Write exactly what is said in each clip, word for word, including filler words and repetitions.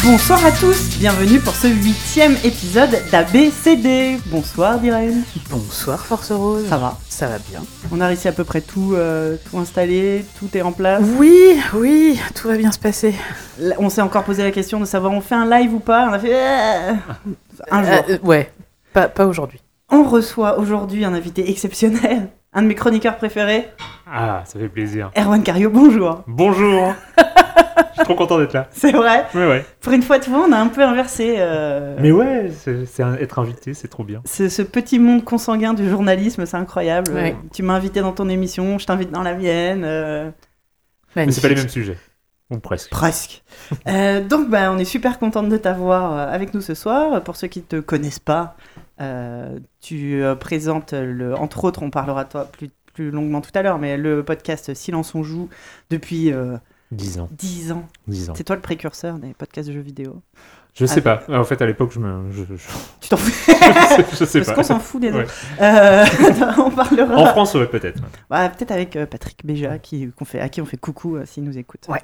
Bonsoir à tous, bienvenue pour ce huitième épisode d'A B C D. Bonsoir Diraine. Bonsoir Force Rose. Ça va? Ça va bien. On a réussi à peu près tout, euh, tout installé, tout est en place. Oui, oui, tout va bien se passer. Là, on s'est encore posé la question de savoir on fait un live ou pas. On a fait euh, un jour. Euh, ouais, pas, pas aujourd'hui. On reçoit aujourd'hui un invité exceptionnel, un de mes chroniqueurs préférés. Ah, ça fait plaisir. Erwan Cario, bonjour. Bonjour. Je suis trop content d'être là. C'est vrai. Ouais, ouais. Pour une fois, tu vois, on a un peu inversé. Euh... Mais ouais, c'est, c'est un, être invité, c'est trop bien. Ce, ce petit monde consanguin du journalisme, c'est incroyable. Ouais. Euh, tu m'as invité dans ton émission, je t'invite dans la mienne. Euh... Mais c'est pas les mêmes sujets. Ou presque. Presque. euh, donc, bah, on est super contente de t'avoir avec nous ce soir. Pour ceux qui ne te connaissent pas, euh, tu euh, présentes, le, entre autres, on parlera de toi plus, plus longuement tout à l'heure, mais le podcast Silence on joue depuis euh, dix ans. dix ans. dix ans. C'est toi le précurseur des podcasts de jeux vidéo. Je sais Ah, pas. En fait, à l'époque, je me. Je, je... Tu t'en fous? je sais, je sais Parce pas. qu'on s'en fout des Ouais. autres. Euh, on parlera. En France, ouais, peut-être. Bah, peut-être avec euh, Patrick Béja, qui, qu'on fait, à qui on fait coucou euh, s'il nous écoute. Ouais.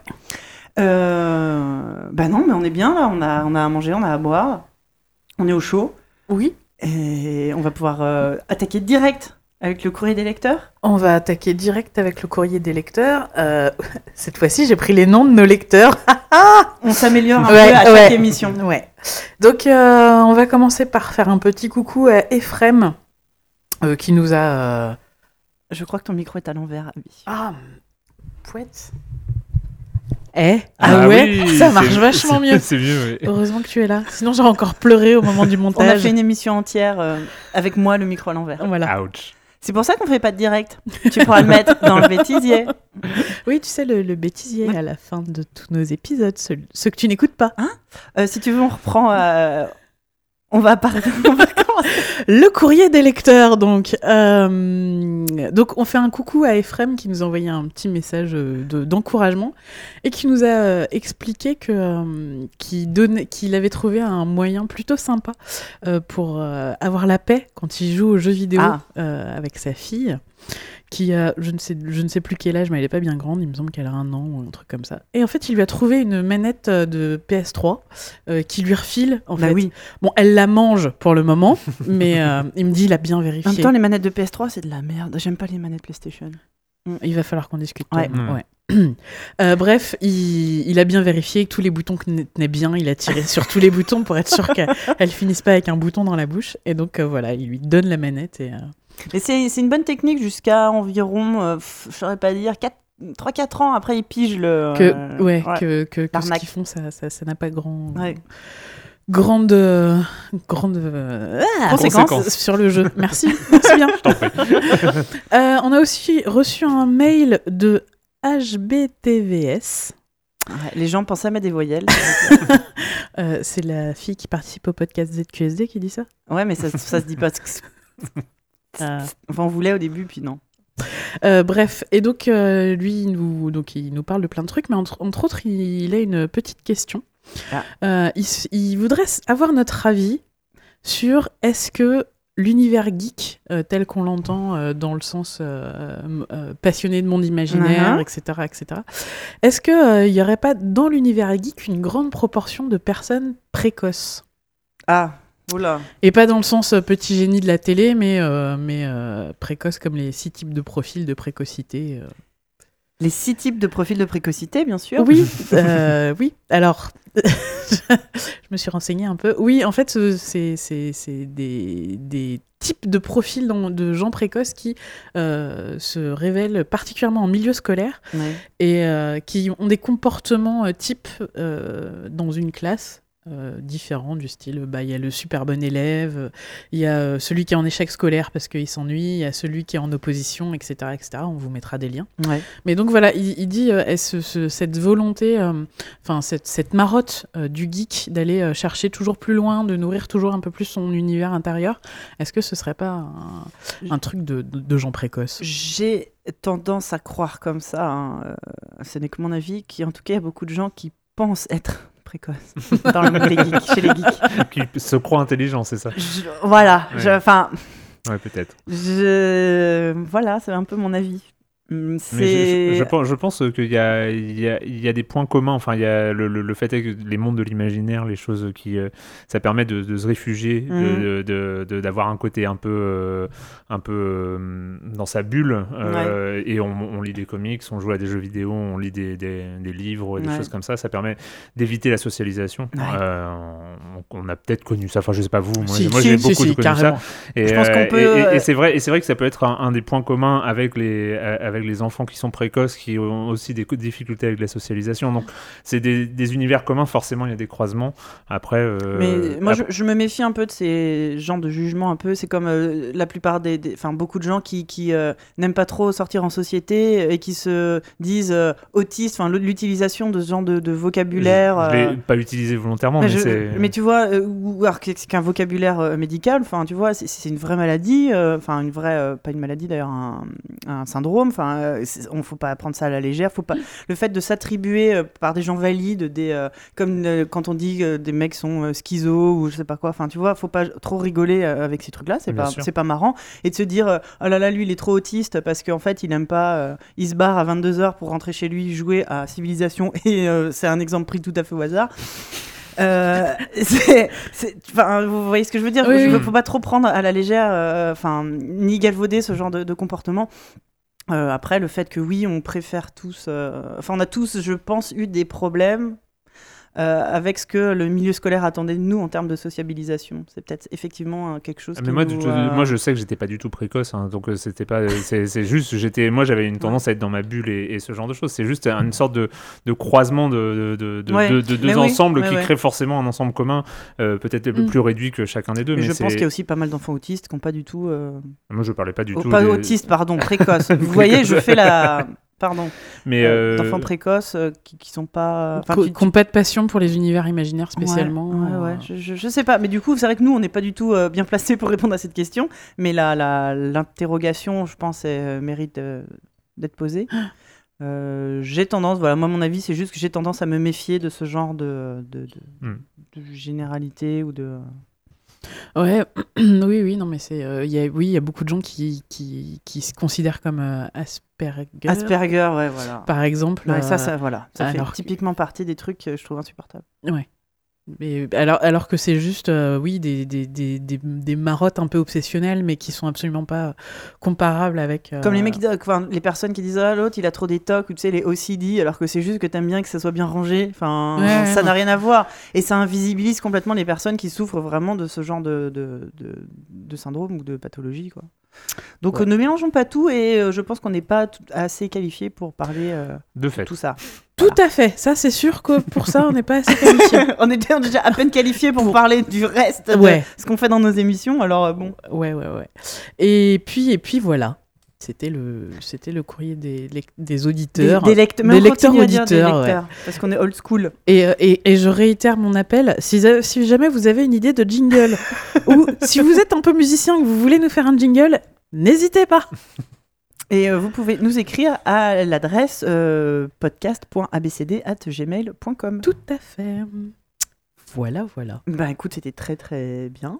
Euh, bah non, mais on est bien là, on a, on a à manger, on a à boire, on est au chaud, Oui. et on va pouvoir euh, attaquer direct avec le courrier des lecteurs. On va attaquer direct avec le courrier des lecteurs. Euh, cette fois-ci, j'ai pris les noms de nos lecteurs. On s'améliore un Ouais, peu à chaque ouais. émission. Ouais. Donc, euh, on va commencer par faire un petit coucou à Ephrem, euh, qui nous a... euh, Je crois que ton micro est à l'envers, Abby. Ah, pouette. Eh Ah, Ah ouais, oui, ça c'est- marche vachement c'est- mieux. C'est mieux, oui. Heureusement que tu es là. Sinon, j'aurais encore pleuré au moment du On a montage. fait une émission entière euh, avec moi, le micro à l'envers. Voilà. Ouch. C'est pour ça qu'on fait pas de direct. Tu pourras le mettre dans le bêtisier. Oui, tu sais, le, le bêtisier Ouais. à la fin de tous nos épisodes, ceux, ceux que tu n'écoutes pas. Euh, si tu veux, on reprend. euh, On va parler. On va commencer. Le courrier des lecteurs, donc. Euh, donc, on fait un coucou à Ephrem qui nous a envoyé un petit message euh, de, d'encouragement et qui nous a euh, expliqué que, euh, qu'il, donnait, qu'il avait trouvé un moyen plutôt sympa euh, pour euh, avoir la paix quand il joue aux jeux vidéo Ah. euh, avec sa fille. Qui a, je ne sais, je ne sais plus quel âge, mais elle est pas bien grande, il me semble qu'elle a un an ou un truc comme ça. Et en fait, il lui a trouvé une manette euh, de P S trois euh, qui lui refile, en Bah fait. oui. Bon, elle la mange pour le moment, mais euh, il me dit, il a bien En vérifié. même temps, les manettes de P S trois, c'est de la merde. J'aime pas les manettes PlayStation. Il va falloir qu'on discute. Ouais. Thomas. Ouais. Euh, bref, il, il a bien vérifié que tous les boutons tenaient bien. Il a tiré sur tous les boutons pour être sûr qu'elle ne finisse pas avec un bouton dans la bouche. Et donc, euh, voilà, il lui donne la manette et... euh, Et c'est, c'est une bonne technique jusqu'à environ, euh, f- je saurais pas dire, trois quatre ans après, ils pigent le... que, euh, ouais, ouais. que, que, que ce L'arnaque. qu'ils font, ça, ça, ça n'a pas grand, Ouais. grande, euh, grande euh, ah, Conséquence. conséquence sur le jeu. Merci, merci bien. Je t'en prie. Euh, on a aussi reçu un mail de H B T V S. Ouais, les gens pensaient à mettre des voyelles. Euh, c'est la fille qui participe au podcast Z Q S D qui dit ça. Ouais, mais ça, ça se dit pas. Euh, Enfin, on voulait au début, puis non. Euh, bref, et donc euh, lui, il nous, donc, il nous parle de plein de trucs, mais entre, entre autres, il, il a une petite question. Ah. Euh, il, s- il voudrait s- avoir notre avis sur est-ce que l'univers geek, euh, tel qu'on l'entend euh, dans le sens euh, m- euh, passionné de monde imaginaire, Mhm. et cetera, et cetera, est-ce qu'il n'y aurait pas dans l'univers geek une grande proportion de personnes précoces ? Ah, oula. Et pas dans le sens euh, petit génie de la télé, mais, euh, mais euh, précoce comme les six types de profils de précocité. euh. Les six types de profils de précocité, bien sûr. Oui, euh, oui. Alors, je me suis renseignée un peu. Oui, en fait, euh, c'est, c'est, c'est des, des types de profils dans- de gens précoces qui euh, se révèlent particulièrement en milieu scolaire Ouais. et euh, qui ont des comportements euh, types euh, dans une classe. Euh, différents du style, bah, il y a le super bon élève, il y a euh, celui qui est en échec scolaire parce qu'il s'ennuie, il y a celui qui est en opposition, et cetera, et cetera. On vous mettra des liens. Ouais. Mais donc voilà, il, il dit euh, est-ce ce- cette volonté, enfin cette, cette marotte euh, du geek d'aller euh, chercher toujours plus loin, de nourrir toujours un peu plus son univers intérieur, est-ce que ce serait pas un, un truc de, de, de gens précoces ? J'ai tendance à croire comme ça, hein, euh, ce n'est que mon avis, qu'en tout cas, il y a beaucoup de gens qui pensent être précoces dans le monde des geeks, chez les geeks. Qui se croit intelligent, c'est ça? Je- voilà, Ouais. je- enfin, Ouais, peut-être. je, voilà, c'est un peu mon avis. Hum, C'est... Mais je, je, je pense, je pense qu'il y a, il y, a, il y a des points communs. Enfin, il y a le, le, le fait est que les mondes de l'imaginaire, les choses qui, euh, ça permet de, de se réfugier, Mhm. de, de, de, d'avoir un côté un peu, euh, un peu euh, dans sa bulle. Euh, Et on, on lit des comics, on joue à des jeux vidéo, on lit des, des, des livres, des Ouais. choses comme ça. Ça permet d'éviter la socialisation. Ouais. Euh, on, on a peut-être connu ça. Enfin, je sais pas vous. Moi, Si, moi si, j'ai si, beaucoup si, connu carrément. ça. Et, Je pense qu'on euh, peut, et, et, euh, et c'est vrai, et c'est vrai que ça peut être un, un des points communs avec les, euh, avec les enfants qui sont précoces, qui ont aussi des difficultés avec la socialisation. Donc, c'est des, des univers communs. Forcément, il y a des croisements. Après, euh, Mais moi, je, après- je me méfie un peu de ces genres de jugements un peu. C'est comme euh, la plupart des, des- enfin beaucoup de gens qui, qui euh, n'aiment pas trop sortir en société et qui se disent euh, autistes. Enfin, l'utilisation de ce genre de, de vocabulaire. je, je euh, l'ai pas utilisé volontairement, mais, mais, je- c'est. mais tu vois, euh, ou alors que c'est qu'un vocabulaire euh, médical. Enfin, tu vois, c'est, c'est une vraie maladie. euh, Enfin, une vraie, euh, pas une maladie d'ailleurs, un, un syndrome. Enfin, euh, c'est- on faut pas prendre ça à la légère. Faut pas. Le fait de s'attribuer euh, par des gens valides, des euh, comme euh, quand on dit que des mecs sont euh, schizo ou je sais pas quoi. Enfin, tu vois, faut pas trop rigoler euh, avec ces trucs-là. C'est Bien pas, sûr. c'est pas marrant. Et de se dire, euh, oh là là, lui, il est trop autiste parce qu'en fait, il aime pas. euh, il se barre à vingt-deux heures pour rentrer chez lui jouer à Civilisation. Et euh, c'est un exemple pris tout à fait au hasard. Euh, c'est, c'est, enfin, vous voyez ce que je veux dire. Oui, Il ne oui. faut pas trop prendre à la légère, euh, enfin, ni galvauder ce genre de, de comportement. Euh, après, le fait que oui, on préfère tous, euh, enfin, on a tous, je pense, eu des problèmes euh, avec ce que le milieu scolaire attendait de nous en termes de sociabilisation. C'est peut-être effectivement euh, quelque chose. Mais qui moi, nous, je, euh, moi, je sais que j'étais pas du tout précoce, hein, donc euh, c'était pas. C'est, c'est juste, j'étais. Moi, j'avais une tendance à être dans ma bulle et, et ce genre de choses. C'est juste une sorte de, de croisement de, de, de, Ouais, de, de deux mais oui, ensembles ouais, qui ouais. crée forcément un ensemble commun, euh, peut-être le Mm. plus réduit que chacun des deux. Mais Mais je c'est... pense qu'il y a aussi pas mal d'enfants autistes qui n'ont pas du tout. euh, Moi, je parlais pas du oh, tout. pas des- autistes, pardon, précoces. Vous voyez, je fais la. Pardon. Mais Euh, euh, D'enfants précoces euh, qui, qui sont pas. Enfin, Co- qui- Qui n'ont pas de passion pour les univers imaginaires spécialement. Ouais, ouais, ouais. euh, Je, je, je sais pas, mais du coup, c'est vrai que nous, on n'est pas du tout euh, bien placés pour répondre à cette question. Mais la, la, l'interrogation, je pense, elle, euh, mérite euh, d'être posée. Euh, j'ai tendance, voilà, moi, mon avis, c'est juste que j'ai tendance à me méfier de ce genre de, de, de, Hmm. de généralité ou de. Ouais, oui, oui, non, mais c'est, euh, y a, oui, il y a beaucoup de gens qui, qui, qui se considèrent comme euh, Asperger, Asperger, ouais, voilà. par exemple. Ouais, ça, euh, ça, voilà. Ça fait alors que- typiquement partie des trucs que je trouve insupportables. Ouais. Mais, alors, alors que c'est juste, euh, oui, des, des, des, des, des marottes un peu obsessionnelles, mais qui sont absolument pas comparables avec. euh, Comme les mecs, qui disent- enfin, les personnes qui disent ah l'autre il a trop des tocs ou tu sais les O C D, alors que c'est juste que t'aimes bien que ça soit bien rangé. Enfin, Ouais, ça ouais, n'a rien à voir et ça invisibilise complètement les personnes qui souffrent vraiment de ce genre de de, de, de syndrome ou de pathologie quoi. Donc Ouais. euh, ne mélangeons pas tout et euh, je pense qu'on n'est pas tout- assez qualifié pour parler euh, de de fait. tout ça. Tout à fait. Ça, c'est sûr que pour ça, on n'est pas assez qualifié. On était déjà à peine qualifié pour Pour- parler du reste de Ouais. ce qu'on fait dans nos émissions. Alors euh, bon. Ouais, ouais, ouais. Et puis, et puis voilà. C'était le, c'était le courrier des, lec- des auditeurs. Des, des lecteurs, mais des on lecteurs continue à dire des auditeurs, ouais. lecteurs, parce qu'on est old school. Et, euh, et, et je réitère mon appel, si, za- si jamais vous avez une idée de jingle, ou si vous êtes un peu musicien et que vous voulez nous faire un jingle, n'hésitez pas. Et euh, vous pouvez nous écrire à l'adresse euh, podcast point a b c d arobase gmail point com. Tout à fait. Voilà, voilà. Bah écoute, c'était très très bien.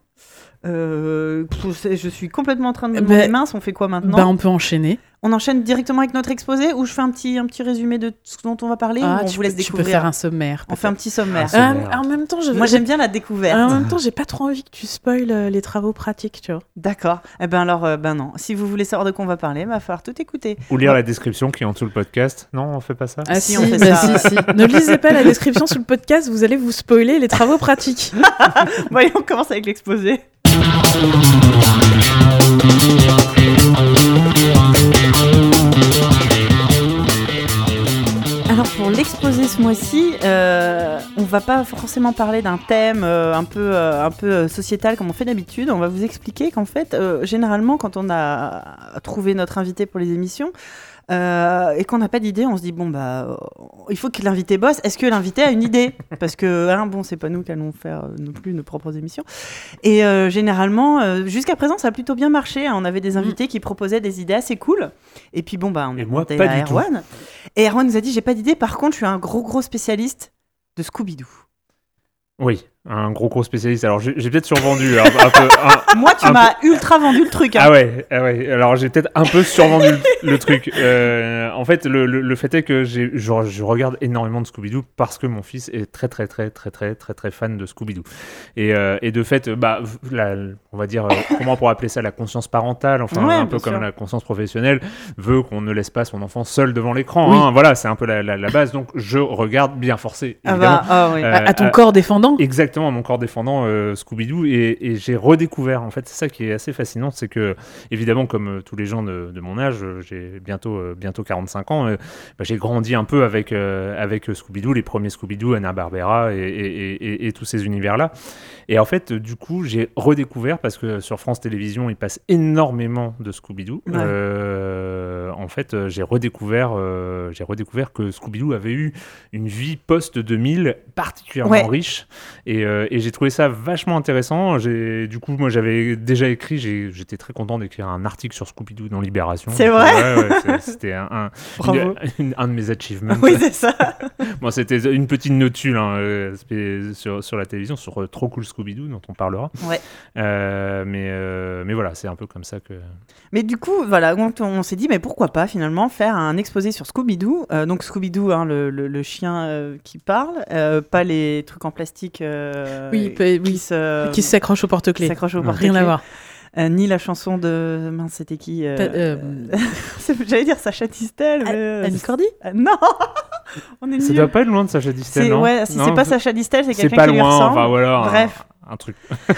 Euh, pff, c'est- je suis complètement en train de me Eh demander ben, mince, on fait quoi maintenant Bah, on peut enchaîner. On enchaîne directement avec notre exposé ou je fais un petit, un petit résumé de ce dont on va parler Ah, ou on tu vous laisse peux, tu peux découvrir faire un sommaire. On fait un petit sommaire. Un sommaire. Euh, en même temps, je, Moi j'ai- j'aime bien la découverte. en même temps, j'ai pas trop envie que tu spoiles euh, les travaux pratiques, tu vois. D'accord. Eh ben alors, euh, ben non. Si vous voulez savoir de quoi on va parler, il va falloir tout écouter. Ou lire la description qui est en dessous le podcast. Non, on fait pas ça. Ah Si, si, on fait bah ça. si, si. Ne lisez pas la description sous le podcast, vous allez vous spoiler les travaux pratiques. Bon, allez, on commence avec l'exposé. Alors pour l'exposé ce mois-ci, euh, on va pas forcément parler d'un thème euh, un peu, euh, un peu euh, sociétal comme on fait d'habitude. On va vous expliquer qu'en fait, euh, généralement, quand on a trouvé notre invité pour les émissions, Euh, et qu'on n'a pas d'idée, on se dit bon bah euh, il faut que l'invité bosse. Est-ce que l'invité a une idée? Parce que hein, bon, c'est pas nous qui allons faire euh, non plus nos propres émissions. Et euh, généralement, euh, jusqu'à présent, ça a plutôt bien marché. Hein. On avait des invités qui proposaient des idées assez cool. Et puis bon bah on Et a moi, demandé pas à du tout. Erwan. Et Erwan nous a dit j'ai pas d'idée. Par contre, je suis un gros gros spécialiste de Scooby-Doo. Oui. Un gros gros spécialiste. Alors j'ai, j'ai peut-être survendu un, un peu. Un, Moi, tu un m'as peu... ultra vendu le truc. Hein. Ah ouais, ah ouais. Alors j'ai peut-être un peu survendu le, le truc. Euh, en fait, le, le, le fait est que j'ai, je, je regarde énormément de Scooby-Doo parce que mon fils est très très très très très très très fan de Scooby-Doo. Et, euh, et de fait, bah, la, on va dire, euh, comment on pourrait appeler ça, la conscience parentale, enfin ouais, un peu comme sûr. la conscience professionnelle, veut qu'on ne laisse pas son enfant seul devant l'écran. Oui. Hein. Voilà, c'est un peu la, la, la base. Donc je regarde bien forcé, évidemment. Ah bah, ah oui. Euh, à, à ton euh, corps défendant. Exactement, à mon corps défendant. Euh, Scooby-Doo et, et j'ai redécouvert, en fait c'est ça qui est assez fascinant, c'est que évidemment comme euh, tous les gens de, de mon âge, euh, j'ai bientôt, euh, bientôt quarante-cinq ans, euh, bah, j'ai grandi un peu avec, euh, avec Scooby-Doo, les premiers Scooby-Doo, Hanna-Barbera et, et, et, et tous ces univers-là, et en fait du coup j'ai redécouvert, parce que sur France Télévisions il passe énormément de Scooby-Doo, ouais. euh, en fait euh, j'ai redécouvert, euh, j'ai redécouvert que Scooby-Doo avait eu une vie post deux mille particulièrement ouais. riche, et, euh, et j'ai trouvé ça vachement intéressant. J'ai, du coup, moi, j'avais déjà écrit, j'ai, j'étais très content d'écrire un article sur Scooby-Doo dans Libération. C'est vrai ouais, ouais, c'est, C'était un, un, une, une, un de mes achievements. Oui, c'est ça. Bon, c'était une petite notule hein, euh, sur, sur la télévision, sur euh, Trop Cool Scooby-Doo, dont on parlera. Ouais. Euh, mais, euh, mais voilà, c'est un peu comme ça que... Mais du coup, voilà, on, on s'est dit, mais pourquoi pas, finalement, faire un exposé sur Scooby-Doo. Euh, donc, Scooby-Doo, hein, le, le, le chien euh, qui parle, euh, pas les trucs en plastique euh, oui, peut, qui, oui. se, qui s'accrochent au porte-clés. S'accroche au porte-clés. Rien à voir. Euh, ni la chanson de... Mince, c'était qui euh... euh... J'allais dire Sacha Distel. Mais... Annie Cordy euh, Non. On est Ça nuls. doit pas être loin de Sacha Distel, c'est, non ouais, si non, c'est pas Sacha Distel, c'est c'est quelqu'un pas qui lui loin, ressemble. Enfin, voilà, Bref. Un, un truc.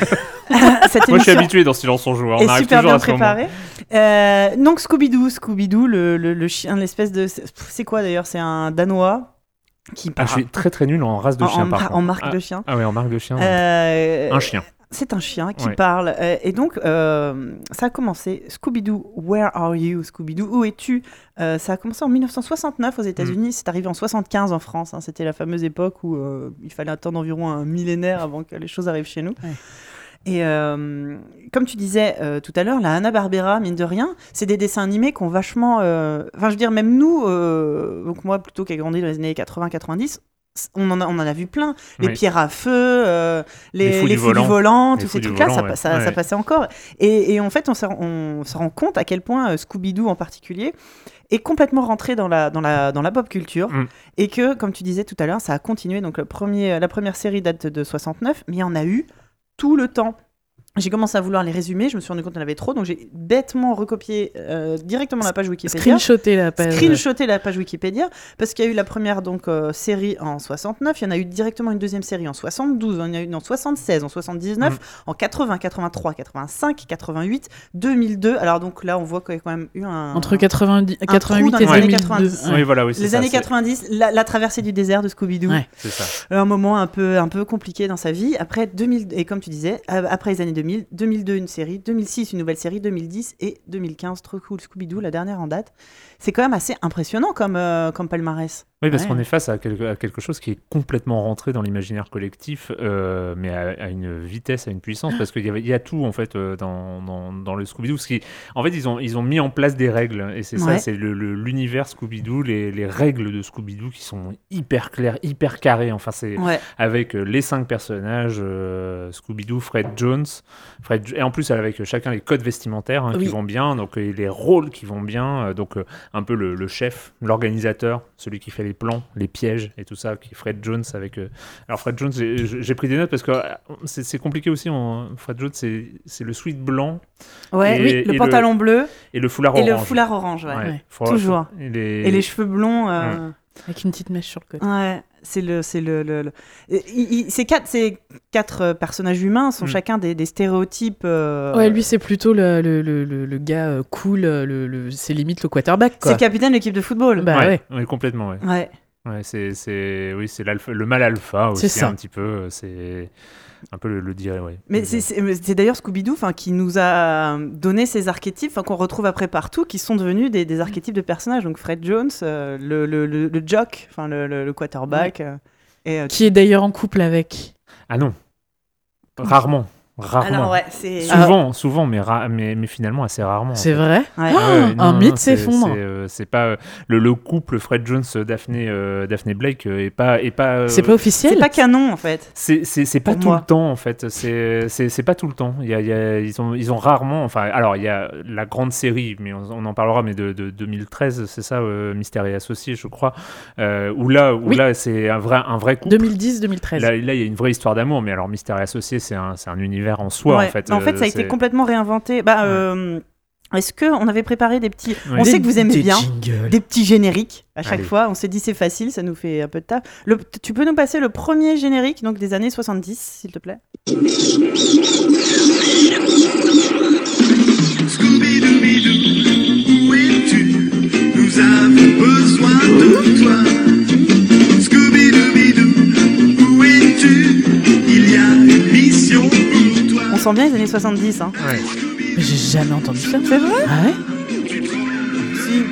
Cette Moi, je suis émission habitué dans Silence on joue. On est arrive super toujours bien à ce moment. préparé. Euh, donc Scooby-Doo, Scooby-Doo, le, le, le chien, l'espèce de... C'est quoi d'ailleurs ? C'est un Danois qui Ah, je suis très très nul en race de en, chien, en, par en contre. marque ah, de chien. Ah ouais, en marque de chien. Euh, un chien. C'est un chien qui ouais. parle. Euh, et donc, euh, ça a commencé. Scooby-Doo, where are you, Scooby-Doo, où es-tu ? euh, Ça a commencé en dix-neuf cent soixante-neuf aux États-Unis. Mm. C'est arrivé en soixante-quinze en France. Hein. C'était la fameuse époque où euh, il fallait attendre environ un millénaire avant que les choses arrivent chez nous. Ouais. Et euh, comme tu disais euh, tout à l'heure, la Hanna-Barbera, mine de rien, c'est des dessins animés qui ont vachement... Enfin, euh, je veux dire, même nous, euh, donc moi, plutôt qui ai grandi dans les années quatre-vingts quatre-vingt-dix, on en, a, on en a vu plein. Les oui. pierres à feu, euh, les, les fous, les du, fous volant. du volant, tous ces trucs-là, volant, ça, ouais. ça, ouais. ça passait encore. Et, et en fait, on se, on se rend compte à quel point euh, Scooby-Doo en particulier est complètement rentré dans la, dans la, dans la pop culture. Mm. Et que, comme tu disais tout à l'heure, ça a continué. Donc, le premier, la première série date de soixante-neuf, mais il y en a eu tout le temps. J'ai commencé à vouloir les résumer, je me suis rendu compte qu'il y en avait trop, donc j'ai bêtement recopié euh, directement la page Wikipédia. Screenshoté la page. Screenshoté la page Wikipédia, parce qu'il y a eu la première donc, euh, série en soixante-neuf, il y en a eu directement une deuxième série en soixante-douze, il y en a eu en soixante-seize, en soixante-dix-neuf, mmh. en quatre-vingts, quatre-vingt-trois, quatre-vingt-cinq, quatre-vingt-huit, deux mille deux. Alors donc là, on voit qu'il y a quand même eu un... Entre quatre-vingt-dix, un quatre-vingt-huit et deux mille deux. quatre-vingt-dix. Ouais. Oui, voilà, oui, c'est les ça, années c'est... quatre-vingt-dix, la, la traversée du désert de Scooby-Doo. Ouais. C'est ça. Un moment un peu, un peu compliqué dans sa vie. Après deux mille, et comme tu disais, après les années deux mille, deux mille deux, une série, deux mille six une nouvelle série, deux mille dix et deux mille quinze Trop Cool Scooby-Doo, la dernière en date. C'est quand même assez impressionnant comme, euh, comme palmarès. Oui, parce ouais. qu'on est face à quelque, à quelque chose qui est complètement rentré dans l'imaginaire collectif, euh, mais à, à une vitesse, à une puissance, parce qu'il y, avait, il y a tout en fait euh, dans, dans, dans le Scooby-Doo. Qui, en fait, ils ont, ils ont mis en place des règles, et c'est ouais. ça, c'est le, le, l'univers Scooby-Doo, les, les règles de Scooby-Doo qui sont hyper claires, hyper carrées. Enfin, c'est ouais. avec euh, les cinq personnages, euh, Scooby-Doo, Fred Jones, Fred, et en plus avec chacun les codes vestimentaires hein, oui. qui vont bien, donc et les rôles qui vont bien, euh, donc euh, un peu le, le chef, l'organisateur, celui qui fait les plans, les pièges et tout ça, qui est Fred Jones avec... Euh... Alors Fred Jones, j'ai, j'ai pris des notes parce que c'est, c'est compliqué aussi, on... Fred Jones c'est, c'est le sweat blanc. Ouais, et, oui, le pantalon le... bleu. Et le foulard et orange. Et le foulard orange, ouais. ouais. ouais. Faut... Toujours. Et les... et les cheveux blonds... Euh... Mmh. Avec une petite mèche sur le côté. Ouais, c'est le... C'est le, le, le... Il, il, ces, quatre, ces quatre personnages humains sont mmh. chacun des, des stéréotypes... Euh... Ouais, lui c'est plutôt le, le, le, le gars cool, le, le, c'est limite le quarterback, quoi. C'est le capitaine de l'équipe de football. Bah ouais, ouais. ouais complètement, ouais. Ouais. Ouais, c'est, c'est, oui, c'est le mal alpha aussi, c'est ça. un petit peu. C'est un peu le, le dire, ouais. Mais c'est, c'est, c'est d'ailleurs Scooby-Doo qui nous a donné ces archétypes qu'on retrouve après partout, qui sont devenus des, des archétypes de personnages. Donc Fred Jones, euh, le, le, le, le jock, enfin le, le, le quarterback. Ouais. Euh, et, euh, qui est d'ailleurs en couple avec... Ah non, rarement. Rarement. Alors ouais, c'est... Souvent, souvent, mais, ra- mais, mais finalement assez rarement. C'est en fait. vrai Ouais. Ah ouais, Un non, mythe non, c'est- s'effondre. C'est, euh, c'est pas euh, le, le couple Fred Jones Daphné euh, Daphné Blake euh, est pas est pas. euh, C'est pas officiel C'est pas canon, en fait. C'est, c'est, c'est pas Pour tout moi. le temps en fait. C'est, c'est, c'est pas tout le temps. Il y a, il y a, ils ont ils ont rarement. Enfin, alors il y a la grande série, mais on, on en parlera, mais de, de deux mille treize, c'est ça, euh, Mystère et Associés, je crois. Euh, où là, où Oui. là, c'est un vrai un vrai couple. deux mille dix deux mille treize. Là, là, il y a une vraie histoire d'amour, mais alors Mystère et Associés, c'est un, c'est un univers en soi Ouais. en fait. En fait, Euh, ça a été c'est- complètement réinventé. Bah, euh, est-ce qu'on avait préparé des petits... Oui. On Des- sait que vous aimez Des bien jingles. des petits génériques à chaque Allez. fois. On s'est dit c'est facile, ça nous fait un peu de taf. Le... Tu peux nous passer le premier générique, donc des années soixante-dix, s'il te plaît? Scooby-Dooby-Doo, où es-tu? Nous avons besoin de toi. Scooby-Dooby-Doo, où es-tu? Il y a une mission pour toi. On sent bien les années soixante-dix, hein. Ouais. Mais j'ai jamais entendu ça. C'est vrai? Ah ouais Si.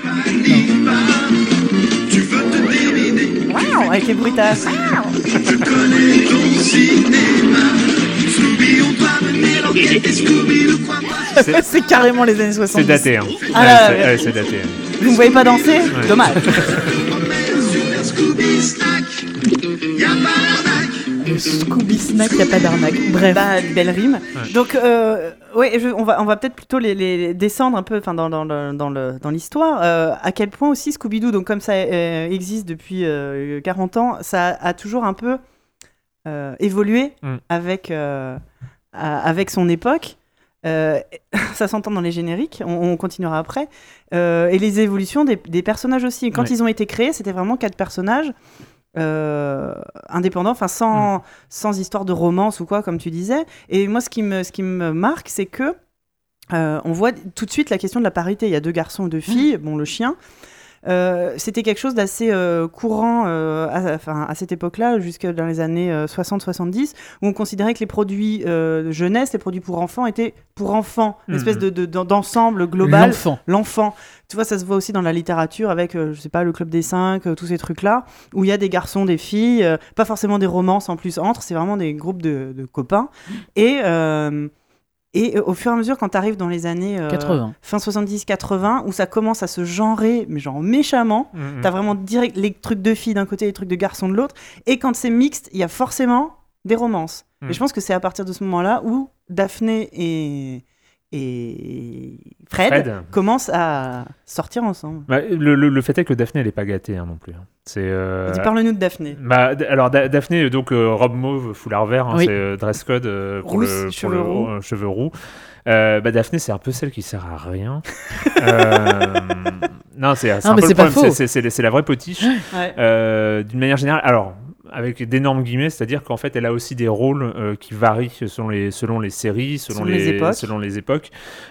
Tu veux te dérider? Waouh, avec les bruitages. Je connais ton cinéma. Scooby, on doit mener l'enquête et Scooby ne croit pas. C'est, C'est carrément les années soixante-dix. c'est daté. Hein. Ah Ouais, là, c'est, ouais. ouais, c'est daté. Vous ne voyez pas danser? Ouais. Dommage. Emmène sur un Scooby Snack. Y a pas d'arnaque. Le Scooby Snack, y a pas d'arnaque. Bref. Bah, belle rime. Ouais. Donc, euh, ouais, je- on va, on va peut-être plutôt les, les descendre un peu, enfin, dans, dans, le- dans, le, dans l'histoire. Euh, à quel point aussi Scooby-Doo, donc comme ça euh, existe depuis euh, quarante ans, ça a toujours un peu euh, évolué Mm. avec, euh, à- avec son époque. Euh, ça s'entend dans les génériques, on, on continuera après. Euh, et les évolutions des, des personnages aussi. Quand Ouais. ils ont été créés, c'était vraiment quatre personnages euh, indépendants, enfin sans, Mm. sans histoire de romance ou quoi, comme tu disais. Et moi, ce qui me, ce qui me marque, c'est que euh, on voit tout de suite la question de la parité. Il y a deux garçons et deux filles, bon, le chien. Euh, c'était quelque chose d'assez euh, courant euh, à, enfin, à cette époque-là, jusque dans les années euh, soixante soixante-dix, où on considérait que les produits euh, de jeunesse, les produits pour enfants, étaient pour enfants, une espèce de, de- d'en- d'ensemble global. L'enfant. L'enfant. Tu vois, ça se voit aussi dans la littérature avec, euh, je sais pas, le Club des Cinq, euh, tous ces trucs-là, où il y a des garçons, des filles, euh, pas forcément des romances en plus entre, c'est vraiment des groupes de, de copains. Et, euh, et euh, au fur et à mesure, quand tu arrives dans les années euh, quatre-vingts. fin soixante-dix quatre-vingts, où ça commence à se genrer, mais genre méchamment, Mm, mm. t'as vraiment direct les trucs de filles d'un côté et les trucs de garçons de l'autre. Et quand c'est mixte, il y a forcément des romances. Mm. Et je pense que c'est à partir de ce moment-là où Daphné et, et Fred, Fred. commencent à sortir ensemble. Bah, le, le, le fait est que Daphné, elle est pas gâtée hein, non plus. hein. C'est. euh, Vas-y, parle-nous de Daphné. Bah, d- alors Da- Daphné, donc euh, robe mauve, foulard vert, hein, Oui. c'est euh, dress code euh, pour Rousse, le, pour cheveux le roux. euh, cheveux roux. Euh, bah, Daphné, c'est un peu celle qui sert à rien. Euh, non, c'est c'est Non, un mais peu c'est le pas problème. faux. C'est- C'est c'est- c'est la vraie potiche. Ouais. Euh, D'une manière générale, alors avec d'énormes guillemets, c'est-à-dire qu'en fait, elle a aussi des rôles euh, qui varient selon les selon les séries, selon, Selon les époques. selon les époques.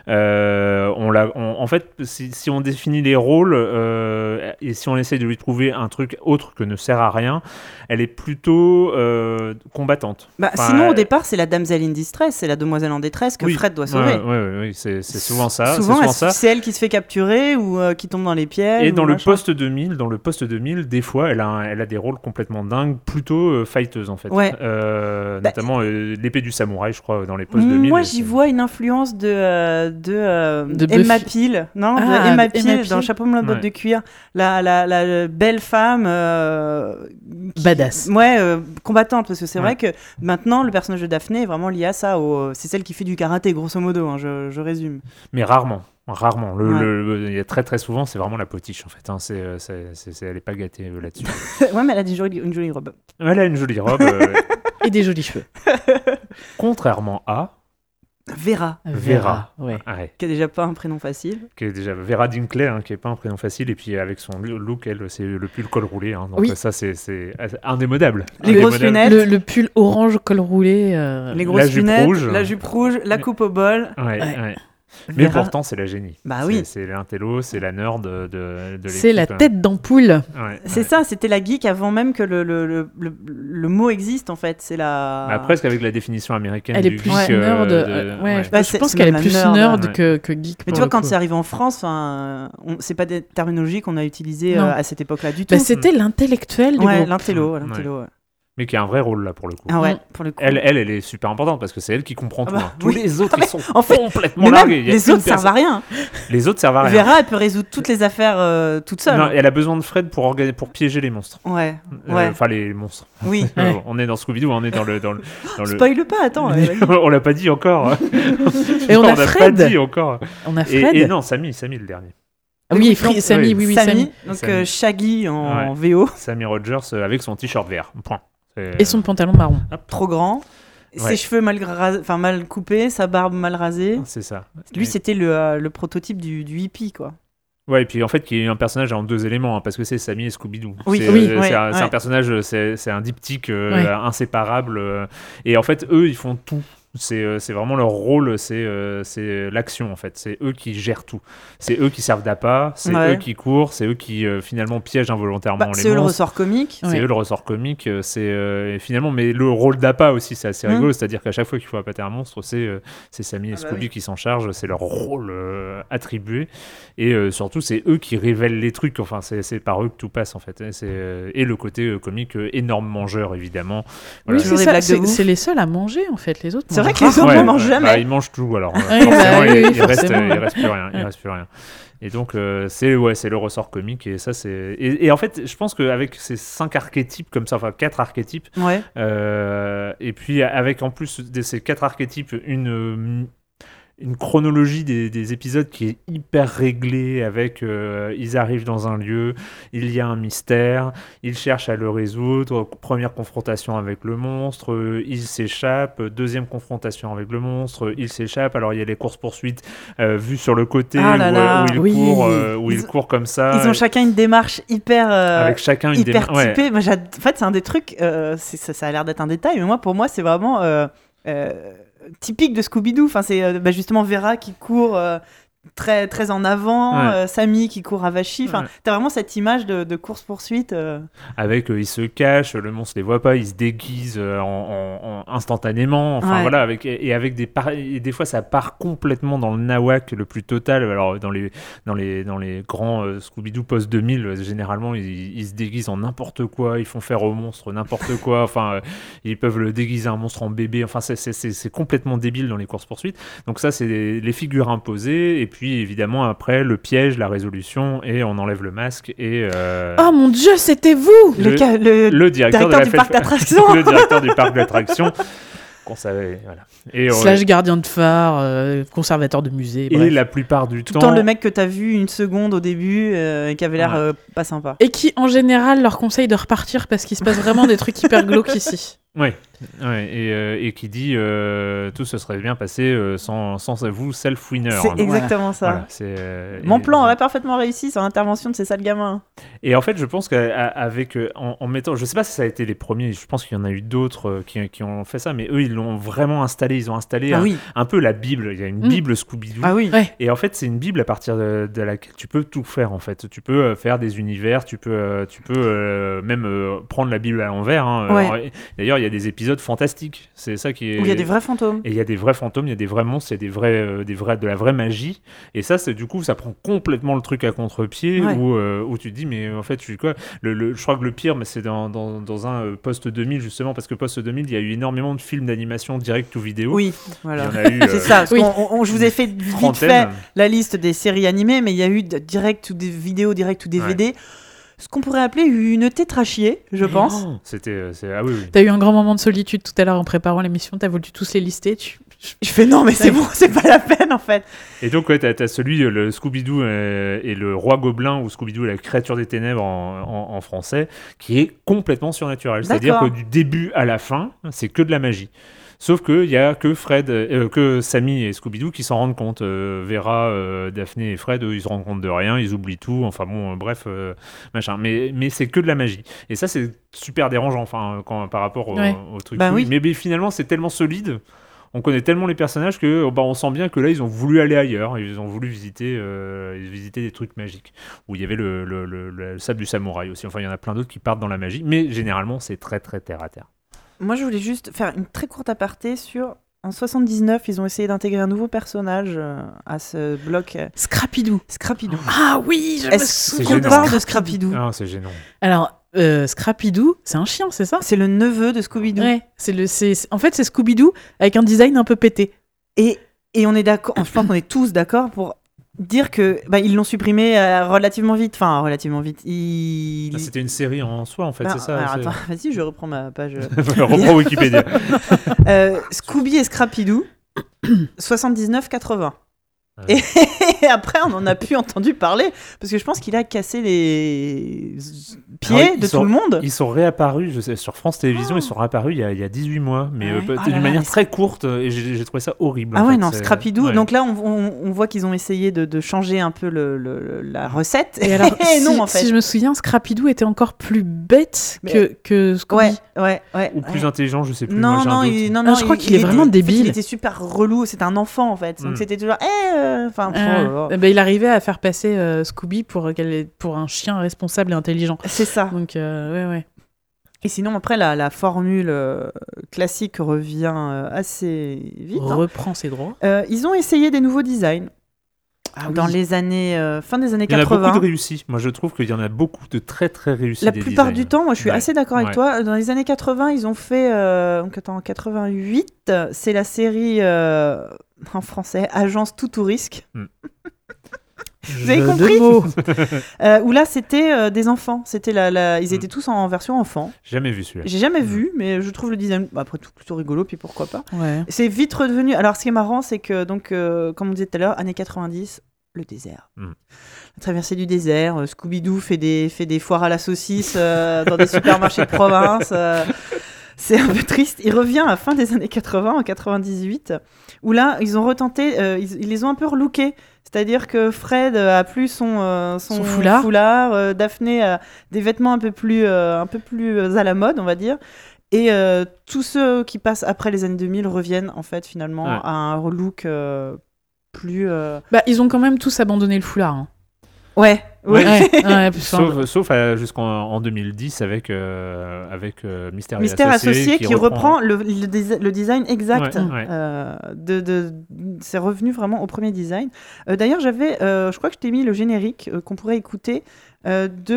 Euh, on l'a, on- en fait, si, si on définit les rôles euh, et si on essaye de lui trouver un truc autre que ne sert à rien, elle est plutôt euh, combattante. Bah, Enfin, sinon, au elle- départ, c'est la damsel in distress, c'est la demoiselle en détresse que Oui. Fred doit Ouais, sauver. ouais, ouais, ouais, c'est c'est souvent ça. c'est Souvent, souvent elle- ça. c'est elle qui se fait capturer ou euh, qui tombe dans les pièges. Et ou dans le machin. poste deux mille, dans le poste deux mille, des fois, elle a, un- elle a des rôles complètement dingues, plutôt euh, fighteuses en fait. Ouais. Euh, Bah, notamment euh, l'épée du samouraï, je crois, dans les postes deux mille. Moi, et j'y c'est- vois une influence de, euh, de, euh, De Emma Buffy. Peel, non Ah, de Emma Emma Peel Peel. dans Chapeau melon botte Ouais. de cuir, la, la, la belle femme euh, qui- Badass. ouais, euh, combattante, parce que c'est Ouais. vrai que maintenant, le personnage de Daphné est vraiment lié à ça, au- c'est celle qui fait du karaté, grosso modo, hein, je, je résume. Mais rarement. Rarement. Le, Ouais. le- le- il y a très très souvent, c'est vraiment la potiche en fait. hein. C'est, euh, c'est, c'est- c'est- elle est pas gâtée euh, là-dessus. Ouais, mais elle a une jolie, une jolie robe. Elle a une jolie robe. euh, Et des jolis cheveux. contrairement à Vera, Vera. Ouais. ah ouais, qui a déjà pas un prénom facile. qui est déjà Vera Dinkley, hein, qui est pas un prénom facile, et puis avec son look, elle, c'est le pull col roulé. hein. donc Oui. euh, ça, c'est, c'est indémodable. Les grosses Indémodable. lunettes. Le, le pull orange col roulé. euh, Les La grosses jupe lunettes, rouge. la jupe rouge, la Mais- coupe au bol. Ouais, Ouais. ouais. Mais Vera. pourtant, c'est la génie. Bah C'est- oui. C'est l'intello, c'est la nerd de, de, de C'est la l'équipe. tête d'ampoule. Ouais, C'est ouais. ça, c'était la geek avant même que le, le, le, le, le mot existe en fait. C'est la. Bah, presque avec la définition américaine Elle est du plus geek, nerd. euh, euh, de- ouais, ouais. je- Bah, je c'est- pense c'est qu'elle est même plus la nerd, nerd ouais. que, que geek. Mais pour tu vois, le quand coup. c'est arrivé en France, enfin, on- c'est pas des terminologies qu'on a utilisées Non. euh, à cette époque-là du tout. Bah, c'était l'intellectuel du ouais, groupe. l'intello, Ouais. l'intello. ouais. mais qui a un vrai rôle là pour le coup. Ah ouais, Mm. pour le coup. Elle, elle, elle est super importante parce que c'est elle qui comprend Ah tout. bah, hein. Tous oui. les autres, Ah, ils sont en fait, complètement Mais même largués. Il y a les une autres servent à personne- rien. Les autres servent à rien. Vera, elle peut résoudre toutes les affaires euh, toute seule. Non, elle a besoin de Fred pour, organi- pour piéger les monstres. Ouais, Euh, ouais. Enfin, les monstres. Oui. Euh, on est dans Scooby-Doo, on est dans le. Dans le, dans le... Spoil pas, attends. euh, on l'a pas dit encore. Et on a n'a Fred. pas dit encore. On a Et, Fred. et non, Samy, Samy le dernier. Ah oui, Fri- Samy, oui, oui, Sammy, Samy. donc Sammy. euh, Shaggy en Ouais. V O, Sammy Rogers euh, avec son t-shirt vert. Point. C'est- Et son pantalon marron. trop grand. Ses Ouais. cheveux mal, ras- enfin, mal coupés, sa barbe mal rasée. C'est ça. Lui, Et- c'était le, euh, le prototype du, du hippie, quoi. Ouais, et puis en fait, qui est un personnage en deux éléments, hein, parce que c'est Samy et Scooby-Doo. Oui, c'est, oui, euh, ouais, c'est, un, c'est ouais. un personnage, c'est, c'est un diptyque euh, Ouais. inséparable. euh, et en fait, eux, ils font tout. C'est, euh, c'est vraiment leur rôle, c'est, euh, c'est l'action en fait. C'est eux qui gèrent tout. C'est eux qui servent d'appât, c'est Ouais. eux qui courent, c'est eux qui euh, finalement piègent involontairement Bah, les c'est eux le monstres. ressort comique. C'est Ouais. eux le ressort comique, euh, c'est euh, et finalement, mais le rôle d'appât aussi, c'est assez Mm. rigolo, c'est-à-dire qu'à chaque fois qu'il faut appâter un monstre, c'est, euh, c'est Samy et Ah bah Scooby oui. qui s'en chargent, c'est leur rôle euh, attribué, et euh, surtout c'est eux qui révèlent les trucs, enfin c'est, c'est par eux que tout passe en fait, et, c'est, euh, et le côté euh, comique, euh, énorme mangeur évidemment. Voilà. Oui, Toujours c'est des ça. blagues de C'est, ouf. c'est les seuls à manger en fait. Les autres. C'est vrai mangent que les pas. autres Ouais, ne mangent ouais, jamais. bah, ils mangent tout alors. euh, Ouais, forcément, bah, il, oui, il reste, forcément. il reste plus rien, il Ouais. reste plus rien. Et donc euh, c'est ouais, c'est le ressort comique et ça c'est et, et en fait je pense qu'avec ces cinq archétypes comme ça, enfin quatre archétypes. Ouais. Euh, et puis avec en plus de ces quatre archétypes, une, euh, une chronologie des, des épisodes qui est hyper réglée avec euh, ils arrivent dans un lieu, il y a un mystère, ils cherchent à le résoudre, première confrontation avec le monstre, euh, ils s'échappent, deuxième confrontation avec le monstre, ils s'échappent, alors il y a les courses-poursuites euh, vues sur le côté Ah là où, là, où ils oui. courent, euh, où Ils- ils courent comme ça. Ils ont chacun une démarche hyper, euh, avec chacun une hyper démarche. Ouais. typée. Moi, j'ad- en fait, c'est un des trucs, euh, c'est- ça, ça a l'air d'être un détail, mais moi, pour moi, c'est vraiment euh, euh, typique de Scooby-Doo. Enfin, c'est euh, bah, justement Vera qui court euh, très, très en avant, Ouais. euh, Sammy qui court à Vachi. Enfin, Ouais. t'as vraiment cette image de, de course-poursuite. euh. Avec euh, ils se cachent, le monstre les voit pas, ils se déguisent euh, en, en- en- instantanément, enfin Ouais. voilà, avec et et avec des par- et des fois ça part complètement dans le nawak le plus total. Alors dans les dans les dans les grands euh, Scooby-Doo post deux mille, euh, généralement ils, ils se déguisent en n'importe quoi, ils font faire au monstre n'importe quoi, enfin euh, ils peuvent le déguiser un monstre en bébé, enfin c'est c'est c'est c'est complètement débile dans les courses poursuites. Donc ça c'est les, les figures imposées et puis évidemment après le piège, la résolution et on enlève le masque et euh, Oh mon Dieu, c'était vous. Le, Le- ca- le- le directeur, directeur de la du fête- parc d'attractions. le directeur du parc d'attractions qu'on savait voilà et, euh, Slash gardien de phare, euh, conservateur de musée. et bref. la plupart du Tout temps le temps, le mec que t'as vu une seconde au début euh, et qui avait l'air Ouais. euh, pas sympa. Et qui, en général, leur conseille de repartir parce qu'il se passe vraiment des trucs hyper glauques ici. ouais, ouais, et, euh, et qui dit euh, tout se serait bien passé euh, sans, sans vous self-winner. C'est exactement ça. Voilà, c'est, euh, Mon et- plan aurait parfaitement réussi sans l'intervention de ces sales gamins. Et en fait, je pense qu'avec en, en mettant, je sais pas si ça a été les premiers, je pense qu'il y en a eu d'autres euh, qui, qui ont fait ça, mais eux ils l'ont vraiment installé, ils ont installé Ah un, oui, un peu la Bible. Il y a une Mm. Bible Scooby-Doo. ah oui. Ouais. Et en fait, c'est une Bible à partir de, de laquelle tu peux tout faire en fait. Tu peux euh, faire des univers, tu peux, euh, tu peux euh, même euh, prendre la Bible à l'envers. hein. Ouais. Alors, et- D'ailleurs, il y a des épisodes fantastiques. C'est ça qui est. Où il y a des vrais fantômes. Et il y a des vrais fantômes, il y a des vrais monstres, il y a des vrais, euh, des vrais, de la vraie magie. Et ça, c'est du coup, ça prend complètement le truc à contre-pied Ouais. où, euh, où tu te dis, mais en fait, je suis quoi le, le- Je crois que le pire, mais c'est dans, dans, dans un euh, post deux mille justement, parce que post deux mille, il y a eu énormément de films d'animation direct ou vidéo. Oui, Il y voilà. en a eu. C'est euh, ça. parce Oui. qu'on- on- on- je vous ai fait vite trentaine. fait la liste des séries animées, mais il y a eu de- direct ou des vidéos, direct ou D V D. Ce qu'on pourrait appeler une tétrachier, je pense. Oh, C'était, euh, c'est, ah oui, oui. T'as eu un grand moment de solitude tout à l'heure en préparant l'émission, t'as voulu tous les lister. Tu... Je fais non, mais c'est Ouais. bon, c'est pas la peine en fait. Et donc, ouais, t'as, t'as celui, euh, le Scooby-Doo euh, et le roi gobelin, ou Scooby-Doo et la créature des ténèbres en, en- en français, qui est complètement surnaturel. C'est-à-dire que D'accord. du début à la fin, c'est que de la magie. Sauf qu'il n'y a que Fred, euh, que Sammy et Scooby-Doo qui s'en rendent compte. Euh, Vera, euh, Daphné et Fred, eux, ils se rendent compte de rien, ils oublient tout. Enfin bon, euh, bref, euh, machin. Mais, mais c'est que de la magie. Et ça, c'est super dérangeant enfin, quand, par rapport au, Ouais. au truc. Bah Oui, oui. Mais, mais finalement, c'est tellement solide. On connaît tellement les personnages que bah, on sent bien que là, ils ont voulu aller ailleurs. Ils ont voulu visiter, euh, visiter des trucs magiques. Où il y avait le, le, le, le sable du samouraï aussi. Enfin, il y en a plein d'autres qui partent dans la magie. Mais généralement, c'est très, très terre à terre. Moi, je voulais juste faire une très courte aparté sur. En soixante-dix-neuf, ils ont essayé d'intégrer un nouveau personnage euh, à ce bloc Scrappy-Doo. Scrappy-Doo. Ah oui, je me Est-ce C'est qu'on gênant. parle de Scrappy-Doo? Ah, c'est gênant. Alors, euh, Scrappy-Doo, c'est un chien, c'est ça? C'est le neveu de Scooby-Doo. Ouais, c'est le, c'est, c'est- en fait, c'est Scooby-Doo avec un design un peu pété. Et, et on est d'accord, je pense qu'on est tous d'accord pour dire que bah, ils l'ont supprimé euh, relativement vite. Enfin, relativement vite. Il... Ah, c'était une série en soi, en fait, Ah, c'est ça. alors, c'est- attends, vas-y, je reprends ma page. Reprends Wikipédia. Euh, Scooby et Scrappy-Doo, soixante-dix-neuf quatre-vingts. Ouais. Et après, on en a plus entendu parler parce que je pense qu'il a cassé les pieds Alors, ils de sont- tout le monde. Ils sont réapparus, je sais, sur France Télévisions, ils sont réapparus il y a, il y a dix-huit mois, mais Ah euh, ouais. peut- Oh d'une là là, manière mais très courte, et j'ai j'ai trouvé ça horrible. Ah en ouais, fait, non, c'est- Scrappy-Doo. ouais. Donc là, on, on- on voit qu'ils ont essayé de, de changer un peu le, le- le- la recette. Et alors, Et si, non, en fait. si je me souviens, Scrappy-Doo était encore plus bête Mais- que, que Scooby. Ouais, ouais, ouais. Ou plus ouais. intelligent, je sais plus. Non, moi, j'ai un non, doute. il, non, Ah, non, je crois il- qu'il est il vraiment était- en fait, débile. il était super relou. C'était un enfant en fait. Donc Mm. c'était toujours, eh, euh, enfin, pff, Euh, oh, oh. eh ben, il arrivait à faire passer euh, Scooby pour, qu'elle est- pour un chien responsable et intelligent. c'est ça. Donc, euh, ouais, ouais. Et sinon, après, la, la formule euh, classique revient euh, assez vite. hein. Reprend ses droits. Euh, ils ont essayé des nouveaux designs Ah dans oui. les années euh, fin des années Il y en a quatre-vingts. beaucoup de réussis. Moi, je trouve qu'il y en a beaucoup de très très réussis. La des plupart designs. du temps, moi je suis Ouais. assez d'accord avec Ouais. toi. Dans les années quatre-vingts, ils ont fait. Euh, donc attends, en quatre-vingt-huit, euh, c'est la série euh, en français Agence Tout au risque. Vous avez Jeu compris de mots. Euh, où là, c'était euh, des enfants. C'était la, la- Ils Mm. étaient tous en version enfant. Jamais vu celui-là. J'ai jamais Mm. vu, mais je trouve le design bah, après tout plutôt rigolo, puis pourquoi pas. Ouais. C'est vite redevenu. Alors, ce qui est marrant, c'est que, donc, euh, comme on disait tout à l'heure, années quatre-vingt-dix, le désert. Mm. La traversée du désert. euh, Scooby-Doo fait des, fait des foires à la saucisse euh, dans des supermarchés de province. euh, c'est un peu triste. Il revient à la fin des années quatre-vingts, en quatre-vingt-dix-huit, où là, ils ont retenté, euh, ils, ils les ont un peu relookés. C'est-à-dire que Fred euh, a plus son, euh, son, Son foulard. euh, Daphné a des vêtements un peu plus, euh, un peu plus euh, à la mode, on va dire. Et euh, tous ceux qui passent après les années deux mille reviennent en fait finalement Ouais. à un look euh, plus. euh, Bah, ils ont quand même tous abandonné le foulard. hein. Ouais. Ouais. ouais. Ouais, ouais, parce que, Sauf, sauf euh, jusqu'en en deux mille dix avec, euh, avec euh, Mystère, et Mystère associé qui, reprend, reprend le, le, desi- le design exact. Ouais, ouais. euh, de, de, c'est revenu vraiment au premier design. Euh, d'ailleurs, j'avais, euh, je crois que je t'ai mis le générique euh, qu'on pourrait écouter euh, de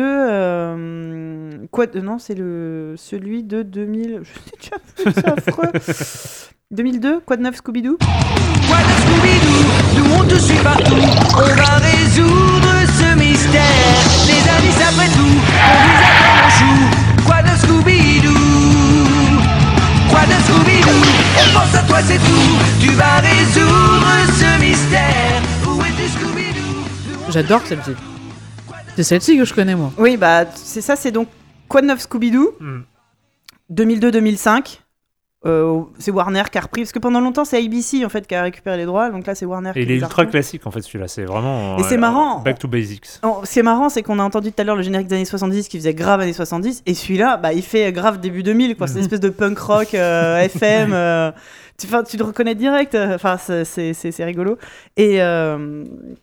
euh, quoi de- Non, c'est le celui de deux mille. Je sais déjà plus, c'est affreux. deux mille deux, quoi de neuf Scooby-Doo? Quoi de Scooby-Doo, nous on te suit partout. On va résoudre ce mystère. Les indices après tout, on vise à faire mon chou. Quoi de Scooby-Doo, quoi de Scooby-Doo, on pense à toi c'est tout. Tu vas résoudre ce mystère. Où es-tu Scooby-Doo? j'adore celle-ci. C'est celle-ci que je connais, moi. Oui, bah c'est ça, c'est donc quoi de neuf Scooby-Doo? Mm. deux mille deux deux mille cinq. Euh, c'est Warner qui a repris, parce que pendant longtemps c'est A B C en fait qui a récupéré les droits, donc là c'est Warner Et qui il est les a ultra repris. classique en fait celui-là, c'est vraiment Et c'est euh, marrant. back to basics. Oh, ce qui est marrant, c'est qu'on a entendu tout à l'heure le générique des années soixante-dix qui faisait grave années soixante-dix, et celui-là, bah, il fait grave début deux mille, quoi. C'est une espèce de punk rock euh, F M. euh, tu, 'fin, tu le reconnais direct, enfin, c'est, c'est, c'est, c'est rigolo. Et, euh,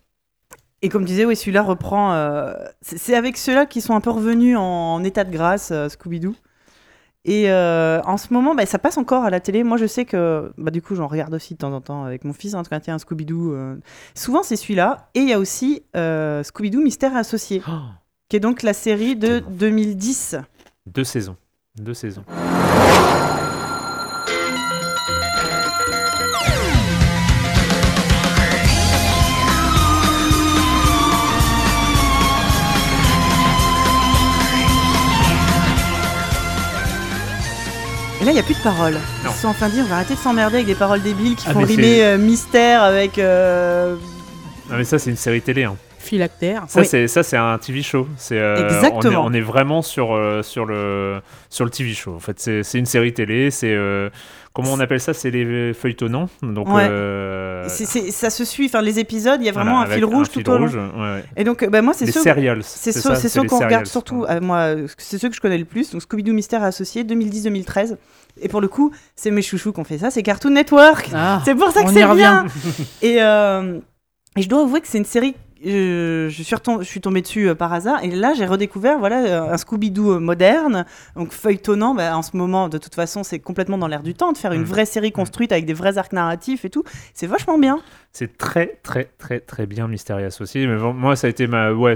et comme tu disais, oui, celui-là reprend. euh, c'est, c'est avec ceux-là qui sont un peu revenus en, en état de grâce, euh, Scooby-Doo. Et euh, en ce moment, bah, ça passe encore à la télé. Moi, je sais que, bah, du coup, j'en regarde aussi de temps en temps avec mon fils, hein, quand il y a un Scooby-Doo. euh, Souvent, c'est celui-là. Et il y a aussi euh, Scooby-Doo Mystère et Associé, Oh, qui est donc la série de Tellement. deux mille dix. deux saisons, deux saisons. Et là, il n'y a plus de paroles. Non. Ils se sont enfin dit, on va arrêter de s'emmerder avec des paroles débiles qui Ah, font mais rimer c'est- euh, mystère avec. euh, Non mais ça c'est une série télé. Hein. Philactère. Ça Oui. c'est ça c'est un T V show. C'est euh, Exactement. On est, on est vraiment sur euh, sur le sur le T V show. En fait c'est c'est une série télé. C'est euh, comment on appelle ça? C'est les feuilletonnants. Donc Ouais. euh, c'est- c'est- ça se suit, enfin, les épisodes, il y a voilà, vraiment un avec fil rouge fil tout au long. rouge, ouais, ouais. Et donc, euh, bah, moi, c'est Les ceux. serials. C'est ça, ceux, c'est ceux les qu'on regarde serials. surtout. euh, moi, euh, c'est ceux que je connais le plus. Donc Scooby-Doo Mystère et Associé deux mille dix deux mille treize. Et pour le coup, c'est mes chouchous qui ont fait ça. C'est Cartoon Network. Ah, C'est pour ça que on y c'est revient. bien. et, euh, et je dois avouer que c'est une série. euh, je, suis retom- je suis tombée dessus euh, par hasard. Et là, j'ai redécouvert voilà, euh, un Scooby-Doo euh, moderne. Donc feuilletonnant. Bah, en ce moment, de toute façon, c'est complètement dans l'air du temps de faire une Mm. vraie série construite avec des vrais arcs narratifs et tout. C'est vachement bien. C'est très très très très bien Mystère et Associé. Mais bon, moi ça a été ma ouais ça a été-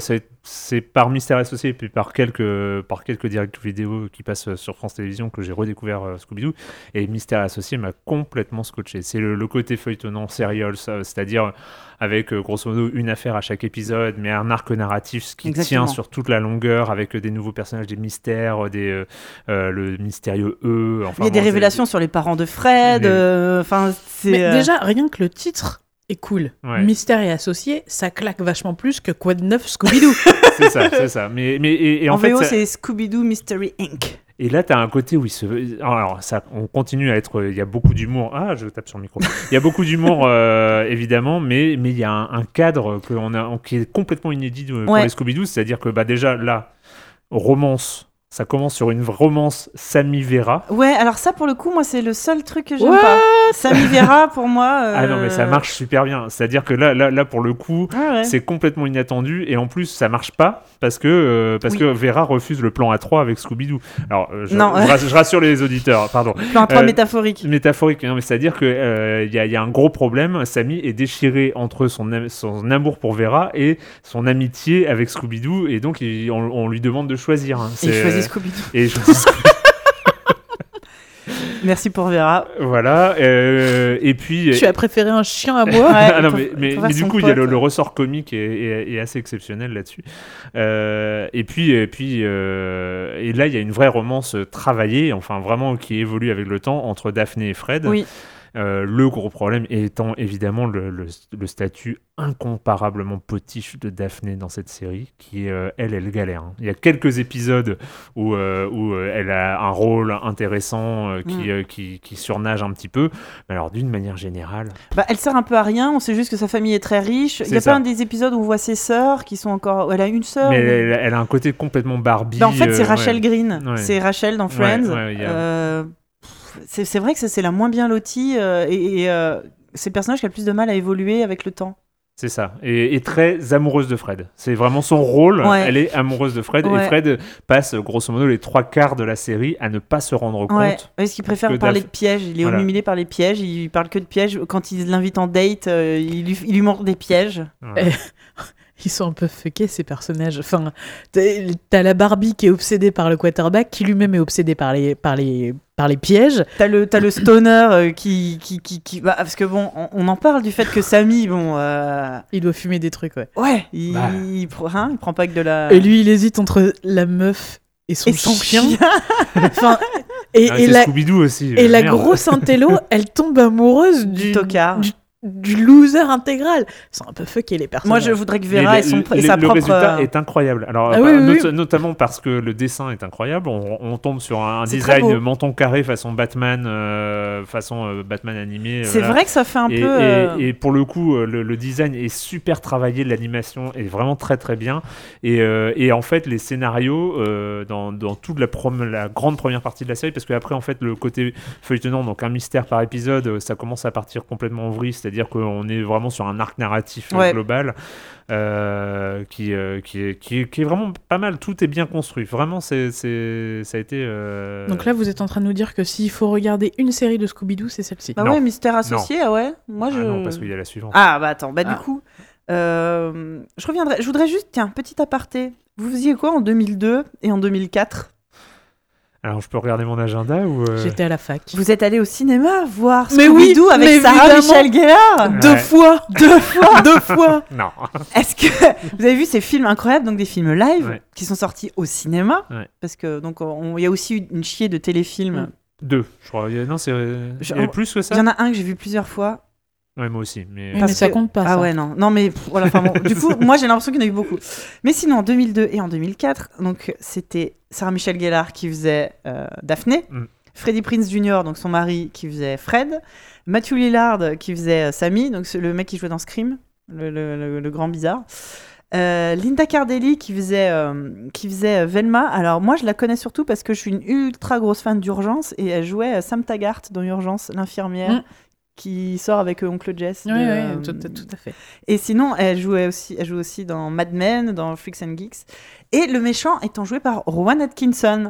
c'est par Mystère Associé et puis par quelques, par quelques directs vidéo qui passent sur France Télévisions que j'ai redécouvert euh, Scooby-Doo. Et Mystère Associé m'a complètement scotché. C'est le, le côté feuilletonnant, serial, ça, c'est-à-dire avec euh, grosso modo une affaire à chaque épisode, mais un arc narratif qui Exactement. tient sur toute la longueur, avec euh, des nouveaux personnages, des mystères, des, euh, euh, le mystérieux E. Enfin, Il y a des bon, révélations sur les parents de Fred. Les- euh, Enfin, c'est. Mais euh, déjà, rien que le titre est cool. Ouais. Mystère et associé, ça claque vachement plus que Quoi de neuf Scooby-Doo. c'est ça, c'est ça. Mais, mais, et, et en, en fait, V O, ça- c'est Scooby-Doo Mystery Incorporated. Et là, tu as un côté où il se. Alors, ça, on continue à être. Il y a beaucoup d'humour. Ah, je tape sur le micro. Il y a beaucoup d'humour, euh, évidemment, mais mais il y a un, un cadre que on a, qui est complètement inédit de- pour Ouais. les Scooby-Doo. C'est-à-dire que bah, déjà, là, romance. Ça commence sur une romance Sammy Vera. Ouais, alors ça, pour le coup, moi, c'est le seul truc que j'aime What pas. Sammy Vera, pour moi. euh, Ah non, mais ça marche super bien. C'est-à-dire que là, là, là pour le coup, Ouais, ouais. c'est complètement inattendu. Et en plus, ça marche pas parce que, euh, parce Oui. que Vera refuse le plan A trois avec Scooby-Doo. Alors, euh, je, Non. je rass- je rassure les auditeurs, pardon. Plan trois Euh, métaphorique. Métaphorique, non, mais c'est-à-dire qu'il euh, y, a- y a un gros problème. Sammy est déchiré entre son, am- son amour pour Vera et son amitié avec Scooby-Doo, et donc il- on, on lui demande de choisir. hein. Et il C'est- choisit Scooby-Doo. et il choisit Scooby- Merci pour Vera. Voilà. euh, et puis. Tu as préféré un chien à moi. Ouais, Ah non, pour- mais, mais- pour mais faire du son coup, il y a le, pote. le ressort comique est, est- est assez exceptionnel là-dessus. Euh, et puis, et, puis euh, et là, il y a une vraie romance travaillée, enfin vraiment qui évolue avec le temps entre Daphné et Fred. Oui. Euh, le gros problème étant évidemment le, le- le statut incomparablement potiche de Daphné dans cette série, qui euh, elle, elle galère. hein. Il y a quelques épisodes où, euh, où euh, elle a un rôle intéressant euh, qui, Mm. euh, qui, qui surnage un petit peu, mais alors d'une manière générale, Bah, elle sert un peu à rien. On sait juste que sa famille est très riche. Il C'est y a ça. pas un des épisodes où on voit ses sœurs qui sont encore. Elle a une sœur. mais ou- elle, elle a un côté complètement Barbie. Bah, en fait, c'est euh, Rachel ouais. Green. Ouais. C'est Rachel dans Ouais, Friends. ouais, il y a- Euh, pff, c'est, c'est vrai que ça, c'est la moins bien lotie. euh, et et, euh, c'est le personnage qui a le plus de mal à évoluer avec le temps. C'est ça. Et, et très amoureuse de Fred. C'est vraiment son rôle. Ouais. Elle est amoureuse de Fred. Ouais. Et Fred passe grosso modo les trois quarts de la série à ne pas se rendre Ouais. compte. Parce qu'il préfère que parler Daph- de pièges. Il est Voilà. humilié par les pièges. Il parle que de pièges. Quand il l'invite en date, euh, il, lui, il lui montre des pièges. Voilà. Eh, Ils sont un peu fuckés, ces personnages. Enfin, t'as t'as la Barbie qui est obsédée par le quarterback, qui lui-même est obsédé par les, par les, par les pièges. T'as le, t'as le stoner euh, qui. qui, qui, qui bah, parce que bon, on, on en parle du fait que Sammy, bon. euh, Il doit fumer des trucs, ouais. ouais, il, Bah. il, pr- hein, il prend pas que de la. Et lui, il hésite entre la meuf et son, Et son chien. chien. Enfin, et, Ah, et c'est la, Scooby-Doo aussi. et euh, la merde. grosse intello, elle tombe amoureuse Du du, tocard. du, du loser intégral. Ils sont un peu fuckés, les Moi, personnages. je voudrais que Mais Vera ait le- son, le- ait sa le propre. résultat euh, est incroyable. Alors, Ah pas- oui, oui, not- oui. notamment parce que le dessin est incroyable. On, on tombe sur un C'est très design beau. menton carré façon Batman, euh, façon euh, Batman animé. C'est voilà. vrai que ça fait un et, peu. et- euh, et pour le coup, euh, le, le design est super travaillé, l'animation est vraiment très très bien. Et, euh, et en fait, les scénarios euh, dans, dans toute la, prom- la grande première partie de la série, parce qu'après, en fait, le côté feuilletonnant, donc un mystère par épisode, euh, ça commence à partir complètement en vrille, c'est-à-dire qu'on est vraiment sur un arc narratif euh, Ouais. global euh, qui, euh, qui, est, qui, est, qui est vraiment pas mal. Tout est bien construit. Vraiment, c'est, c'est, ça a été. euh, Donc là, vous êtes en train de nous dire que s'il faut regarder une série de Scooby-Doo, c'est celle-ci. Bah Non. ouais, Mystère Associé, ah ouais. Moi, ah je. non, parce qu'il y a la suivante. Ah bah attends, bah Ah. du coup, euh, je reviendrai. Je voudrais juste, tiens, petit aparté. Vous faisiez quoi en deux mille deux et en deux mille quatre? Alors, je peux regarder mon agenda ou. euh, J'étais à la fac. Vous êtes allé au cinéma voir Mais oui, Scooby-Doo avec mais Sarah évidemment. Michelle Gellar. Deux Ouais. fois Deux fois Deux fois Non. Est-ce que vous avez vu ces films incroyables, donc des films live Ouais. qui sont sortis au cinéma? Ouais. Parce que donc on- il y a aussi eu une chier de téléfilms. Mm. Deux, je crois. Il y a- Non, c'est. Il y a Je- plus que ça. Il y en a un que j'ai vu plusieurs fois. Ouais, moi aussi. Mais... Oui, Parce mais ça que- compte pas, Ah ça. ouais, non. Non, mais pff, voilà, enfin bon. Du coup, moi j'ai l'impression qu'il y en a eu beaucoup. Mais sinon, en deux mille deux et en deux mille quatre, donc c'était Sarah Michelle Gellar qui faisait euh, Daphné, Mm. Freddie Prinze Junior, donc son mari, qui faisait Fred, Matthew Lillard qui faisait euh, Sammy, donc c'est le mec qui jouait dans Scream, le, le- le- le grand bizarre. Euh, Linda Cardellini qui faisait, euh, qui faisait euh, Velma. Alors moi je la connais surtout parce que je suis une ultra grosse fan d'Urgence et elle jouait euh, Sam Taggart dans Urgence, l'infirmière. Mm. Qui sort avec euh, Oncle Jess. Oui, de, oui, euh, tout, tout à fait. et sinon, elle jouait aussi, elle joue aussi dans Mad Men, dans Freaks and Geeks. Et le méchant étant joué par Rowan Atkinson.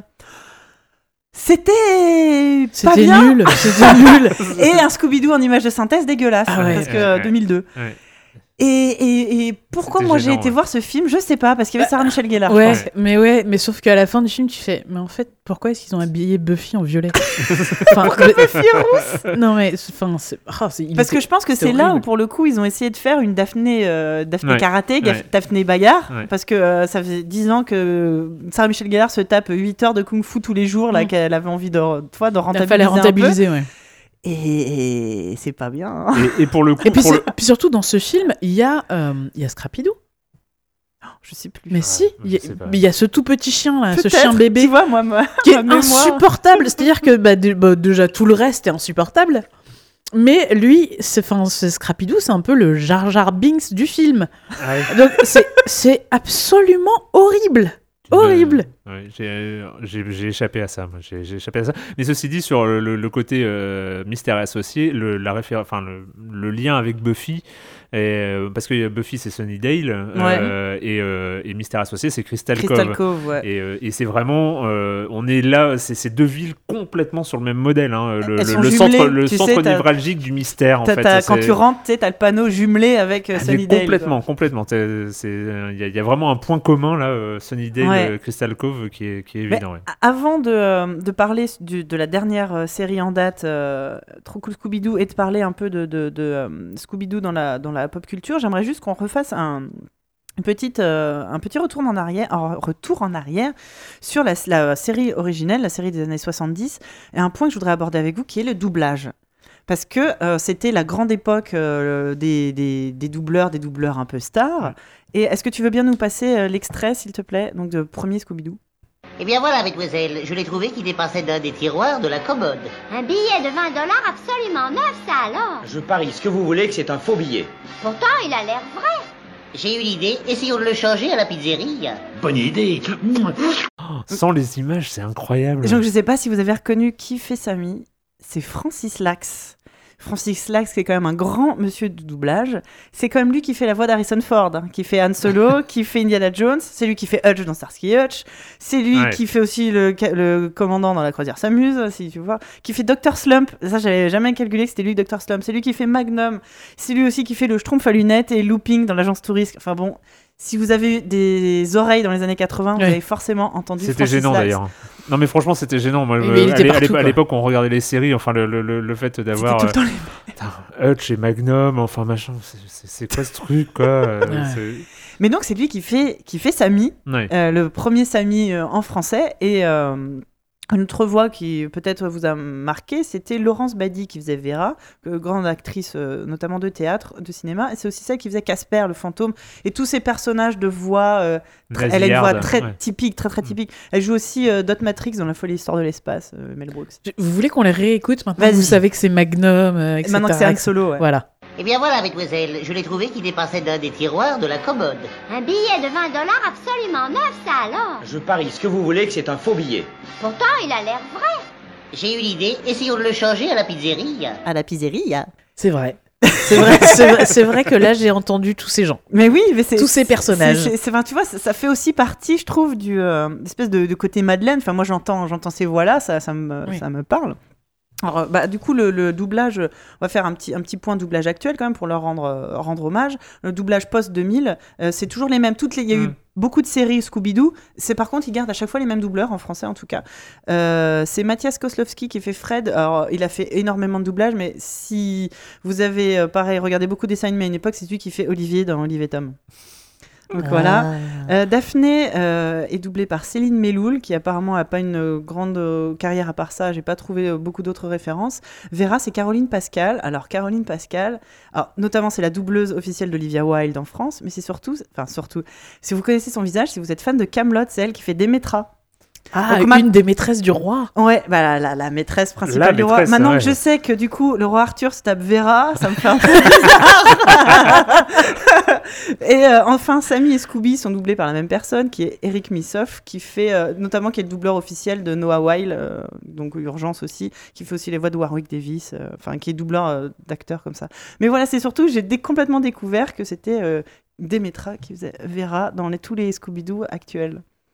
C'était pas C'était bien. nul C'était nul Et un Scooby-Doo en image de synthèse dégueulasse. Ah ouais. parce que Ouais, euh, ouais. deux mille deux. Ouais. Et, et, et pourquoi C'était moi gênant, j'ai été ouais. voir ce film, je sais pas, parce qu'il y avait Sarah Michelle Gellar. Ouais, je pense. mais ouais, mais sauf qu'à la fin du film, tu fais, mais en fait, pourquoi est-ce qu'ils ont habillé Buffy en violet enfin, Pourquoi Buffy est rousse Non mais, enfin, c'est, oh, c'est, il Parce était- que je pense que c'était c'est là où horrible. pour le coup ils ont essayé de faire une Daphné, euh, Daphné Ouais. karaté, Gaf- Ouais. Daphné bagarre, Ouais. parce que euh, ça faisait dix ans que Sarah Michelle Gellar se tape huit heures de kung-fu tous les jours, là, Mm. qu'elle avait envie de, toi, de Il rentabiliser fallait un peu. rentabiliser, ouais. Et, et c'est pas bien. hein. Et, et pour le coup, Et puis, pour c'est- le- puis surtout dans ce film, il y a, euh, il y a Scrappy-Doo. Je sais plus. Mais si, il y, a- je sais pas. mais il y a ce tout petit chien là, ce Peut-être, chien bébé Tu vois, moi, moi qui ma est mémoire. insupportable. C'est-à-dire que bah, dé- bah, déjà tout le reste est insupportable. Mais lui, c'est, enfin, ce Scrappy-Doo, c'est un peu le Jar Jar Binks du film. Ouais. Donc c'est, c'est absolument horrible. Horrible. Euh, ouais, j'ai, euh, j'ai, j'ai échappé à ça. Moi. J'ai, j'ai échappé à ça. Mais ceci dit, sur le, le- le côté euh, mystère associé, le, la réfé- enfin, le, le lien avec Buffy, et, euh, parce que Buffy c'est Sunnydale euh, et, euh, et mystère associé c'est Crystal, Crystal Cove. Cove, ouais. Et, euh, et c'est vraiment, euh, on est là, c'est ces deux villes complètement sur le même modèle. Hein, le, Elles le- sont le jumelées, centre, le tu centre sais, t'as- névralgique du mystère. En T'as- fait, t'as- ça, quand c'est- tu rentres, tu sais, t'as le panneau jumelé avec euh, Ah, mais Sunnydale. complètement, complètement. Il c'est, euh, y, a- y a vraiment un point commun là, euh, Sunnydale, Ouais. euh, Crystal Cove, qui est, qui est Mais évident. ouais. a- avant de, euh, de parler du- de la dernière euh, série en date, euh, Trop Cool Scooby-Doo, et de parler un peu de, de, de, euh, Scooby-Doo dans la, dans la pop culture, j'aimerais juste qu'on refasse un, une petite, euh, un petit retour en arrière, un retour en arrière sur la, la série originelle, la série des années soixante-dix, et un point que je voudrais aborder avec vous qui est le doublage. Parce que euh, c'était la grande époque euh, des, des, des doubleurs, des doubleurs un peu stars. Et est-ce que tu veux bien nous passer euh, l'extrait, s'il te plaît, donc de premier Scooby-Doo? Eh bien voilà, mademoiselle, je l'ai trouvé qui dépassait d'un des tiroirs de la commode. Un billet de vingt dollars absolument neuf, ça alors. Je parie ce que vous voulez que c'est un faux billet. Pourtant, il a l'air vrai. J'ai eu l'idée, essayons de le changer à la pizzeria. Bonne idée. Sans les images, c'est incroyable. Donc, je ne sais pas si vous avez reconnu qui fait Sammy. C'est Francis Lax. Francis Lax, qui est quand même un grand monsieur du doublage. C'est quand même lui qui fait la voix d'Harrison Ford, hein, qui fait Han Solo, qui fait Indiana Jones. C'est lui qui fait Hutch dans Starsky et Hutch. C'est lui Ouais. qui fait aussi le, ca- le commandant dans La Croisière s'amuse, si tu vois. Qui fait docteur Slump. Ça, j'avais jamais calculé que c'était lui, docteur Slump. C'est lui qui fait Magnum. C'est lui aussi qui fait le Schtroumpf à lunettes et Looping dans l'agence touriste. Enfin bon, si vous avez eu des oreilles dans les années quatre-vingts, vous Ouais. avez forcément entendu C'était Francis gênant Lax. d'ailleurs. Non mais franchement c'était gênant. Moi, Mais euh, il était à l'é- à partout, l'époque- à quoi. l'époque on regardait les séries, enfin le, le, le, le fait C'était d'avoir tout le temps les... euh, putain, Hutch et Magnum, enfin machin, c'est, c'est, c'est quoi ce truc quoi euh, Ouais. c'est- Mais donc, c'est lui qui fait, qui fait Sammy. Ouais. Euh, le premier Sammy euh, en français. Et euh, une autre voix qui peut-être vous a marqué, c'était Laurence Badi qui faisait Vera, que- grande actrice euh, notamment de théâtre, de cinéma. Et c'est aussi celle qui faisait Casper, le fantôme, et tous ces personnages de voix. euh, très- elle a une voix Nasillarde, très ouais. typique, très très typique. Elle joue aussi euh, Dot Matrix dans La folie histoire de l'espace, euh, Mel Brooks. Vous voulez qu'on les réécoute maintenant? Vas-y. Vous savez que c'est Magnum, euh, et cetera. Maintenant que c'est Han Solo, ouais. Voilà. Eh bien voilà, mademoiselle, je l'ai trouvé qui dépassait d'un des tiroirs de la commode. Un billet de vingt dollars absolument neuf, ça alors. Je parie ce que vous voulez que c'est un faux billet. Pourtant, il a l'air vrai. J'ai eu l'idée, essayons de le changer à la pizzeria. À la pizzeria. C'est vrai. C'est vrai, c'est vrai, c'est vrai que là, j'ai entendu tous ces gens. Mais oui, mais c'est Tous ces personnages. c'est- c'est- c'est- enfin, tu vois, ça, ça fait aussi partie, je trouve, du euh, espèce de, de côté Madeleine. Enfin, moi, j'entends, j'entends ces voix-là, ça, ça me, Oui. ça me parle. Alors, euh, bah, du coup, le, le doublage, on va faire un petit, un petit point doublage actuel quand même pour leur rendre, euh, rendre hommage. Le doublage post deux mille, euh, c'est toujours les mêmes. Toutes les, il y a eu Mm. beaucoup de séries Scooby-Doo. C'est par contre, ils gardent à chaque fois les mêmes doubleurs en français en tout cas. Euh, c'est Mathias Koslowski qui fait Fred. Alors, il a fait énormément de doublage, mais si vous avez, euh, pareil, regardé beaucoup de dessins animés à une époque, c'est lui qui fait Olivier dans Olive et Tom. Donc voilà. Euh, Daphné euh, est doublée par Céline Meloul, qui apparemment n'a pas une euh, grande euh, carrière à part ça. J'ai pas trouvé euh, beaucoup d'autres références. Vera, c'est Caroline Pascal. Alors Caroline Pascal, alors, notamment c'est la doubleuse officielle d'Olivia Wilde en France, mais c'est surtout, enfin surtout, si vous connaissez son visage, si vous êtes fan de Kaamelott, c'est elle qui fait Démétra. Ah, Donc, ma- une des maîtresses du roi. Ouais, bah la, la, la maîtresse principale La du roi. maîtresse, Maintenant ouais. que je sais que du coup le roi Arthur se tape Vera, ça me fait un peu bizarre. Et euh, enfin, Sammy et Scooby sont doublés par la même personne, qui est Eric Missoff, qui fait euh, notamment qui est le doubleur officiel de Noah Weil, euh, donc Urgence aussi, qui fait aussi les voix de Warwick Davis, euh, enfin qui est doubleur euh, d'acteurs comme ça. Mais voilà, c'est surtout j'ai dé- complètement découvert que c'était euh, Démétra qui faisait Vera dans les, tous les Scooby-Doo actuels.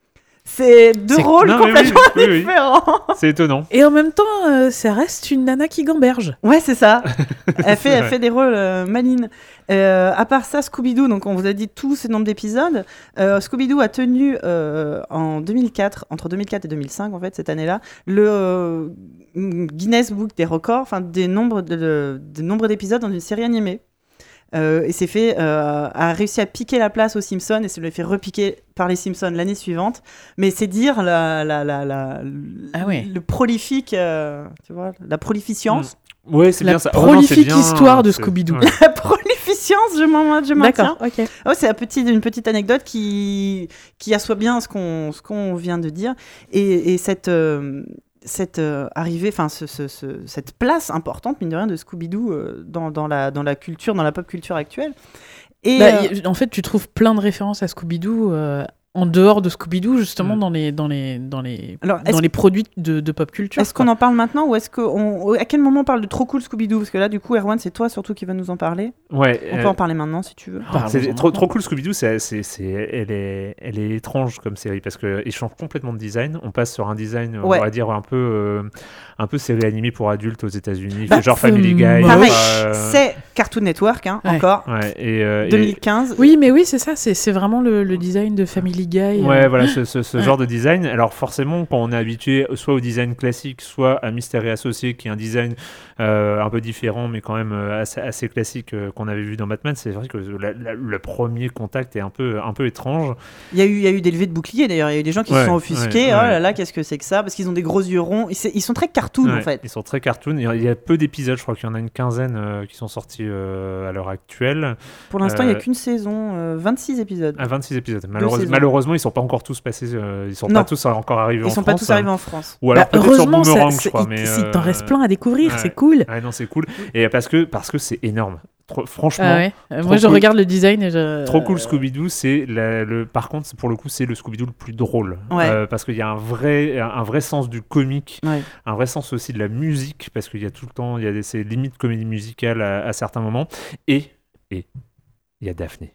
C'est deux C'est- rôles non, mais oui, complètement oui, oui. différents. C'est étonnant. Et en même temps, euh, ça reste une nana qui gamberge. Ouais, c'est ça. Elle fait, elle vrai. fait des rôles euh, malines. Euh, à part ça, Scooby-Doo, donc on vous a dit tout ce nombre d'épisodes. Euh, Scooby-Doo a tenu euh, en deux mille quatre, entre deux mille quatre et deux mille cinq, en fait, cette année-là, le euh, Guinness Book des records, enfin des nombres de, de, des nombres d'épisodes dans une série animée. Euh, et c'est fait, euh, a réussi à piquer la place aux Simpsons et se le fait repiquer par les Simpsons l'année suivante. Mais c'est dire la, la, la, la, Ah ouais. le prolifique, euh, tu vois, la prolificience. Ouais, c'est La bien ça. Oh non, c'est prolifique bien, histoire de c'est- Scooby-Doo. ouais. La prolificience, je m'en je m'en D'accord, tiens. ok. Oh, c'est un petit, une petite anecdote qui, qui assoit bien ce qu'on, ce qu'on vient de dire. Et, et cette, euh, cette euh, arrivée, enfin, ce, ce, ce- cette place importante, mine de rien, de Scooby-Doo euh, dans, dans, la, dans la culture, dans la pop culture actuelle. Et, Bah, euh, y- en fait, tu trouves plein de références à Scooby-Doo euh, en dehors de Scooby-Doo, justement Mm. dans les dans les dans les alors, dans est-ce, les produits de, de pop culture. est-ce qu'on en parle maintenant ou est-ce que on, à quel moment on parle de trop cool Scooby-Doo? Parce que là, du coup, Erwan, c'est toi surtout qui va nous en parler. Ouais. On euh, peut en parler maintenant si tu veux. Parlons-en C'est trop, maintenant. trop cool Scooby-Doo, c'est, c'est, c'est, elle, est, elle est étrange comme série parce qu'il change complètement de design. On passe sur un design, Ouais. on va dire, un peu, euh, un peu série animée pour adultes aux États-Unis, Bah, genre c'est Family Guy. moche. Pareil, euh, c'est Cartoon Network, hein, Ouais. encore. Ouais, et, euh, et- deux mille quinze. Oui, mais oui, c'est ça. C'est c'est vraiment le, le design de Family Guy. euh. Ouais, voilà, ce, ce, ce Ouais. genre de design. Alors forcément, quand on est habitué soit au design classique, soit à Mystère et Associés, qui est un design euh, un peu différent, mais quand même euh, assez, assez classique euh, qu'on avait vu dans Batman, c'est vrai que la- la- le premier contact est un peu, un peu étrange. Il y a eu, il y a eu des levées de boucliers d'ailleurs. Il y a eu des gens qui Ouais, se sont offusqués. ouais, Oh ouais. là là, qu'est-ce que c'est que ça? Parce qu'ils ont des gros yeux ronds. Ils, c'est- ils sont très cartoon Ouais, en fait. Ils sont très cartoon. Il y a- il y a peu d'épisodes, je crois qu'il y en a une quinzaine euh, qui sont sortis euh, à l'heure actuelle. Pour l'instant, il n'y Euh, a qu'une saison, euh, vingt-six épisodes. À vingt-six épisodes. Malheureuse- saisons. malheureusement, ils sont pas encore tous passés. euh, ils sont Non. pas tous encore arrivés en Ils sont France. pas tous arrivés en France. Ou alors Bah, peut-être sur heureusement, ça- Boomerang, c'est- je crois. il- Mais il t'en euh, reste plein à découvrir. ouais. C'est cool. Ouais, non, c'est cool. Et parce que parce que c'est énorme. Trop- franchement, Ah ouais. Euh, trop Moi, je cool. regarde le design et je. trop cool Scooby-Doo. C'est la- le. Par contre, c'est- pour le coup, c'est le Scooby-Doo le plus drôle. Ouais. Euh, parce qu'il y a un vrai un vrai sens du comique, Ouais. un vrai sens aussi de la musique, parce qu'il y a tout le temps il y a des ces limites comédie musicale à, à certains moments. Et et il y a Daphné.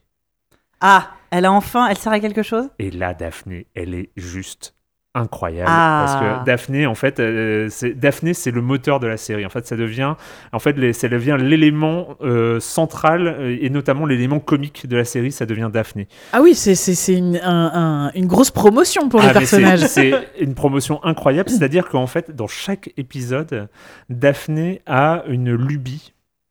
Ah, elle a enfin, elle sert à quelque chose? Et là, Daphné, elle est juste incroyable. Ah. Parce que Daphné, en fait, euh, c'est, Daphné, c'est le moteur de la série. En fait, ça devient, en fait, les- ça devient l'élément euh, central euh, et notamment l'élément comique de la série. Ça devient Daphné. Ah oui, c'est c'est c'est une un- un- une grosse promotion pour Ah, les mais c'est- personnages. C'est une promotion incroyable. C'est-à-dire qu'en fait, dans chaque épisode, Daphné a une lubie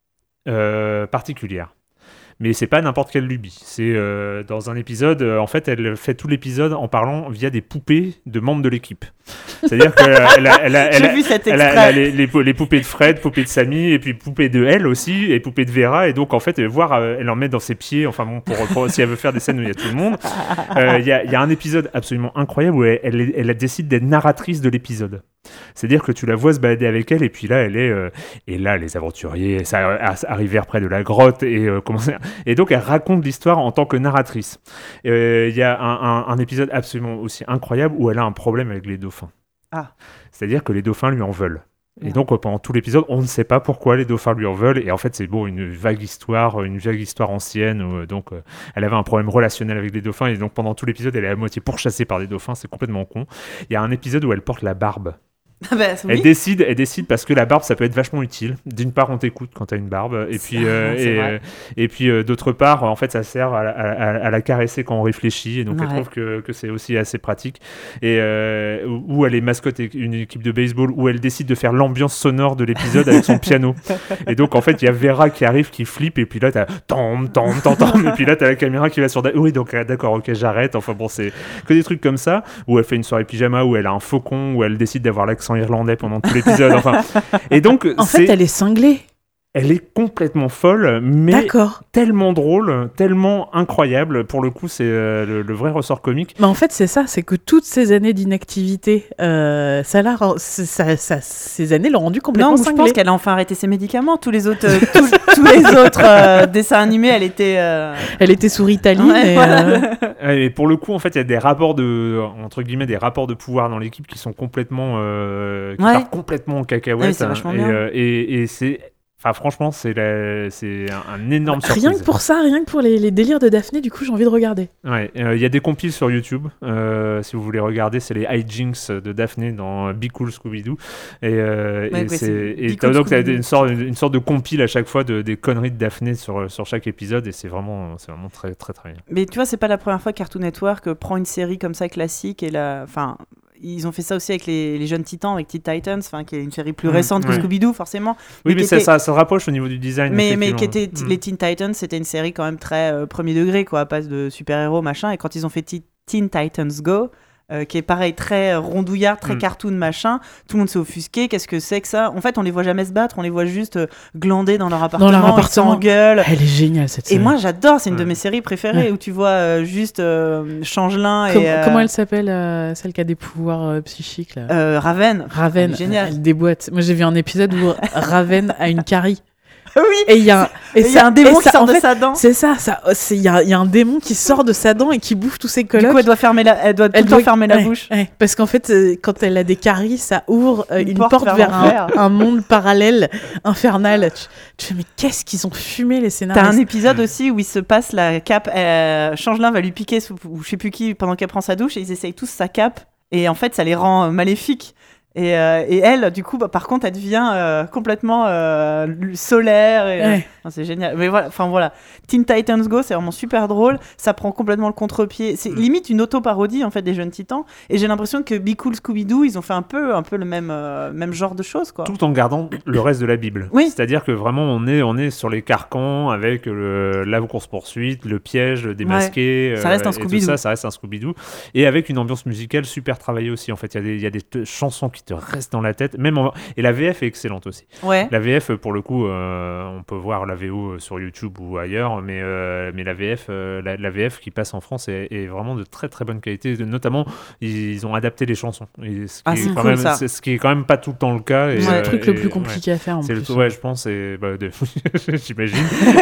euh, particulière. Mais c'est pas n'importe quelle lubie. C'est euh, dans un épisode, euh, en fait, elle fait tout l'épisode en parlant via des poupées de membres de l'équipe. C'est-à-dire qu'elle a, elle a, elle a, J'ai elle a- vu cet elle a- extrait. elle a les, les pou- les poupées de Fred, poupées de Sammy, et puis poupées de elle aussi, et poupées de Vera. Et donc, en fait, euh, voir, euh, elle en met dans ses pieds, enfin bon, pour, pour- si elle veut faire des scènes où il y a tout le monde. Euh, Il y, a, il y a un épisode absolument incroyable où elle, elle, est- elle décide d'être narratrice de l'épisode. C'est-à-dire que tu la vois se balader avec elle, et puis là, elle est. euh, et là, les aventuriers ça, a- arrivèrent près de la grotte, et, euh, comment ça- et donc elle raconte l'histoire en tant que narratrice. Euh, Il y a un, un- un épisode absolument aussi incroyable où elle a un problème avec les dauphins. Ah. C'est-à-dire que les dauphins lui en veulent. Et Ah. donc euh, pendant tout l'épisode, on ne sait pas pourquoi les dauphins lui en veulent. Et en fait, c'est bon, une vague histoire, une vague histoire ancienne. Où, euh, donc, euh, elle avait un problème relationnel avec les dauphins. Et donc pendant tout l'épisode, elle est à moitié pourchassée par des dauphins. C'est complètement con. Il y a un épisode où elle porte la barbe. Ah bah, Elle oui. décide, elle décide parce que la barbe, ça peut être vachement utile. D'une part, on t'écoute quand t'as une barbe, et puis, C'est- euh, c'est et, vrai. euh, et puis euh, d'autre part, en fait, ça sert à, la- à- à- à la caresser quand on réfléchit, et donc elle Ouais. trouve que, que c'est aussi assez pratique. Et euh, où elle est mascotte d'une équipe de baseball, où elle décide de faire l'ambiance sonore de l'épisode avec son piano. Et donc, en fait, il y a Vera qui arrive, qui flippe, et puis là, t'as tom, tom, tom, tom, et puis là, t'as la caméra qui va sur. Da- Oui, donc euh, d'accord, ok, j'arrête. Enfin bon, c'est que des trucs comme ça, où elle fait une soirée pyjama, où elle a un faucon, où elle décide d'avoir l'accent irlandais pendant tout l'épisode. Enfin, et donc, En c'est, fait, elle est cinglée. elle est complètement folle, mais D'accord. tellement drôle, tellement incroyable. Pour le coup, c'est euh, le, le vrai ressort comique. Mais en fait, c'est ça, c'est que toutes ces années d'inactivité, euh, ça l'a, ren- c'est- ça, ça- ces années l'ont rendu complètement Non, je cinglée. pense qu'elle a enfin arrêté ses médicaments. Tous les autres, euh, tous, tous les autres euh, dessins animés, elle était. euh, Elle était sous Ritaline. ouais, et, voilà. euh, Et pour le coup, en fait, il y a des rapports de, entre guillemets, des rapports de pouvoir dans l'équipe qui sont complètement, euh, qui Ouais. partent complètement en Ah oui, cacahuète. c'est vachement et, bien. euh, et, et c'est Enfin, franchement, c'est, la... c'est un, un énorme surprise. Rien que pour ça, rien que pour les, les délires de Daphné, du coup, j'ai envie de regarder. Ouais, il euh, y a des compiles sur YouTube. Euh, si vous voulez regarder, c'est les hijinks de Daphné dans Be Cool Scooby-Doo. Et, euh, Ouais, et, ouais, c'est... c'est et Be t'as, Cool donc t'as Scooby-Doo. une sorte, une sorte de compile à chaque fois de, des conneries de Daphné sur, sur chaque épisode. Et c'est vraiment, c'est vraiment très, très, très bien. Mais tu vois, c'est pas la première fois que Cartoon Network prend une série comme ça classique et la. Enfin. Ils ont fait ça aussi avec les, les Jeunes Titans, avec Teen Titans, enfin, qui est une série plus Mmh, récente que ouais. Scooby-Doo, forcément. Oui, mais, qui ça, était- ça, ça se rapproche au niveau du design. Mais, mais qui effectivement. était Mm. les Teen Titans, c'était une série quand même très euh, premier degré, quoi, pas de super-héros, machin. Et quand ils ont fait Ti- Teen Titans Go, euh, qui est pareil, très rondouillard, très Mm. cartoon, machin, tout le monde s'est offusqué. Qu'est-ce que c'est que ça? En fait, on les voit jamais se battre, on les voit juste euh, glander dans leur appartement, leur ils appartement. s'engueulent. Elle est géniale cette Et série. moi, j'adore, c'est une de Ouais. mes séries préférées Ouais. où tu vois euh, juste euh, Changelin Com- et euh, Comment elle s'appelle, euh, celle qui a des pouvoirs euh, psychiques là euh, Raven. Raven, Elle est géniale. elle déboîte. Moi j'ai vu un épisode où Raven a une carie. Oui, Et il y a un, et il y a un démon et qui ça, sort en de fait, sa dent. C'est ça, ça c'est- il y, a- il y a un démon qui sort de sa dent et qui bouffe tous ses Du colocs. coup, elle doit fermer la, elle doit tout Elle le temps doit- fermer la ouais, bouche. ouais. Parce qu'en fait, euh, quand elle a des caries, ça ouvre euh, Une une, porte porte, vers vers l'enfer. un, un monde parallèle, infernal. Tu, tu fais, mais qu'est-ce qu'ils ont fumé les T'as scénaristes un épisode aussi où il se passe la cape, euh, Changelin va lui piquer, sous- ou je sais plus qui, pendant qu'elle prend sa douche, et ils essayent tous sa cape, et en fait ça les rend euh, maléfiques. Et, euh, et elle, du coup, bah, par contre, elle devient euh, complètement euh, solaire. Et, Ouais. enfin, c'est génial. Mais voilà, enfin voilà. Teen Titans Go, c'est vraiment super drôle. Ça prend complètement le contre-pied. C'est limite une auto-parodie en fait des Jeunes Titans. Et j'ai l'impression que Be Cool Scooby-Doo, ils ont fait un peu, un peu le même, euh, même genre de choses, quoi. Tout en gardant le reste de la Bible. Oui. C'est-à-dire que vraiment, on est, on est sur les carcans avec le, la course-poursuite, le piège démasqué. Ça reste un et tout Scooby-Doo. Ça, ça reste un Scooby-Doo. Et avec une ambiance musicale super travaillée aussi. En fait, il y a des, il y a des te- chansons qui te restent dans la tête. Même en- Et la V F est excellente aussi. Ouais. La V F, pour le coup, euh, on peut voir la V O sur YouTube ou ailleurs, mais, euh, mais la V F, euh, la, la V F qui passe en France est, est vraiment de très très bonne qualité. Notamment, ils ont adapté les chansons. Et ce, qui Ah, est c'est quand cool, même, ça. c'est- ce qui est quand même pas tout le temps le cas. Et, C'est Ouais. le euh, truc le et- plus compliqué à faire en ouais. C'est plus. le, ouais, je pense, et, bah, de- j'imagine.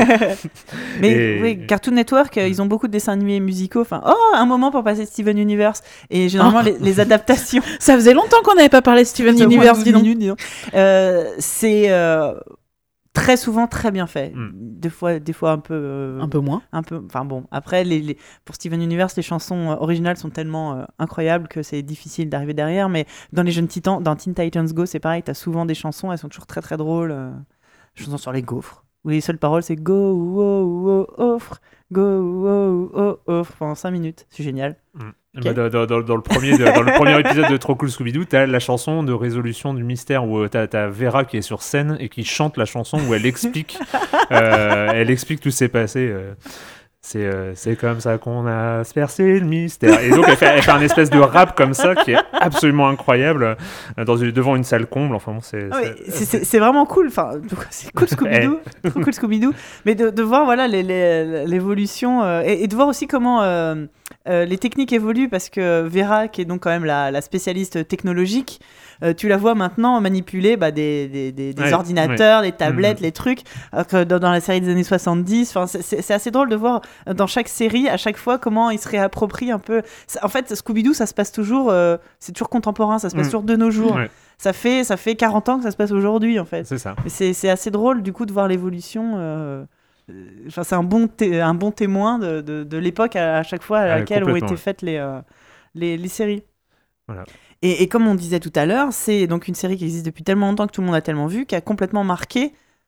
Mais Et- oui, Cartoon Network, euh, ils ont beaucoup de dessins animés musicaux. Enfin, oh, un moment pour passer Steven Universe. Et généralement, Oh. les, les adaptations. Ça faisait longtemps qu'on n'avait pas parlé de Steven C'est au moins Universe, douze dis donc. minutes, dis donc. Euh, c'est euh, très souvent très bien fait. Mm. Des fois, des fois un peu. euh, Un peu moins. un peu. Enfin bon, après, les, les- pour Steven Universe, les chansons euh, originales sont tellement euh, incroyables que c'est difficile d'arriver derrière. Mais dans les Jeunes Titans, dans Teen Titans Go, c'est pareil. T'as souvent des chansons, elles sont toujours très très drôles. euh, chansons sur les gaufres. Où les seules paroles, c'est go, wow, wow, offre, go, wow, wow, offre pendant cinq minutes. C'est génial. Bah, dans, dans- dans- dans le premier, de- dans le premier épisode de Trop Cool Scooby-Doo, t'as la chanson de résolution du mystère où euh, t'as, t'as Vera qui est sur scène et qui chante la chanson où elle explique, euh, elle explique tout ce qui s'est passé. euh, c'est, euh, c'est comme ça qu'on a percé le mystère. Et donc elle fait, elle fait un espèce de rap comme ça qui est absolument incroyable euh, dans une- devant une salle comble. Enfin bon, c'est, Ah ouais, c'est- c'est, c'est- c'est vraiment cool. Enfin, c'est cool Scooby-Doo, trop cool Scooby-Doo. Mais de, de voir voilà les- les- l'évolution euh, et, et de voir aussi comment euh, euh, les techniques évoluent parce que Vera, qui est donc quand même la, la spécialiste technologique, euh, tu la vois maintenant manipuler bah, des, des, des, des Ouais, ordinateurs, les tablettes, Mhm. les trucs. Alors que dans, dans la série des années soixante-dix, enfin, c'est, c'est, c'est assez drôle de voir euh, dans chaque série, à chaque fois, comment ils se réapproprient un peu. Ça- En fait, Scooby-Doo, ça se passe toujours, euh, c'est toujours contemporain, ça se passe Mhm. toujours de nos jours. Ouais, Ça fait, ça fait quarante ans que ça se passe aujourd'hui, en fait. c'est ça. Mais c'est, c'est assez drôle, du coup, de voir l'évolution. euh, euh, Enfin, c'est un bon, té- un bon témoin de, de, de l'époque à, à chaque fois à Ouais, laquelle ont complètement, été ouais. faites les, euh, les, les séries. Voilà. Et, et comme on disait tout à l'heure, c'est donc une série qui existe depuis tellement longtemps que tout le monde a tellement vu, qui a complètement marqué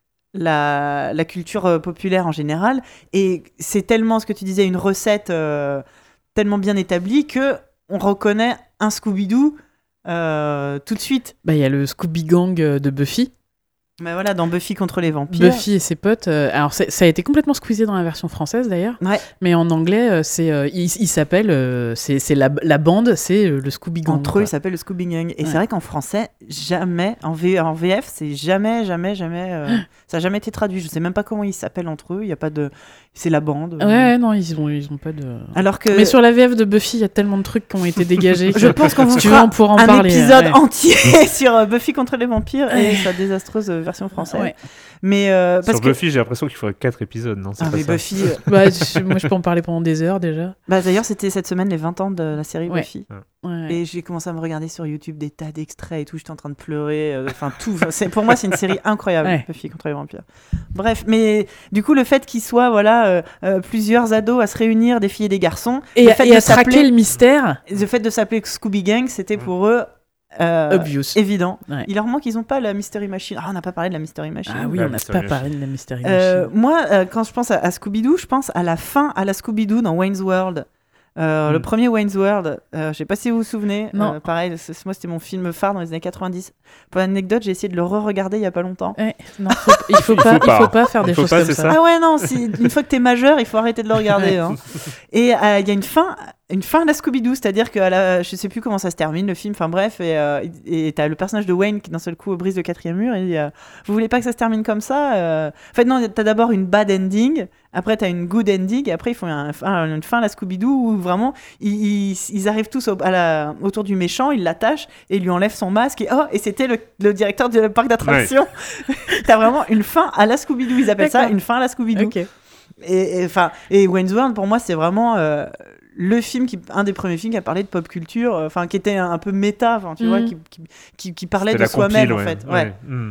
la, la culture euh, populaire en général. Et c'est tellement, ce que tu disais, une recette euh, tellement bien établie que on reconnaît un Scooby-Doo euh, tout de suite. Bah, il y a le Scooby Gang euh, de Buffy. Mais voilà, dans Buffy contre les vampires. Buffy et ses potes. euh, alors, c'est- ça a été complètement squeezé dans la version française d'ailleurs. Ouais. Mais en anglais, euh, c'est, euh, il, il s'appelle. euh, c'est c'est la, la bande, c'est euh, le Scooby Gang. Entre eux, quoi. il s'appelle le Scooby Gang. Et Ouais. c'est vrai qu'en français, jamais, en, v, en V F, c'est jamais, jamais, jamais. euh, ça n'a jamais été traduit. Je sais même pas comment ils s'appellent entre eux. Il y a pas de. C'est la bande. Ouais, ouais, non, ils ont, ils ont pas de. Alors que. Mais sur la V F de Buffy, il y a tellement de trucs qui ont été dégagés. Je que- pense qu'on vous si tu fera veux, on pourra en un parler. épisode ouais. entier sur euh, Buffy contre les vampires et sa désastreuse version française. Ouais. Mais euh, parce Sur que Buffy, j'ai l'impression qu'il faudrait quatre épisodes, non? C'est ah pas mais ça. Buffy. euh, Bah, je- moi, je peux en parler pendant des heures déjà. Bah d'ailleurs, c'était cette semaine les vingt ans de la série Ouais. Buffy. Ouais. Et j'ai commencé à me regarder sur YouTube des tas d'extraits et tout. J'étais en train de pleurer. euh, Enfin, tout. Enfin, c'est, pour moi, c'est une série incroyable, Ouais. Buffy contre les vampires. Bref, mais du coup, le fait qu'il soit voilà, euh, euh, plusieurs ados à se réunir, des filles et des garçons, Et, le fait et de à traquer s'appeler, le mystère, le fait de s'appeler Scooby Gang, c'était pour eux euh, obvious. évident. Ouais. Il leur manque qu'ils n'ont pas la Mystery Machine. Ah, on n'a pas parlé de la Mystery Machine. Ah oui, La on n'a Mystery pas parlé de la Mystery Euh, Machine. moi, euh, quand je pense à, à Scooby-Doo, je pense à la fin, à la Scooby-Doo dans Wayne's World. Euh, Mm. Le premier Wayne's World, euh, je sais pas si vous vous souvenez. Non. Euh, pareil, c'est- moi c'était mon film phare dans les années quatre-vingt-dix. Pour l'anecdote, j'ai essayé de le re-regarder il y a pas longtemps. Ouais, non, faut- il faut Il pas, faut il pas. faut pas faire des Il faut choses pas, comme c'est ça. ça. Ah ouais, non, si, une fois que t'es majeur, il faut arrêter de le regarder. hein. Et euh, il y a une fin, une fin à la Scooby-Doo, c'est-à-dire que à la, je sais plus comment ça se termine le film, enfin bref, et euh, et t'as le personnage de Wayne qui d'un seul coup brise le quatrième mur et dit euh, vous voulez pas que ça se termine comme ça euh En fait non, t'as d'abord une bad ending, après t'as une good ending, et après ils font un- un- une fin à la Scooby-Doo où vraiment ils, ils, ils arrivent tous au, à la, autour du méchant, ils l'attachent et ils lui enlèvent son masque et oh et c'était le, le directeur du parc d'attractions. T'as vraiment une fin à la Scooby-Doo, ils appellent ça D'accord. une fin à la Scooby-Doo. Ok. Et, et, enfin, et Wayne's World, pour moi, c'est vraiment euh, le film, qui, un des premiers films qui a parlé de pop culture, enfin, qui était un, un peu méta, enfin, tu Mhm. vois, qui, qui, qui, qui parlait C'était de la soi-même, compile, en ouais. fait. Ouais. Ouais. Mm.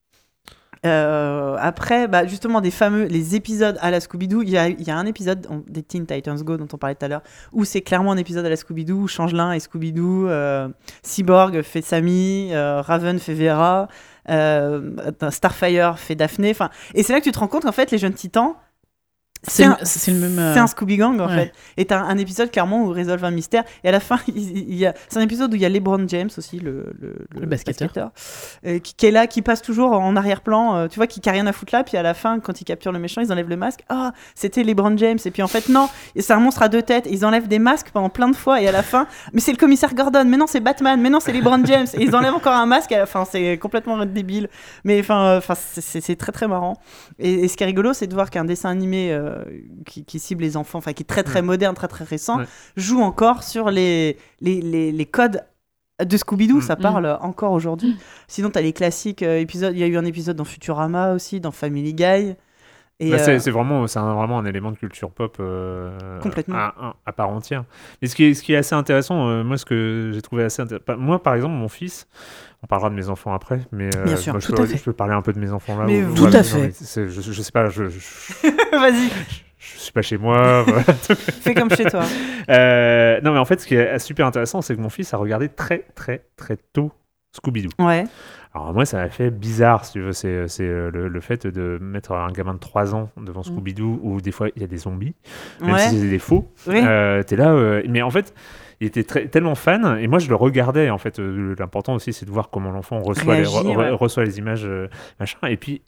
Euh, après, bah, justement, des fameux, les épisodes à la Scooby-Doo, il y a, il y a un épisode on- des Teen Titans Go dont on parlait tout à l'heure, où c'est clairement un épisode à la Scooby-Doo, où Changelin et Scooby-Doo, euh, Cyborg fait Sammy, euh, Raven fait Vera, euh, Starfire fait Daphné, enfin, et c'est là que tu te rends compte qu'en fait, les Jeunes Titans, C'est c'est le- un, c'est le même, euh, c'est un Scooby Gang en ouais. fait. Et t'as un épisode clairement où ils résolvent un mystère. Et à la fin, il, il y a... c'est un épisode où il y a LeBron James aussi, le, le, Le basketteur. euh, qui, qui est là, qui passe toujours en arrière-plan, euh, tu vois, qui n'a rien à foutre là. Puis à la fin, quand ils capturent le méchant, ils enlèvent le masque. Ah, c'était LeBron James. Et puis en fait, non, et c'est un monstre à deux têtes. Ils enlèvent des masques pendant plein de fois. Et à la fin, mais c'est le commissaire Gordon. Mais non, c'est Batman. Mais non, c'est LeBron James. Et ils enlèvent encore un masque. Et à la fin, c'est complètement débile. Mais enfin, enfin, c'est- c'est c'est très très marrant. Et, et ce qui est rigolo, c'est de voir qu'un dessin animé euh, qui, qui cible les enfants, enfin qui est très très moderne, très très récent, Ouais. joue encore sur les, les, les, les codes de Scooby-Doo, Mm. ça parle encore aujourd'hui. Sinon, t'as les classiques euh, épisodes. Il y a eu un épisode dans Futurama aussi, dans Family Guy. Et, Bah, c'est, euh, c'est vraiment, c'est un, vraiment un élément de culture pop euh, Complètement. À, à- à part entière. Mais ce qui est, ce qui est assez intéressant, euh, moi, ce que j'ai trouvé assez intéressant, moi, par exemple, mon fils, on parlera de mes enfants après, mais euh, Bien sûr, moi, je, tout peux, à fait. je peux parler un peu de mes enfants là. Mais ou- tout voilà, à non, fait. mais c'est- je, je sais pas, je, je, Vas-y, je suis pas chez moi. voilà. fais comme chez toi. Euh, non, mais en fait, ce qui est super intéressant, c'est que mon fils a regardé très, très, très tôt Scooby-Doo. Ouais. Alors moi, ça m'a fait bizarre, si tu veux. C'est, c'est euh, le, le fait de mettre un gamin de trois ans devant Scooby-Doo, où des fois, il y a des zombies, même Ouais. si c'est des faux. Oui. Euh, t'es là, euh, mais en fait, il était très, tellement fan, et moi, je le regardais. En fait, Euh, l'important aussi, c'est de voir comment l'enfant reçoit, les, Réagit, re- ouais. reçoit les images, euh, machin. Et puis,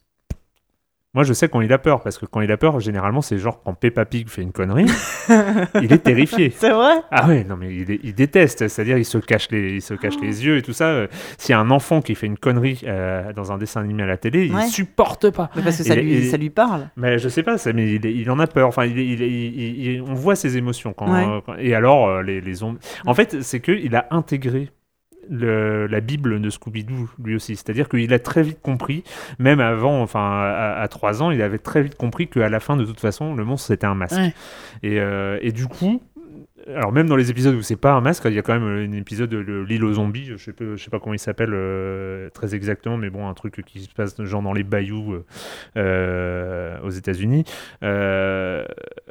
moi, je sais quand il a peur, parce que quand il a peur, généralement, c'est genre quand Peppa Pig fait une connerie, il est terrifié. C'est vrai. Ah ouais, non mais il, est- il déteste, c'est-à-dire il se cache les, il se cache Oh. les yeux et tout ça. Euh, S'il y a un enfant qui fait une connerie euh, dans un dessin animé à la télé, Ouais. il supporte pas. Mais parce que ça, Et- lui, et- ça lui parle. Mais je sais pas, ça, mais il, il en a peur. Enfin, il, il- il- il- on voit ses émotions quand. Ouais. euh, quand- et alors euh, les, les ondes. En fait, c'est que il a intégré. Le, la Bible de Scooby-Doo lui aussi, c'est-à-dire qu'il a très vite compris, même avant, enfin à, à trois ans, il avait très vite compris qu'à la fin de toute façon le monstre c'était un masque. Ouais. Et, euh, et du coup, alors même dans les épisodes où c'est pas un masque, il y a quand même un épisode de le- l'île aux zombies, je sais pas, je sais pas comment il s'appelle euh, très exactement, mais bon un truc qui se passe genre dans les bayous euh, euh, aux États-Unis. Euh,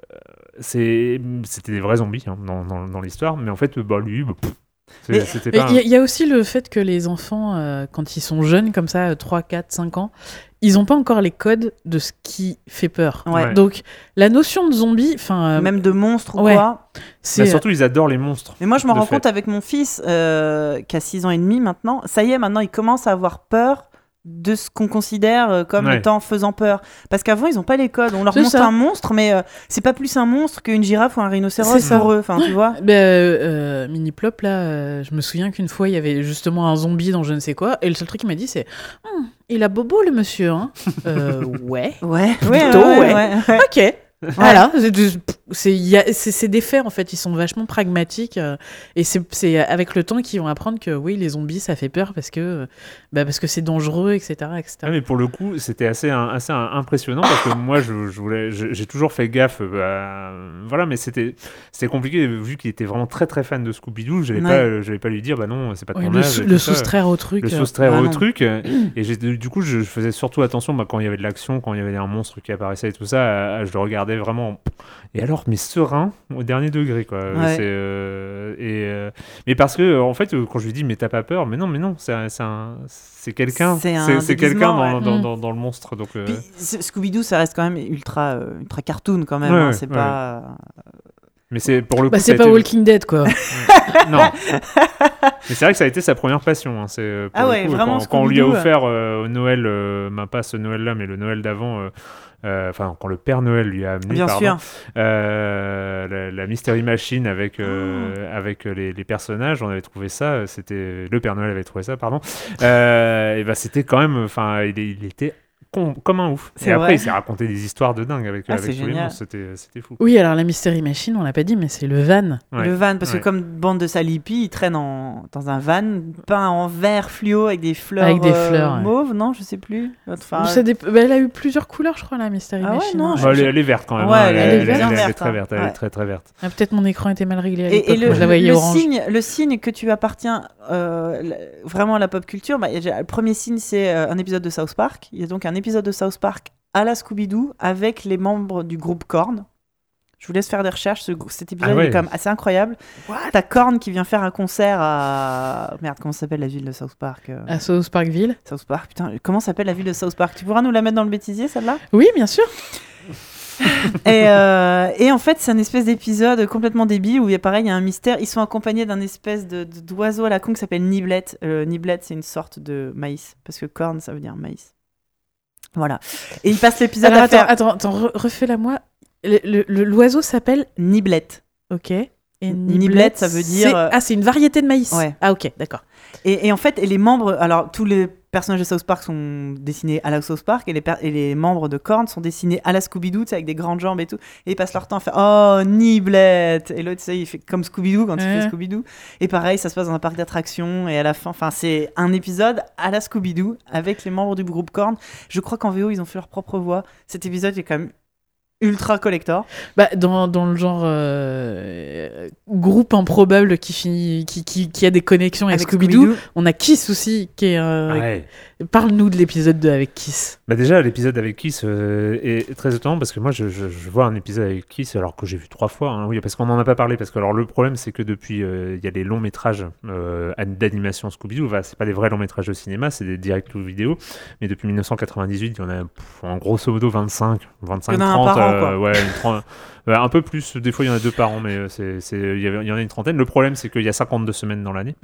c'est, c'était des vrais zombies hein, dans, dans, dans l'histoire, mais en fait, bah lui, bah, pff, c'est- Mais- c'était Mais pas. Il y, a- il y a aussi le fait que les enfants, euh, quand ils sont jeunes, comme ça, trois, quatre, cinq ans, ils n'ont pas encore les codes de ce qui fait peur. Ouais. Ouais. Donc, la notion de zombie, enfin, euh, Même de monstres ou ouais. quoi. c'est Bah, surtout, ils adorent les monstres. Mais moi, je me de rends fait. compte avec mon fils, euh, qui a six ans et demi maintenant. Ça y est, maintenant, il commence à avoir peur de ce qu'on considère euh, comme Ouais. étant faisant peur. Parce qu'avant, ils n'ont pas les codes. On leur C'est montre ça. un monstre, mais euh, c'est pas plus un monstre qu'une girafe ou un rhinocéros C'est ça. pour eux. Enfin, tu vois. Ben, euh, euh, Mini Plop, là, euh, je me souviens qu'une fois, il y avait justement un zombie dans je ne sais quoi, et le seul truc qu'il m'a dit, c'est Hum, il a bobo, le monsieur, hein. euh, Ouais. Ouais, Plutôt, ouais. ouais. Ok. Voilà, c'est, de- c'est, y a- c'est, c'est des faits en fait, ils sont vachement pragmatiques euh, et c'est, c'est avec le temps qu'ils vont apprendre que oui, les zombies ça fait peur parce que, bah, parce que c'est dangereux, et cetera et cetera. Ah, mais pour le coup, c'était assez, un- assez un- impressionnant parce que moi, je, je voulais, je- j'ai toujours fait gaffe. Bah, voilà, mais c'était, c'était compliqué vu qu'il était vraiment très très fan de Scooby-Doo. Je n'allais Ouais. pas, euh, j'allais pas lui dire, bah non, c'est pas de Oui, ton le, âge. sou- et le tout ça. soustraire au truc. Le euh, soustraire bah au non. truc. euh, Et j'ai, du coup, je faisais surtout attention bah, quand il y avait de l'action, quand il y avait un monstre qui apparaissait et tout ça. à- à- je le regardais vraiment. Et alors, mais serein au dernier degré, quoi. Ouais. C'est, euh, et, euh, mais parce que, en fait, euh, quand je lui dis, mais t'as pas peur, mais non, mais non, c'est, un- c'est, un- c'est quelqu'un. C'est un C'est, c'est quelqu'un déguisement, dans, ouais. dans, Mm. dans, dans le monstre. Donc, euh, Puis c- Scooby-Doo, ça reste quand même ultra, euh, ultra cartoon quand même. Ouais, hein, ouais, c'est ouais, pas. mais c'est pour le coup. Bah, ça c'est a pas été- Walking Dead quoi. Non. Mais c'est vrai que ça a été sa première passion. Hein. C'est, euh, pour Ah le ouais, coup, vraiment, quand, quand on lui a Scooby-Doo, offert euh, au Noël, euh, bah, pas ce Noël-là, mais le Noël d'avant. euh, euh, Enfin, quand le Père Noël lui a amené Bien pardon, sûr. euh, la, la Mystery Machine avec, euh, avec les, les personnages, on avait trouvé ça, c'était le Père Noël avait trouvé ça, pardon. Euh, et ben c'était quand même, enfin, il, il était com- comme un ouf. C'est et après, vrai. il s'est raconté des histoires de dingue avec, Ah, avec c'est tous les génial. monstres, c'était, c'était fou. Oui, alors la Mystery Machine, on l'a pas dit, mais c'est le van. Ouais. Le van, parce Ouais. que comme bande de salipi, ils traînent en, dans un van peint en vert fluo avec des fleurs, Avec des euh, fleurs, ouais. mauves, non, je sais plus. Enfin, Ça dép- bah, elle a eu plusieurs couleurs, je crois, la Mystery Ah ouais, Machine. non, hein. je- Bah, elle, est- elle est verte quand même. Ouais, hein, elle est elle, bien elle est verte, très hein. verte. Elle Ouais. est très très verte. Ah, peut-être mon écran était mal réglé à Et, l'époque, et le, moi, je la voyais le orange. signe, le signe que tu appartiens euh, le- vraiment à la pop culture, bah, y a- le premier signe, c'est euh, un épisode de South Park. Il y a donc un épisode de South Park à la Scooby-Doo avec les membres du groupe Korn. Je vous laisse faire des recherches. Ce, cet épisode Ah ouais. il est quand même assez incroyable. T'as Korn qui vient faire un concert à. Merde, comment s'appelle la ville de South Park euh, À South Parkville. South Park, putain, comment s'appelle la ville de South Park? Tu pourras nous la mettre dans le bêtisier, celle-là? Oui, bien sûr. et, euh, et en fait, c'est un espèce d'épisode complètement débile où il y a pareil, il y a un mystère. Ils sont accompagnés d'un espèce de, de- d'oiseau à la con qui s'appelle Niblet. Euh, Niblet, c'est une sorte de maïs parce que corn, ça veut dire maïs. Voilà. Et ils passent l'épisode Alors, à attends, faire attends, attends, re- refais-la moi. Le- le- le- L'oiseau s'appelle. Niblet. Ok. Et Niblet, ça veut dire, c'est- euh, Ah, c'est une variété de maïs. Ouais. Ah, ok, d'accord. Et, et en fait, et les membres, alors tous les personnages de South Park sont dessinés à la South Park et les, per- et les membres de Korn sont dessinés à la Scooby-Doo, tu sais, avec des grandes jambes et tout. Et ils passent leur temps à faire Oh, Niblet. Et l'autre, tu sais, il fait comme Scooby-Doo quand il Ouais. fait Scooby-Doo. Et pareil, ça se passe dans un parc d'attractions. Et à la fin, enfin, c'est un épisode à la Scooby-Doo avec les membres du groupe Korn. Je crois qu'en V O, ils ont fait leur propre voix. Cet épisode est quand même ultra collector. Bah, dans, dans le genre euh, groupe improbable qui, finit, qui, qui, qui a des connexions avec, Avec Scooby-Doo, Scooby-Doo. on a Kiss aussi. Qui est, euh, Ouais. Parle-nous de l'épisode deux avec Kiss. Bah déjà, l'épisode avec Kiss euh, est très étonnant parce que moi, je, je- je vois un épisode avec Kiss alors que j'ai vu trois fois. Hein, oui, parce qu'on n'en a pas parlé. Parce que alors, le problème, c'est que depuis, euh, il y a les longs métrages euh, d'animation Scooby-Doo. Enfin, c'est pas des vrais longs métrages de cinéma, c'est des directs ou vidéo. Mais depuis mille neuf cent quatre-vingt-dix-huit, il y en a pff, en grosso modo vingt-cinq, vingt-cinq, Il y en a un trente. par an, euh, quoi. ouais, une trente- euh, un peu plus. Des fois, il y en a deux par an, mais euh, c'est, c'est, il y avait- il y en a une trentaine. Le problème, c'est qu'il y a cinquante-deux semaines dans l'année.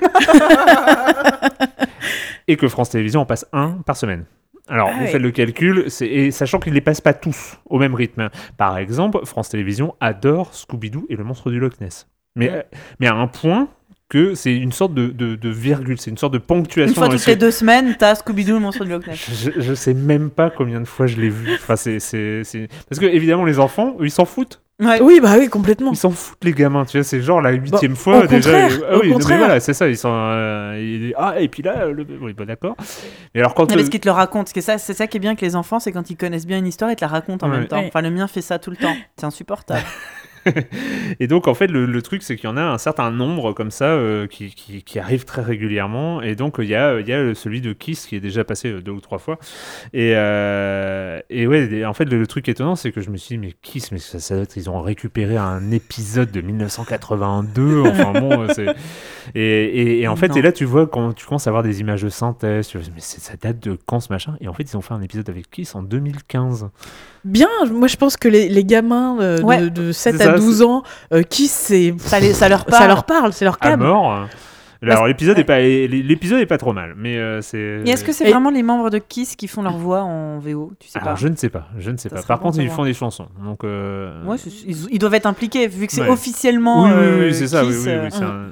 Et que France Télévisions en passe un par semaine. Alors, Ah vous ouais. faites le calcul, c'est... et sachant qu'ils ne les passent pas tous au même rythme. Par exemple, France Télévisions adore Scooby-Doo et le monstre du Loch Ness. Mais, euh, mais à un point que c'est une sorte de, de, de virgule, c'est une sorte de ponctuation. Une fois dans le toutes les truc. deux semaines, t'as Scooby-Doo, le monstre du Loch Ness. Je, je sais même pas combien de fois je l'ai vu. Enfin, c'est, c'est, c'est... Parce que, évidemment, les enfants, eux, ils s'en foutent. Ouais. Oui, bah oui, complètement. Ils s'en foutent, les gamins, tu vois, c'est genre la huitième Bah, fois au déjà. contraire, et- ah au oui, non, mais contraire. voilà, c'est ça, ils sont. euh, il- Ah, et puis là, le... oui, bah d'accord. Et alors, quand. Non, mais euh, ce qu'ils te le racontent, c'est ça, c'est ça qui est bien avec les enfants, c'est quand ils connaissent bien une histoire, ils te la racontent en Ouais. même temps. Ouais. Enfin, le mien fait ça tout le temps. C'est insupportable. Et donc, en fait, le, le truc, c'est qu'il y en a un certain nombre comme ça euh, qui, qui, qui arrivent très régulièrement. Et donc, il y a, il y a celui de Kiss qui est déjà passé euh, deux ou trois fois. Et, euh, et ouais, et en fait, le, le truc étonnant, c'est que je me suis dit, mais Kiss, mais ça, ça doit être- ils ont récupéré un épisode de mille neuf cent quatre-vingt-deux. Enfin bon, euh, c'est. Et, et, et en fait, Non. et là, tu vois, quand tu commences à avoir des images de synthèse, tu vois, mais c'est- ça date de quand ce machin? Et en fait, ils ont fait un épisode avec Kiss en deux mille quinze. Bien, moi je pense que les, les gamins euh, Ouais. de, de sept C'est à ça, douze ans, euh, Kiss, c'est. Ça, les- ça leur parle. Ça leur parle, c'est leur À cam. mort. Alors, l'épisode est pas, l'épisode est pas trop mal, mais euh, c'est. Et est-ce que c'est Et- vraiment les membres de Kiss qui font leur voix en V O? Tu sais Alors, pas. je ne sais pas, je ne sais Ça pas. serait Par bon contre, de ils savoir. font des chansons, donc. euh, Ouais, c'est- ils, ils doivent être impliqués vu que c'est Ouais. officiellement. Oui, oui, euh, oui, c'est ça. Oui, Kiss, oui, euh, oui, c'est un-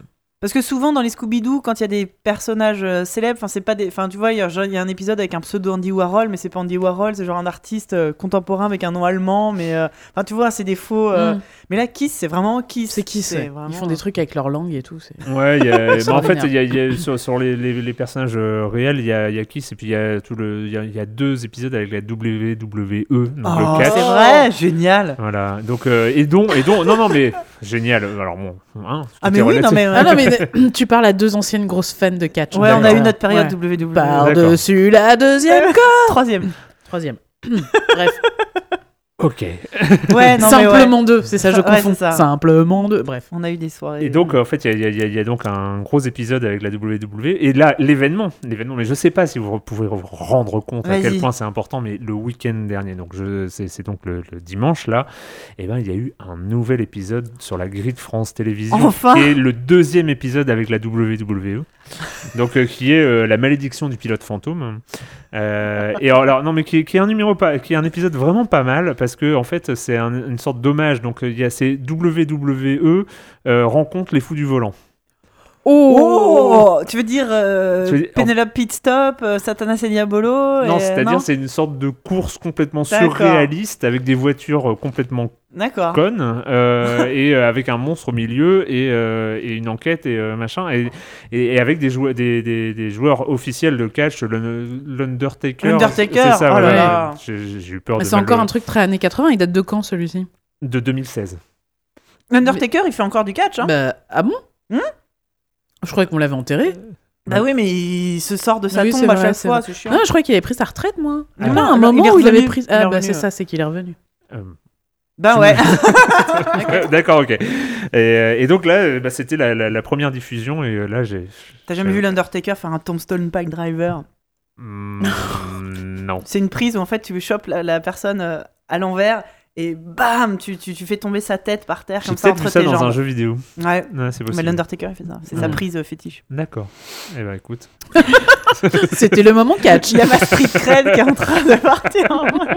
Parce que souvent dans les Scooby-Doo, quand il y a des personnages euh, célèbres, enfin c'est pas des, enfin tu vois, il y, a- genre, il y a un épisode avec un pseudo Andy Warhol, mais c'est pas Andy Warhol, c'est genre un artiste euh, contemporain avec un nom allemand, mais euh, enfin tu vois, c'est des faux. euh, Mm. Mais là, Kiss, c'est vraiment Kiss. C'est qui c'est vraiment- Ils font des trucs avec leur langue et tout. C'est... Ouais, il y a- Ça bah, en fait, m'énerve. il y a, il y a- sur, sur les, les, les personnages euh, réels, il y a, il y a Kiss et puis il y a tout le, il y a, il y a deux épisodes avec la W W E, donc Oh, le catch. c'est vrai, génial. Voilà, donc euh, et donc et donc non non mais génial. Alors bon, hein, Ah tout mais est oui, relatif. non mais. Ah non, mais tu parles à deux anciennes grosses fans de catch. Ouais, on a D'accord. eu notre période Ouais. W W E. Par-dessus la deuxième corde. Troisième. Troisième. Bref. Ok. Ouais, non mais ouais. Simplement deux, c'est ça, je Ouais, confonds. c'est ça. Simplement deux. Bref. On a eu des soirées. Et donc, en fait, il y, a- il y a- il y a donc un gros épisode avec la W W E. Et là, l'événement, l'événement, mais je sais pas si vous pouvez vous rendre compte à Vas-y. quel point c'est important, mais le week-end dernier, donc je, c'est, c'est donc le, le dimanche là, et ben il y a eu un nouvel épisode sur la grille de France Télévisions, Enfin qui est le deuxième épisode avec la W W E. Donc, euh, qui est euh, la malédiction du pilote fantôme. Euh, et alors, non, mais qui, est- qui est un numéro pas, qui est un épisode vraiment pas mal parce que en fait, c'est un- une sorte d'hommage. Donc, euh, il y a ces W W E euh, rencontrent les fous du volant. Oh, tu veux dire, euh, Tu veux dire- Penelope Pitstop, euh, Satanas et Diabolo Non, et- c'est-à-dire non c'est une sorte de course complètement D'accord. surréaliste avec des voitures euh, complètement D'accord. connes euh, et euh, avec un monstre au milieu et, euh, et une enquête et euh, machin et, et, et avec des, jou- des, des, des joueurs officiels de catch, l'Un- l'Undertaker. L'Undertaker, c'est ça, oh là voilà. là. J'ai, j'ai eu peur Mais de c'est mal encore le- un truc très années quatre-vingts. Il date de quand celui-ci de deux mille seize. L'Undertaker, il fait encore du catch, hein Bah, ah bon Hmm Je croyais qu'on l'avait enterré. Bah oui, mais il se sort de sa Oui, tombe c'est à vrai, chaque c'est fois, vrai. c'est chiant. Non, je croyais qu'il avait pris sa retraite, moi. Ah Il y a non, pas un il est moment où il avait revenu, pris. il est Ah, bah, revenu, c'est ouais. ça, c'est qu'il est revenu. Euh, Bah ouais. D'accord, ok. Et, euh, et donc là, euh, bah, c'était la, la, la première diffusion et euh, là j'ai. T'as jamais j'ai- vu l'Undertaker faire un tombstone pile driver? Hmm, non. C'est une prise où en fait tu chopes la, la personne euh, à l'envers et bam, tu, tu, tu fais tomber sa tête par terre J'ai comme ça peut-être entre vu ça tes dans jambes. un jeu vidéo. Ouais. Ouais, c'est Mais possible. l'Undertaker il fait ça, c'est sa Hmm. prise euh, fétiche. D'accord. Eh ben écoute. C'était le moment catch. Il y a ma street cred qui est en train de partir.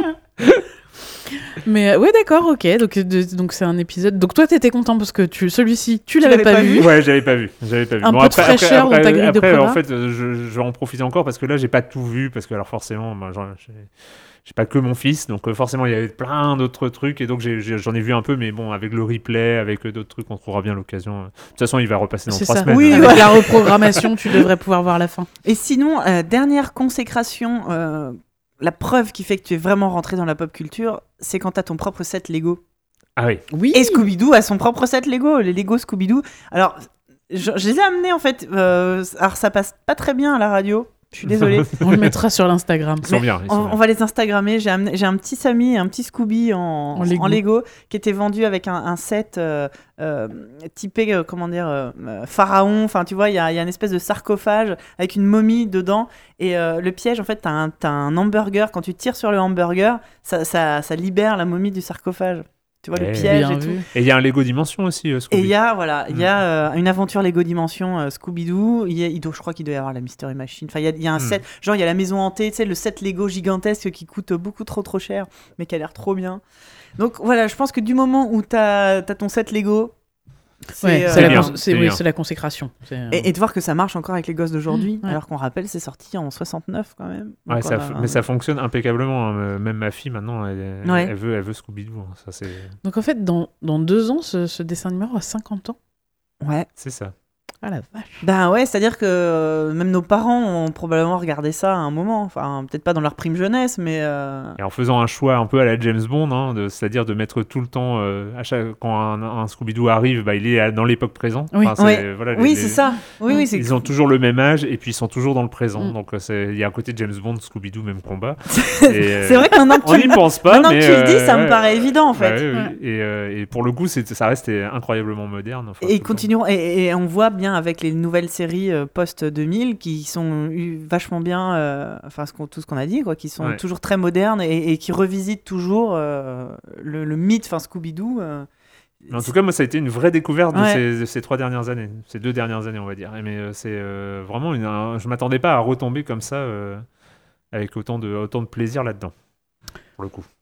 Mais euh, ouais, d'accord, ok. Donc, de- donc c'est un épisode. Donc toi, t'étais content parce que tu, celui-ci, tu Tu l'avais l'avais pas, pas vu. vu Ouais, j'avais pas vu. J'avais pas vu. Un peu de fraîcheur dans ta grille de après, en programme. fait, euh, je, je vais en profiter encore parce que là, j'ai pas tout vu parce que alors forcément, moi, j'en- j'ai j'ai pas que mon fils, donc euh, forcément, il y avait plein d'autres trucs et donc j'ai- j'ai- j'en ai vu un peu, mais bon, avec le replay, avec euh, d'autres trucs, on trouvera bien l'occasion. De toute façon, il va repasser dans C'est trois ça. semaines. Oui, Avec ouais. la reprogrammation, tu devrais pouvoir voir la fin. Et sinon, euh, dernière consécration, euh, la preuve qui fait que tu es vraiment rentré dans la pop culture, c'est quand t'as ton propre set Lego. Ah oui. Oui. Et Scooby-Doo a son propre set Lego, les Lego Scooby-Doo. Alors, je, je les ai amenés en fait. euh, alors, ça passe pas très bien à la radio. Je suis désolée. On le mettra sur l'Instagram. Ils sont Mais bien. Ils on, sont on bien. va les Instagrammer. J'ai, amené- j'ai un petit Sammy et un petit Scooby en, En en Lego. Lego. qui était vendu avec un, un set euh, euh, typé, euh, comment dire, euh, euh, pharaon. Enfin, tu vois, il y a, il y a une espèce de sarcophage avec une momie dedans. Et euh, le piège, en fait, t'as un, t'as un hamburger. Quand tu tires sur le hamburger, ça, ça, ça libère la momie du sarcophage. Tu vois, Eh, le piège Bien et tout. vu. Et il y a un Lego Dimension aussi, euh, Et Scooby. il y a, voilà, il y Mm. a euh, une aventure Lego Dimension euh, Scooby-Doo. Il y a- il doit- je crois qu'il doit y avoir la Mystery Machine. Enfin, il y a, il y a un Mm. set. Genre, il y a la maison hantée, tu sais, le set Lego gigantesque qui coûte beaucoup trop trop cher, mais qui a l'air trop bien. Donc voilà, je pense que du moment où t'as as ton set Lego, c'est. Ouais, euh, c'est la, bien, cons- c'est c'est- oui, bien. c'est la consécration. C'est, euh, et, et de voir que ça marche encore avec les gosses d'aujourd'hui, Mm, ouais. alors qu'on rappelle, c'est sorti en soixante-neuf quand même. Ouais, Donc, ça on f- a- mais ça fonctionne impeccablement. hein. Même ma fille maintenant, elle, Ouais. elle veut, elle veut Scooby-Doo. hein. Ça c'est, Donc en fait, dans, dans deux ans, ce, ce dessin animé aura cinquante ans. Ouais. c'est ça. Ah la vache. Ben ouais, c'est-à-dire que euh, même nos parents ont probablement regardé ça à un moment. Enfin, peut-être pas dans leur prime jeunesse, mais. euh, Et en faisant un choix un peu à la James Bond, hein, de- c'est-à-dire de mettre tout le temps, euh, à chaque, quand un, un Scooby-Doo arrive, bah, il est à- dans l'époque présente. Oui. Enfin, c'est- Oui. voilà, les- Oui, les- c'est ça. Oui, oui, c'est. Ils ont toujours le même âge et puis ils sont toujours dans le présent. Mm. Donc euh, c'est- il y a un côté James Bond, Scooby-Doo, même combat. c'est Et, euh, vrai que maintenant que on tu, n'y pense pas, maintenant mais que tu le dis, euh, ça me ouais. paraît évident en Bah fait. oui, oui. Ouais. Et, euh, et pour le coup, c'est- ça reste incroyablement moderne. enfin, Et tout ils le temps. continueront, et, et on voit bien avec les nouvelles séries euh, post deux mille qui sont eu vachement bien, euh, enfin ce qu'on- tout ce qu'on a dit, quoi, qui sont Ouais. toujours très modernes et, et qui revisitent toujours euh, le, le mythe, enfin Scooby-Doo. euh, Mais en tout cas, moi, ça a été une vraie découverte Ouais. de, ces, de ces trois dernières années, ces deux dernières années, on va dire. Et Mais euh, c'est euh, vraiment, une, un- je m'attendais pas à retomber comme ça, euh, avec autant de, autant de plaisir là-dedans, pour le coup. Ok,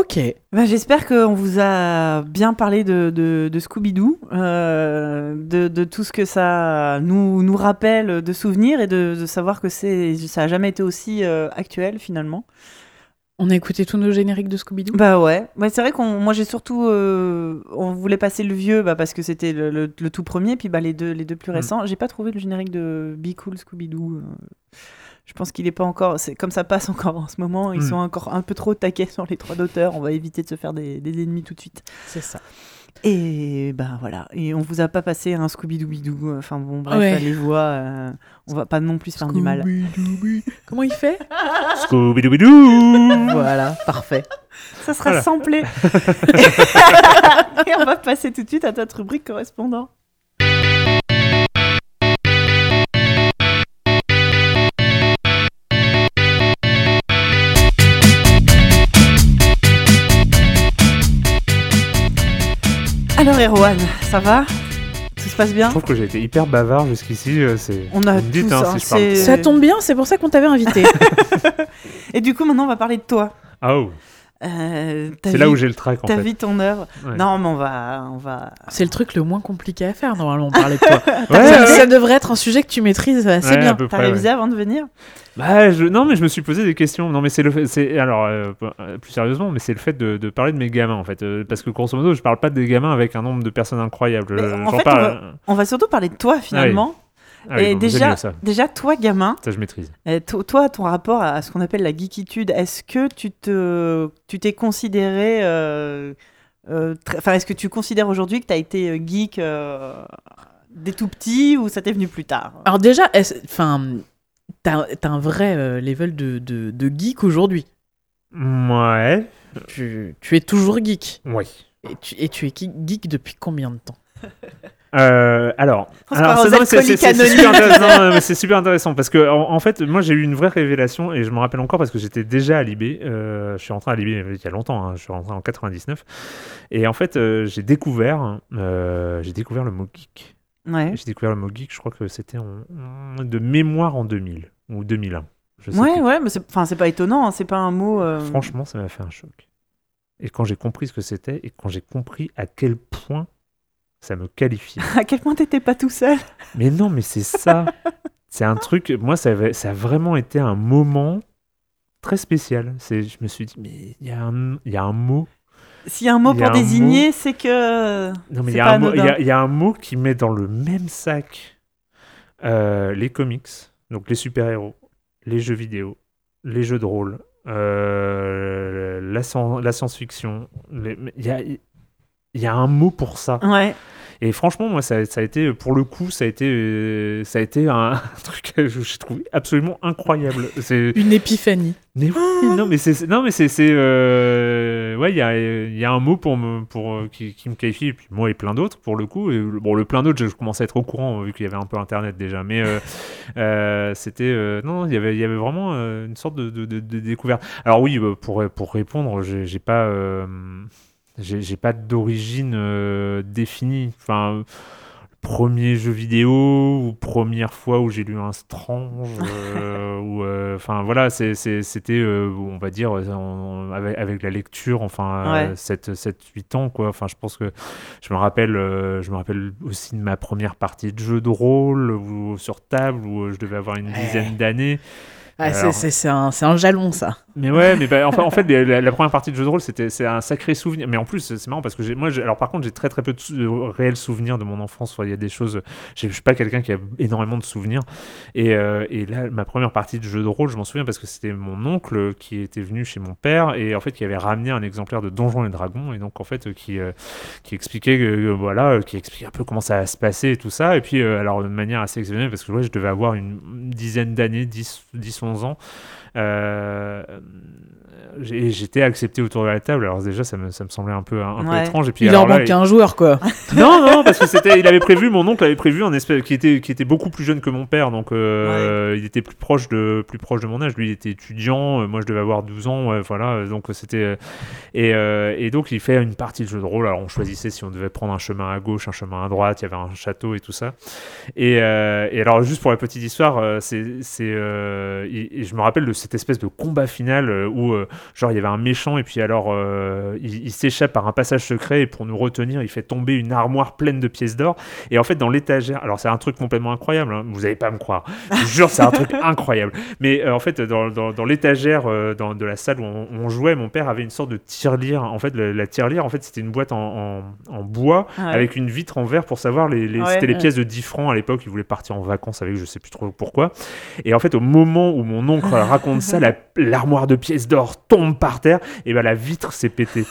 Ok. Bah, j'espère qu'on vous a bien parlé de, de, de Scooby-Doo, euh, de, de tout ce que ça nous, nous rappelle de souvenirs et de, de savoir que c'est, ça n'a jamais été aussi euh, actuel finalement. On a écouté tous nos génériques de Scooby-Doo. Bah ouais, ouais c'est vrai qu'on, moi j'ai surtout, euh, on voulait passer le vieux bah, parce que c'était le, le, le tout premier, puis bah, les, deux, les deux plus récents. Mm. J'ai pas trouvé le générique de Be Cool Scooby-Doo. Euh, je pense qu'il est pas encore, c'est comme ça passe encore en ce moment. Ils mm. sont encore un peu trop taqués sur les droits d'auteur. On va éviter de se faire des, des ennemis tout de suite. C'est ça. Et ben voilà, et on vous a pas passé un Scooby-Doo-Bidoo, enfin bon bref, ouais. les voix, euh, on va pas non plus se faire du mal. Comment il fait? Scooby-Doo-Bidoo. Voilà, parfait. Ça sera voilà. Samplé. Et on va passer tout de suite à notre rubrique correspondant. Alors Erwan, ça va? Tout se passe bien? Je trouve que j'ai été hyper bavard jusqu'ici. C'est... On a Vous me tout dites, ça. Hein, si je parle... Ça tombe bien, c'est pour ça qu'on t'avait invité. Et du coup, maintenant, on va parler de toi. Oh. Euh, c'est vie, là où j'ai le trac en ta fait. Ta vie, ton œuvre. Ouais. Non, mais on va, on va. C'est le truc le moins compliqué à faire normalement, parler de toi. ouais, ça, ouais. ça devrait être un sujet que tu maîtrises assez ouais, bien. T'as près, révisé ouais. avant de venir? Bah, je... non, mais je me suis posé des questions. Non, mais c'est le fait. C'est... Alors, euh, plus sérieusement, mais c'est le fait de, de parler de mes gamins en fait. Euh, parce que grosso modo, je parle pas des gamins avec un nombre de personnes incroyables. Mais euh, en j'en fait, parle... on, va, on va surtout parler de toi finalement. Ah oui. Ah oui, et bon, déjà, mieux, ça. déjà, toi, gamin, ça je maîtrise. Euh, to- toi, ton rapport à ce qu'on appelle la geekitude, est-ce que tu te, tu t'es considéré, euh, euh, enfin, est-ce que tu considères aujourd'hui que tu as été geek euh, dès tout petit ou ça t'est venu plus tard? Alors déjà, enfin, t'as, t'as un vrai euh, level de, de, de geek aujourd'hui. Ouais. Tu, tu es toujours geek. Oui. Et tu, et tu es geek depuis combien de temps? Euh, alors, alors c'est, non, c'est, c'est, c'est, c'est, super non, c'est super intéressant parce que en, en fait, moi j'ai eu une vraie révélation et je me rappelle encore parce que j'étais déjà à l'I B. Euh, je suis rentré à l'I B il y a longtemps. Hein, je suis rentré en quatre-vingt-dix-neuf et en fait, euh, j'ai découvert, euh, j'ai découvert le mot geek. Ouais. J'ai découvert le mot geek. Je crois que c'était en, en, de mémoire en deux mille ou deux mille un. Je sais ouais, plus. ouais, mais c'est, enfin, c'est pas étonnant. Hein, c'est pas un mot. Euh... Franchement, ça m'a fait un choc. Et quand j'ai compris ce que c'était et quand j'ai compris à quel point ça me qualifie. À quel point t'étais pas tout seul? Mais non, mais c'est ça. C'est un truc. Moi, ça, avait, ça a vraiment été un moment très spécial. C'est, je me suis dit, mais il y, y a un mot. S'il y a un mot pour désigner, mot... c'est que. Non, mais il y, y, y a un mot qui met dans le même sac euh, les comics, donc les super-héros, les jeux vidéo, les jeux de rôle, euh, la, la science-fiction. Il y a. Il y a un mot pour ça. Ouais. Et franchement, moi, ça, ça a été, pour le coup, ça a été, euh, ça a été un, un truc que j'ai trouvé absolument incroyable. C'est... Une épiphanie. Mais oui, non, mais c'est, non, mais c'est, c'est euh... ouais, il y a, il y a un mot pour me, pour euh, qui, qui me qualifie, et puis moi et plein d'autres pour le coup. Et bon, le plein d'autres, je commençais à être au courant vu qu'il y avait un peu Internet déjà, mais euh, euh, c'était, euh, non, il y avait, il y avait vraiment euh, une sorte de, de, de, de découverte. Alors oui, pour pour répondre, j'ai, j'ai pas. Euh... J'ai, j'ai pas d'origine euh, définie. Enfin, premier jeu vidéo ou première fois où j'ai lu un Strange. Euh, ou, enfin, euh, voilà, c'est, c'est, c'était, euh, on va dire, on, avec, avec la lecture, enfin, ouais. euh, sept huit ans, quoi. Enfin, je pense que je me rappelle, euh, je me rappelle aussi de ma première partie de jeu de rôle ou, sur table où je devais avoir une dizaine ouais. d'années. Ah, Alors, c'est, c'est, c'est, un, c'est un jalon, ça. Mais ouais, mais bah, enfin, en fait, la, la première partie de jeu de rôle, c'était, c'est un sacré souvenir. Mais en plus, c'est marrant parce que j'ai, moi, j'ai, alors par contre, j'ai très très peu de, sou- de réels souvenirs de mon enfance. Il y a des choses, je suis pas quelqu'un qui a énormément de souvenirs. Et, euh, et là, ma première partie de jeu de rôle, je m'en souviens parce que c'était mon oncle qui était venu chez mon père et en fait, qui avait ramené un exemplaire de Donjons et Dragons et donc en fait, qui euh, qui expliquait que euh, voilà, qui expliquait un peu comment ça allait se passer et tout ça. Et puis, euh, alors de manière assez exceptionnelle parce que ouais, je devais avoir une, une dizaine d'années, dix, onze ans. Euh, j'ai, j'étais accepté autour de la table, alors déjà ça me, ça me semblait un peu, un, un ouais. peu étrange. Et puis, il alors en là, manquait il... un joueur, quoi. Non, non, parce que c'était, il avait prévu, mon oncle avait prévu un espèce qui était, qui était beaucoup plus jeune que mon père, donc euh, ouais. il était plus proche de, plus proche de mon âge. Lui, il était étudiant, moi je devais avoir douze ans, ouais, voilà, donc c'était. Et, euh, et donc il fait une partie de jeu de rôle. Alors on choisissait si on devait prendre un chemin à gauche, un chemin à droite, il y avait un château et tout ça. Et, euh, et alors juste pour la petite histoire, c'est, c'est, euh, et, et je me rappelle de cette espèce de combat final où euh, genre il y avait un méchant et puis alors euh, il, il s'échappe par un passage secret et pour nous retenir, il fait tomber une armoire pleine de pièces d'or. Et en fait, dans l'étagère, alors c'est un truc complètement incroyable, hein, vous n'allez pas me croire, je vous jure, c'est un truc incroyable. Mais euh, en fait, dans, dans, dans l'étagère euh, dans, de la salle où on, où on jouait, mon père avait une sorte de tirelire. En fait, la, la tirelire, en fait, c'était une boîte en, en, en bois ah ouais. avec une vitre en verre pour savoir les, les, ouais, c'était les ouais. pièces de dix francs à l'époque. Il voulait partir en vacances avec, je sais plus trop pourquoi. Et en fait, au moment où mon oncle raconte ça, la, l'armoire de pièces d'or tombe par terre, et ben la vitre s'est pétée.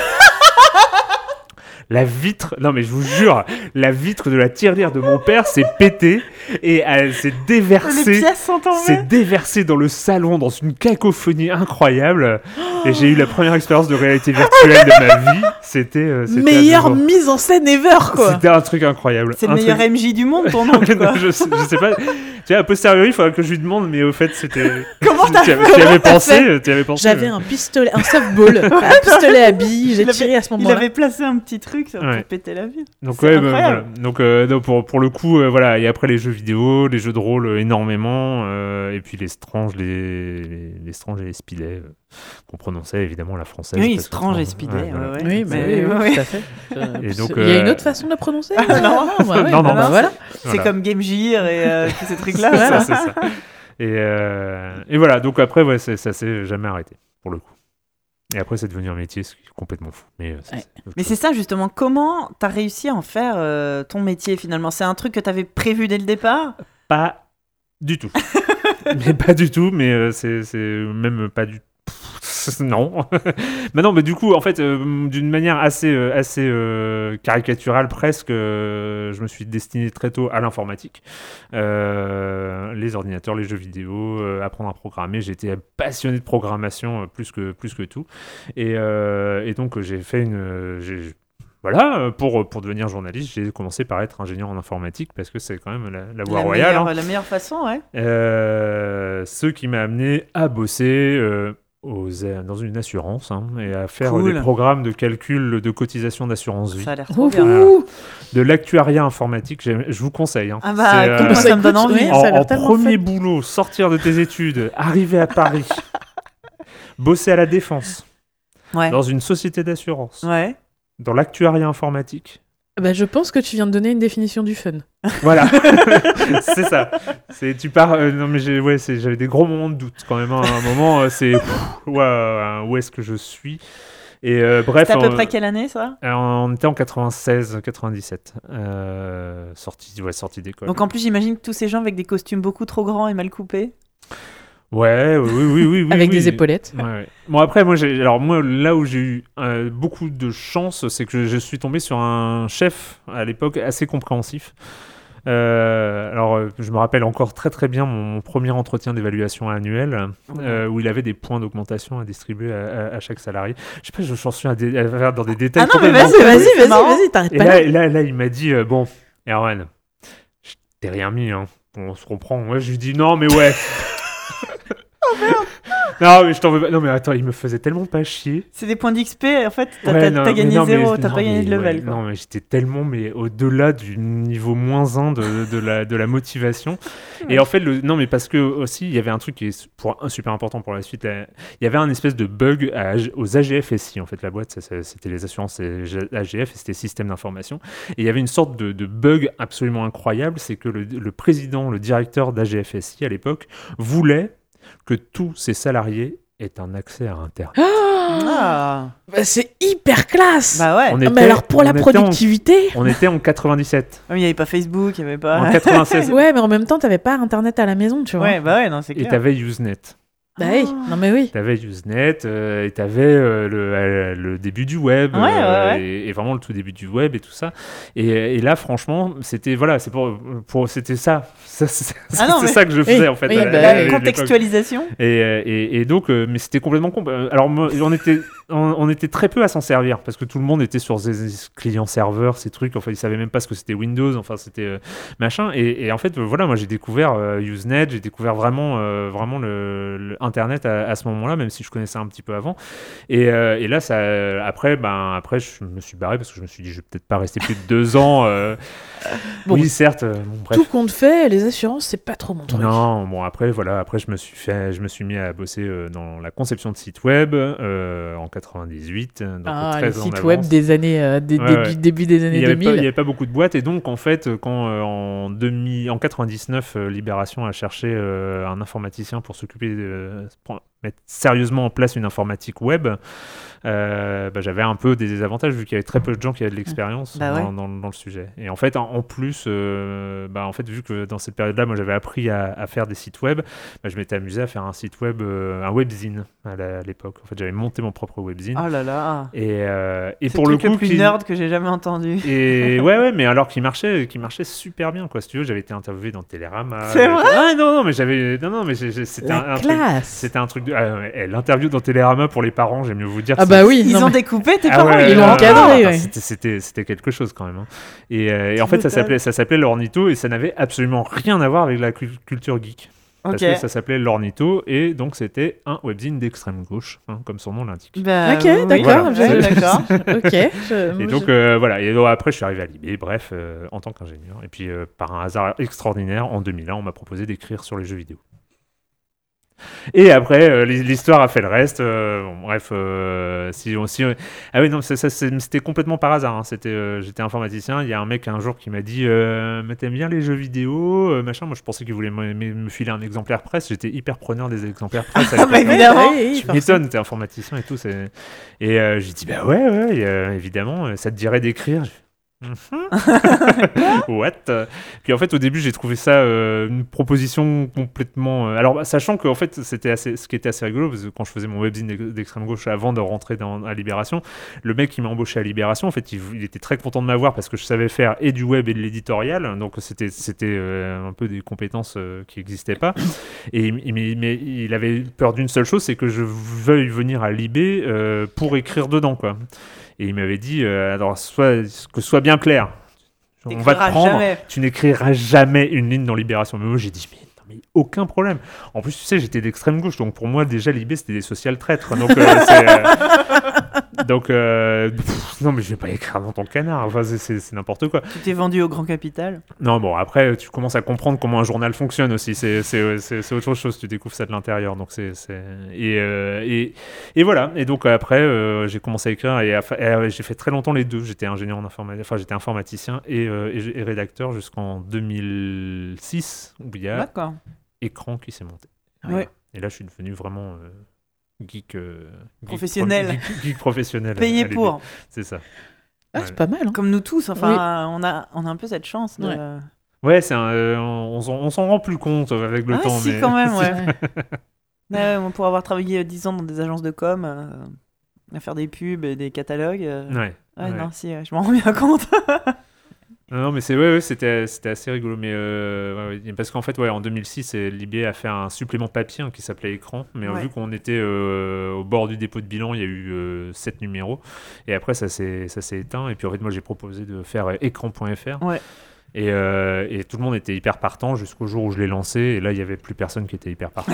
La vitre, non mais je vous jure, la vitre de la tirelire de mon père s'est pétée et elle s'est déversée. Les pièces sont tombées. S'est déversée dans le salon dans une cacophonie incroyable. Oh. Et j'ai eu la première expérience de réalité virtuelle de ma vie. C'était, euh, c'était meilleure adorable. Mise en scène ever quoi. C'était un truc incroyable. C'est un le meilleur truc... M J du monde ton oncle quoi. je, sais, je sais pas. Tu vois, a posteriori, il faudrait que je lui demande, mais au fait, c'était. Comment t'as fait? Tu y avais pensé, tu y avais pensé. J'avais mais... un pistolet, un softball, un pistolet à billes, j'ai tiré à ce moment-là. Il avait placé un petit truc pour ouais. péter la vie. Donc ouais, bah, voilà. Donc, euh, donc pour pour le coup, euh, voilà. Et après les jeux vidéo, les jeux de rôle euh, énormément, euh, et puis les Strange, les les, les Strange et les Speedley. Euh, qu'on prononçait évidemment la française. Oui, Strange et Speedley. Ouais, ouais, ouais. Oui, bah, oui, oui, oui, tout à fait. Et donc, il y a une autre façon de la prononcer. Ah, non, bah, ouais, non, non, bah, non, voilà. C'est voilà. Comme Game Gear et euh, tous ces trucs-là. c'est ça, c'est ça. Et, euh, et voilà, donc après, ouais, c'est, ça s'est jamais arrêté, pour le coup. Et après, c'est devenu un métier, ce qui est complètement fou. Mais, c'est, ouais. c'est Mais c'est ça, justement. Comment t'as réussi à en faire euh, ton métier, finalement? C'est un truc que t'avais prévu dès le départ? Pas du tout. mais pas du tout, mais euh, c'est, c'est même pas du tout. Non. mais non, mais du coup, en fait, euh, d'une manière assez, euh, assez euh, caricaturale presque, euh, je me suis destiné très tôt à l'informatique. Euh, les ordinateurs, les jeux vidéo, euh, apprendre à programmer. J'étais passionné de programmation euh, plus, que, plus que tout. Et, euh, et donc, j'ai fait une... Euh, j'ai, Voilà, pour, pour devenir journaliste, j'ai commencé par être ingénieur en informatique parce que c'est quand même la, la voie la royale. Meilleure, hein. La meilleure façon, ouais. Euh, ce qui m'a amené à bosser euh, aux, dans une assurance hein, et à faire cool. des programmes de calcul de cotisation d'assurance vie. Ça a l'air trop bien. Voilà. De l'actuariat informatique, je vous conseille. Hein. Ah bah, c'est, euh, ça me donne envie. En, en premier fait. boulot, sortir de tes études, arriver à Paris, bosser à la Défense, ouais. dans une société d'assurance. Ouais. Dans l'actuariat informatique. Bah, je pense que tu viens de donner une définition du fun. Voilà, c'est ça. C'est, tu pars. Euh, non, mais j'ai, ouais, c'est, j'avais des gros moments de doute quand même. Hein. À un moment, euh, c'est. Pff, ouais, où est-ce que je suis? Et euh, bref. C'était à peu on, près quelle année ça? On était en quatre-vingt-seize quatre-vingt-dix-sept. Euh, sortie, ouais, sortie d'école. Donc en plus, j'imagine que tous ces gens avec des costumes beaucoup trop grands et mal coupés. Ouais, oui, oui, oui, oui. Avec oui. des épaulettes. Ouais, ouais. Bon, après, moi, j'ai, alors, moi, là où j'ai eu euh, beaucoup de chance, c'est que je, je suis tombé sur un chef, à l'époque, assez compréhensif. Euh, alors, euh, je me rappelle encore très, très bien mon, mon premier entretien d'évaluation annuel, euh, où il avait des points d'augmentation à distribuer à, à, à chaque salarié. Je sais pas, je, j'en suis à, dé- à faire dans des détails. Ah non, mais vas-y, vas-y, vas-y, vas-y, t'arrêtes et pas. Là, là, là, il m'a dit, euh, bon, Erwan, je t'ai rien mis, hein. On se comprend. Moi, je lui dis, non, mais ouais. Oh merde. Non mais je t'en veux pas. Non mais attends, il me faisait tellement pas chier. C'est des points d'X P en fait. T'as, ouais, t'as, non, t'as gagné non, zéro, mais, t'as non, pas gagné mais, de level. Ouais, quoi. non mais j'étais tellement mais au-delà du niveau moins un de, de la de la motivation. Et en fait le non mais parce que aussi il y avait un truc qui est pour un super important pour la suite. Là, il y avait un espèce de bug à, aux A G F S I en fait la boîte. Ça, ça, c'était les assurances A G F et c'était système d'information. Et il y avait une sorte de, de bug absolument incroyable, c'est que le, le président, le directeur d'A G F S I à l'époque voulait que tous ses salariés aient un accès à Internet. Ah, bah c'est hyper classe. Bah ouais. On ah, était, mais alors pour la productivité en, on était en quatre-vingt-dix-sept. Ah, il n'y avait pas Facebook, il n'y avait pas... En quatre-vingt-seize. Ouais, mais en même temps, t'avais pas Internet à la maison, tu vois. Ouais, bah ouais, non, c'est clair. Et t'avais Usenet. Bah oui, non mais oui. T'avais Usenet euh, et t'avais euh, le, euh, le début du web ouais, ouais, euh, ouais. Et, et vraiment le tout début du web et tout ça. Et, et là, franchement, c'était voilà, c'est pour, pour c'était ça, ça c'est, ah non, c'est mais... ça que je faisais oui, en fait. Oui, à, bah, à, à, contextualisation. Et, et, et donc, euh, mais c'était complètement con. Alors, moi, on était on, on était très peu à s'en servir parce que tout le monde était sur des clients-serveurs, ces trucs. Enfin, ils savaient même pas ce que c'était Windows. Enfin, c'était euh, machin. Et, et en fait, euh, voilà, moi j'ai découvert euh, Usenet, j'ai découvert vraiment, euh, vraiment le, le Internet à, à ce moment-là, même si je connaissais un petit peu avant. Et, euh, et là, ça, après, ben, après, je me suis barré parce que je me suis dit, je vais peut-être pas rester plus de deux ans. Euh, Bon, oui, certes. euh, bon, bref. Tout compte fait, les assurances, c'est pas trop mon truc. Non, bon après voilà, après je me suis fait, je me suis mis à bosser euh, dans la conception de sites web euh, en quatre-vingt-dix-huit, donc Ah, très les en sites avance. web des années, euh, des, Ouais, début, ouais. début des Il années n'y avait, deux pas- il mille. y avait pas beaucoup de boîtes et donc en fait quand euh, en, demi, en quatre-vingt-dix-neuf euh, Libération a cherché euh, un informaticien pour s'occuper de pour mettre sérieusement en place une informatique web, euh, bah, j'avais un peu des désavantages vu qu'il y avait très peu de gens qui avaient de l'expérience Bah dans, ouais. dans- dans le sujet. Et en fait en, en plus, euh, bah, en fait vu que dans cette période-là moi j'avais appris à, à faire des sites web, bah, je m'étais amusé à faire un site web, euh, un webzine à la- à l'époque. En fait j'avais monté mon propre webzine. Oh là là. Et, euh, et C'est pour le le truc coup, le plus qui- nerd que j'ai jamais entendu. et ouais, ouais, mais alors qu'il marchait, qu'il marchait super bien, quoi. Si tu veux, j'avais été interviewé dans Télérama. C'est vrai ? Ah non, non, mais j'avais, non, non, mais j'ai- j'ai- c'était un, La un truc, classe. c'était un truc de, ah, ouais, eh, l'interview dans Télérama pour les parents, j'aime mieux vous dire. Ah c'est- bah oui, Ils non, ont mais- découpé tes Ah parents, ouais, ils l'ont non, encadré, non, ouais. C'était, c'était, c'était quelque chose quand même. hein. Et, euh, et en Tu fait, ça m'étonnes. s'appelait, ça s'appelait l'Ornito et ça n'avait absolument rien à voir avec la cu- culture geek. Parce Ok. que ça s'appelait l'Ornito et donc c'était un webzine d'extrême gauche, hein, comme son nom l'indique. Bah, Ok, oui, d'accord, oui, je- d'accord. Ok. je- Et moi, donc je- euh, voilà, et donc, après je suis arrivé à Libé, bref, euh, en tant qu'ingénieur. Et puis euh, par un hasard extraordinaire, en deux mille un, on m'a proposé d'écrire sur les jeux vidéo. Et après, euh, l'hi- l'histoire a fait le reste. euh, bon, bref, euh, si on, si on- ah oui non, ça, ça, c'est- c'était complètement par hasard. hein. C'était, euh, j'étais informaticien. Il y a un mec un jour qui m'a dit, euh, mais t'aimes bien les jeux vidéo, euh, machin. Moi, je pensais qu'il voulait me, me- me filer un exemplaire presse. J'étais hyper preneur des exemplaires presse. à Ah bah l'époque, hein. évidemment. Oui, oui, Tu m'étonnes, t'es informaticien et tout. C'est... Et euh, j'ai dit, bah ouais, ouais, et, euh, évidemment, euh, ça te dirait d'écrire. J'ai fait, Mhm. What? Puis en fait, au début, j'ai trouvé ça euh, une proposition complètement. euh, Alors, sachant que en fait, c'était assez, ce qui était assez rigolo, parce que quand je faisais mon webzine d'ex- d'extrême gauche avant de rentrer dans, à Libération, le mec qui m'a embauché à Libération, en fait, il, il était très content de m'avoir parce que je savais faire et du web et de l'éditorial, donc c'était, c'était euh, un peu des compétences euh, qui n'existaient pas. Et il- il- mais, mais il avait peur d'une seule chose, c'est que je veuille venir à Libé euh, pour écrire dedans, quoi. Et il m'avait dit, euh, alors, soit, que ce soit bien clair, on va te T'écriras prendre, jamais. tu n'écriras jamais une ligne dans Libération. Mais moi, j'ai dit, mais, non, mais aucun problème. En plus, tu sais, j'étais d'extrême gauche, donc pour moi, déjà, Libé, c'était des social traîtres. Donc, euh, c'est, euh, donc euh, pff, non, mais je vais pas écrire dans ton canard. Enfin, c'est, c'est, c'est n'importe quoi. Tu t'es vendu au grand capital. Non, bon, après, tu commences à comprendre comment un journal fonctionne aussi. C'est, c'est, c'est, c'est autre chose. Tu découvres ça de l'intérieur. Donc, c'est, c'est... Et, euh, et, et voilà. Et donc, après, euh, j'ai commencé à écrire et, à fa- et, euh, j'ai fait très longtemps les deux. J'étais ingénieur en informatique, enfin, j'étais informaticien et, euh, et, et rédacteur jusqu'en deux mille six, où il y a D'accord. Écran qui s'est monté. Ouais. Et là, je suis devenu vraiment euh, geek, euh, geek Professionnel. pro- geek, geek professionnel. Payé à l'I B. pour. C'est ça. Ah, Ouais. c'est pas mal. Hein. Comme nous tous. Enfin, on, a, on a un peu cette chance. De... Ouais. Ouais, c'est un, euh, on, s'en, on s'en rend plus compte avec le ah, temps. si, mais... quand même, ouais. Ouais. Ouais, ouais, pour avoir travaillé euh, dix ans dans des agences de com, euh, à faire des pubs et des catalogues. euh, Ouais. ouais, ouais. non, si, ouais, je m'en rends bien compte. Non, non, mais c'est, ouais, ouais, c'était, c'était assez rigolo. Mais, euh, ouais, ouais, parce qu'en fait, ouais, en deux mille six, euh, Libé a fait un supplément papier hein, qui s'appelait Écran. Mais euh, Ouais. vu qu'on était euh, au bord du dépôt de bilan, il y a eu euh, sept numéros. Et après, ça s'est, ça s'est éteint. Et puis, en fait, moi, j'ai proposé de faire euh, écran point f r. Ouais. Et, euh, et tout le monde était hyper partant jusqu'au jour où je l'ai lancé. Et là, il n'y avait plus personne qui était hyper partant.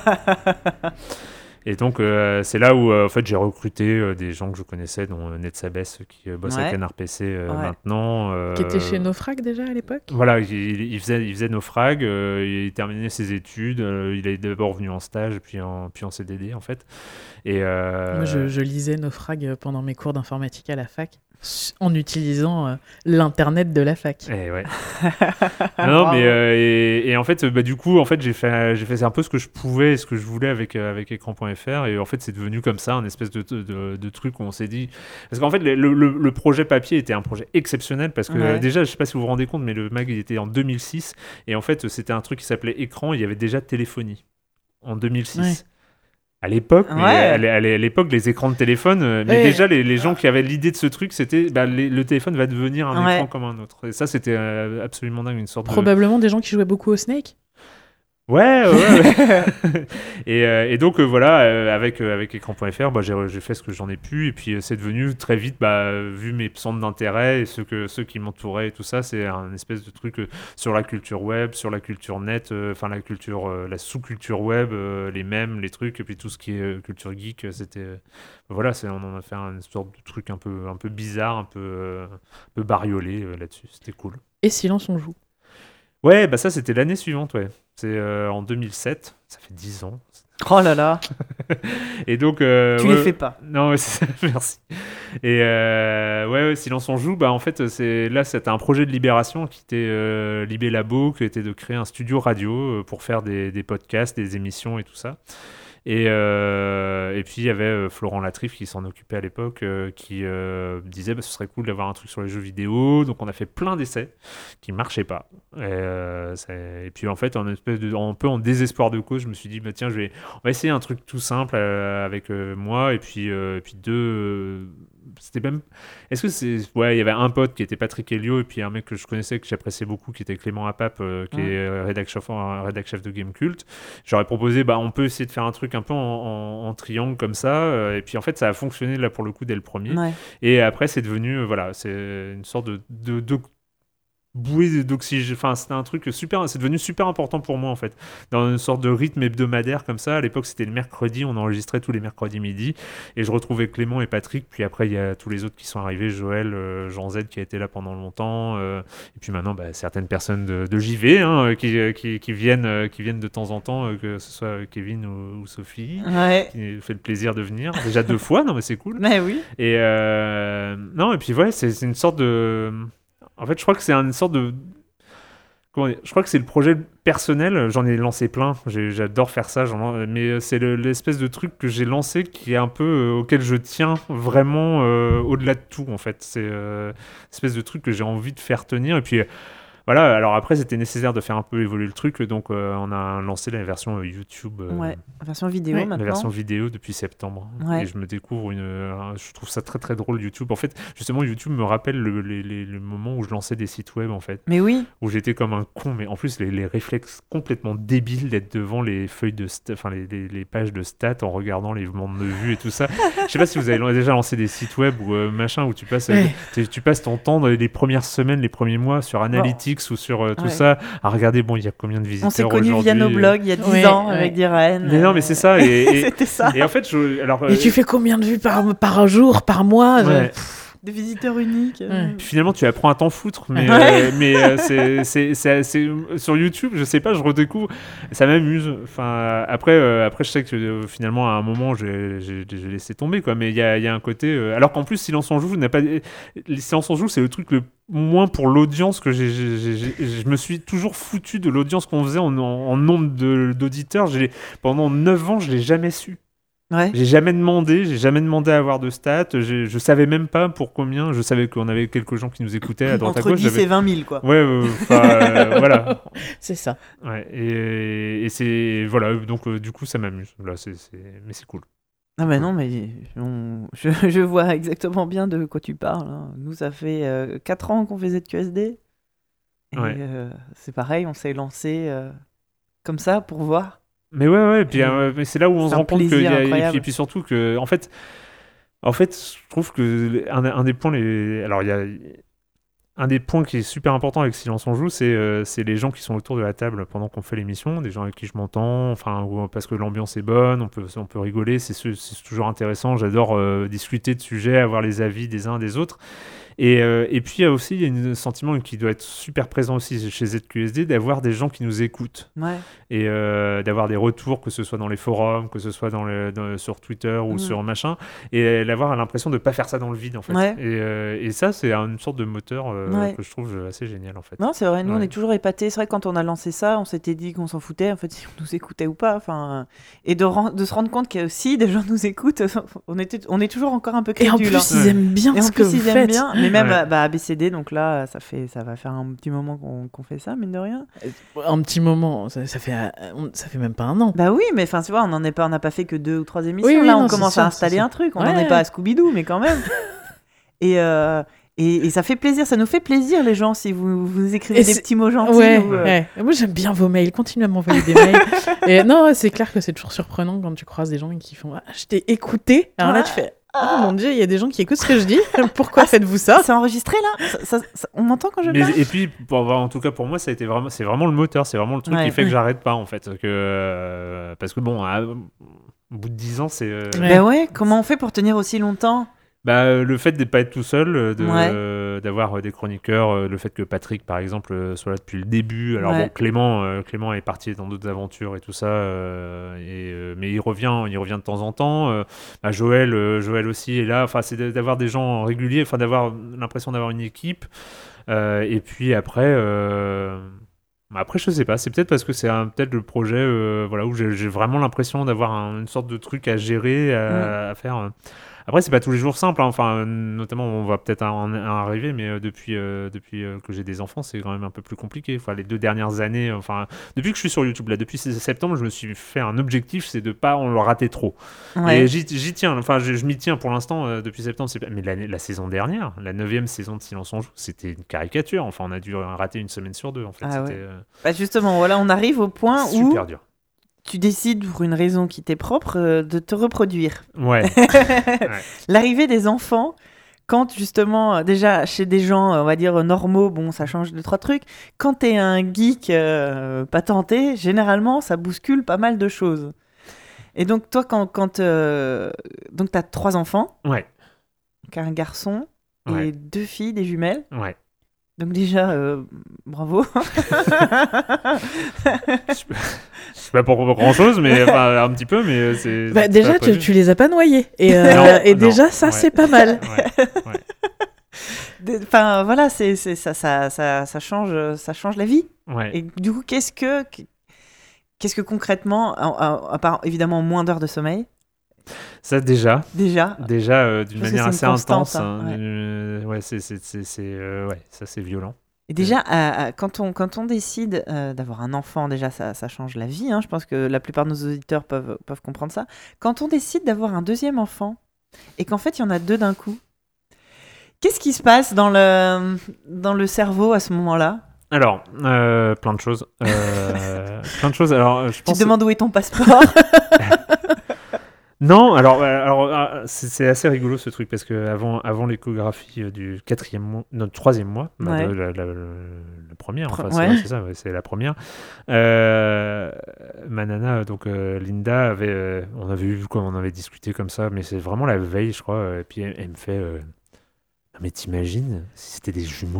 Et donc, euh, c'est là où euh, en fait, j'ai recruté euh, des gens que je connaissais, dont euh, Ned Sabès, qui euh, bosse Ouais. à Canard P C euh, Ouais. maintenant. euh, Qui était chez Naufrag déjà à l'époque. Voilà, il, il faisait, il faisait Naufrag, euh, il terminait ses études, euh, il est d'abord venu en stage, puis en, puis en C D D, en fait. Et, euh, Moi, je, je lisais Naufrag pendant mes cours d'informatique à la fac, en utilisant euh, l'internet de la fac. Eh ouais. non, Bravo. mais euh, et, et en fait, bah, du coup, en fait, j'ai fait, j'ai fait un peu ce que je pouvais, et ce que je voulais avec euh, avec écran point f r, et en fait, c'est devenu comme ça, un espèce de, de, de, de truc où on s'est dit, parce qu'en fait, le, le, le projet papier était un projet exceptionnel, parce que Ouais. euh, déjà, je sais pas si vous vous rendez compte, mais le mag il était en deux mille six, et en fait, c'était un truc qui s'appelait écran, et il y avait déjà téléphonie en deux mille six. Ouais. À l'époque, mais Ouais. à l'é- à l'é- à l'époque, les écrans de téléphone, euh, mais Ouais. déjà les, les gens qui avaient l'idée de ce truc, c'était bah, les- le téléphone va devenir un Ouais. écran comme un autre. Et ça, c'était euh, absolument dingue, une sorte de. Probablement des gens qui jouaient beaucoup au Snake. Ouais, ouais, ouais. et, euh, et donc euh, voilà, euh, avec, euh, avec écran point f r, bah, j'ai, j'ai fait ce que j'en ai pu, et puis euh, c'est devenu très vite, bah, euh, vu mes centres d'intérêt et ceux, que, ceux qui m'entouraient et tout ça, c'est un espèce de truc euh, sur la culture web, sur la culture net, enfin euh, la culture, euh, la sous-culture web, euh, les mèmes, les trucs, et puis tout ce qui est euh, culture geek, euh, c'était... Euh, voilà, c'est, on en a fait une sorte de truc un peu, un peu bizarre, un peu, euh, un peu bariolé euh, là-dessus, c'était cool. Et Silence on joue. Ouais, bah ça c'était l'année suivante, ouais. C'est euh, en deux mille sept, ça fait dix ans. Oh là là. Et donc... Euh, tu ouais, les fais pas. Non, ouais, c'est ça, merci. Et euh, ouais, ouais, Silence on joue, bah en fait, c'est, là c'était un projet de Libération qui était euh, Libé Labo, qui était de créer un studio radio euh, pour faire des, des podcasts, des émissions et tout ça. Et, euh, et puis il y avait euh, Florent Latrif qui s'en occupait à l'époque, euh, qui euh, disait bah, ce serait cool d'avoir un truc sur les jeux vidéo. Donc on a fait plein d'essais qui marchaient pas. Et, euh, et puis en fait, en espèce de, un peu en désespoir de cause, je me suis dit bah, tiens, je vais, on va essayer un truc tout simple euh, avec euh, moi et puis, euh, et puis deux. Euh, c'était même. Est-ce que c'est. Ouais, il y avait un pote qui était Patrick Helio et puis un mec que je connaissais, que j'appréciais beaucoup, qui était Clément Apap, euh, qui ouais. est rédac chef, rédac chef de Gamecult. J'aurais proposé, bah, on peut essayer de faire un truc un peu en, en, en triangle comme ça. Euh, et puis en fait, ça a fonctionné là pour le coup dès le premier. Ouais. Et après, c'est devenu. Euh, voilà, c'est une sorte de. de, de bouée d'oxygène, enfin c'était un truc super, c'est devenu super important pour moi en fait, dans une sorte de rythme hebdomadaire comme ça. À l'époque c'était le mercredi, on enregistrait tous les mercredis midi et je retrouvais Clément et Patrick, puis après il y a tous les autres qui sont arrivés, Joël, euh, Jean Z qui a été là pendant longtemps, euh, et puis maintenant bah, certaines personnes de, de J V hein, qui, qui, qui, viennent, euh, qui viennent de temps en temps, euh, que ce soit Kevin ou, ou Sophie, ouais. qui fait le plaisir de venir, déjà deux fois, non mais c'est cool. Mais oui. Et euh, non et puis ouais, c'est, c'est une sorte de... En fait, je crois que c'est une sorte de... Comment dire ? Je crois que c'est le projet personnel. J'en ai lancé plein. J'ai, j'adore faire ça. J'en... Mais c'est le, l'espèce de truc que j'ai lancé qui est un peu... Euh, auquel je tiens vraiment euh, au-delà de tout, en fait. C'est euh, l'espèce de truc que j'ai envie de faire tenir. Et puis... Voilà, alors après, c'était nécessaire de faire un peu évoluer le truc, donc euh, on a lancé la version YouTube. Euh, ouais, la version vidéo ouais, maintenant. La version vidéo depuis septembre. Ouais. Et je me découvre une... Euh, je trouve ça très très drôle, YouTube. En fait, justement, YouTube me rappelle le, les, les, le moment où je lançais des sites web, en fait. Mais oui. Où j'étais comme un con, mais en plus, les, les réflexes complètement débiles d'être devant les feuilles de... St- enfin, les, les, les pages de stats en regardant les nombres de vues et tout ça. Je sais pas si vous avez déjà lancé des sites web ou euh, machin, où tu passes, ouais. euh, tu passes ton temps dans les premières semaines, les premiers mois sur Analytics bon. ou sur euh, tout ouais. ça. Ça, à regarder, bon, il y a combien de visiteurs aujourd'hui. On s'est connus via nos blogs il y a dix ouais, ans ouais. avec Diren. Mais non, mais c'est ça. Et, et, C'était ça. Et en fait, je, alors, et euh, tu fais combien de vues par, par jour, par mois ouais. Des visiteurs uniques. Ouais. Finalement, tu apprends à t'en foutre. Mais, ouais. euh, mais euh, c'est, c'est, c'est, c'est, sur YouTube, je sais pas, je redécouvre. Ça m'amuse. Enfin, après, euh, après, je sais que euh, finalement, à un moment, j'ai, j'ai, j'ai laissé tomber. Quoi. Mais il y a, y a un côté. Euh, alors qu'en plus, Silence on joue, n'a pas. Silence on joue, c'est le truc le moins pour l'audience que j'ai, j'ai, j'ai, j'ai. Je me suis toujours foutu de l'audience qu'on faisait en, en, en nombre de, d'auditeurs. J'ai, pendant neuf ans, je l'ai jamais su. Ouais. J'ai jamais demandé, j'ai jamais demandé à avoir de stats, j'ai, je savais même pas pour combien, je savais qu'on avait quelques gens qui nous écoutaient à droite Entre à gauche. dix j'avais... et vingt mille quoi. Ouais, euh, euh, voilà. C'est ça. Ouais, et, et c'est, voilà, donc euh, du coup ça m'amuse, là, c'est, c'est... mais c'est cool. Ah bah non, mais on... je, je vois exactement bien de quoi tu parles. Hein. Nous, ça fait euh, quatre ans qu'on faisait de Q S D. Et ouais. euh, c'est pareil, on s'est lancé euh, comme ça pour voir. Mais ouais, ouais, et puis euh, mais c'est là où on se rend compte qu'il y a, et puis, et puis surtout que, en fait, en fait, je trouve que un, un des points, les, alors il y a un des points qui est super important avec Silence on joue, c'est, euh, c'est les gens qui sont autour de la table pendant qu'on fait l'émission, des gens avec qui je m'entends, enfin, parce que l'ambiance est bonne, on peut, on peut rigoler, c'est, c'est toujours intéressant, j'adore euh, discuter de sujets, avoir les avis des uns des autres. Et, euh, et puis il y a aussi il y a un sentiment qui doit être super présent aussi chez Z Q S D, d'avoir des gens qui nous écoutent ouais. et euh, d'avoir des retours, que ce soit dans les forums, que ce soit dans le, dans, sur Twitter ou mmh. sur machin, et d'avoir l'impression de ne pas faire ça dans le vide en fait. Ouais. Et, euh, et ça c'est une sorte de moteur euh, ouais. que je trouve assez génial en fait. Non c'est vrai, nous ouais. on est toujours épatés, c'est vrai que quand on a lancé ça on s'était dit qu'on s'en foutait en fait si on nous écoutait ou pas, enfin, et de, ren- de se rendre compte qu'il y a aussi des gens qui nous écoutent, on, était, on est toujours encore un peu crédules. Et en plus hein. ils aiment bien et ce en plus, que vous ils faites. Aiment bien, mais même ouais. bah, A B C D, donc là, ça, fait, ça va faire un petit moment qu'on, qu'on fait ça, mine de rien. Un petit moment, ça, ça, fait, ça fait même pas un an. Bah oui, mais enfin, tu vois, on n'en est pas, on n'a pas fait que deux ou trois émissions. Oui, oui, là, non, on commence sûr, à installer un truc. On n'en ouais. est pas à Scooby-Doo, mais quand même. et, euh, Et, et ça fait plaisir, ça nous fait plaisir les gens si vous, vous écrivez Et des c'est- petits mots gentils. Ouais, ou, euh, ouais. Moi, j'aime bien vos mails. Continuez à m'envoyer des mails. Et non, ouais, c'est clair que c'est toujours surprenant quand tu croises des gens qui font ah, je t'ai écouté. Alors là, tu fais oh mon dieu, il y a des gens qui écoutent ce que je dis. Pourquoi Ah, faites-vous ça? C'est enregistré là ça, ça- ça- On m'entend quand je Mais, parle et puis, pour, en tout cas pour moi, ça a été vraiment, c'est vraiment le moteur, c'est vraiment le truc Ouais. qui fait que j'arrête pas en fait, que euh, parce que bon, à- au bout de dix ans, c'est euh, Ouais. Ben ouais, comment on fait pour tenir aussi longtemps? bah, euh, le fait de pas être tout seul, euh, de, Ouais. euh, d'avoir euh, des chroniqueurs, euh, le fait que Patrick, par exemple, euh, soit là depuis le début. Alors Ouais. bon, Clément, euh, Clément est parti dans d'autres aventures et tout ça, euh, et, euh, mais il revient, il revient de temps en temps. Euh, bah, Joël, euh, Joël aussi est là. Enfin, c'est de- d'avoir des gens réguliers, enfin d'avoir l'impression d'avoir une équipe. Euh, et puis après. Euh... bah, Après, je sais pas, c'est peut-être parce que c'est un- peut-être le projet euh, voilà, où j'ai j'ai vraiment l'impression d'avoir un- une sorte de truc à gérer, à, à faire. euh. Après, c'est pas tous les jours simple, hein. Enfin, notamment, on va peut-être en, en arriver, mais euh, depuis, euh, depuis euh, que j'ai des enfants, c'est quand même un peu plus compliqué. Enfin, les deux dernières années, enfin, depuis que je suis sur YouTube, là, depuis septembre, je me suis fait un objectif, c'est de pas en le rater trop. Ouais. Et j'y j'y tiens, enfin, je, je m'y tiens pour l'instant, euh, depuis septembre. c'est pas- Mais l'année- la saison dernière, la neuvième saison de Silence on Joue, c'était une caricature. Enfin, on a dû rater une semaine sur deux, en fait. Ah C'était ouais. euh, Bah justement, voilà, on arrive au point où super dur. tu décides, pour une raison qui t'est propre, euh, de te reproduire. Ouais. L'arrivée des enfants, quand justement, euh, déjà chez des gens, euh, on va dire normaux, bon, ça change deux, trois trucs. Quand t'es un geek euh, patenté, généralement, ça bouscule pas mal de choses. Et donc, toi, quand, quand euh, donc t'as trois enfants, Ouais. donc un garçon Ouais. et deux filles, des jumelles. Ouais. Donc déjà, euh, bravo. Je sais pas pour grand chose, mais enfin, un petit peu, mais euh, c'est. Bah, c'est déjà, pas tu, prévu. tu les as pas noyés. Et, euh, Non, et non, déjà, ça, ouais. c'est pas mal. Ouais, ouais. Des- Enfin, voilà, c'est, c'est, ça, ça, ça, ça, change, ça change la vie. Ouais. Et du coup, qu'est-ce que, qu'est-ce que concrètement, à, à- à part évidemment moins d'heures de sommeil, Ça déjà, déjà, déjà euh, d'une Parce que manière c'est assez une constante, intense. hein, hein, ouais. euh, ouais, c'est, c'est, c'est, c'est, euh, ouais, ça c'est violent. et déjà à- à- quand, on, quand on décide euh, d'avoir un enfant, déjà ça, ça change la vie. Hein, je pense que la plupart de nos auditeurs peuvent, peuvent comprendre ça. Quand on décide d'avoir un deuxième enfant et qu'en fait il y en a deux d'un coup, qu'est-ce qui se passe dans le, dans le cerveau à ce moment-là? Alors, euh, plein de choses. Euh, plein de choses. Alors, euh, je Tu pense. te demandes où est ton passeport? Non, alors, euh, alors euh, c'est, c'est assez rigolo ce truc parce que avant, avant l'échographie euh, du quatrième mois, non, troisième mois, bah, Ouais. de- la, la- la- la première, Pre- enfin, c'est, ouais. ouais, c'est ça, ouais, c'est la première. Euh, ma nana, donc euh, Linda, avait, euh, on avait vu quoi, on avait discuté comme ça, mais c'est vraiment la veille, je crois. euh, Et puis elle, elle me fait, euh, Ah, mais t'imagines si c'était des jumeaux?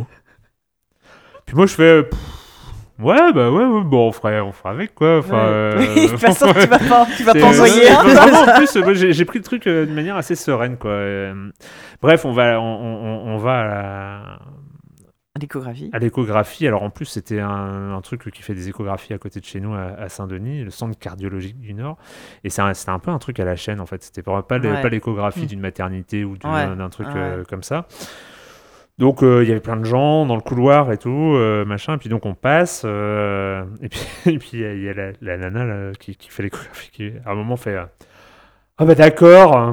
Puis moi je fais. euh, Pff, Ouais, bah ouais, ouais, bon, on ferait, on ferait avec quoi. Enfin, Ouais. euh, Oui, de toute façon, tu vas pas, tu vas c'est- pas envoyer ouais, un. ouais, vraiment, en plus, moi, j'ai, j'ai pris le truc euh, de manière assez sereine, quoi. Euh, bref, on va, on, on- on va à, la- L'échographie. à l'échographie. Alors en plus, c'était un, un truc qui fait des échographies à côté de chez nous, à, à Saint-Denis, le centre cardiologique du Nord. Et c'est un- c'était un peu un truc à la chaîne, en fait. C'était pas, pas, les- Ouais. pas l'échographie Mm. d'une maternité ou d'une- Ouais. d'un truc Ouais. euh, comme ça. Donc euh, il y avait plein de gens dans le couloir et tout, euh, machin. Et puis donc on passe. euh, et puis et puis il y a- il y a la, la nana là, qui, qui fait l'échographie qui à un moment fait euh, ah bah d'accord.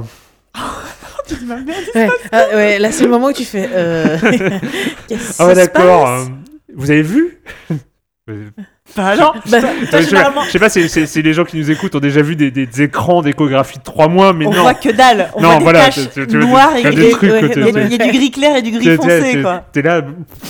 Tu dis, ma merde. Ouais. Ah, ouais, là, c'est le moment où tu fais. Euh... Qu'est-ce Ah que ouais, ça se d'accord. passe euh, vous avez vu? Euh, Bah non. Bah, Toi, je, sais pas, généralement, je sais pas si, si- si les gens qui nous écoutent ont déjà vu des, des écrans d'échographie de trois mois, mais on non. voit que dalle. On Non, voit des voilà, taches tu- tu- tu vois, noires tu et vois des et- trucs ouais, que il tu- y, a- tu- il y a du gris clair et du gris T'es- t'es- foncé, t'es- quoi. T'es là,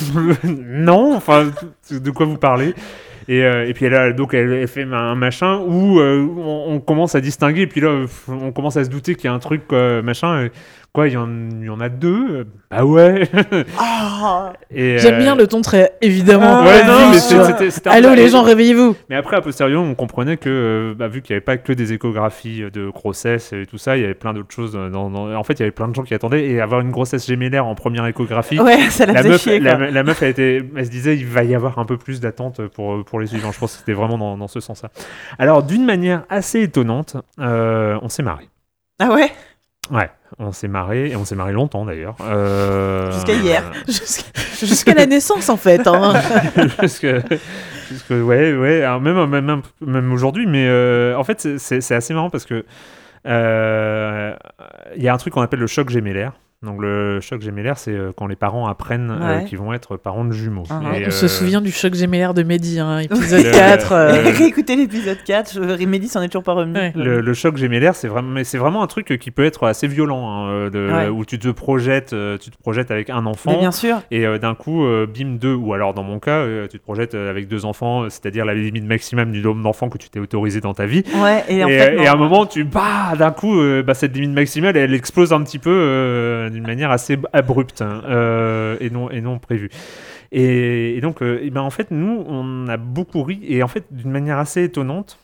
non, enfin, de quoi vous parlez? Et, euh, et puis elle, a- donc elle, elle fait un machin où euh, on, on commence à distinguer, et puis là, euh, on commence à se douter qu'il y a un truc, quoi, machin. et quoi, il y, en, il y en a deux? euh, Bah ouais. Ah. Et, J'aime euh, bien le ton très évidemment. Ah, Ouais, ouais, non, mais sûr. c'est- c'était, c'était un Allô peu- les gens, réveillez-vous. Mais après, a posteriori, on comprenait que, euh, bah, vu qu'il n'y avait pas que des échographies de grossesse et tout ça, il y avait plein d'autres choses. Dans, dans- En fait, il y avait plein de gens qui attendaient. Et avoir une grossesse gémellaire en première échographie, Ouais, ça la, la, faisait meuf, chier, la, quoi. la meuf, elle, était, elle se disait, il va y avoir un peu plus d'attente pour, pour les suivants. Je pense que c'était vraiment dans, dans ce sens-là. Alors, d'une manière assez étonnante, euh, on s'est marré. Ah ouais. Ouais, on s'est marré, et on s'est marré longtemps d'ailleurs. Euh, Jusqu'à hier. Jusqu'à jusqu'à la naissance, en fait. Hein. Jusque, jusque- ouais, ouais, alors même, même, même, même aujourd'hui, mais euh, en fait, c'est, c'est, c'est assez marrant parce que euh, il y a un truc qu'on appelle le choc gémellaire. Donc le choc gémellaire, c'est euh, quand les parents apprennent euh, Ouais. qu'ils vont être parents de jumeaux. Uh-huh. Et, On se euh, souvient du choc gémellaire de Mehdi, hein, épisode Le- quatre. euh, le- Réécoutez l'épisode quatre, je- Mehdi s'en est toujours pas remis. Ouais. Le, le choc gémellaire, c'est vraiment, mais c'est vraiment un truc qui peut être assez violent, hein, euh, de- Ouais. où tu te projettes, euh, tu te projettes avec un Mais enfant. bien sûr. Et euh, d'un coup, euh, bim, deux, ou alors dans mon cas, euh, tu te projettes euh, avec deux enfants, euh, c'est-à-dire la limite maximum du nombre d'enfants que tu t'es autorisé dans ta vie. Ouais, et, Et, en fait, euh, non. et à un moment, tu, bah, d'un coup, euh, bah, cette limite maximale, elle explose un petit peu euh, d'une manière assez abrupte hein, euh, et, non, et non prévue. Et, et donc, euh, et ben, en fait, nous, on a beaucoup ri, et en fait, d'une manière assez étonnante,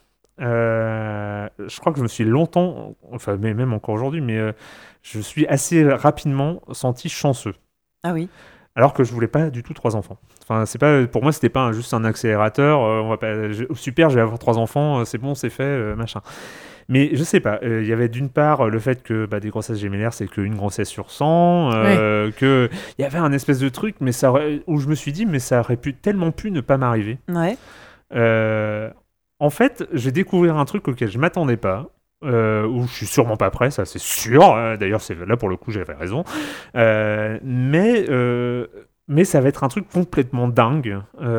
euh, je crois que je me suis longtemps, enfin, mais même encore aujourd'hui, mais euh, je suis assez rapidement senti chanceux. Ah oui. Alors que je voulais pas du tout trois enfants. Enfin, c'est pas, pour moi, c'était pas un- juste un accélérateur. euh, on va pas, je- super, je vais avoir trois enfants, euh, c'est bon, c'est fait, euh, machin. Mais je sais pas. euh, Il y avait d'une part euh, le fait que bah, des grossesses gémellaires, c'est qu'une grossesse sur cent, euh, que il y avait un espèce de truc, mais ça aurait- où je me suis dit, mais ça aurait pu tellement pu ne pas m'arriver. Ouais. Euh, en fait, je vais découvrir un truc auquel je m'attendais pas. Euh, où je suis sûrement pas prêt, ça c'est sûr. Euh, D'ailleurs, c'est là pour le coup, j'avais raison. Euh, mais euh, mais ça va être un truc complètement dingue.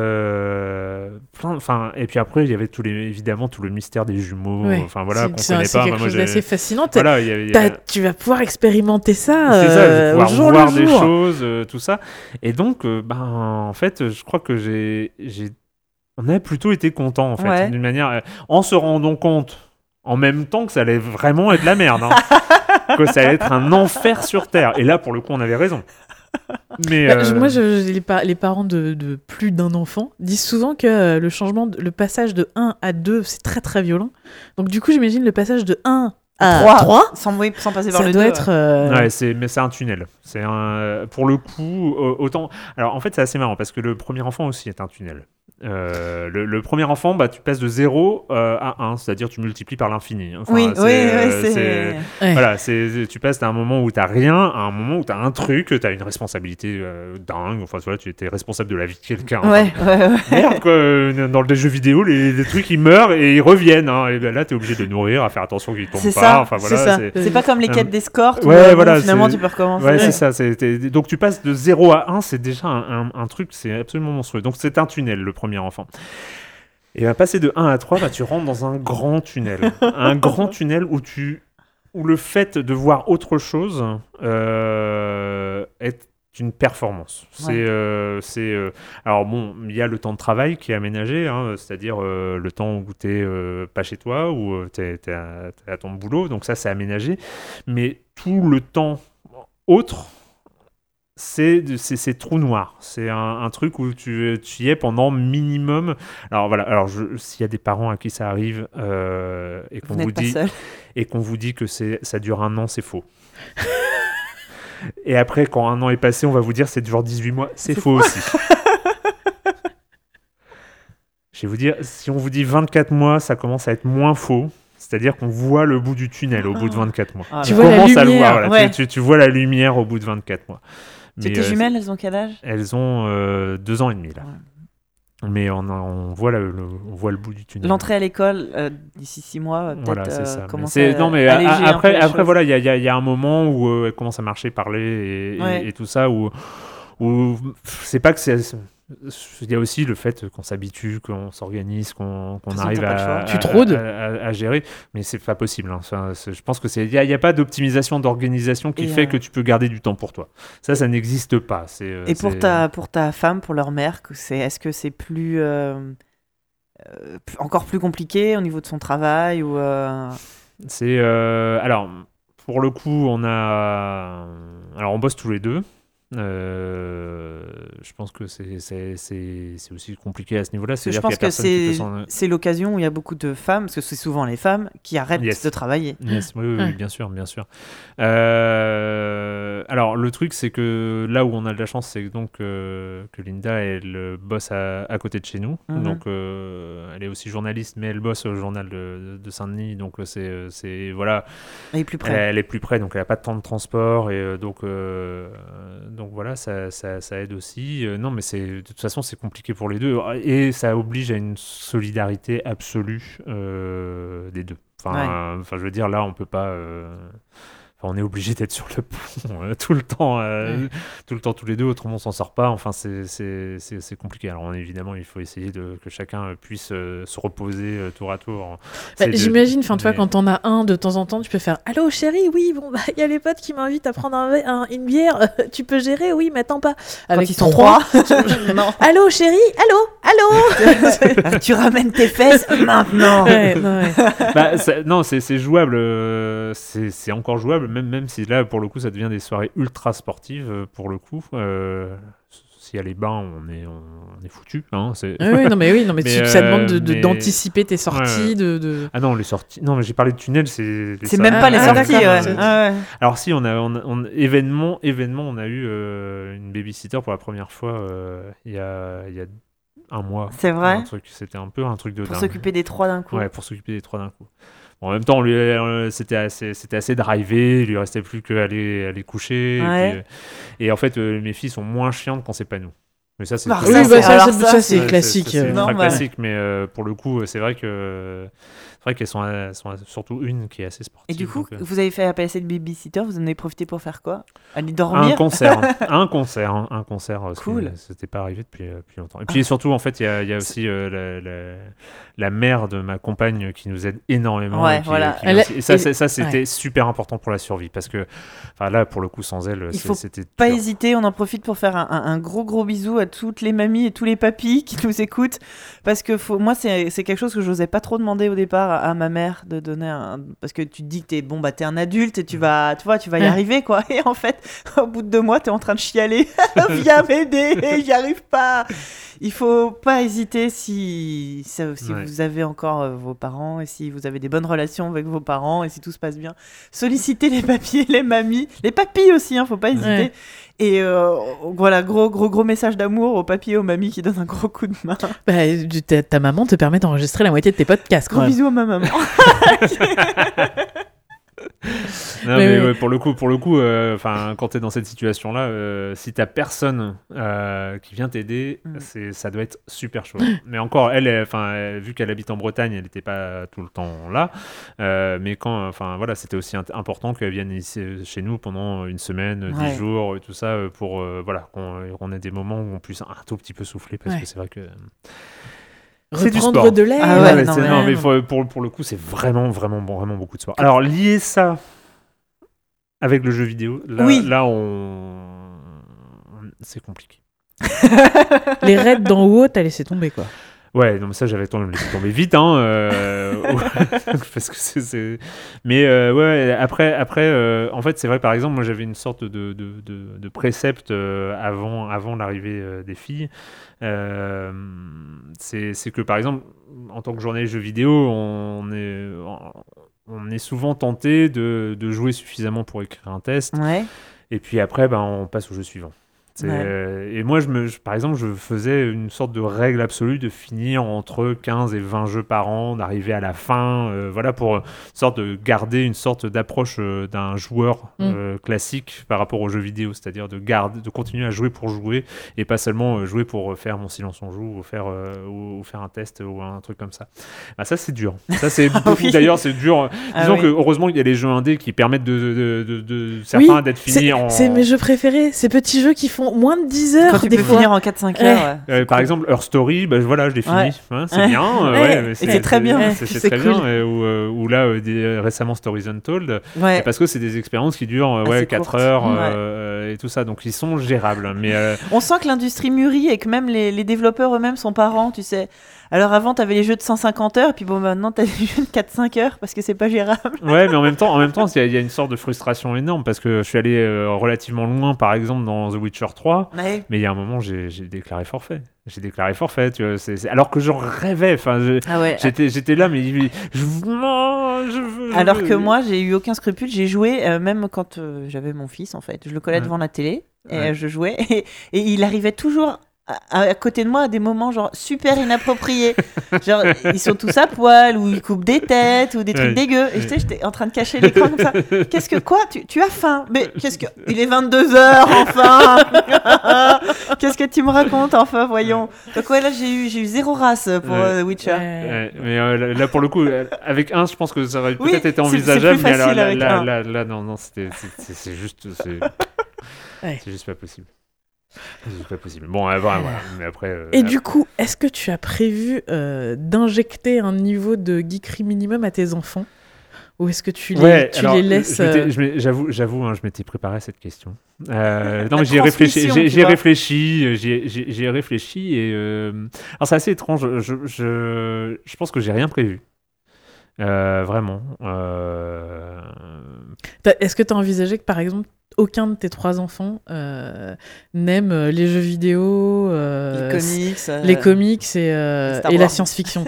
Euh, plein- Enfin, et puis après, il y avait tous les, évidemment tout le mystère des jumeaux. Ouais. Enfin voilà, C'est- qu'on c'est connaît c'est pas. quelque Moi, chose j'ai- d'assez fascinant. Voilà, il y avait- il y T'as- avait- Tu vas pouvoir expérimenter ça, c'est ça, je vais euh, pouvoir au jour voir le des jour. choses, euh, tout ça. Et donc, euh, ben, en fait, je crois que j'ai, j'ai, on a plutôt été contents, en fait, Ouais. d'une manière, euh, en se rendant compte, en même temps que ça allait vraiment être la merde, hein, que ça allait être un enfer sur terre. Et là, pour le coup, on avait raison. Mais Bah, je- euh, moi, je- les, pa- les parents de, de plus d'un enfant disent souvent que euh, le changement, de- le passage de un à deux, c'est très très violent. Donc du coup, j'imagine le passage de un à Trois. trois, Sans, oui, sans passer par ça le doit deux, être... euh, Ouais, c'est, mais c'est un tunnel. C'est un, pour le coup, euh, autant. Alors en fait, c'est assez marrant parce que le premier enfant aussi est un tunnel. Euh, le, le premier enfant, bah, tu passes de zéro euh, à un, c'est-à-dire tu multiplies par l'infini. Enfin, Oui, c'est, oui, euh, oui, c'est- c'est... Ouais. Voilà, c'est, tu passes d'un moment où t'as rien à un moment où t'as un truc, t'as une responsabilité euh, dingue. Enfin, tu vois, tu étais responsable de la vie de quelqu'un. Ouais, ouais, ouais. Merde, quoi. euh, Dans les jeux vidéo, les, les trucs ils meurent et ils reviennent. Hein, et ben là, t'es obligé de nourrir, à faire attention qu'ils tombent C'est pas. ça, Enfin, voilà, c'est ça. c'est- C'est pas comme les Euh, quêtes d'escorte où ouais, euh, bon, voilà, finalement c'est- tu peux recommencer. Ouais, c'est ça. c'est- t'es- Donc tu passes de zéro à un, c'est déjà un, un- un truc, c'est absolument monstrueux. Donc c'est un tunnel, le premier enfant. Et à passer de un à trois, bah, tu rentres dans un grand tunnel. un grand tunnel où, tu, où le fait de voir autre chose euh, est une performance. C'est, Ouais. euh, c'est, euh, alors bon, il y a le temps de travail qui est aménagé, hein, c'est-à-dire euh, le temps où tu n'es pas chez toi, où tu es, à, t'es à ton boulot, donc ça c'est aménagé. Mais tout le temps autre, c'est, de- c'est, c'est trou noir. C'est un, un truc où tu, tu y es pendant minimum. Alors voilà, alors je- s'il y a des parents à qui ça arrive euh, et qu'on Vous vous n'êtes pas dit seul. et qu'on vous dit que c'est, ça dure un an, c'est faux. Et après, quand un an est passé, on va vous dire c'est dure dix-huit mois. C'est, C'est faux aussi. Je vais vous dire, si on vous dit vingt-quatre mois, ça commence à être moins faux. C'est-à-dire qu'on voit le bout du tunnel au bout de vingt-quatre mois. Ah Tu là. vois la commences à le lumière, voir, voilà. ouais. tu, tu- tu vois la lumière au bout de vingt-quatre mois. C'est Mais, tes euh, jumelles, elles ont quel âge? elles ont euh, deux ans et demi là. Mais on, on, voit le, le- on voit le bout du tunnel. L'entrée à l'école euh, d'ici six mois va peut-être Voilà, c'est euh, ça. Mais commencer c'est- à non, mais a- alléger un peu après, les après choses. voilà, il y a, il y a- il y a un moment où euh, elle commence à marcher, parler et, et- Ouais. et tout ça, où, où pff, c'est pas que c'est. Il y a aussi le fait qu'on s'habitue, qu'on s'organise, qu'on qu'on De toute façon, arrive t'as pas le à, choix. à- Tu te rôdes. à, à- à gérer, mais c'est pas possible. hein. Enfin, c'est- je pense que c'est, il y a, il y a pas d'optimisation, d'organisation qui Et, fait euh, que tu peux garder du temps pour toi. Ça, ça n'existe pas. C'est, euh, Et pour c'est- ta, pour ta femme, pour leur mère, que c'est, est-ce que c'est plus, euh, euh, p- encore plus compliqué au niveau de son travail ou euh, C'est euh, alors pour le coup on a alors on bosse tous les deux. Euh, je pense que c'est, c'est, c'est, c'est aussi compliqué à ce niveau-là. Parce que je C'est-à-dire pense qu'il y a que personne qui peut c'est, s'en- c'est l'occasion où il y a beaucoup de femmes, parce que c'est souvent les femmes qui arrêtent Yes. de travailler. Yes, oui, oui, oui, Ouais. bien sûr, bien sûr. Euh, alors, le truc, c'est que là où on a de la chance, c'est donc euh, que Linda, elle euh, bosse à, à côté de chez nous. Mhm. Donc, euh, elle est aussi journaliste, mais elle bosse au journal de, de Saint-Denis. Donc, euh, c'est, euh, c'est voilà, Elle est plus elle, près. elle est plus près, donc elle n'a pas de temps de transport. Et euh, donc, euh, donc voilà, ça, ça, ça aide aussi. Euh, non, mais c'est, de toute façon, c'est compliqué pour les deux. Et ça oblige à une solidarité absolue euh, des deux. Enfin, Ouais. euh, enfin, je veux dire, là, on peut pas. euh, on est obligé d'être sur le pont euh, tout le temps, euh, Ouais. tout le temps tous les deux, autrement on s'en sort pas. Enfin, c'est, c'est, c'est, c'est compliqué. Alors évidemment, il faut essayer de, que chacun euh, puisse euh, se reposer euh, tour à tour. Bah, C'est de- J'imagine, enfin, tu vois, mais- quand t'en as un de temps en temps, tu peux faire allô chérie, oui, bon, bah, il y a les potes qui m'invitent à prendre un, verre- un- une bière, euh, tu peux gérer, oui, mais attends pas. Avec ils sont trois. non. Allô chérie, allô, allô. Tu ramènes tes fesses maintenant. Ouais, non, ouais. Bah, ça- non, c'est, c'est jouable. euh, c'est, c'est encore jouable, même, même si là, pour le coup, ça devient des soirées ultra sportives, euh, pour le coup. Euh, S'il y a les bains, on est, on est foutu. Hein, c'est... Oui, oui, non, mais oui, non, mais, Mais, tu- ça euh, demande de, de- mais- d'anticiper tes sorties, Ouais. de, de... Ah non, les sorties. Non, mais j'ai parlé de tunnels, c'est. les C'est sorties. même pas les Ah, sorties, d'accord. ouais. C'est- Ah ouais. Alors si, on a, on a- on- événement, événement, on a eu euh, une babysitter pour la première fois euh, il y a, il y a un mois. C'est vrai. Un truc, c'était un peu un truc de Pour dingue. s'occuper des trois d'un coup. Ouais, pour s'occuper des trois d'un coup. Bon, en même temps, lui, euh, c'était assez, c'était assez drivé. Il lui restait plus qu'à aller, aller coucher. Et, Ouais. puis, euh, et en fait, euh, mes filles sont moins chiantes quand c'est pas nous. Mais ça, c'est Bah, très- ça, oui, c'est- bah, ça, alors c'est, ça, ça, c'est- c'est classique. C'est, c'est euh. ultra normal. classique, mais euh, pour le coup, c'est vrai que c'est vrai qu'elles sont, elles sont surtout une qui est assez sportive. Et du coup, donc, euh, vous avez fait appel à cette babysitter, vous en avez profité pour faire quoi? Aller un dormir? concert, un concert, un, un concert. euh, ce qui- Cool. C'était pas arrivé depuis, euh, depuis longtemps. Et puis surtout, en fait, il y a, il y a aussi euh, la, la, la mère de ma compagne qui nous aide énormément. Ouais, et qui- voilà. qui Elle vient a- aussi- et ça, et- c'est- ça, c'était ouais. super important pour la survie parce que, enfin, là, pour le coup, sans elle, Il c'est- faut c'était Pas dur. hésiter, on en profite pour faire un, un- un gros gros bisou à toutes les mamies et tous les papis qui nous écoutent. Parce que faut, moi, c'est c'est quelque chose que j'osais pas trop demander au départ à, à ma mère de donner un. Parce que tu te dis que t'es bon, bah, t'es un adulte et tu vas, tu vois, tu vas y Ouais. arriver, quoi. Et en fait, au bout de deux mois, t'es en train de chialer. Viens m'aider, j'y arrive pas. Il faut pas hésiter si, si Ouais. vous avez encore euh, vos parents et si vous avez des bonnes relations avec vos parents et si tout se passe bien. Sollicitez les papiers et les mamies. Les papis aussi, hein, faut pas hésiter. Ouais. Et euh, voilà, gros, gros, gros message d'amour aux papis et aux mamies qui donnent un gros coup de main. Bah, ta, ta maman te permet d'enregistrer la moitié de tes podcasts, Gros quoi. bisous à ma maman. Non, Mais mais oui. ouais, pour le coup, pour le coup, euh, enfin, quand t'es dans cette situation-là, euh, si t'as personne euh, qui vient t'aider, Mm. c'est, ça doit être super chaud. Mais encore, elle, elle, enfin, elle, vu qu'elle habite en Bretagne, elle n'était pas tout le temps là. Euh, mais quand, enfin, voilà, c'était aussi int- important qu'elle vienne ici, euh, chez nous pendant une semaine, Ouais. dix jours, et tout ça, euh, pour, euh, voilà, qu'on, qu'on ait des moments où on puisse un tout petit peu souffler, parce Ouais. que c'est vrai que. C'est du Reprendre sport. de l'air. Ah Ouais, ouais, mais non, c'est- mais- non, mais faut- pour, pour le coup, c'est vraiment, vraiment, vraiment beaucoup de sport. Alors, lier ça avec le jeu vidéo, là, Oui. là on... c'est compliqué. Les raids d'en haut, t'as laissé tomber, quoi. Ouais, non, mais ça, j'avais tombé, laissé tomber vite, hein, euh, parce que c'est, c'est... Mais euh, ouais, après, après euh, en fait, c'est vrai, par exemple, moi, j'avais une sorte de, de, de, de précepte euh, avant, avant l'arrivée euh, des filles. Euh, c'est, c'est que, par exemple, en tant que journaliste jeux vidéo, on est, on est souvent tenté de, de jouer suffisamment pour écrire un test, Ouais. et puis après, ben, on passe au jeu suivant. C'est, Ouais. euh, et moi, je me, je- par exemple, je faisais une sorte de règle absolue de finir entre quinze et vingt jeux par an, d'arriver à la fin, euh, voilà, pour euh, sorte de garder une sorte d'approche euh, d'un joueur euh, classique par rapport aux jeux vidéo, c'est-à-dire de garder, de continuer à jouer pour jouer et pas seulement euh, jouer pour euh, faire mon silence on joue ou faire, euh, ou, ou faire un test ou un truc comme ça. Bah, ça, c'est dur. Ça, c'est beaucoup, oui. d'ailleurs, c'est dur. Ah Disons oui. que heureusement, il y a les jeux indés qui permettent de, de, de, de, de certains d'être c'est, finis en. c'est mes jeux préférés, ces petits jeux qui font moins de dix heures Quand tu des peux fois. finir en quatre cinq Ouais. heures. ouais. Euh, par exemple, Her Story, bah, voilà, je l'ai fini. Ouais. Hein, c'est Ouais. bien. euh, Ouais. ouais, mais Et c'est très bien. C'est, c'est C'est très cool. bien. Et où, euh, où là, euh, des, euh, récemment, Stories Untold. Ouais. Et parce que c'est des expériences qui durent euh, Assez ouais, quatre courtes. heures Ouais. euh, et tout ça. Donc, ils sont gérables. Mais euh, On sent que l'industrie mûrit et que même les, les développeurs eux-mêmes sont parents, tu sais. Alors avant, t'avais les jeux de cent cinquante heures, et puis bon, maintenant, t'as des jeux de quatre cinq heures parce que c'est pas gérable. ouais, mais en même temps, en même temps, il y, a- il y a une sorte de frustration énorme parce que je suis allé euh, relativement loin, par exemple, dans The Witcher trois. Ouais. Mais il y a un moment, j'ai, j'ai déclaré forfait. J'ai déclaré forfait, tu vois. C'est, c'est- Alors que j'en rêvais. Enfin, je- Ah ouais. j'étais, j'étais là, mais je, je, non, je veux. je Alors veux. que moi, j'ai eu aucun scrupule. J'ai joué, euh, même quand euh, j'avais mon fils, en fait. Je le collais Ouais. devant la télé, et Ouais. euh, je jouais. Et, et il arrivait toujours à, à côté de moi à des moments genre super inappropriés. Genre ils sont tous à poil ou ils coupent des têtes ou des trucs Ouais. dégueux. Et tu sais, j'étais en train de cacher l'écran comme ça. Qu'est-ce que quoi tu, tu as faim? Mais qu'est-ce que il est vingt-deux heures enfin. Qu'est-ce que tu me racontes enfin voyons. Donc ouais là j'ai eu j'ai eu zéro race pour Ouais. euh, Witcher. Ouais. Ouais, mais euh, là, là, pour le coup, euh, avec un, je pense que ça aurait Oui, peut-être été c'est- c'est envisageable, plus mais alors facile là, avec là, un. là, là, non, non, c'était, c'est, c'est, c'est juste, c'est, Ouais. c'est juste pas possible. C'est juste pas possible. Bon, euh, voilà, voilà. Mais après. euh, Et du coup, est-ce que tu as prévu euh, d'injecter un niveau de geekerie minimum à tes enfants? Ou est-ce que tu les, Ouais, tu alors, les laisses... je m'étais- euh, je m'ai- J'avoue, j'avoue hein, je m'étais préparé à cette question. Euh, non, mais j'y ai transmission, réfléchi, tu j'ai, j'y ai vois. réfléchi, euh, j'y ai, j'y ai- j'y ai réfléchi et euh, alors c'est assez étrange. Je, je, je pense que j'ai rien prévu. Euh, vraiment. Euh, t'as- Est-ce que tu as envisagé que, par exemple, aucun de tes trois enfants euh, n'aime euh, les jeux vidéo, euh, Les comics. euh, les comics et, euh, et Star et la Wars. science-fiction?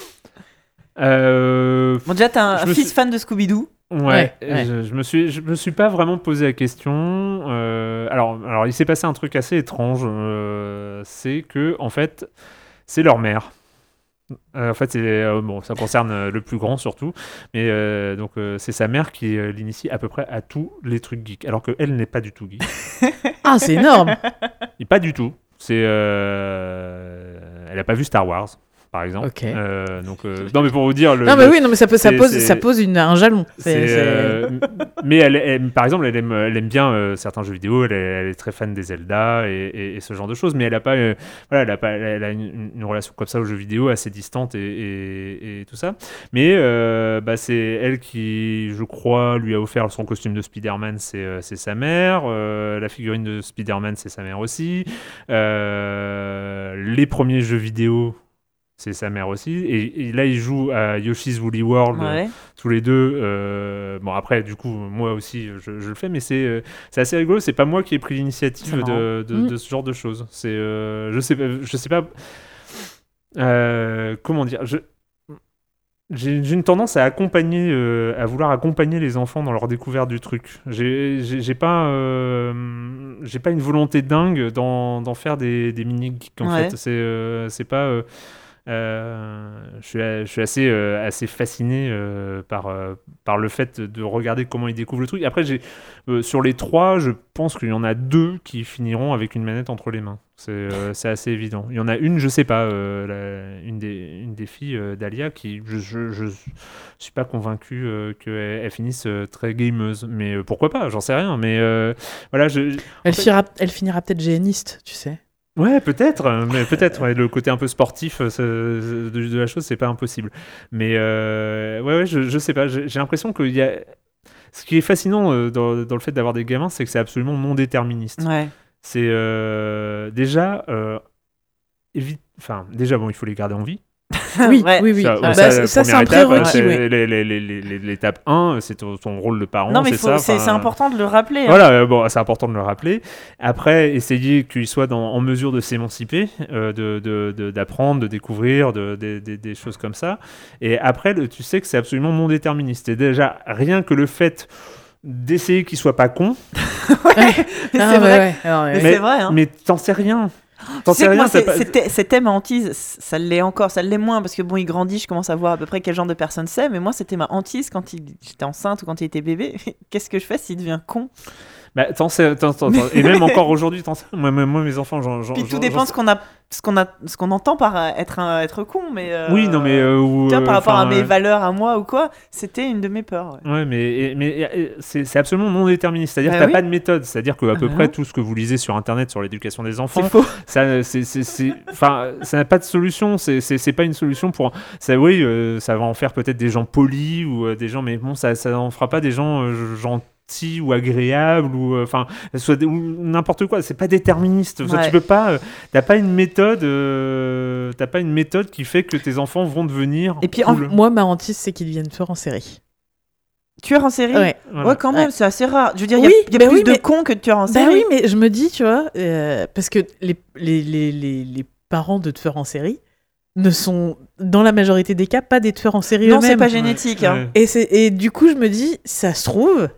euh, Bon déjà t'as un, Je un me fils suis- fan de Scooby-Doo. Ouais, Ouais, ouais. Je, je me suis, je me suis pas vraiment posé la question. Euh, alors, alors, il s'est passé un truc assez étrange. euh, c'est que, en fait, c'est leur mère. Euh, en fait, c'est, euh, bon, ça concerne euh, le plus grand surtout, mais euh, donc euh, c'est sa mère qui euh, l'initie à peu près à tous les trucs geeks, alors qu'elle n'est pas du tout geek. Ah, c'est énorme! Et pas du tout. C'est, euh, elle a pas vu Star Wars, par exemple. Ok. Euh, donc, euh, non, mais pour vous dire, le, Non, mais le- oui, non, mais ça, peut, ça, c'est- pose, c'est- ça pose une, un jalon. C'est, C'est- c'est- euh, mais elle, elle- par exemple, elle aime, elle aime bien euh, certains jeux vidéo. Elle est, elle est très fan des Zelda et, et- et ce genre de choses. Mais elle a pas, euh, voilà, elle a pas, elle a une, une relation comme ça aux jeux vidéo assez distante et, et- et tout ça. Mais euh, bah, c'est elle qui, je crois, lui a offert son costume de Spider-Man. C'est, euh, c'est sa mère. Euh, la figurine de Spider-Man, c'est sa mère aussi. Euh, les premiers jeux vidéo. C'est sa mère aussi. Et, et là, ils jouent à Yoshi's Woolly World Ouais. tous les deux. euh, Bon, après, du coup, moi aussi, je, je le fais, mais c'est euh, c'est assez rigolo. C'est pas moi qui ai pris C'est l'initiative marrant. de, de, Mm. de ce genre de choses. C'est, euh, je sais pas, je sais pas. euh, comment dire je, j'ai, j'ai une tendance à accompagner, euh, à vouloir accompagner les enfants dans leur découverte du truc. J'ai, j'ai, j'ai pas, euh, j'ai pas une volonté dingue d'en, d'en faire des, des mini geeks en Ouais. fait. C'est, euh, c'est pas. euh, euh, je suis, je suis assez, euh, assez fasciné euh, par, euh, par le fait de regarder comment ils découvrent le truc. Après, j'ai, euh, sur les trois, je pense qu'il y en a deux qui finiront avec une manette entre les mains. C'est, euh, c'est assez évident. Il y en a une, je sais pas, euh, la- une, des, une des filles euh, d'Alia, qui je, je, je suis pas convaincu euh, qu'elle elle finisse euh, très gameuse. Mais euh, pourquoi pas, j'en sais rien. Mais euh, voilà, je, Elle, finira, elle finira peut-être géniste, tu sais. Ouais, peut-être, euh, mais peut-être. Ouais, le côté un peu sportif euh, c'est- de, de la chose, c'est pas impossible. Mais euh, ouais, ouais, je, je sais pas. J'ai, j'ai l'impression qu'il y a. Ce qui est fascinant euh, dans, dans le fait d'avoir des gamins, c'est que c'est absolument non déterministe. Ouais. C'est euh, déjà, euh, évi- enfin, déjà bon, il faut les garder en vie. Oui, Ouais. oui, oui. Ça, Ah, ça, bah, la ça, c'est première un étape, prérequis, c'est oui. les- les- les- les- les- L'étape un, c'est ton, ton rôle de parent, Non mais c'est faut- ça. c'est enfin, c'est important de le rappeler. hein. Voilà, euh, bon, c'est important de le rappeler. Après, essayer qu'il soit dans- en mesure de s'émanciper, euh, de, de- de- d'apprendre, de découvrir, de, de- de- des choses comme ça. Et après, le- tu sais que c'est absolument non déterministe. Et déjà, rien que le fait d'essayer qu'il soit pas con, Mais c'est Ah, vrai. ouais, ouais. Alors, ouais. Mais mais, c'est vrai. Hein. mais t'en sais rien. T'en Tu sais sais que moi, rien. t'as c'est- pas- c'était- cet thème hantise, ça l'est encore, ça l'est moins parce que bon, il grandit, je commence à voir à peu près quel genre de personne c'est. Mais moi, c'était ma hantise quand il, j'étais enceinte ou quand il était bébé. Qu'est-ce que je fais s'il devient con? Bah, t'en sais, t'en- t'en- t'en- et même encore aujourd'hui, t'en sais. Moi, moi, moi, mes enfants, j'en, j'en, Puis tout j'en- dépend j'en de ce qu'on a, ce qu'on a, ce qu'on entend par euh, être un, être con. Mais euh, Oui, non, mais euh, ou, tu vois, par euh, rapport à enfin, mes euh, valeurs à moi ou quoi, c'était une de mes peurs. ouais. Ouais, mais, et- mais et- c'est, c'est absolument non déterministe. C'est-à-dire Bah que t'as oui. pas de méthode. C'est-à-dire qu'à Ah peu bah près non. tout ce que vous lisez sur Internet sur l'éducation des enfants, C'est faux. ça, c'est, c'est, c'est- enfin, ça n'a pas de solution. C'est, c'est, c'est pas une solution pour. Ça, oui, euh, ça va en faire peut-être des gens polis ou euh, des gens, mais bon, ça, ça en fera pas des gens euh, gentils ou agréables ou euh, enfin, soit des- ou n'importe quoi. C'est pas déterministe. Ça, Ouais. tu peux pas. euh, t'as pas une méthode. euh, t'as pas une méthode qui fait que tes enfants vont devenir. Et puis, en- cool. Moi, ma hantise, c'est qu'ils deviennent tueurs en série. Tueur en série. Ouais. Voilà. Ouais, quand même, Ouais. c'est assez rare. Je veux dire, il y a, Oui, il y a bah plus oui, de mais- cons que de tueurs en Bah série. oui, mais je me dis, tu vois, euh, parce que les, les, les, les, les parents de tueurs en série ne sont, dans la majorité des cas, pas des tueurs en série Non, eux-mêmes. c'est pas génétique. hein. Ouais. Et, c'est, et du coup, je me dis, ça se trouve,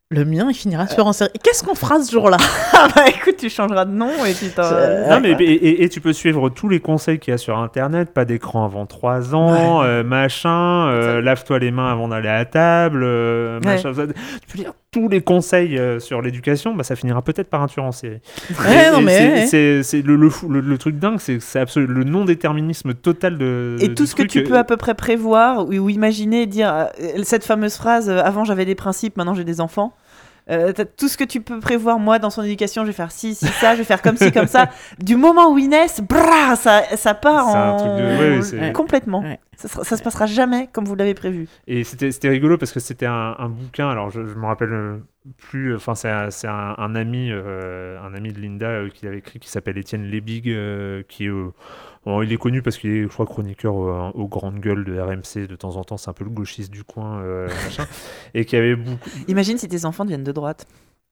Le mien, il finira tueur en série. Et qu'est-ce qu'on fera ce jour-là ? Ah bah écoute, tu changeras de nom et puis t'en... Je- Non, mais, et, et- et tu peux suivre tous les conseils qu'il y a sur Internet, pas d'écran avant trois ans, euh, machin, euh, lave-toi les mains avant d'aller à la table, euh, machin, ça. Tu peux lire tous les conseils euh, sur l'éducation, bah, ça finira peut-être par un tueur en série. Ouais, Et- non, et mais c'est, ouais. c'est, c'est le, le, fou- le, le truc dingue, c'est que c'est absolu- le non-déterminisme total de. Et du tout ce que truc, tu euh, peux à peu près prévoir ou, ou imaginer, dire euh, cette fameuse phrase euh, avant j'avais des principes, maintenant j'ai des enfants. Euh, t'as tout ce que tu peux prévoir, moi, dans son éducation, je vais faire ci, ci, ça, je vais faire comme ci, comme ça. Du moment où ils naissent, brrr, ça, ça part C'est un en... truc de- ouais, ouais, c'est- complètement. Ouais. Ça, sera- ça se passera jamais comme vous l'avez prévu. Et c'était, c'était rigolo parce que c'était un, un bouquin, alors je, je me rappelle euh, plus, enfin c'est, un, c'est un, un ami, euh, un ami de Linda euh, qui avait écrit, qui s'appelle Étienne Lebig, euh, qui euh, bon, il est connu parce qu'il est, je crois, chroniqueur euh, aux grandes gueules de R M C de temps en temps, c'est un peu le gauchiste du coin, euh, machin, et qui avait beaucoup... Imagine si tes enfants deviennent de droite.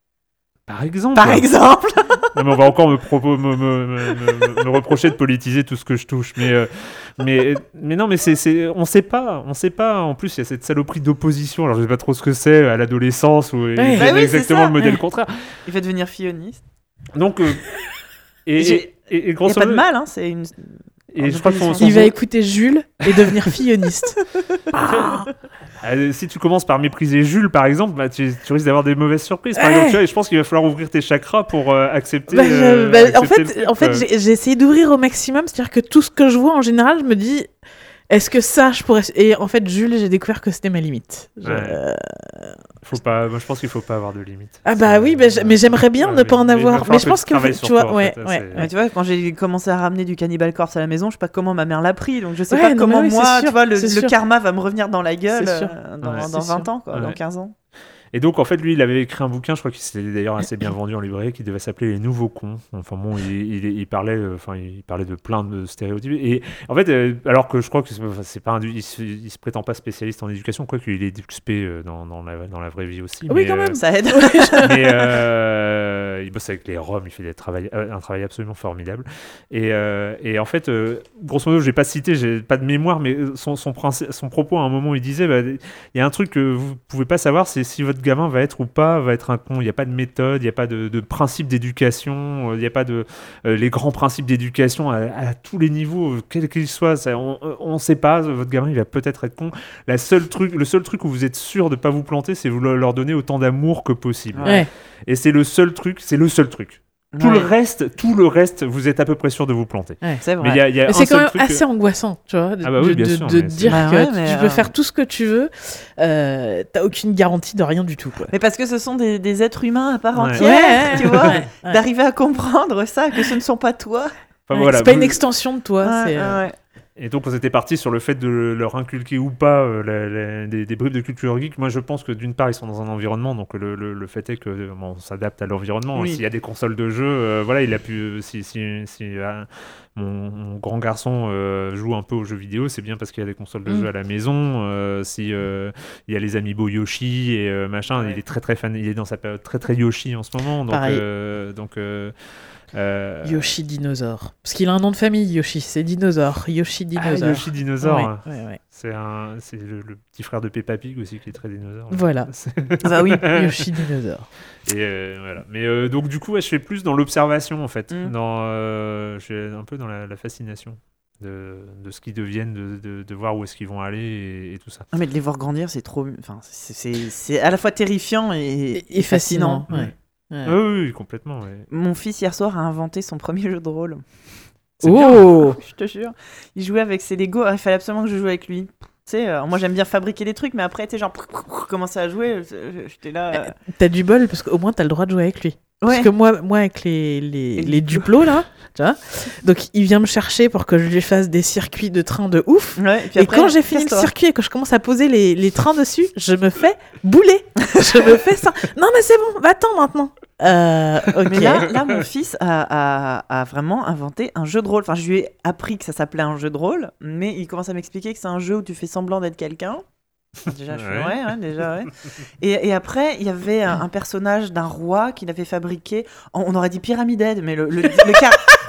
Par exemple Par exemple. Non, mais on va encore me, propo- me, me, me, me- me reprocher de politiser tout ce que je touche. Mais, euh, mais, mais non, mais c'est, c'est, on sait pas. On sait pas. En plus, il y a cette saloperie d'opposition. Alors, je sais pas trop ce que c'est à l'adolescence où il Ouais. fait Bah oui, c'est exactement ça. le modèle Ouais. contraire. Il va devenir filloniste. Donc, euh, et, J'ai- et, et, et Il n'y grosso a pas de modo- mal, hein, c'est une... Et je crois que son, son- Il va écouter Jules et devenir filloniste. Ah. Euh, si tu commences par mépriser Jules, par exemple, bah, tu, tu risques d'avoir des mauvaises surprises. Par Ouais. exemple, tu vois, et je pense qu'il va falloir ouvrir tes chakras pour euh, accepter. Bah, je- euh, bah, en accepter le fait, truc, en fait quoi. j'ai, j'ai essayé d'ouvrir au maximum, c'est-à-dire que tout ce que je vois en général, je me dis, est-ce que ça, je pourrais. Et en fait, Jules, j'ai découvert que c'était ma limite. Je- Ouais. euh, Faut pas, moi, je pense qu'il faut pas avoir de limite. Ah bah C'est- oui, bah, j'- mais j'aimerais bien Ouais, ne pas en mais- mais il va avoir. falloir Mais je que pense tu travailles que sur tu vois, toi, en ouais, fait, ouais. c'est- Ouais, tu vois, quand j'ai commencé à ramener du Cannibal Corpse à la maison, je sais pas comment ma mère l'a pris, donc je sais Ouais, pas non, comment mais oui, moi, c'est tu sûr, vois, le, c'est le sûr. karma va me revenir dans la gueule C'est sûr. euh, dans, Ouais, dans c'est vingt sûr. ans, quoi, Ouais. dans quinze ans. Et donc, en fait, lui, il avait écrit un bouquin, je crois qu'il s'était d'ailleurs assez bien vendu en librairie, qui devait s'appeler Les Nouveaux Cons. Enfin bon, il, il, il parlait, euh, enfin, il parlait de plein de stéréotypes. Et en fait, euh, alors que je crois que c'est, enfin, c'est pas un, il, se, il se prétend pas spécialiste en éducation, quoi qu'il est X P euh, dans, dans, la, dans la vraie vie aussi. Oui, mais, quand euh, même. Ça aide. mais euh, il bosse avec les Roms, il fait des travail, euh, un travail absolument formidable. Et, euh, et en fait, euh, grosso modo, je vais pas citer, j'ai pas de mémoire, mais son, son, princi- son propos à un moment, il disait, bah, il y a un truc que vous pouvez pas savoir, c'est si votre gamin va être ou pas, va être un con. Il n'y a pas de méthode, il n'y a pas de, de principe d'éducation, il n'y a pas de euh, les grands principes d'éducation à, à tous les niveaux, euh, quels qu'ils soient. Ça, on ne sait pas. Votre gamin, il va peut-être être con. La seule truc, le seul truc où vous êtes sûr de pas vous planter, c'est vous leur donner autant d'amour que possible. Ouais. Et c'est le seul truc, c'est le seul truc. Tout Ouais. le reste, tout le reste, vous êtes à peu près sûr de vous planter. C'est Mais vrai. il y a, il y a Mais un c'est quand seul même truc. assez angoissant, tu vois, de, Ah bah oui, de- bien de- sûr, de mais c'est- dire Bah que ouais, tu mais, peux euh, faire tout ce que tu veux, euh, t'as aucune garantie de rien du tout, quoi. Mais parce que ce sont des, des êtres humains à part Ouais. entière, tu vois. Ouais, ouais. D'arriver à comprendre ça, que ce ne sont pas toi. Enfin, Ouais, voilà, c'est pas vous- une extension de toi, Ouais, c'est. euh, ouais. Et donc on s'était parti sur le fait de leur inculquer ou pas euh, la- la- des, des bribes de culture geek. Moi je pense que d'une part ils sont dans un environnement, donc le, le, le fait est que euh, bon, on s'adapte à l'environnement. Oui. S'il y a des consoles de jeux, euh, voilà, il a pu. euh, Si, si, si euh, mon, mon grand garçon euh, joue un peu aux jeux vidéo, c'est bien parce qu'il y a des consoles de Mm. jeux à la maison. Euh, si euh, il y a les amiibo Yoshi et euh, machin, Ouais. il est très très fan. Il est dans sa période très très Yoshi en ce moment. Donc, Pareil. euh, donc euh, euh, Yoshi dinosaure. Parce qu'il a un nom de famille, Yoshi, c'est dinosaure. Yoshi ah, dinosaure. Yoshi dinosaure. Ouais, ouais, ouais. C'est un, c'est le, le petit frère de Peppa Pig aussi qui est très dinosaure. Voilà. C'est- Bah oui. Yoshi dinosaure. Et euh, voilà. Mais euh, donc du coup, ouais, je fais plus dans l'observation en fait, Mm. dans, euh, je suis un peu dans la, la fascination de, de ce qu'ils deviennent, de, de, de voir où est-ce qu'ils vont aller et, et tout ça. Ah, mais de les voir grandir, c'est trop. Enfin, c'est- c'est c'est à la fois terrifiant et, Et, et fascinant. Ouais. Ouais. Ah oui, oui, complètement. ouais. Mon fils hier soir a inventé son premier jeu de rôle. C'est bien. Oh Je te jure. Il jouait avec ses Lego. Il fallait absolument que je joue avec lui. Tu sais, euh, moi j'aime bien fabriquer des trucs, mais après, tu sais, genre, commencer à jouer, euh, j'étais là. euh, T'as du bol parce qu'au moins t'as le droit de jouer avec lui. Parce Ouais. que moi, moi avec les, les, Et les le- duplos là, tu vois, donc il vient me chercher pour que je lui fasse des circuits de train de ouf. Ouais, et puis Et après, quand j'ai fini le casse-toi. circuit et que je commence à poser les, les trains dessus, je me fais bouler. je me fais ça. Non mais c'est bon, va-t'en maintenant. Euh, ok. Mais là, là, mon fils a, a, a vraiment inventé un jeu de rôle. Enfin, je lui ai appris que ça s'appelait un jeu de rôle, mais il commence à m'expliquer que c'est un jeu où tu fais semblant d'être quelqu'un. Déjà, je fais Ouais. ouais, ouais, déjà, ouais. Et, et après, il y avait un, un personnage d'un roi qu'il avait fabriqué. en- On aurait dit Pyramid Head, mais le, le, le, car-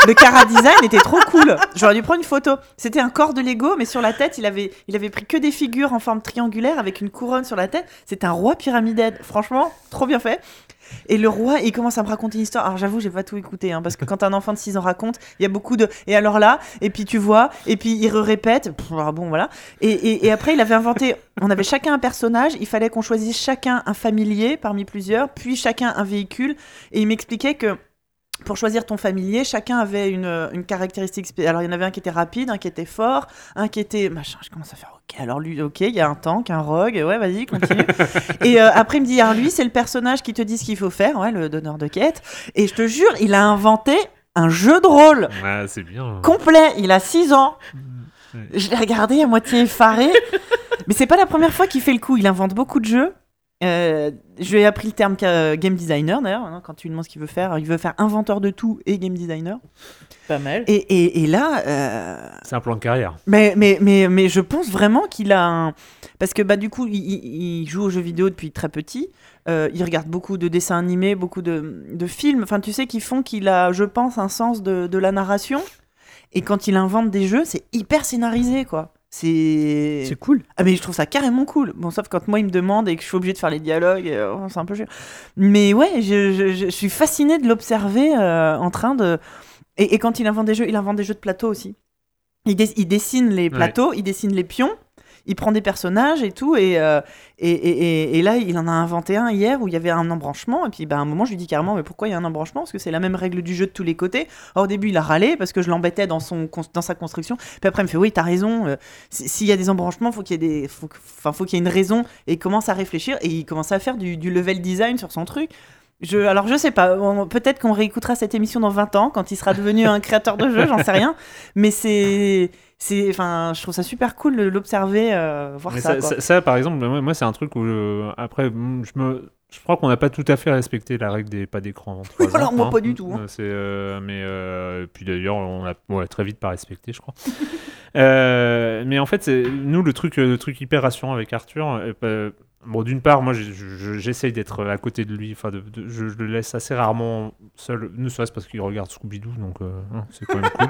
le Cara Design était trop cool. J'aurais dû prendre une photo. C'était un corps de Lego, mais sur la tête, il avait, il avait pris que des figures en forme triangulaire avec une couronne sur la tête. C'était un roi pyramidal. Franchement, trop bien fait. Et le roi, il commence à me raconter une histoire. Alors j'avoue, j'ai pas tout écouté, hein, parce que quand un enfant de six ans raconte, il y a beaucoup de. Et alors là, et puis tu vois, et puis il répète. Alors bon, voilà. Et, et, et après, il avait inventé. On avait chacun un personnage. Il fallait qu'on choisisse chacun un familier parmi plusieurs, puis chacun un véhicule. Et il m'expliquait que. Pour choisir ton familier, chacun avait une, une caractéristique. Spé... Alors, il y en avait un qui était rapide, un qui était fort, un qui était... Machin, je commence à faire OK. Alors, lui, OK, il y a un tank, un rogue. Ouais, vas-y, continue. Et euh, après, il me dit, alors lui, c'est le personnage qui te dit ce qu'il faut faire, ouais, le donneur de quête. Et je te jure, il a inventé un jeu de rôle. Ouais, c'est bien. Complet. Il a six ans. Ouais. Je l'ai regardé à moitié effaré. Mais c'est pas la première fois qu'il fait le coup. Il invente beaucoup de jeux. Euh, je lui ai appris le terme euh, game designer d'ailleurs, hein, quand tu lui demandes ce qu'il veut faire, il veut faire inventeur de tout et game designer. Pas mal. Et, et, et là... Euh... C'est un plan de carrière. Mais, mais, mais, mais je pense vraiment qu'il a un... Parce que bah, du coup, il, il joue aux jeux vidéo depuis très petit, euh, il regarde beaucoup de dessins animés, beaucoup de, de films, enfin tu sais, qui font qu'il a, je pense, un sens de, de la narration. Et quand il invente des jeux, c'est hyper scénarisé, quoi. C'est... c'est cool. Ah mais je trouve ça carrément cool. Bon, sauf quand moi il me demande et que je suis obligée de faire les dialogues, euh, oh, c'est un peu chiant. Mais ouais, je, je, je suis fascinée de l'observer euh, en train de... Et, et quand il invente des jeux, il invente des jeux de plateau aussi. Il, dess- il dessine les plateaux, ouais. Il dessine les pions, il prend des personnages et tout, et, euh, et, et, et, et là, il en a inventé un hier où il y avait un embranchement, et puis bah, à un moment, je lui dis carrément, mais pourquoi il y a un embranchement ? Parce que c'est la même règle du jeu de tous les côtés. Alors, au début, il a râlé parce que je l'embêtais dans, son, dans sa construction, puis après, il me fait, oui, t'as raison, euh, s'il y a des embranchements, faut qu'il y ait des, faut, enfin, faut qu'il y ait une raison, et il commence à réfléchir, et il commence à faire du, du level design sur son truc. Je, alors je sais pas, on, peut-être qu'on réécoutera cette émission dans vingt ans quand il sera devenu un créateur de jeux, j'en sais rien, mais c'est, c'est, enfin, je trouve ça super cool de l'observer, euh, voir mais ça. Ça, quoi. ça, ça, par exemple, moi, moi c'est un truc où je, après, je me, je crois qu'on n'a pas tout à fait respecté la règle des pas d'écran. Oui, alors moi hein. Pas du tout. Hein. C'est, euh, mais euh, puis d'ailleurs, on a ouais, très vite pas respecté, je crois. euh, mais en fait, c'est, nous le truc, le truc hyper rassurant avec Arthur. Euh, Bon, d'une part, moi, je, je, j'essaye d'être à côté de lui. Enfin, de, de, je, je le laisse assez rarement seul, ne serait-ce parce qu'il regarde Scooby-Doo, donc euh, hein, c'est quand même cool.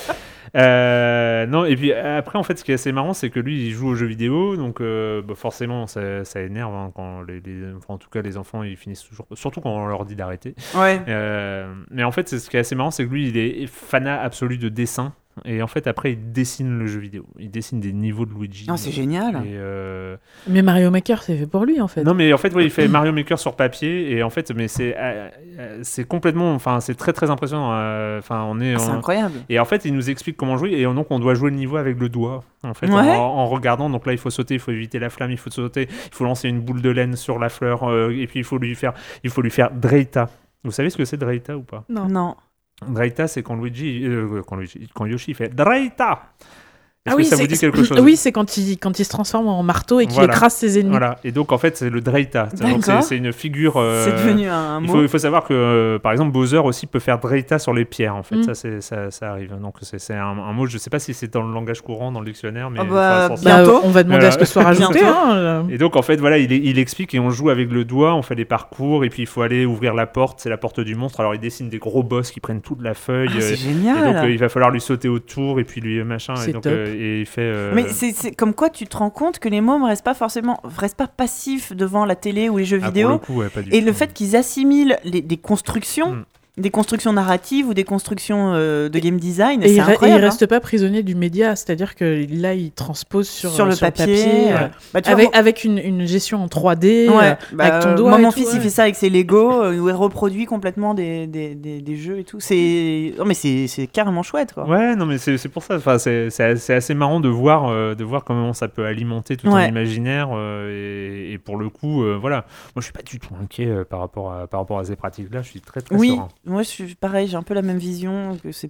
euh, non, et puis après, en fait, ce qui est assez marrant, c'est que lui, il joue aux jeux vidéo, donc euh, bah, forcément, ça, ça énerve hein, quand les, les, enfin, en tout cas, les enfants, ils finissent toujours, surtout quand on leur dit d'arrêter. Ouais. Euh, mais en fait, ce qui est assez marrant, c'est que lui, il est fanat absolu de dessin. Et en fait, après, il dessine le jeu vidéo. Il dessine des niveaux de Luigi. Non, c'est génial. Et euh... Mais Mario Maker, c'est fait pour lui, en fait. Non, mais en fait, ouais, il fait Mario Maker sur papier. Et en fait, mais c'est, euh, c'est complètement... Enfin, c'est très, très impressionnant. Enfin, on est... Ah, c'est on... incroyable. Et en fait, il nous explique comment jouer. Et donc, on doit jouer le niveau avec le doigt. En fait, ouais. en, en regardant. Donc là, il faut sauter, il faut éviter la flamme, il faut sauter. Il faut lancer une boule de laine sur la fleur. Euh, et puis, il faut lui faire, il faut lui faire Dreita. Vous savez ce que c'est Dreita ou pas ? Non. Non. Dreita, c'est quand Luigi, euh, quand Luigi, quand Yoshi fait Dreita. Est-ce ah oui, que ça c'est, vous dit quelque chose ? Oui, c'est quand il, quand il se transforme en marteau et qu'il voilà. écrase ses ennemis. Voilà. Et donc, en fait, c'est le Dreita. Donc, c'est, c'est une figure... Euh, c'est devenu un il mot. faut, il faut savoir que, euh, par exemple, Bowser aussi peut faire Dreita sur les pierres, en fait. Mm. Ça, c'est, ça, ça arrive. Donc, c'est, c'est un, un mot, je ne sais pas si c'est dans le langage courant, dans le dictionnaire, mais... Ah bah, enfin, bientôt. Bah, on va demander voilà. à ce que ce soit rajouté. hein. Et donc, en fait, voilà, il, il explique et on joue avec le doigt, on fait des parcours, et puis il faut aller ouvrir la porte, c'est la porte du monstre. Alors, il dessine des gros boss qui prennent toute la feuille. Ah, c'est euh, génial. Et donc, euh, il va falloir lui sauter autour, et puis lui, machin. C'est et donc, top. euh, et il fait... Euh, Mais c'est, c'est comme quoi tu te rends compte que les mômes restent pas forcément restent pas passifs devant la télé ou les jeux ah, vidéo le coup, ouais, pas du et tout. le fait qu'ils assimilent les, des constructions mm. des constructions narratives ou des constructions euh, de game design et, c'est il, incroyable, et il hein. reste pas prisonnier du média, c'est-à-dire que là il transpose sur, sur le sur papier, papier euh, euh, bah, tu avec, vois, avec une, une gestion en trois D ouais, euh, bah, avec ton doigt. Moi mon tout, fils ouais. il fait ça avec ses Lego euh, où il reproduit complètement des, des, des, des jeux et tout. C'est non mais c'est, c'est carrément chouette quoi. Ouais, non mais c'est, c'est pour ça. Enfin, c'est, c'est, c'est assez marrant de voir euh, de voir comment ça peut alimenter tout ouais. un imaginaire euh, et, et pour le coup, euh, voilà. Moi, je suis pas du tout inquiet euh, par rapport à par rapport à ces pratiques-là. Je suis très très oui, serein. moi je suis pareil. J'ai un peu la même vision. Que c'est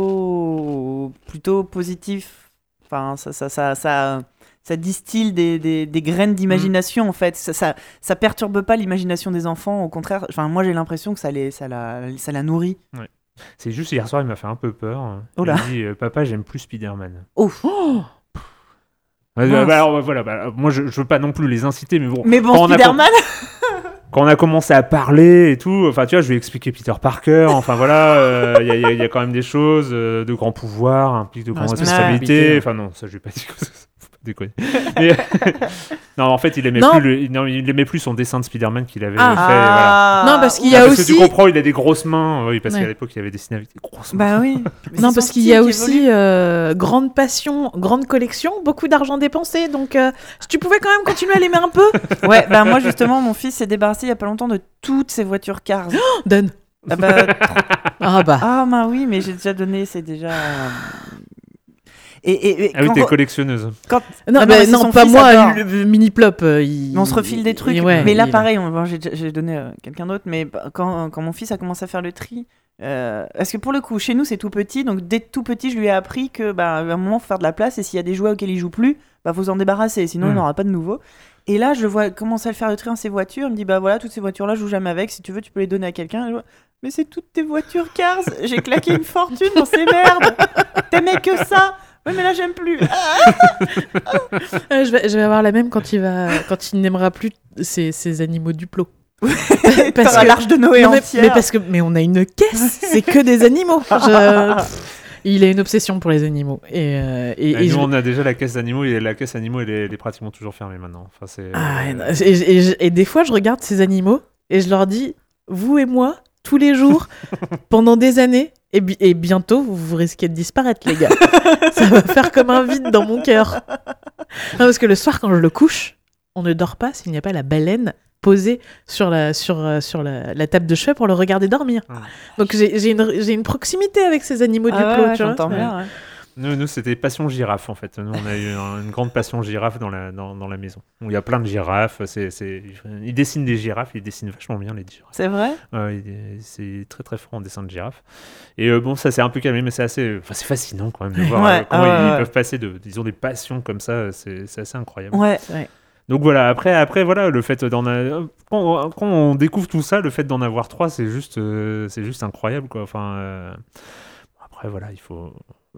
plutôt plutôt positif. Enfin, ça ça ça ça, ça distille des, des, des graines d'imagination mmh. en fait. Ça, ça ça perturbe pas l'imagination des enfants. Au contraire, enfin moi j'ai l'impression que ça les ça la ça la nourrit. Ouais. C'est juste hier soir il m'a fait un peu peur. Oh là. Il m'a dit euh, papa j'aime plus Spider-Man. Oh. oh bah, bah, alors, voilà, bah, moi je, je veux pas non plus les inciter, mais bon. Mais bon, Spider-Man. quand on a commencé à parler et tout, enfin tu vois, je lui ai expliqué Peter Parker, enfin voilà, il euh, y, y, y a quand même des choses, euh, de grands pouvoirs, impliquent de grandes responsabilités, enfin non, ça je lui ai pas dit, faut pas déconner. Mais, non, en fait, il aimait, plus le, non, il aimait plus son dessin de Spider-Man qu'il avait ah. fait. Ah. Voilà. Non, parce qu'il y ah, a parce aussi... que tu comprends, il a des grosses mains, oui, parce ouais. qu'à l'époque, il avait dessiné avec des grosses mains. Bah oui. Non, parce qu'il y a aussi euh, grande passion, grande collection, beaucoup d'argent dépensé, donc euh, tu pouvais quand même continuer à l'aimer un peu. Ouais, bah moi justement, mon fils s'est débarrassé il y a pas longtemps de toutes ses voitures Cars. Oh, donne. Ah bah, ah bah. Ah bah oui, mais j'ai déjà donné, c'est déjà... Et, et, et ah oui, t'es collectionneuse. Quand... Non, ah bah, non, non pas moi, le, le mini-plop. Euh, il... On se refile des trucs. Ouais, mais là, il... pareil, on... bon, j'ai, j'ai donné euh, quelqu'un d'autre, mais quand, quand mon fils a commencé à faire le tri, euh, parce que pour le coup, chez nous, c'est tout petit, donc dès tout petit, je lui ai appris que, bah, à un moment, il faut faire de la place, et s'il y a des jouets auxquels il joue plus, bah, faut s'en débarrasser, sinon mmh. il n'aura pas de nouveaux. Et là, je le vois commencer à le faire le tri dans ses voitures. Il me dit, bah voilà, toutes ces voitures-là, je joue jamais avec. Si tu veux, tu peux les donner à quelqu'un. Et je vois, mais c'est toutes tes voitures Cars. J'ai claqué une fortune dans ces merdes. T'aimais que ça. Oui, mais là, j'aime plus. euh, je, vais, je vais avoir la même quand il, va, quand il n'aimera plus ces, ces animaux Duplo. Parce que l'arche de Noé non, mais, entière. Mais, parce que, mais on a une caisse. C'est que des animaux. Je... Il a une obsession pour les animaux. Et, euh, et, et, et nous, je... on a déjà la caisse d'animaux. Et la caisse d'animaux, elle est, elle est pratiquement toujours fermée maintenant. Enfin, c'est, ah, euh... et, et, et, et des fois, je regarde ces animaux et je leur dis, vous et moi, tous les jours, pendant des années, et, bi- et bientôt, vous, vous risquez de disparaître, les gars. Ça va faire comme un vide dans mon cœur. Non, parce que le soir, quand je le couche, on ne dort pas s'il n'y a pas la baleine posée sur la, sur, euh, sur la, la table de chevet pour le regarder dormir. Ah. Donc j'ai, j'ai, une, j'ai une proximité avec ces animaux ah du ouais, plot. Ouais, tu j'entends vois bien, ouais. Nous, nous, c'était passion girafe, en fait. Nous, on a eu un, une grande passion girafe dans la, dans, dans la maison. Où il y a plein de girafes. C'est, c'est... Il dessine des girafes, il dessine vachement bien les girafes. C'est vrai euh, il, C'est très très fort en dessin de girafes. Et euh, bon, ça s'est un peu calmé, mais c'est assez... Enfin, c'est fascinant quand même de voir ouais, euh, comment ah, ils, ouais, ils ouais. peuvent passer de... Ils ont des passions comme ça, c'est, c'est assez incroyable. Ouais, ouais. Donc voilà, après, après voilà, le fait d'en a... quand, quand on découvre tout ça, le fait d'en avoir trois, c'est juste, euh, c'est juste incroyable, quoi. Enfin, euh... après, voilà, il faut...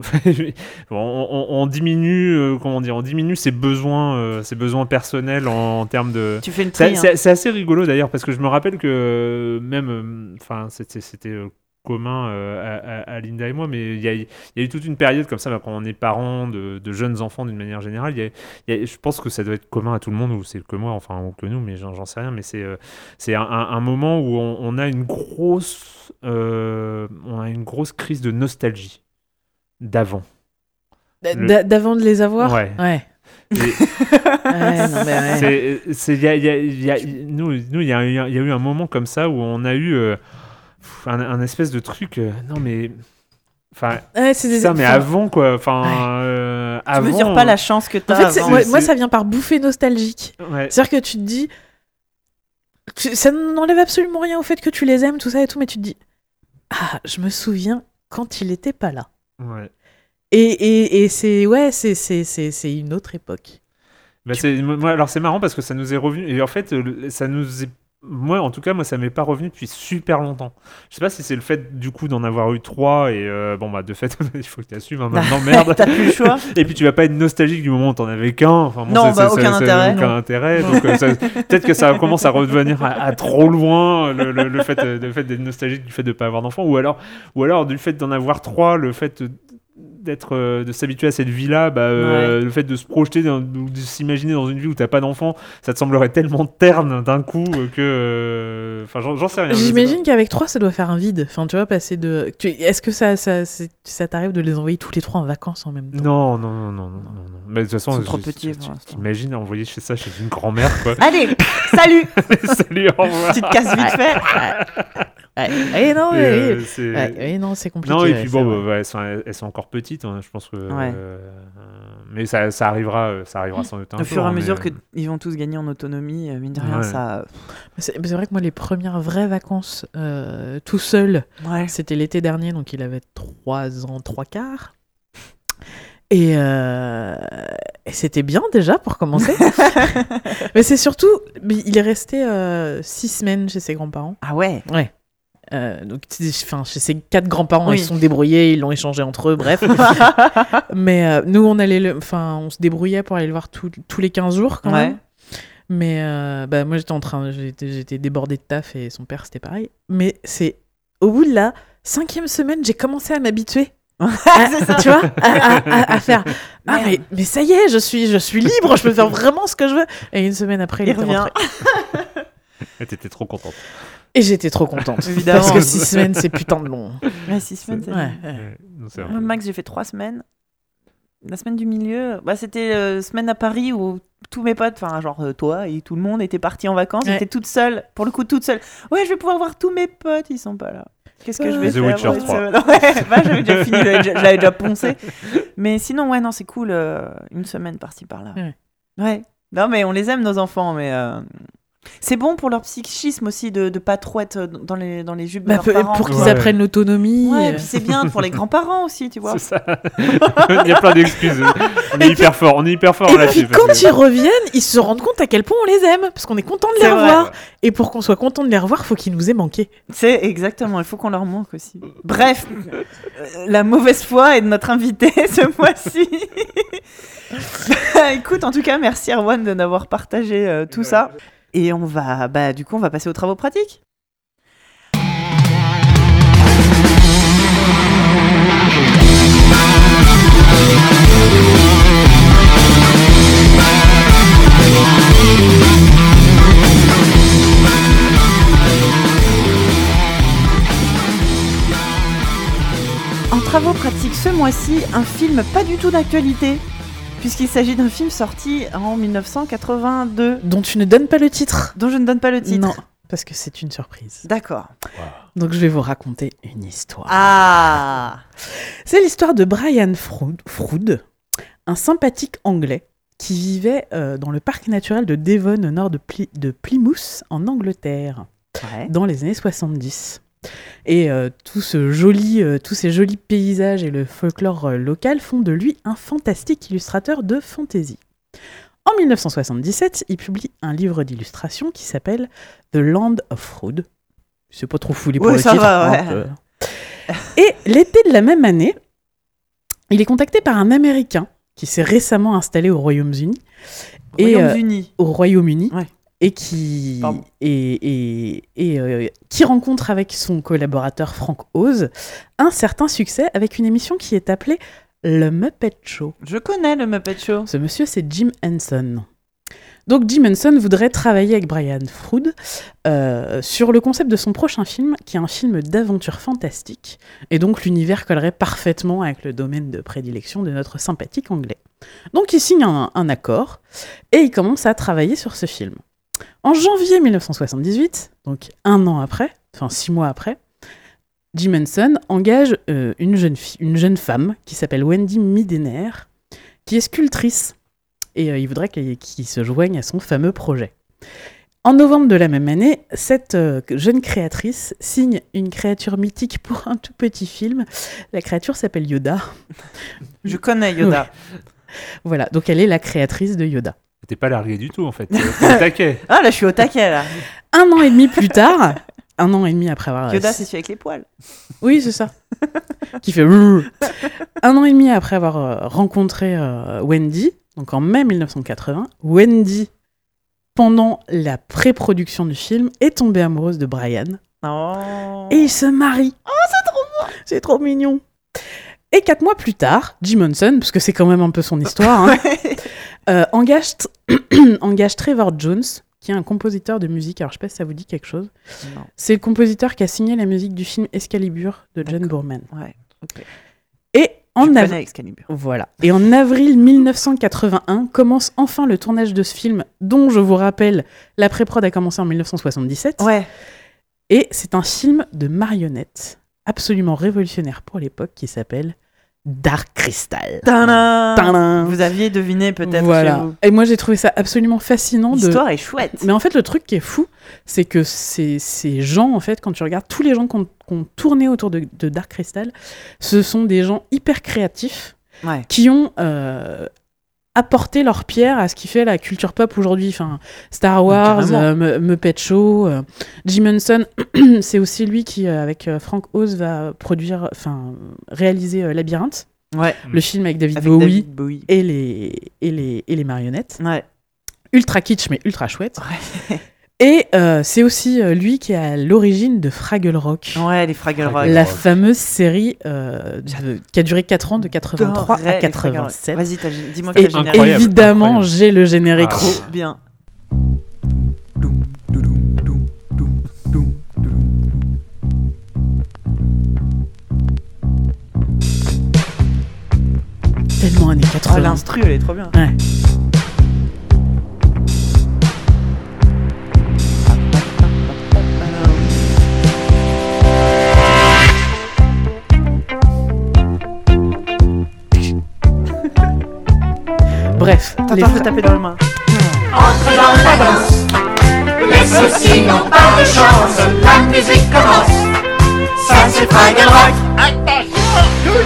on, on, on diminue, euh, comment dire, on diminue ses besoins, euh, ses besoins personnels en, en termes de. Tu fais le tri. C'est, hein. c'est, c'est assez rigolo d'ailleurs parce que je me rappelle que euh, même, enfin, euh, c'était, c'était euh, commun euh, à, à, à Linda et moi, mais il y a, y a eu toute une période comme ça bah, quand on est parents de, de jeunes enfants d'une manière générale. Y a, y a, je pense que ça doit être commun à tout le monde ou c'est que moi, enfin ou que nous, mais j'en, j'en sais rien. Mais c'est, euh, c'est un, un, un moment où on, on a une grosse, euh, on a une grosse crise de nostalgie. D'avant. D- le... D'avant de les avoir Ouais. Ouais. Et... ouais, non, mais ouais. C'est, c'est, y a, y a, y a, nous, nous, il y a, y a eu un moment comme ça où on a eu euh, un, un espèce de truc. Euh, non, mais. Enfin, ouais, c'est des... ça, mais enfin... avant, quoi. Enfin, ouais. euh, tu avant. Tu mesures pas la chance que t'as. En fait, c'est, avant. moi, c'est... moi, ça vient par bouffée nostalgique. Ouais. C'est-à-dire que tu te dis. Tu... Ça n'enlève absolument rien au fait que tu les aimes, tout ça et tout, mais tu te dis. Ah, je me souviens quand il était pas là. Ouais. Et, et, et c'est, ouais, c'est, c'est, c'est, c'est une autre époque. Bah c'est, moi, alors c'est marrant parce que ça nous est revenu. Et en fait, ça nous est. Moi, en tout cas, moi, ça m'est pas revenu depuis super longtemps. Je sais pas si c'est le fait, du coup, d'en avoir eu trois. Et euh, bon, bah, de fait, il faut que tu assumes. Hein, maintenant, merde. T'as plus le choix. Et puis, tu vas pas être nostalgique du moment où t'en avais qu'un. Enfin, bon, non, ça, bah, ça, aucun ça, intérêt. Aucun intérêt. Donc, euh, ça, peut-être que ça commence à redevenir à, à trop loin le, le, le, fait, le fait d'être nostalgique du fait de pas avoir d'enfant. Ou alors, ou alors, du fait d'en avoir trois, le fait. De, d'être euh, de s'habituer à cette vie-là, bah, euh, ouais. Le fait de se projeter dans, ou de s'imaginer dans une vie où t'as pas d'enfant, ça te semblerait tellement terne d'un coup que enfin euh, j'en, j'en sais rien. J'imagine qu'avec trois ça doit faire un vide. Enfin tu vois passer de tu... est-ce que ça ça ça t'arrive de les envoyer tous les trois en vacances en même temps? Non non non non non non. Mais de toute façon, ils sont trop petits. T'imagines envoyer chez ça chez une grand-mère quoi. Allez, salut. Salut, au revoir. Tu te casses vite fait. Ouais. Et non, et, mais, euh, c'est... Ouais, et non, c'est compliqué. Non, et puis ouais, bon, bah, elles, sont, elles sont encore petites, hein, je pense que. Ouais. Euh, mais ça, ça arrivera, ça arrivera sans doute un Au peu. fur et à mais... mesure qu'ils vont tous gagner en autonomie, mine de rien, ouais. ça. C'est, c'est vrai que moi, les premières vraies vacances euh, tout seul, ouais. c'était l'été dernier, donc il avait trois ans, trois quarts. Et, euh, et c'était bien déjà pour commencer. Mais c'est surtout, il est resté euh, six semaines chez ses grands-parents. Ah ouais. Ouais. Euh, donc, enfin, chez ses quatre grands-parents, oui. ils se sont débrouillés, ils l'ont échangé entre eux, bref. Mais euh, nous, on allait, le, enfin, on se débrouillait pour aller le voir tout, tous les quinze jours quand ouais. même. Mais euh, bah, moi, j'étais en train, j'étais, j'étais débordée de taf et son père, c'était pareil. Mais c'est au bout de la cinquième semaine, j'ai commencé à m'habituer. à, c'est ça. Tu vois, à, à, à faire. Ah, mais, mais ça y est, je suis, je suis libre, je peux faire vraiment ce que je veux. Et une semaine après, il, Il était revient. rentré. Et t'étais trop contente. Et j'étais trop contente. Évidemment. Parce que six semaines, c'est putain de long. Ouais, six semaines, c'est Ouais, bien. ouais. Ouais, non, c'est vrai. Moi, Max, j'ai fait trois semaines. La semaine du milieu, bah, c'était euh, semaine à Paris où tous mes potes, enfin genre euh, toi et tout le monde était parti en vacances. Ouais. J'étais toute seule, pour le coup toute seule. Ouais, je vais pouvoir voir tous mes potes, ils sont pas là. Qu'est-ce que je vais The faire Witcher ouais, trois. ça- Ouais, bah, j'avais déjà fini, j'avais déjà, j'avais déjà poncé. Mais sinon, ouais, non, c'est cool, euh, une semaine par-ci par-là. Ouais. Ouais. Non, mais on les aime nos enfants, mais euh, c'est bon pour leur psychisme aussi de, de pas trop être dans les dans les jupes de Bah, leurs peu- parents. pour qu'ils Ouais. apprennent l'autonomie. Ouais, et euh. puis c'est bien pour les grands-parents aussi, tu vois. C'est ça. Il y a plein d'excuses. On est hyper fort. On est hyper fort Et là-dessus. puis quand ils reviennent, ils se rendent compte à quel point on les aime, parce qu'on est content de les C'est vrai. revoir. Et pour qu'on soit content de les revoir, faut qu'ils nous aient manqué. C'est exactement, il faut qu'on leur manque aussi. Bref, euh, la mauvaise foi est de notre invité ce mois-ci. Bah, écoute, en tout cas, merci Erwan de d'avoir partagé euh, tout ça. Et on va, bah, du coup, on va passer aux travaux pratiques. En travaux pratiques ce mois-ci, un film pas du tout d'actualité, puisqu'il s'agit d'un film sorti en mille neuf cent quatre-vingt-deux, Dont tu ne donnes pas le titre. dont je ne donne pas le titre. Non, parce que c'est une surprise. D'accord. Donc je vais vous raconter une histoire. Ah C'est l'histoire de Brian Froud, Froud, un sympathique anglais qui vivait euh, dans le parc naturel de Devon au nord de, Ply- de Plymouth en Angleterre Ouais. dans les années soixante-dix. Et euh, tout ce joli, euh, tous ces jolis paysages et le folklore euh, local font de lui un fantastique illustrateur de fantasy. En mille neuf cent soixante-dix-sept, il publie un livre d'illustration qui s'appelle The Land of Froud. C'est pas trop foulé pour Ouais, le ça titre. va, hein, ouais. euh. Et l'été de la même année, il est contacté par un Américain qui s'est récemment installé au Royaume-Uni. Et, euh, Royaume-Uni. au Royaume-Uni. Ouais. Et qui, Pardon. et, et, et, euh, qui rencontre avec son collaborateur Frank Oz un certain succès avec une émission qui est appelée Le Muppet Show. Je connais le Muppet Show. Ce monsieur, c'est Jim Henson. Donc Jim Henson voudrait travailler avec Brian Froud euh, sur le concept de son prochain film, qui est un film d'aventure fantastique. Et donc l'univers collerait parfaitement avec le domaine de prédilection de notre sympathique anglais. Donc il signe un, un accord et il commence à travailler sur ce film. En janvier mille neuf cent soixante-dix-huit, donc un an après, enfin six mois après, Jim Henson engage euh, une, jeune fi- une jeune femme qui s'appelle Wendy Midener, qui est sculptrice. Et euh, il voudrait qu'elle qu'il se joigne à son fameux projet. En novembre de la même année, cette euh, jeune créatrice signe une créature mythique pour un tout petit film. La créature s'appelle Yoda. Je connais Yoda. Voilà, donc elle est la créatrice de Yoda. T'es pas largué du tout en fait. T'es au taquet. Ah là, je suis au taquet là. Un an et demi plus tard, un an et demi après avoir... Yoda, c'est celui avec les poils. Oui, c'est ça. Qui fait... Un an et demi après avoir euh, rencontré euh, Wendy, donc en mai mille neuf cent quatre-vingts, Wendy, pendant la pré-production du film, est tombée amoureuse de Brian. Oh. Et ils se marient. Oh, c'est trop beau. C'est trop mignon. Et quatre mois plus tard, Jim Henson, parce que c'est quand même un peu son histoire, hein, euh, engage, engage Trevor Jones, qui est un compositeur de musique. Alors, je sais pas si ça vous dit quelque chose. Non. C'est le compositeur qui a signé la musique du film Excalibur de John D'accord. Boorman. Ouais, ok. Et en, Je av- connais Excalibur. voilà. Et en avril mille neuf cent quatre-vingt-un commence enfin le tournage de ce film, dont je vous rappelle, la pré-prod a commencé en mille neuf cent soixante-dix-sept. Ouais. Et c'est un film de marionnettes absolument révolutionnaire pour l'époque qui s'appelle Dark Crystal. Tadam. Tadam. Vous aviez deviné peut-être Voilà. chez vous. Et moi j'ai trouvé ça absolument fascinant. De... L'histoire est chouette. Mais en fait le truc qui est fou, c'est que ces, ces gens, en fait, quand tu regardes tous les gens qui ont, qui ont tourné autour de, de Dark Crystal, ce sont des gens hyper créatifs Ouais. qui ont euh, apporté leur pierre à ce qui fait la culture pop aujourd'hui. Enfin, Star Wars, Carrément. euh, M- Muppet Show, euh, Jim Henson, c'est aussi lui qui, euh, avec euh, Frank Oz, va produire, enfin, réaliser euh, Labyrinthe, Ouais. le film avec David Avec Bowie David Bowie. et les, et les, et les marionnettes. Ouais. ultra kitsch mais ultra chouette. Ouais. Et euh, c'est aussi euh, lui qui est à l'origine de Fraggle Rock. Ouais, les Fraggle Rock. La fameuse série euh, de- qui a duré quatre ans, de quatre-vingt-trois J'adorais à les Fraggle Rock. quatre-vingt-sept. Vas-y, t'as- dis-moi que Et t'as générique. Incroyable, évidemment, incroyable. j'ai le générique. Ah. Trop bien. Tellement années Oh, quatre-vingts. l'instru, elle est trop bien. Ouais. Bref, Attends, les attends, fra- faut taper dans le main. Entre dans la danse, les soucis n'ont pas de chance, la musique commence, ça c'est Fraggle Rock. Attention,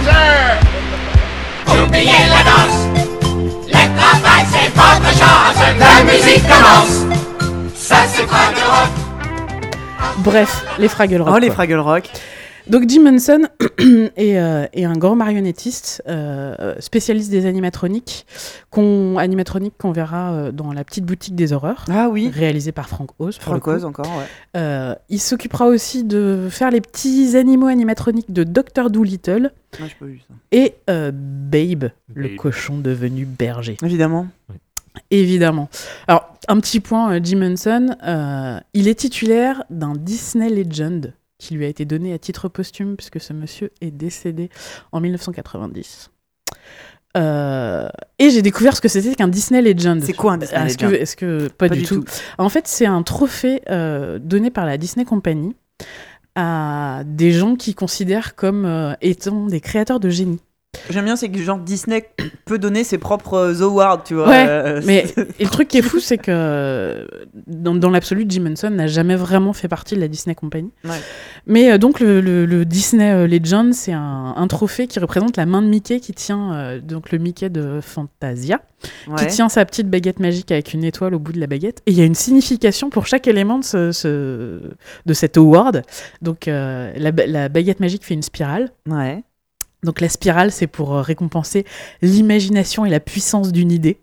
loser! Oubliez la danse, le travail c'est votre chance, la musique commence, ça c'est Fraggle Rock. bref, les Fraggle Rock. Oh, les quoi. Fraggle Rock. Donc Jim Henson est, euh, est un grand marionnettiste, euh, spécialiste des animatroniques, qu'on, animatroniques qu'on verra euh, dans La Petite Boutique des Horreurs, Ah oui. réalisé par Frank Oz. pour le coup. Francoise encore, ouais. Euh, il s'occupera aussi de faire les petits animaux animatroniques de docteur Dolittle Non, j'ai pas vu ça. et euh, Babe, le Babe. cochon devenu berger. Évidemment. Évidemment. Alors, un petit point, euh, Jim Henson, euh, il est titulaire d'un Disney Legend qui lui a été donné à titre posthume puisque ce monsieur est décédé en dix-neuf cent quatre-vingt-dix. Euh, et j'ai découvert ce que c'était qu'un Disney Legend. C'est quoi un Disney Est-ce que, Legend est-ce que pas, du, tout. En fait, c'est un trophée euh, donné par la Disney Company à des gens qui considèrent comme euh, étant des créateurs de génie. J'aime bien, c'est que genre Disney peut donner ses propres euh, awards, tu vois. Ouais, euh, Mais c'est- et le truc qui est fou, c'est que dans, dans l'absolu, Jim Henson n'a jamais vraiment fait partie de la Disney Company. Ouais. Mais euh, donc le, le- le Disney euh, Legend, c'est un, un trophée qui représente la main de Mickey qui tient euh, donc le Mickey de Fantasia, ouais. qui tient sa petite baguette magique avec une étoile au bout de la baguette. Et il y a une signification pour chaque élément de, ce, ce- de cet award. Donc euh, la, ba- la baguette magique fait une spirale. Ouais. Donc la spirale, c'est pour euh, récompenser l'imagination et la puissance d'une idée.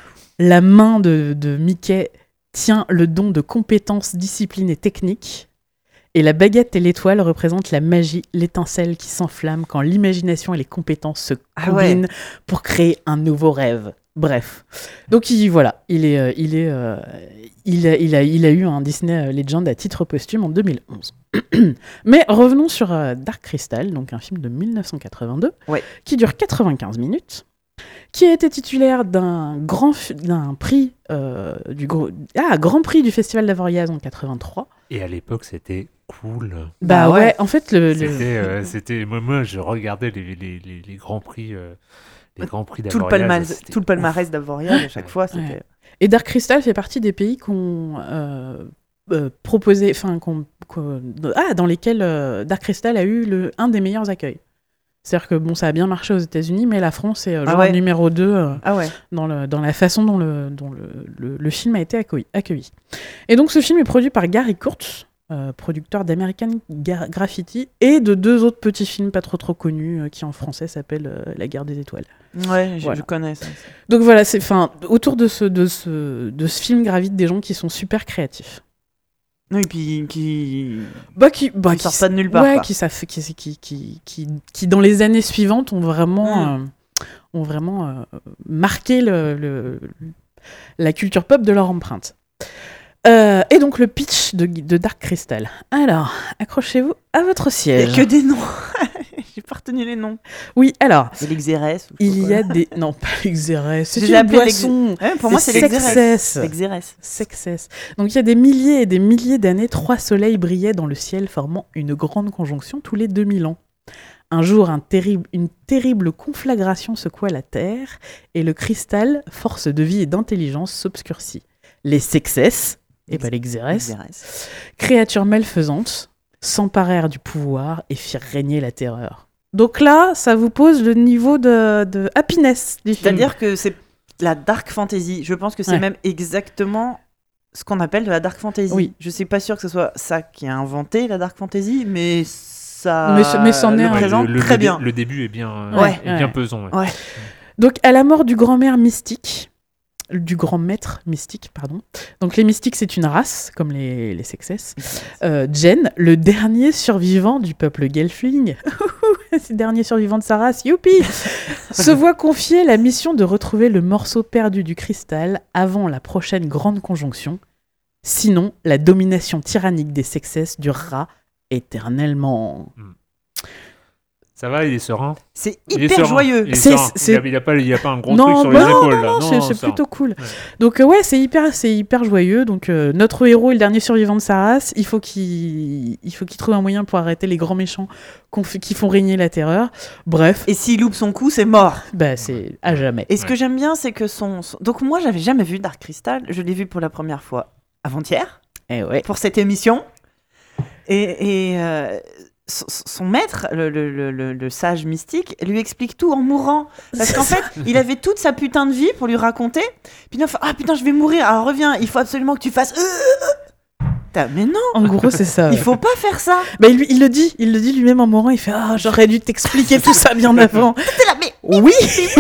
La main de, de Mickey tient le don de compétences, discipline et technique. Et la baguette et l'étoile représentent la magie, l'étincelle qui s'enflamme quand l'imagination et les compétences se Ah ouais. combinent pour créer un nouveau rêve. Bref. Donc il, voilà, il, est, euh, il, est, euh, il, a, il, a, il a eu un Disney Legend à titre posthume en deux mille onze. Mais revenons sur euh, Dark Crystal, donc un film de dix-neuf cent quatre-vingt-deux, Ouais. qui dure quatre-vingt-quinze minutes, qui a été titulaire d'un grand fi- d'un prix euh, du gros, ah, Grand Prix du Festival d'Avoriaz en quatre-vingt-trois. Et à l'époque, c'était cool. Bah, Bah ouais. ouais. en fait le, le- C'était, euh, c'était, moi, moi, je regardais les, les, les, les grands prix, euh, les grands prix Tout le, d'Avoriaz, palmarès, c'était tout le palmarès d'Avoriaz, à chaque fois, c'était. Ouais. Et Dark Crystal fait partie des pays qu'on euh, euh, proposé, enfin qu'on, qu'on- ah, dans lesquels euh, Dark Crystal a eu le, un des meilleurs accueils. C'est-à-dire que bon, ça a bien marché aux États-Unis, mais la France est euh, Ah genre ouais. numéro deux euh, Ah ouais. dans, le, dans la façon dont, le, dont le, le, le film a été accueilli, accueilli. Et donc ce film est produit par Gary Kurtz, euh, producteur d'American Ga- Graffiti, et de deux autres petits films pas trop trop connus euh, qui en français s'appellent euh, La Guerre des Étoiles. Ouais, je, Voilà. je connais ça. Donc voilà, c'est, fin, autour de ce, de, ce, de ce film gravitent des gens qui sont super créatifs. Oui, puis qui. Bah, qui, bah, qui qui sortent pas de nulle part. ouais, quoi. qui, savent- qui, qui, qui, qui, qui, dans les années suivantes, ont vraiment, Mm. euh, ont vraiment euh, marqué le, le- la culture pop de leur empreinte. Euh, et donc le pitch de, de Dark Crystal. Alors, accrochez-vous à votre Il y siège. a que des noms. J'ai pas retenu les noms. Oui, alors, C'est l'Xérès. ou je sais il pas y a quoi. des... Non, pas l'Xérès, c'est J'ai une appelé boisson. Ouais, pour moi, c'est C'est l'Xérès. Sexcess. L'Xérès. Success. Donc il y a des milliers et des milliers d'années, trois soleils brillaient dans le ciel, formant une grande conjonction tous les deux mille ans. Un jour, un terrible, une terrible conflagration secoua la Terre, et le cristal, force de vie et d'intelligence, s'obscurcit. Les Sexcess, et pas les Xérès, L'Xérès. créatures malfaisantes, s'emparèrent du pouvoir et firent régner la terreur. Donc là, ça vous pose le niveau de, de happiness du film. C'est-à-dire que c'est la dark fantasy. Je pense que c'est Ouais. même exactement ce qu'on appelle de la dark fantasy. Oui. Je suis pas sûr que ce soit ça qui a inventé la dark fantasy, mais ça Mais ce- mais c'en est le un. Ouais, présente le, le très début- bien. Le début est bien, euh, Ouais. est bien Ouais. pesant. ouais. Ouais. Donc, à la mort du grand-mère mystique, du grand maître mystique, pardon. Donc les mystiques, c'est une race, comme les, les Sexes. Euh, Jen, le dernier survivant du peuple Gelfling, c'est le dernier survivant de sa race, youpi, se voit confier la mission de retrouver le morceau perdu du cristal avant la prochaine grande conjonction. Sinon, la domination tyrannique des Sexes durera éternellement. Mm. Ça va, il est serein. C'est Il est hyper serein. joyeux. Il est C'est- serein. c'est- Il n'y a, pas, il y a pas un gros non, truc sur bah les non, épaules. non, là. non, c'est, c'est serein. plutôt cool. Ouais. Donc euh, ouais, c'est hyper, c'est hyper joyeux. Donc euh, notre héros est le dernier survivant de sa race. Il faut qu'il, il faut qu'il trouve un moyen pour arrêter les grands méchants qu'on fait- qui font régner la terreur. Bref, Et s'il loupe son coup, c'est mort. bah c'est à jamais. Et ce Ouais. que j'aime bien, c'est que son, son- Donc moi, j'avais jamais vu Dark Crystal. Je l'ai vu pour la première fois avant-hier, Eh ouais. pour cette émission. Et, et, euh, son, son maître, le, le- le- le- le sage mystique, lui explique tout en mourant. Parce qu'en fait, il avait toute sa putain de vie pour lui raconter. Puis il fait, ah putain, je vais mourir. Alors reviens, il faut absolument que tu fasses... euh, euh. Putain, mais non, En gros, c'est ça. il ouais. faut pas faire ça. Bah, il, lui- il le dit, il le dit lui-même en mourant. Il fait ah j'aurais dû t'expliquer tout ça bien avant. T'es là, mais... Oui.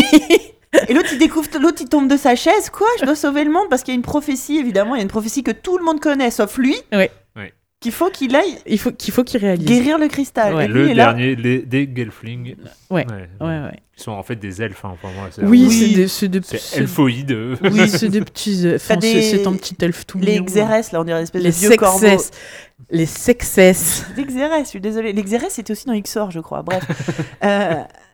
Et l'autre, il découvre, l'autre, il tombe de sa chaise. Quoi, je dois sauver le monde parce qu'il y a une prophétie, évidemment. Il y a une prophétie que tout le monde connaît, sauf lui. Ouais. Ouais. Qu'il faut qu'il aille Il faut qu'il faut qu'il réalise. guérir le cristal. Ouais. Et lui Le est là. dernier les, des Gelfling. Ouais. Ouais ouais. Ils sont en fait des elfes. Hein, enfin, moi, c'est, Oui, Oui. c'est des, c'est des, c'est c'est- elfoïde. euh. Oui, c'est des petits. euh, Enfin, T'as c'est, des- c'est un petit elfe tout Les mignon. Xérès, là, on dirait une espèce Les de vieux corbeau. Sexes. Les Sexes. Les Xérès, je suis désolée. Les Xérès, c'était aussi dans X O R, je crois. Bref. euh...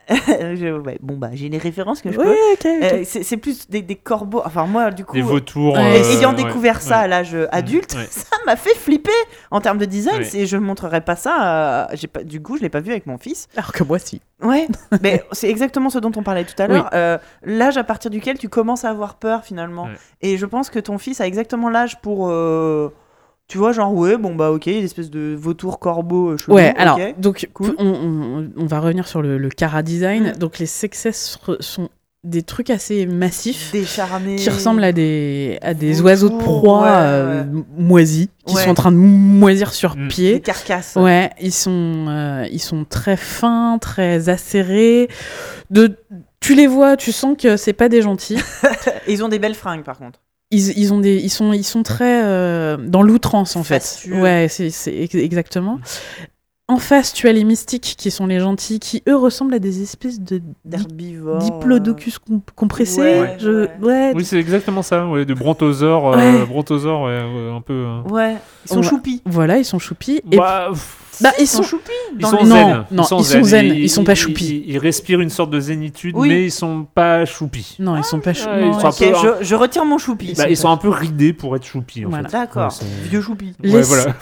je- ouais, bon, bah, j'ai les références que je Ouais, peux. ok, ok. Euh, c'est, c'est plus des, des corbeaux. Enfin, moi, du coup. Des vautours. Ouais. Et euh, ayant ouais, découvert ça ouais. à l'âge adulte, Ouais. ça m'a fait flipper en termes de design. Ouais. C'est, je ne montrerai pas ça. à- j'ai pas, du coup, je l'ai pas vu avec mon fils. Alors que moi, si. Ouais, mais c'est exactement ce dont on parlait tout à l'heure. Oui. Euh, l'âge à partir duquel tu commences à avoir peur finalement. Ouais. Et je pense que ton fils a exactement l'âge pour. euh, Tu vois, genre, ouais, bon bah ok, une espèce de vautour corbeau euh, chelou. Ouais, ok. alors, donc, cool. on, on- on va revenir sur le, le Cara design. Mm. Donc, les Sexes re- sont des trucs assez massifs Décharné. qui ressemblent à des, à des Vautours, oiseaux de proie ouais, euh, ouais. moisis, qui Ouais. sont en train de moisir sur Mm. Des pied. carcasses. Ouais, ils sont, euh, ils sont très fins, très acérés. De, tu les vois, tu sens que c'est pas des gentils. Et ils ont des belles fringues par contre. Ils, ils, ont des, ils, sont, ils sont très euh, dans l'outrance, en fait. Fastueux. Ouais, c'est, c'est ex- exactement. En face, tu as les mystiques, qui sont les gentils, qui, eux, ressemblent à des espèces de di- D'herbivores. diplodocus com- compressés. Ouais, je... ouais. ouais. Oui, c'est exactement ça. Ouais, de brontosaures. euh, Ouais. brontosaures, ouais, ouais, un peu. hein. Ouais, ils sont Ouais. choupis. Voilà, ils sont choupis. Et Bah, pff, bah, ils Ils sont sont... choupis. Ils dans sont les- Non, zen. non, ils sont zen, ils sont pas choupis. Ils, ils respirent une sorte de zénitude, Oui. mais ils sont pas choupis. Non, ils sont pas chou- ouais, non, ils sont un Ok, peu- je, je retire mon choupi. Bah, ils sont un peu ridés pour être choupis, en Voilà. fait. D'accord, Ouais, c'est- vieux choupi. Les- Ouais, voilà.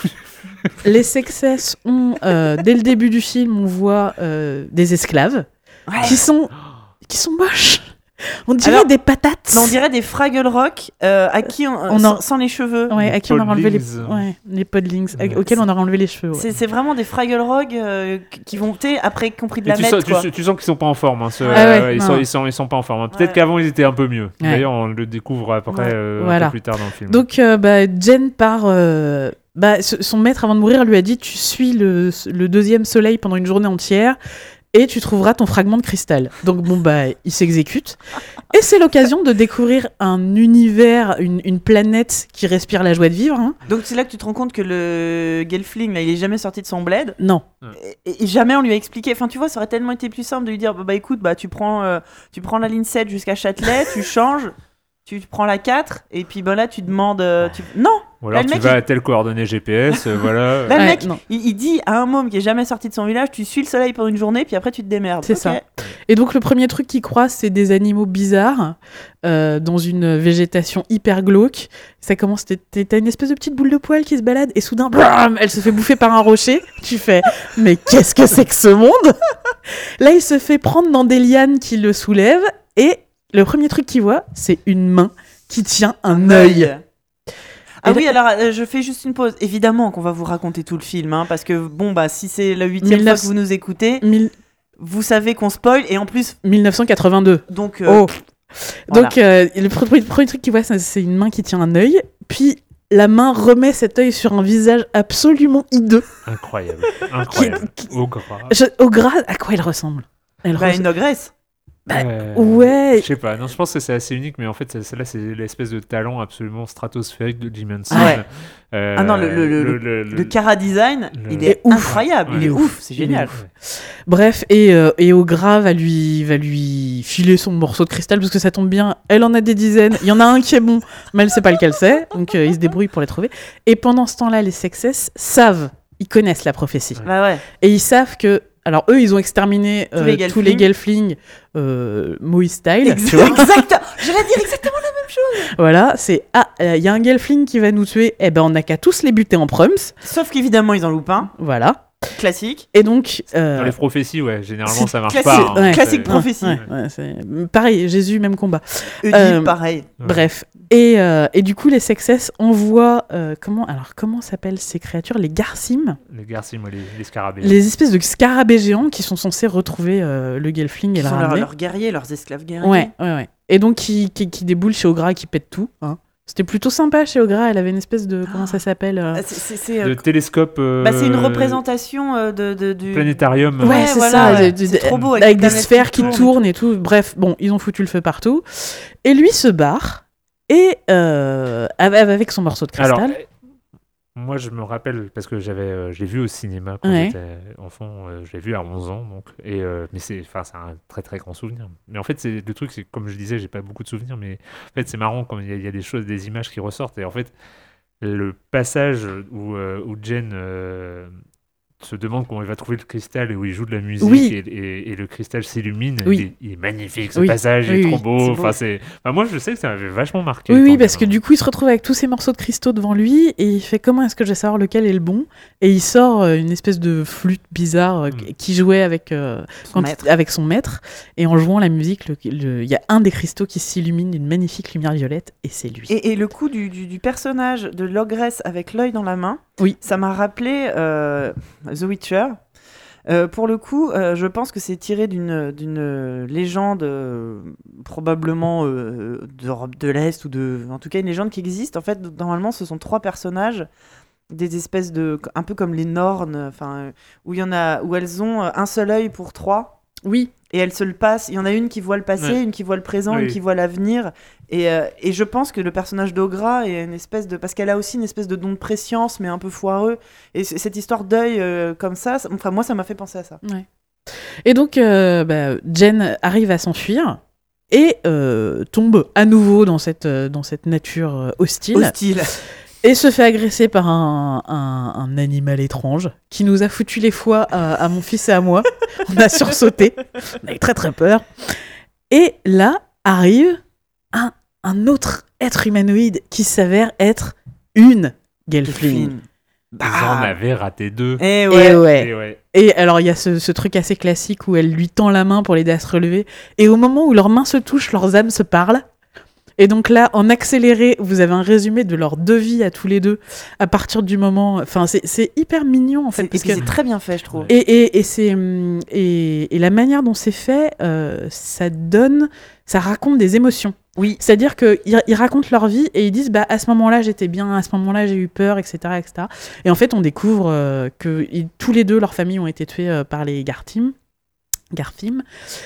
Les Sexes ont, euh, dès le début du film, on voit euh, des esclaves Ouais. qui sont, qui sont moches. On dirait Alors, des patates. Mais on dirait des Fraggle Rock euh, à qui on, On sans, en- sans les cheveux. Ouais, à qui on aurait enlevé les, Podlings. ouais, les podlings, Ouais. auxquels on aurait enlevé les cheveux. Ouais. C'est, c'est vraiment des Fraggle Rock euh, qui vont t'es après compris de Et la tu, mettre sens, tu, quoi. tu sens qu'ils sont pas en forme. Hein, ce- Ah ouais, euh, ils, non. sont, ils, sont, ils sont pas en forme. hein. Peut-être Ouais. qu'avant ils étaient un peu mieux. Ouais. D'ailleurs, on le découvre à peu près Ouais. euh, un Voilà. peu plus tard dans le film. Donc, euh, bah, Jen part. euh, bah, ce- son maître, avant de mourir, lui a dit tu suis le, le deuxième soleil pendant une journée entière et tu trouveras ton fragment de cristal. Donc, bon, bah, il s'exécute. Et c'est l'occasion de découvrir un univers, une, une planète qui respire la joie de vivre. Hein. Donc c'est là que tu te rends compte que le Gelfling là, il est jamais sorti de son bled Non. et, et jamais on lui a expliqué. Enfin tu vois, ça aurait tellement été plus simple de lui dire bah, bah écoute, bah tu prends euh, tu prends la ligne sept jusqu'à Châtelet, tu changes, tu prends la quatre et puis bah là tu demandes euh, tu... non. Ou alors Là, le tu mec, vas il- à telle coordonnée G P S, euh, voilà. Là, le Ouais, mec, non. il, il dit à un môme qui est jamais sorti de son village, tu suis le soleil pendant une journée, puis après tu te démerdes. C'est Ok. ça. Et donc, le premier truc qu'il croise, c'est des animaux bizarres euh, dans une végétation hyper glauque. Ça commence, t'es- t'es- t'as une espèce de petite boule de poil qui se balade et soudain, blam, elle se fait bouffer par un rocher. Tu fais, mais qu'est-ce que c'est que ce monde? Là, il se fait prendre dans des lianes qui le soulèvent et le premier truc qu'il voit, c'est une main qui tient un œil. Ah Et oui, là- alors euh, je fais juste une pause. Évidemment qu'on va vous raconter tout le film, hein, parce que bon, bah si c'est la huitième mille neuf fois que vous nous écoutez, Mille- vous savez qu'on spoil, et en plus, mille neuf cent quatre-vingt-deux. donc... euh, Oh. voilà. Donc, euh, le pre- premier, premier truc qu'il voit, c'est- c'est une main qui tient un œil. Puis, la main remet cet œil sur un visage absolument hideux. Incroyable. Incroyable. Qui- Au gras. Je- au gras, à quoi elle ressemble elle, bah, res- une ogresse. Bah, Euh, ouais. Je sais pas, non, je pense que c'est assez unique, mais en fait, c'est- celle-là, c'est l'espèce de talent absolument stratosphérique de Jim Henson. Ah ouais. Euh, Ah non, le, le, le, le, le Cara design, le- il est ouf. incroyable, il Ouais. est ouf, c'est Il est génial. ouf. Bref, et, euh, et Ogra va lui, va lui filer son morceau de cristal parce que ça tombe bien, elle en a des dizaines. Il y en a un qui est bon, mais elle sait pas lequel c'est, donc euh, il se débrouille pour les trouver. Et pendant ce temps-là, les Sexes savent, ils connaissent la prophétie. Bah ouais. Et ils savent que. Alors, eux, ils ont exterminé euh, Tous les tous les Gelflings. Gelflings euh, Moïse style. tu vois. Exact. J'allais dire exactement la même chose. Voilà, c'est ah, il y a un Gelfling qui va nous tuer, eh ben on n'a qu'à tous les buter en prums. Sauf qu'évidemment, ils en loupent un. Voilà. Classique. Et donc. euh, Dans les prophéties, ouais, généralement, c'est ça marche classique. pas. hein. Ouais. Classique C'est- prophétie. ouais, ouais, c'est- pareil, Jésus, même combat. Oedipe, Euh, pareil. Ouais. Bref. Et, euh, et du coup, les Sexes envoient. euh, comment, alors, comment s'appellent ces créatures? Les Garcimes. Les garcis, moi, les, les scarabées. Les espèces de scarabées géants qui sont censés retrouver euh, le Gelfling et Ils le sont leurs, ramener. leurs guerriers, leurs esclaves guerriers. Ouais, ouais, ouais. Et donc, qui, qui, qui déboulent chez Ogra et qui pètent tout. Hein. C'était plutôt sympa chez Ogra. Elle avait une espèce de. Comment ça s'appelle euh, Ah, c'est- c'est- c'est, euh, Le télescope. euh, bah, c'est une représentation euh, de, de- du. Planétarium. Ouais, Ouais, c'est voilà, ça. ouais. de- de- C'est trop beau, Avec, avec des les planètes sphères qui qui tournent. tournent et tout. Bref, bon, ils ont foutu le feu partout. Et lui se barre. Et euh, avec avec son morceau de cristal. Alors, euh, moi, je me rappelle, parce que j'avais, euh, je l'ai vu au cinéma quand Ouais. j'étais enfant, euh, je l'ai vu à onze ans, donc, et, euh, mais c'est, enfin, c'est un très très grand souvenir. Mais en fait, c'est, le truc, c'est comme je disais, j'ai pas beaucoup de souvenirs, mais en fait, c'est marrant quand il y, a- il y a des choses, des images qui ressortent, et en fait, le passage où, euh, où Jen euh, se demande comment il va trouver le cristal et où il joue de la musique Oui. et, et- et le cristal s'illumine, Oui. il, est, il est magnifique ce Oui. passage, il Oui, est oui, trop beau. c'est beau. Enfin, c'est, enfin, moi, je sais que ça m'avait vachement marqué. Oui, étant oui, parce que gamin. du coup, il se retrouve avec tous ces morceaux de cristaux devant lui et il fait comment est-ce que je vais savoir lequel est le bon? Et il sort euh, une espèce de flûte bizarre euh, Mm. qui jouait avec, euh, Son quand- maître. avec son maître. Et en jouant la musique, le- le- il y a un des cristaux qui s'illumine d'une magnifique lumière violette et c'est lui. Et, et le coup du, du, du personnage de l'ogresse avec l'œil dans la main, Oui. ça m'a rappelé euh, The Witcher. Euh, pour le coup, euh, je pense que c'est tiré d'une d'une légende euh, probablement euh, d'Europe de l'Est ou de, en tout cas une légende qui existe. En fait, normalement, ce sont trois personnages, des espèces de, un peu comme les Nornes, enfin euh, où il y en a, où elles ont euh, un seul œil pour trois. Oui, Et elles se le passent. Il y en a une qui voit le passé, Ouais. une qui voit le présent, Oui. une qui voit l'avenir. Et, euh, et je pense que le personnage d'Ogra est une espèce de. Parce qu'elle a aussi une espèce de don de préscience, mais un peu foireux. Et c- cette histoire d'œil euh, comme ça, ça- enfin, moi, ça m'a fait penser à ça. et donc euh, bah, Jen arrive à s'enfuir et euh, tombe à nouveau dans cette, euh, dans cette nature euh, hostile. Hostile. Et se fait agresser par un, un, un animal étrange qui nous a foutu les foies à, à mon fils et à moi. On a sursauté. On a eu très très peur. Et là arrive un, un autre être humanoïde qui s'avère être une Gelfling. Ils en avaient raté deux. Et Et ouais. ouais. Et ouais. Et alors il y a ce, ce truc assez classique où elle lui tend la main pour l'aider à se relever. Et au moment où leurs mains se touchent, leurs âmes se parlent. Et donc là, en accéléré, vous avez un résumé de leurs deux vies à tous les deux à partir du moment. Enfin, c'est, c'est hyper mignon en fait. C'est- Et Parce puis que... c'est très bien fait, je trouve. Et, et, et, c'est, hum, et, et la manière dont c'est fait, euh, ça donne, ça raconte des émotions. Oui. C'est-à-dire qu'ils ils racontent leur vie et ils disent bah, à ce moment-là j'étais bien, à ce moment-là j'ai eu peur, et cetera et cetera. Et en fait, on découvre euh, que ils- tous les deux, leurs familles ont été tuées euh, par les Garthim. Garthim.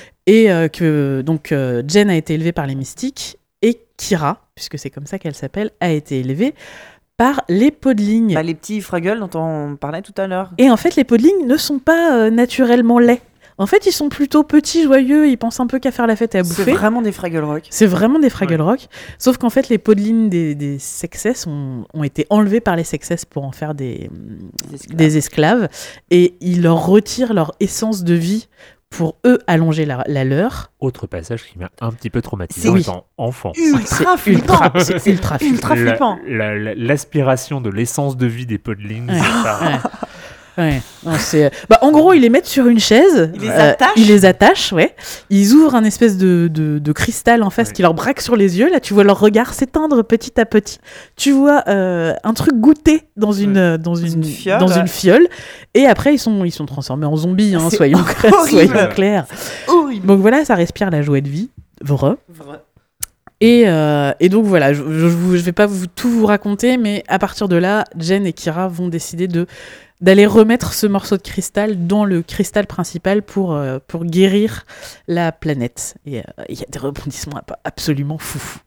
Et euh, que donc euh, Jen a été élevée par les mystiques et Kira, puisque c'est comme ça qu'elle s'appelle, a été élevée par les Podlings. Bah, les petits fraggles dont on parlait tout à l'heure. Et en fait, les Podlings ne sont pas euh, naturellement laids. En fait, ils sont plutôt petits, joyeux, ils pensent un peu qu'à faire la fête et à C'est bouffer. vraiment des fraggle rock. C'est vraiment des Fraggle Rock. Sauf qu'en fait, les Podlings des, des Sexes ont, ont été enlevés par les Sexes pour en faire des, Des esclaves. des esclaves. Et ils leur retirent leur essence de vie pour eux allonger la, la leur. Autre passage qui m'a un petit peu traumatisé C'est- en oui. étant enfant. Ultra C'est flippant. ultra, c'est ultra flippant. Ultra La- flippant. la- la- L'aspiration de l'essence de vie des podlings, Ouais. c'est ça. Ouais. Ouais. Non, c'est... Bah, en gros, ils les mettent sur une chaise. Ils les attachent. Ils les attachent, ouais. Ils ouvrent un espèce de, de, de cristal en face Ouais. qui leur braque sur les yeux. Là, tu vois leur regard s'éteindre petit à petit. Tu vois euh, un truc goûter dans une, euh, dans une, une fiole. dans une fiole. Et après, ils sont, ils sont transformés en zombies, hein, C'est soyons, horrible. soyons clairs. Horrible. Donc voilà, ça respire la joie de vie. Vrai. Vrai. Et, euh, et donc voilà, je, je, vous- je vais pas vous, tout vous raconter, mais à partir de là, Jen et Kira vont décider de d'aller remettre ce morceau de cristal dans le cristal principal pour, euh, pour guérir la planète. Et il euh, y a des rebondissements absolument fous.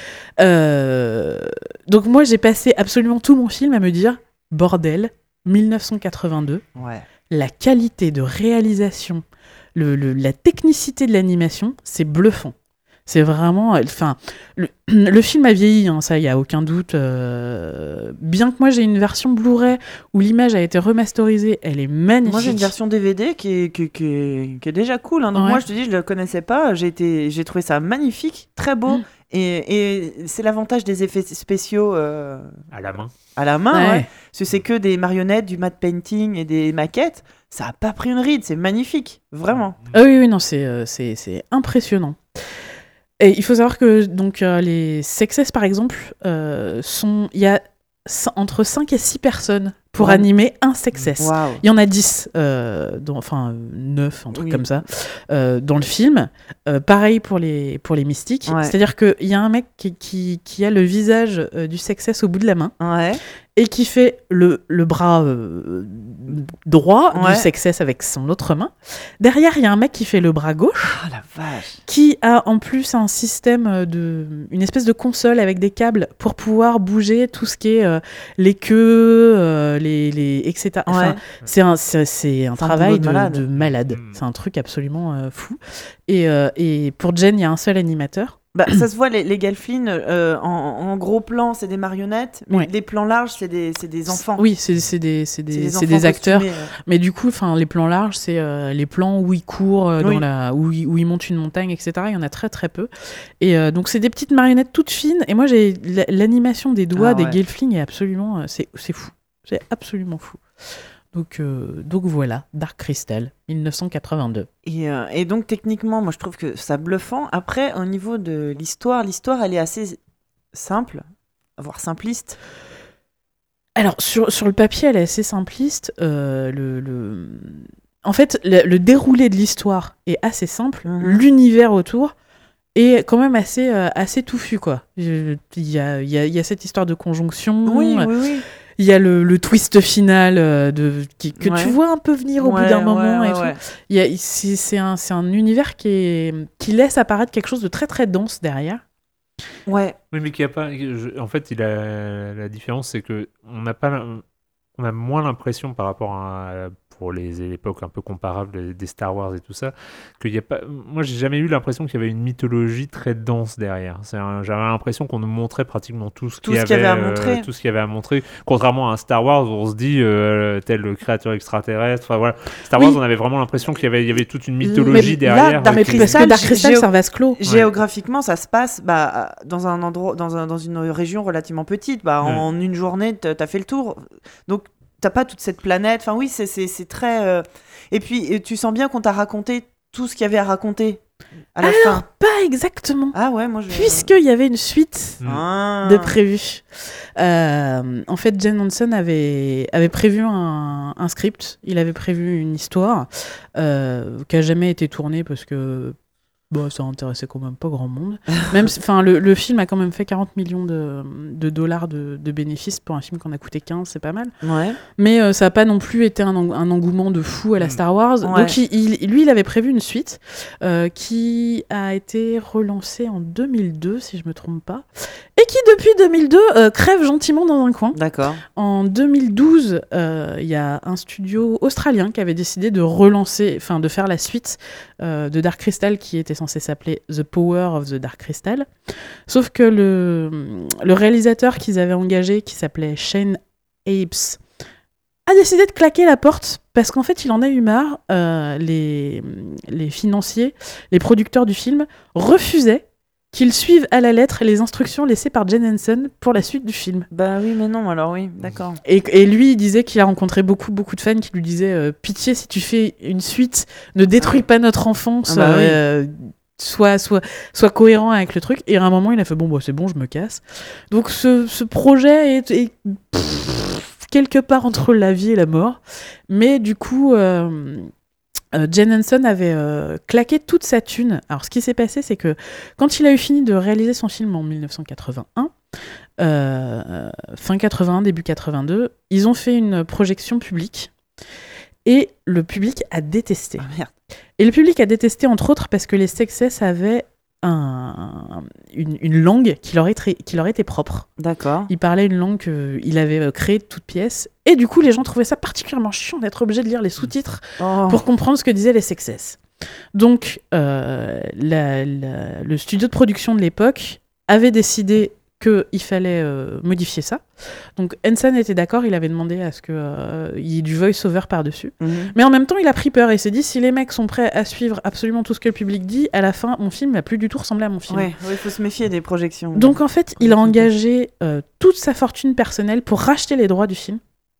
Euh, donc moi, j'ai passé absolument tout mon film à me dire, bordel, dix-neuf cent quatre-vingt-deux, Ouais. la qualité de réalisation, le, le, la technicité de l'animation, c'est bluffant. C'est vraiment... Enfin, le, le film a vieilli, hein, ça, il n'y a aucun doute. Euh, bien que moi, j'ai une version Blu-ray où l'image a été remasterisée, elle est magnifique. Moi, j'ai une version D V D qui est, qui, qui est, qui est déjà cool. Hein. Donc Ouais. moi, je te dis, je ne le connaissais pas. J'ai, été, j'ai trouvé ça magnifique, très beau. Mm. Et, et c'est l'avantage des effets spéciaux euh, À la main. à la main. Ouais. Ouais. Parce que c'est que des marionnettes, du matte painting et des maquettes. Ça n'a pas pris une ride, c'est magnifique. Vraiment. Ah oui, oui, non, c'est, euh, c'est, c'est impressionnant. Et il faut savoir que donc, euh, les Sexes, par exemple, euh, sont... il y a c- entre cinq et six personnes pour Ouais. animer un Sexes. Waouh. Il y en a dix, euh, dans- enfin neuf, un truc Oui. comme ça, euh, dans le film. Euh, pareil pour les, pour les mystiques. Ouais. C'est-à-dire qu'il y a un mec qui, qui, qui a le visage euh, du Sexes au bout de la main Ouais. et qui fait le, le bras euh, droit Ouais. du Sexes avec son autre main. Derrière, il y a un mec qui fait le bras gauche, Ah la vache. qui a en plus un système de... une espèce de console avec des câbles pour pouvoir bouger tout ce qui est euh, les queues, euh, les, les, et cetera. Enfin, Ouais. c'est un, c'est, c'est un C'est un travail boulot de de, malade. de malade. Mm. C'est un truc absolument euh, fou. Et, euh, et pour Jen, il y a un seul animateur. Bah, ça se voit, les, les Gelflin, euh, en, en gros plan, c'est des marionnettes, mais Ouais. les plans larges, c'est des, c'est des enfants. Oui, c'est, c'est des, c'est des, C'est des, c'est enfants des acteurs. costumés, euh. Mais du coup, enfin, les plans larges, c'est euh, les plans où ils courent, euh, dans Oui. la, où, ils, où ils montent une montagne, et cetera. Il y en a très très peu. Et euh, donc, c'est des petites marionnettes toutes fines. Et moi, j'ai la- l'animation des doigts Ah des ouais. Gelfling est absolument, euh, c'est, c'est fou. C'est absolument fou. Donc, euh, donc voilà, Dark Crystal, dix-neuf cent quatre-vingt-deux. Et, euh, et donc, techniquement, moi, je trouve que ça bluffant. Après, au niveau de l'histoire, l'histoire, elle est assez simple, voire simpliste. Alors, sur, sur le papier, elle est assez simpliste. Euh, le, le... En fait, le, le déroulé de l'histoire est assez simple. Mhm. L'univers autour est quand même assez, euh, assez touffu, quoi. Je- Il y a, il y, a, il y a cette histoire de conjonction. Oui, oui, oui. Il y a le, le twist final euh, de, qui, que Ouais. tu vois un peu venir au Ouais, bout d'un ouais, moment. ouais, et tout. ouais. Il y a, c'est, c'est, un, c'est un univers qui, est, qui laisse apparaître quelque chose de très très dense derrière. Ouais. Oui, mais qu'il y a pas. je- En fait, il a la différence, c'est que on n'a pas, l'im- on a moins l'impression par rapport à pour les l'époque un peu comparable des Star Wars et tout ça, qu'il y a pas. Moi, j'ai jamais eu l'impression qu'il y avait une mythologie très dense derrière. C'est un- J'avais l'impression qu'on nous montrait pratiquement tout ce Tout qu'il y ce qu'il y avait, avait à euh, montrer. tout ce qu'il y avait à montrer. Contrairement à un Star Wars, où on se dit euh, tel créature extraterrestre. Enfin voilà, Star Oui. Wars, on avait vraiment l'impression qu'il y avait, il y avait toute une mythologie Mais derrière. là, euh, Dark Mais qui- parce que Crystal, Dark Crystal, géo- c'est un vase clos. Géographiquement, ça se passe bah, dans un endroit, dans, un, dans une région relativement petite. Bah, Ouais. En une journée, t- t'as fait le tour. Donc, t'as pas toute cette planète. Enfin, oui, c'est, c'est, c'est très. euh, Et puis, euh, tu sens bien qu'on t'a raconté tout ce qu'il y avait à raconter à la Alors, fin. pas exactement. Ah ouais, moi je. Puisqu'il y avait une suite Mm. Ah. de prévu. Euh, en fait, Jen Hansen avait, avait prévu un, un script, il avait prévu une histoire euh, qui n'a jamais été tournée parce que bon, ça intéressait quand même pas grand monde. Même, si- enfin, le, le film a quand même fait quarante millions de, de dollars de, de bénéfices pour un film qui en a coûté quinze, c'est pas mal. Ouais. Mais euh, ça n'a pas non plus été un, eng- un engouement de fou à la Mm. Star Wars. Ouais. Donc il, il- lui, il avait prévu une suite euh, qui a été relancée en deux mille deux, si je me trompe pas, et qui depuis deux mille deux euh, crève gentiment dans un coin. D'accord. En deux mille douze, euh, il y a un studio australien qui avait décidé de relancer, enfin de faire la suite euh, de Dark Crystal qui était censé s'appeler The Power of the Dark Crystal. Sauf que le, le réalisateur qu'ils avaient engagé, qui s'appelait Shane Apes, a décidé de claquer la porte parce qu'en fait, il en a eu marre. Euh, les, les financiers, les producteurs du film refusaient qu'ils suivent à la lettre les instructions laissées par Jen Hansen pour la suite du film. Bah oui, mais non, alors oui, d'accord. Et, et lui, il disait qu'il a rencontré beaucoup, beaucoup de fans qui lui disaient euh, pitié, si tu fais une suite, ne détruis pas notre enfance, Ah bah oui. euh, sois, sois, sois cohérent avec le truc. Et à un moment, il a fait bon, bah, c'est bon, je me casse. Donc ce, ce projet est, est pff, quelque part entre la vie et la mort. Mais du coup, euh, euh, Jen Hansen avait euh, claqué toute sa thune. Alors ce qui s'est passé, c'est que quand il a eu fini de réaliser son film en dix-neuf cent quatre-vingt-un, euh, fin quatre-vingt-un, début quatre-vingt-deux. Ils ont fait une projection publique et le public a détesté. Ah, merde. Et le public a détesté, entre autres, parce que les Sexes avaient un, une, une langue qui leur, était, qui leur était propre. D'accord. Ils parlaient une langue qu'il avait créée de toutes pièces. Et du coup, les gens trouvaient ça particulièrement chiant d'être obligés de lire les sous-titres Oh. pour comprendre ce que disaient les Sexes. Donc, euh, la, la, le studio de production de l'époque avait décidé qu'il fallait euh, modifier ça. Donc Henson était d'accord, il avait demandé à ce qu'il euh, y ait du voice-over par-dessus. Mhm. Mais en même temps, il a pris peur et s'est dit, si les mecs sont prêts à suivre absolument tout ce que le public dit, à la fin, mon film va plus du tout ressembler à mon film. Ouais, il faut se méfier des projections. Donc en fait, il a engagé euh, toute sa fortune personnelle pour racheter les droits du film.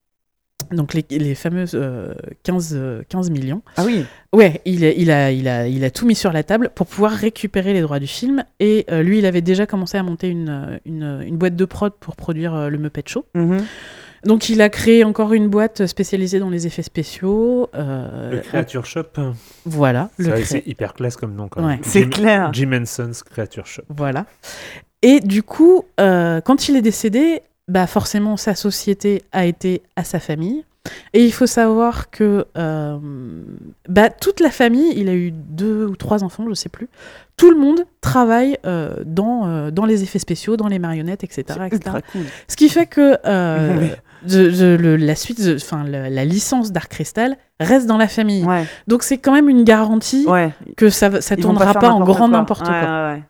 Donc les, les fameuses euh, quinze, quinze millions. Ah oui. Ouais, il a, il, a, il, a, il a tout mis sur la table pour pouvoir récupérer les droits du film. Et euh, lui, il avait déjà commencé à monter une, une, une boîte de prod pour produire euh, le Muppet Show. Mhm. Donc il a créé encore une boîte spécialisée dans les effets spéciaux. Euh, Le Creature Shop. Voilà. C'est, le vrai que cré- c'est hyper classe comme nom. Quand Ouais. même. C'est Jim- clair. Jim Henson's Creature Shop. Voilà. Et du coup, euh, quand il est décédé, bah forcément, sa société a été à sa famille. Et il faut savoir que euh, bah, toute la famille, il a eu deux ou trois enfants, je sais plus, tout le monde travaille euh, dans, euh, dans les effets spéciaux, dans les marionnettes, et cetera, C'est et cetera. ultra cool. Ce qui fait que euh, Ouais. de- de- le- la suite, enfin la, la licence Dark Crystal reste dans la famille. Ouais. Donc c'est quand même une garantie Ouais. que ça ne ça Ils vont tournera faire pas, en n'importe grand quoi. n'importe Ouais, quoi. ouais, ouais.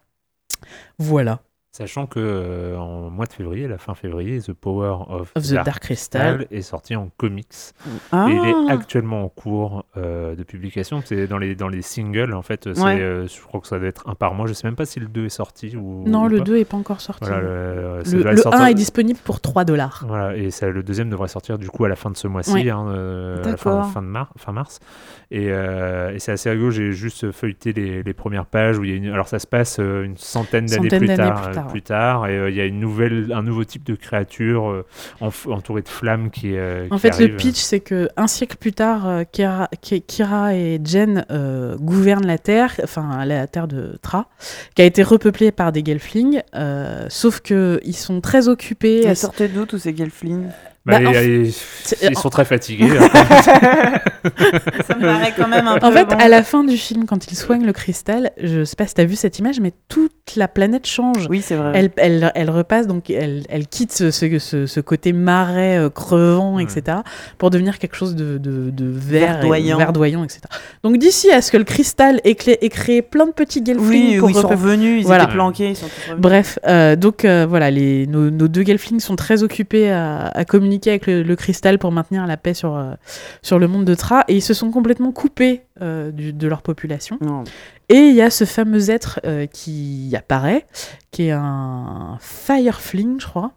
Voilà. Sachant que euh, en mois de février, la fin février, The Power of, Of the Dark, Crystal. est sorti en comics. Ah. Et il est actuellement en cours euh, de publication. C'est dans les, dans les singles, en fait. C'est, Ouais. euh, je crois que ça doit être un par mois. Je sais même pas si le deux est sorti ou. Non, ou le pas. deux n'est pas encore sorti. Voilà, le, ça le doit le sortir- un est disponible pour trois dollars. Voilà, et ça, le deuxième devrait sortir du coup à la fin de ce mois-ci, Oui. hein, euh, à la fin, D'accord. fin, de mar- fin mars. Et, euh, et c'est assez rigolo, j'ai juste feuilleté les, les premières pages où il y a une... Alors ça se passe euh, une centaine d'années, Centaine plus, d'années tard, plus euh, tard, plus tard, et euh, il y a une nouvelle, un nouveau type de créature euh, enf- entourée de flammes qui, euh, En qui fait, arrive. le pitch, c'est que un siècle plus tard, euh, Kira, Ki- Kira et Jen euh, gouvernent la Terre, enfin la Terre de Tra, qui a été repeuplée par des Gelflings, euh, sauf que ils sont très occupés. à Ils s- sortaient d'où tous ces Gelflings? Bah, Bah, en et- f- et- c'est- ils en- sont très fatigués. hein. Ça me paraît quand même un peu. En fait, bon. à la fin du film, quand ils soignent le cristal, je sais pas si t'as vu cette image, mais toute la planète change. Oui, c'est vrai. Elle, elle, elle repasse, donc elle, elle quitte ce, ce, ce, ce côté marais euh, crevant, Ouais. et cetera, pour devenir quelque chose de, de, de vert, Verdoyant. et, verdoyant, et cetera. Donc d'ici à ce que le cristal ait, clé- ait créé plein de petits Gelflings Oui, pour oui, ils sont repe- revenus, ils Voilà. étaient planqués, ils sont tous revenus. Bref, euh, donc euh, voilà, les, nos, nos deux Gelflings sont très occupés à, à communiquer avec le, le cristal pour maintenir la paix sur, euh, sur le monde de Tra, et ils se sont complètement coupés euh, du- de leur population. Non. Et il y a ce fameux être euh, qui apparaît, qui est un Firefling, je crois.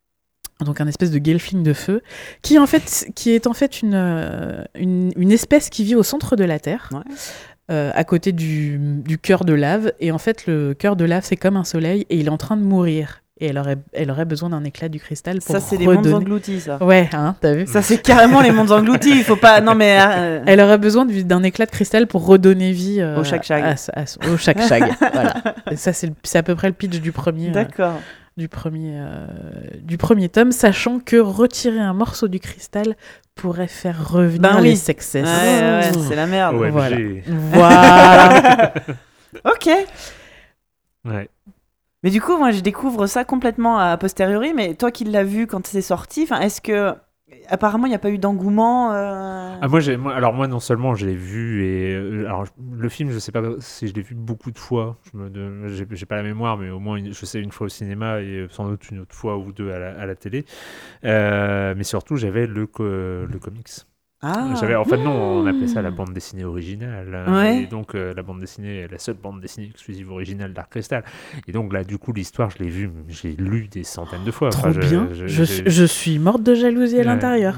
Donc un espèce de Gelfling de feu, qui, en fait, qui est en fait une, euh, une, une espèce qui vit au centre de la Terre, Ouais. euh, à côté du, du cœur de lave. Et en fait, le cœur de lave, c'est comme un soleil, et il est en train de mourir. Et elle aurait, elle aurait besoin d'un éclat du cristal pour Ça, c'est les redonner... mondes engloutis, ça. Ouais, hein, t'as vu. Ça, c'est carrément les mondes engloutis. Il faut pas. Non, mais. euh, Elle aurait besoin de- d'un éclat de cristal pour redonner vie euh, Au Shag-Shag. à- à- au Shag-Shag. Voilà. Et ça, c'est, le- c'est à peu près le pitch du premier, euh, D'accord. du premier, euh, du premier tome, sachant que retirer un morceau du cristal pourrait faire revenir Ben oui. les Sexes. Ouais, ouais, c'est la merde. O M G. Voilà. Voilà. Ok. Ouais. Mais du coup, moi, je découvre ça complètement a posteriori. Mais toi qui l'as vu quand c'est sorti, enfin, est-ce que apparemment il n'y a pas eu d'engouement euh, Ah, moi, j'ai, moi, alors moi non seulement je l'ai vu et euh, alors le film je sais pas si je l'ai vu beaucoup de fois, je me, de- j'ai, j'ai pas la mémoire mais au moins une- je sais une fois au cinéma et sans doute une autre fois ou deux à la, à la télé. Euh, mais surtout j'avais le co- le comics. Ah. J'avais, en fait non, on appelait ça la bande dessinée originale. hein, Ouais. Et donc euh, la bande dessinée est la seule bande dessinée exclusive originale Dark Crystal. Et donc là du coup l'histoire je l'ai vue, j'ai lu des centaines de fois. Trop Enfin, je- bien. je- Je, j'ai- je suis morte de jalousie à Ouais. l'intérieur.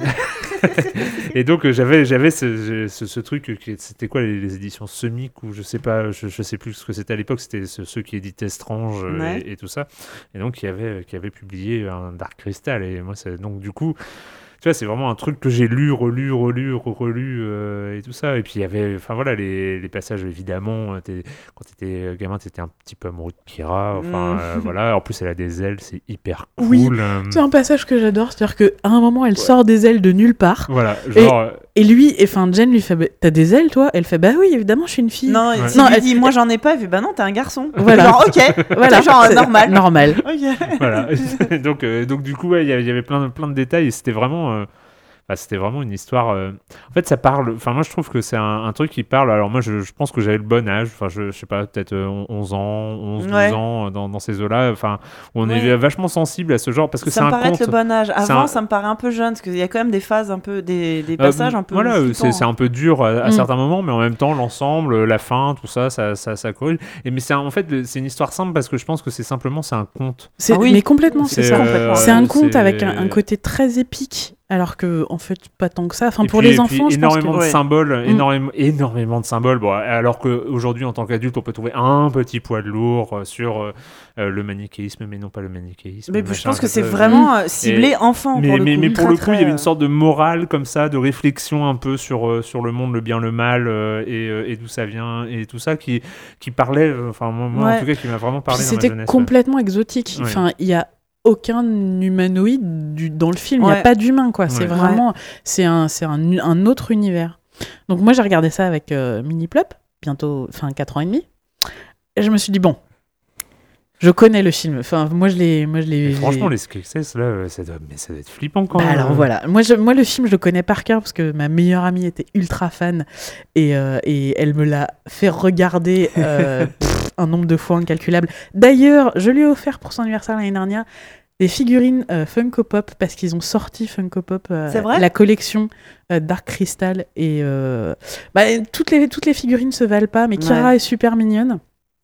Et donc euh, j'avais j'avais ce, ce, ce truc euh, qui c'était quoi les, les éditions Semic ou je sais pas je, je sais plus ce que c'était à l'époque, c'était ce- ceux qui éditaient Strange euh, Ouais. et, et tout ça, et donc qui avait qui avait publié un Dark Crystal et moi c'est donc du coup tu vois, c'est vraiment un truc que j'ai lu, relu, relu, relu euh, et tout ça. Et puis il y avait, enfin voilà, les, les passages évidemment. T'es, quand t'étais gamin, t'étais un petit peu amoureux de Kira. Enfin Mm. euh, voilà. En plus, elle a des ailes, c'est hyper cool. Oui, euh, C'est un passage que j'adore, c'est-à-dire qu'à un moment, elle sort des ailes de nulle part. Voilà, genre. euh, Et lui, enfin, Jen lui fait bah, t'as des ailes, toi? Elle fait bah oui, évidemment, je suis une fille. Non, Ouais. s'il Non, lui elle- dit moi j'en ai pas, il fait bah non, t'es un garçon. Voilà. Genre ok, Voilà, genre c'est normal. Normal. Ok. voilà. donc, euh, donc du coup, ouais, il y avait- il y avait plein, de- plein de détails et c'était vraiment, euh, enfin, c'était vraiment une histoire. euh, En fait, ça parle. Enfin, moi, je trouve que c'est un, un truc qui parle. Alors, moi, je, je pense que j'avais le bon âge. Enfin, je, je sais pas, peut-être euh, onze ans, onze, Ouais. douze ans euh, dans, dans ces eaux-là. Enfin, où on Ouais. est vachement sensible à ce genre parce que Ça c'est me un paraît conte. être le bon âge. c'est Avant, un- ça me paraît un peu jeune, parce qu'il y a quand même des phases un peu, des, des Euh, passages un peu. Voilà, euh, flippants, c'est c'est hein. un peu dur à, à Mm. certains moments, mais en même temps, l'ensemble, la fin, tout ça, ça, ça, ça corrige. Et mais c'est un- en fait, le- c'est une histoire simple parce que je pense que c'est simplement c'est un conte. C'est, Ah oui. Mais complètement, c'est, C'est, ça. euh, C'est un conte c'est- avec un, un côté très épique, alors que en fait pas tant que ça. Enfin Et pour puis- les et puis enfants, je pense que énormément de Ouais. symboles, Mm. énormément, énormément de symboles. Bon, alors qu'aujourd'hui, en tant qu'adulte, on peut trouver un petit poids de lourd euh, sur euh, euh, le manichéisme, mais non pas le manichéisme. Mais machin, je pense que ça, c'est ça, vraiment euh, ciblé Et- enfant. Mais, pour le mais, coup. mais pour Très, le coup, il y avait très, une sorte de morale comme ça, de réflexion un peu sur, euh, sur le monde, le bien, le mal euh, et, euh, et d'où ça vient et tout ça qui, qui parlait, euh, enfin moi, moi, Ouais. en tout cas, qui m'a vraiment parlé Puis dans ma c'était jeunesse. complètement exotique. Ouais. Enfin, il y a aucun humanoïde du, dans le film. Il n'y Ouais. a pas d'humain, quoi. C'est Ouais. vraiment, c'est un, c'est un, un autre univers. Donc moi, j'ai regardé ça avec euh, Mini Plop, bientôt, enfin quatre ans et demi. Et je me suis dit bon, je connais le film. Enfin, moi je l'ai, moi je l'ai. Mais je franchement, l'ai- les Skeksis, là, euh, ça doit, mais ça doit être flippant quand Bah même. alors voilà, moi, je, moi le film je le connais par cœur parce que ma meilleure amie était ultra fan et, euh, et elle me l'a fait regarder euh, pff, un nombre de fois incalculable. D'ailleurs, je lui ai offert pour son anniversaire l'année dernière des figurines euh, Funko Pop parce qu'ils ont sorti Funko Pop, euh, C'est vrai la collection euh, Dark Crystal et euh, bah, toutes, les, toutes les figurines se valent pas, mais Kira Ouais. est super mignonne.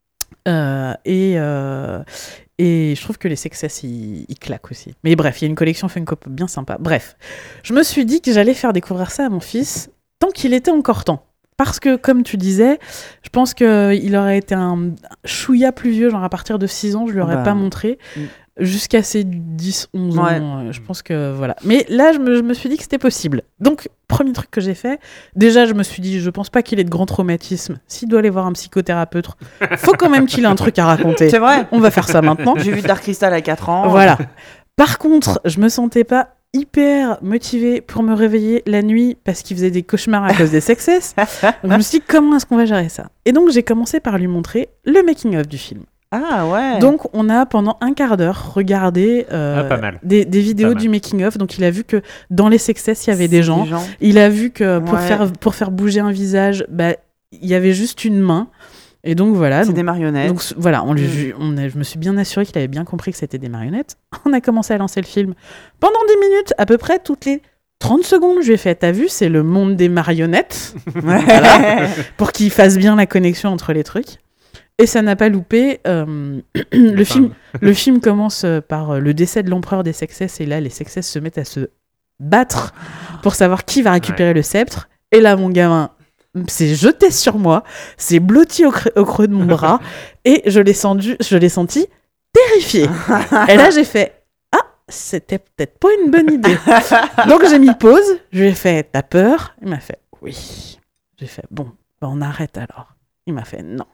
Euh, et, euh, et je trouve que les Sexes, ils, ils claquent aussi. Mais bref, il y a une collection Funko Pop bien sympa. Bref, je me suis dit que j'allais faire découvrir ça à mon fils tant qu'il était encore temps. Parce que, comme tu disais, je pense qu'il aurait été un chouïa plus vieux, genre à partir de six ans, je lui aurais Bah, pas montré. mm. Jusqu'à ses dix onze Ouais. ans, euh, je pense que voilà. Mais là, je me, je me suis dit que c'était possible. Donc, premier truc que j'ai fait, déjà, je me suis dit, je pense pas qu'il ait de grands traumatismes. S'il doit aller voir un psychothérapeute, faut quand même qu'il ait un truc à raconter. C'est vrai. On va faire ça maintenant. J'ai vu Dark Crystal à quatre ans. Voilà. Par contre, je me sentais pas hyper motivée pour me réveiller la nuit parce qu'il faisait des cauchemars à cause des sexes. Donc, je me suis dit, comment est-ce qu'on va gérer ça? Et donc, j'ai commencé par lui montrer le making-of du film. Ah ouais. Donc, on a pendant un quart d'heure regardé euh, Ah, pas mal. Des, des vidéos Pas mal. du making-of. Donc, il a vu que dans les sexes, il y avait des gens. Des gens. Il a vu que pour, Ouais. faire, pour faire bouger un visage, bah, il y avait juste une main. Et donc, voilà. C'est Donc, des marionnettes. donc, c- voilà, on lui, Mm. on a- je me suis bien assurée qu'il avait bien compris que c'était des marionnettes. On a commencé à lancer le film. Pendant dix minutes, à peu près toutes les trente secondes, je lui ai fait, t'as vu, c'est le monde des marionnettes. Voilà. Pour qu'il fasse bien la connexion entre les trucs. Et ça n'a pas loupé. euh, le, film, le film commence euh, par euh, le décès de l'empereur des Sexes. Et là, les Sexes se mettent à se battre pour savoir qui va récupérer le sceptre. Et là, mon gamin s'est jeté sur moi, s'est blotti au, creux- au creux de mon bras. Et je l'ai senti, je l'ai senti terrifié. Et là, j'ai fait ah, c'était peut-être pas une bonne idée. Donc, j'ai mis pause. Je lui ai fait t'as peur? Il m'a fait oui. J'ai fait bon, bah, on arrête alors. Il m'a fait non.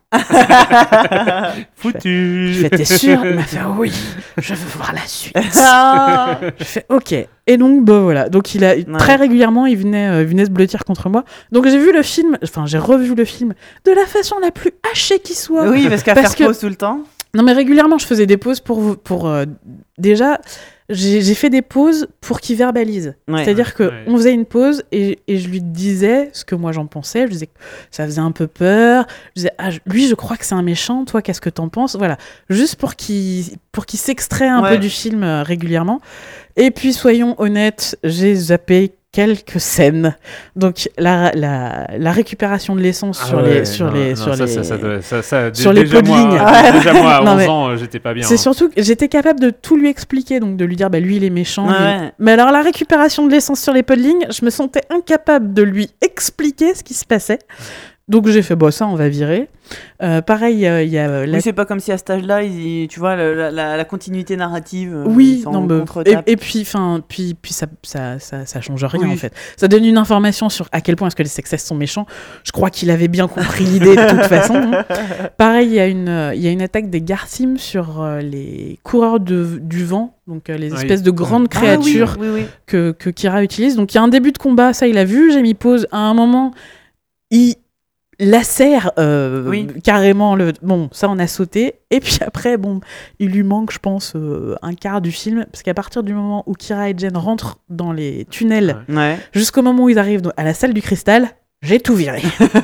Foutu. Je fais t'es sûr? Il m'a fait oui, je veux voir la suite. Ah. Je fais ok. Et donc bah voilà. Donc il a très régulièrement il venait euh, il venait se blottir contre moi. Donc j'ai vu le film, enfin j'ai revu le film de la façon la plus hachée qui soit. Oui, parce qu'à faire pause tout le temps. Non mais régulièrement je faisais des pauses pour pour euh, déjà j'ai j'ai fait des pauses pour qu'il verbalise. Ouais. C'est-à-dire que Ouais. on faisait une pause et, et je lui disais ce que moi j'en pensais. Je disais que ça faisait un peu peur. Je disais ah, je- lui je crois que c'est un méchant. Toi qu'est-ce que t'en penses? Voilà, juste pour qu'il pour qu'il s'extrait un Ouais. peu du film euh, régulièrement. Et puis soyons honnêtes, j'ai zappé quelques scènes. Donc la, la, la récupération de l'essence Ah sur ouais, les sur non, les non, sur ça, les ça, ça doit- ça- ça- sur dé- les déjà pots de moi, ligne. euh, déjà moi à Non, onze mais ans, euh, j'étais pas bien. c'est hein. surtout que j'étais capable de tout lui expliquer, donc de lui dire bah lui il est méchant. lui- Ouais. Mais alors la récupération de l'essence sur les pots de ligne, je me sentais incapable de lui expliquer ce qui se passait. Donc j'ai fait, bon, ça, on va virer. Euh, pareil, il y a, y a euh, la... Oui, c'est pas comme si à cet âge-là, il- tu vois, le- la, la- la continuité narrative. euh, Oui, ils s'en non, bah, et, contre-tapent. et puis, enfin, puis, puis ça, ça, ça, ça change rien Oui. en fait. Ça donne une information sur à quel point est-ce que les sexes sont méchants. Je crois qu'il avait bien compris l'idée de toute façon. Hein. Pareil, il y a une, euh, il y a une attaque des Garthim sur euh, les coureurs de, du vent, donc euh, les Oui. espèces de grandes Ah oui, créatures oui, oui. que, que Kira utilise. Donc il y a un début de combat, ça il a vu. J'ai mis pause à un moment. Il lacère euh, Oui. carrément le bon, ça on a sauté, et puis après bon, il lui manque je pense euh, un quart du film, parce qu'à partir du moment où Kira et Jen rentrent dans les tunnels Ouais. jusqu'au moment où ils arrivent dans- à la salle du cristal, j'ai tout viré.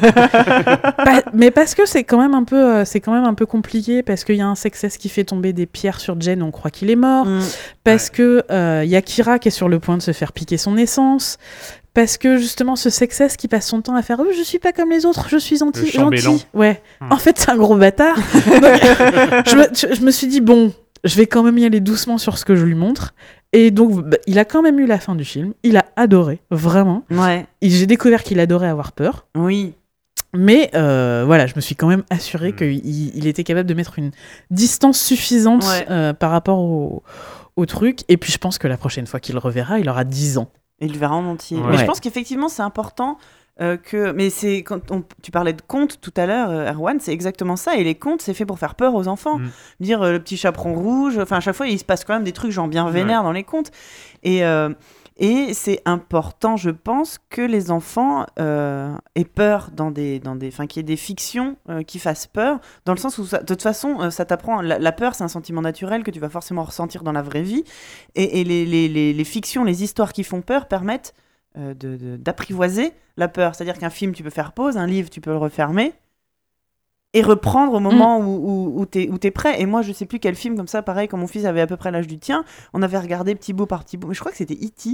Pas- mais parce que c'est quand même un peu euh, c'est quand même un peu compliqué, parce qu'il y a un sexes qui fait tomber des pierres sur Jen, on croit qu'il est mort, Mm. parce que euh, il y a Kira qui est sur le point de se faire piquer son essence, parce que justement ce sexes qui passe son temps à faire oh, je suis pas comme les autres, je suis anti Le chambellan. gentil. Ouais. Hmm. En fait, c'est un gros bâtard. Donc, je, me, je- je me suis dit bon, je vais quand même y aller doucement sur ce que je lui montre. Et donc bah, il a quand même eu la fin du film, il a adoré, vraiment. Ouais. Et j'ai découvert qu'il adorait avoir peur. Oui. Mais euh, voilà, je me suis quand même assurée Mm. qu'il il était capable de mettre une distance suffisante Ouais. euh, par rapport au, au truc. Et puis je pense que la prochaine fois qu'il le reverra, il aura dix ans. Et il le verra en entier. Ouais. Mais je Ouais. pense qu'effectivement, c'est important euh, que. Mais c'est quand on- tu parlais de contes tout à l'heure, euh, Erwan, c'est exactement ça. Et les contes, c'est fait pour faire peur aux enfants. Mm. Dire euh, le petit chaperon rouge. Enfin, à chaque fois, il se passe quand même des trucs genre bien vénères dans les contes. Et. euh, Et c'est important, je pense, que les enfants euh, aient peur dans des, dans des, enfin, qu'il y ait des fictions euh, qui fassent peur, dans le sens où, ça- de toute façon, euh, ça t'apprend. La, la peur, c'est un sentiment naturel que tu vas forcément ressentir dans la vraie vie, et, et les, les, les, les fictions, les histoires qui font peur permettent euh, de, de- d'apprivoiser la peur. C'est-à-dire qu'un film, tu peux faire pause, un livre, tu peux le refermer. Et reprendre au moment où, où, où t'es, où t'es prêt. Et moi, je sais plus quel film comme ça, pareil, quand mon fils avait à peu près l'âge du tien, on avait regardé petit bout par petit bout. Mais je crois que c'était E T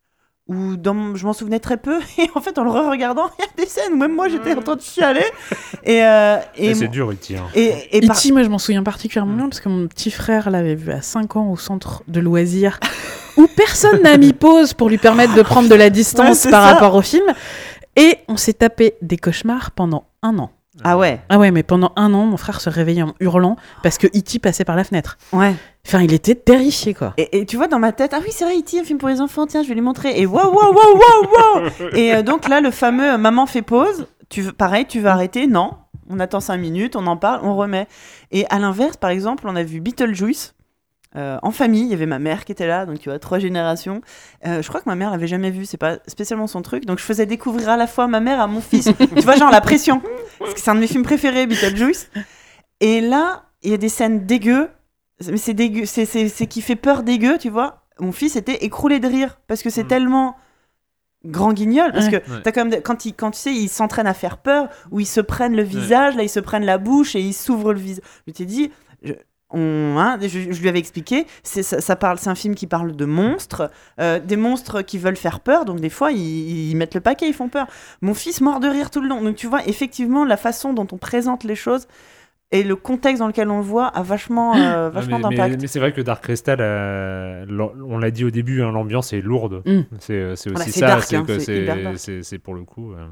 où dans mon- je m'en souvenais très peu. Et en fait, en le re-regardant, il y a des scènes où même moi, j'étais en train de chialer. Et, euh, et, Et c'est mon- dur, il tire. et, et E par- T, moi je m'en souviens particulièrement bien parce que mon petit frère l'avait vu à cinq ans au centre de loisirs où personne n'a mis pause pour lui permettre de prendre de la distance Ouais, c'est par ça. rapport au film. Et on s'est tapé des cauchemars pendant un an. Ah ouais, Ah ouais, mais pendant un an, mon frère se réveillait en hurlant parce que E T passait par la fenêtre. ouais. Enfin, il était terrifié, quoi. Et, et tu vois, dans ma tête, ah oui, c'est vrai, E T, un film pour les enfants, tiens, je vais lui montrer. Et waouh, waouh, waouh, waouh, waouh. Et euh, donc là, le fameux euh, maman fait pause, tu veux, pareil, tu veux arrêter? Non. On attend cinq minutes, on en parle, on remet. Et à l'inverse, par exemple, on a vu Beetlejuice. Euh, en famille, il y avait ma mère qui était là, donc tu vois, trois générations. Euh, je crois que ma mère l'avait jamais vu, c'est pas spécialement son truc. Donc je faisais découvrir à la fois ma mère à mon fils. Tu vois, genre la pression. Parce que c'est un de mes films préférés, Beetlejuice. Et là, il y a des scènes dégueu. Mais c'est dégueu, c'est, c'est, c'est qui fait peur dégueu, tu vois. Mon fils était écroulé de rire parce que c'est Mm. tellement grand guignol. Parce Ouais. que Ouais. t'as quand même des- quand, ils, quand tu sais, ils s'entraînent à faire peur, où ils se prennent le visage, là, ils se prennent la bouche et ils s'ouvrent le visage. Je t'ai dit. Je... On, hein, je, je lui avais expliqué, c'est, ça, ça parle, c'est un film qui parle de monstres, euh, des monstres qui veulent faire peur, donc des fois ils, ils mettent le paquet, ils font peur. Mon fils mord de rire tout le long. Donc tu vois, effectivement, la façon dont on présente les choses et le contexte dans lequel on le voit a vachement, euh, Ah, vachement mais, mais- d'impact. mais c'est vrai que Dark Crystal, euh, l'am- on l'a dit au début, hein, l'ambiance est lourde. Mm. C'est, c'est aussi Voilà, c'est ça, dark, c'est hein, que c'est c'est, hyper dark. c'est, c'est pour le coup. euh,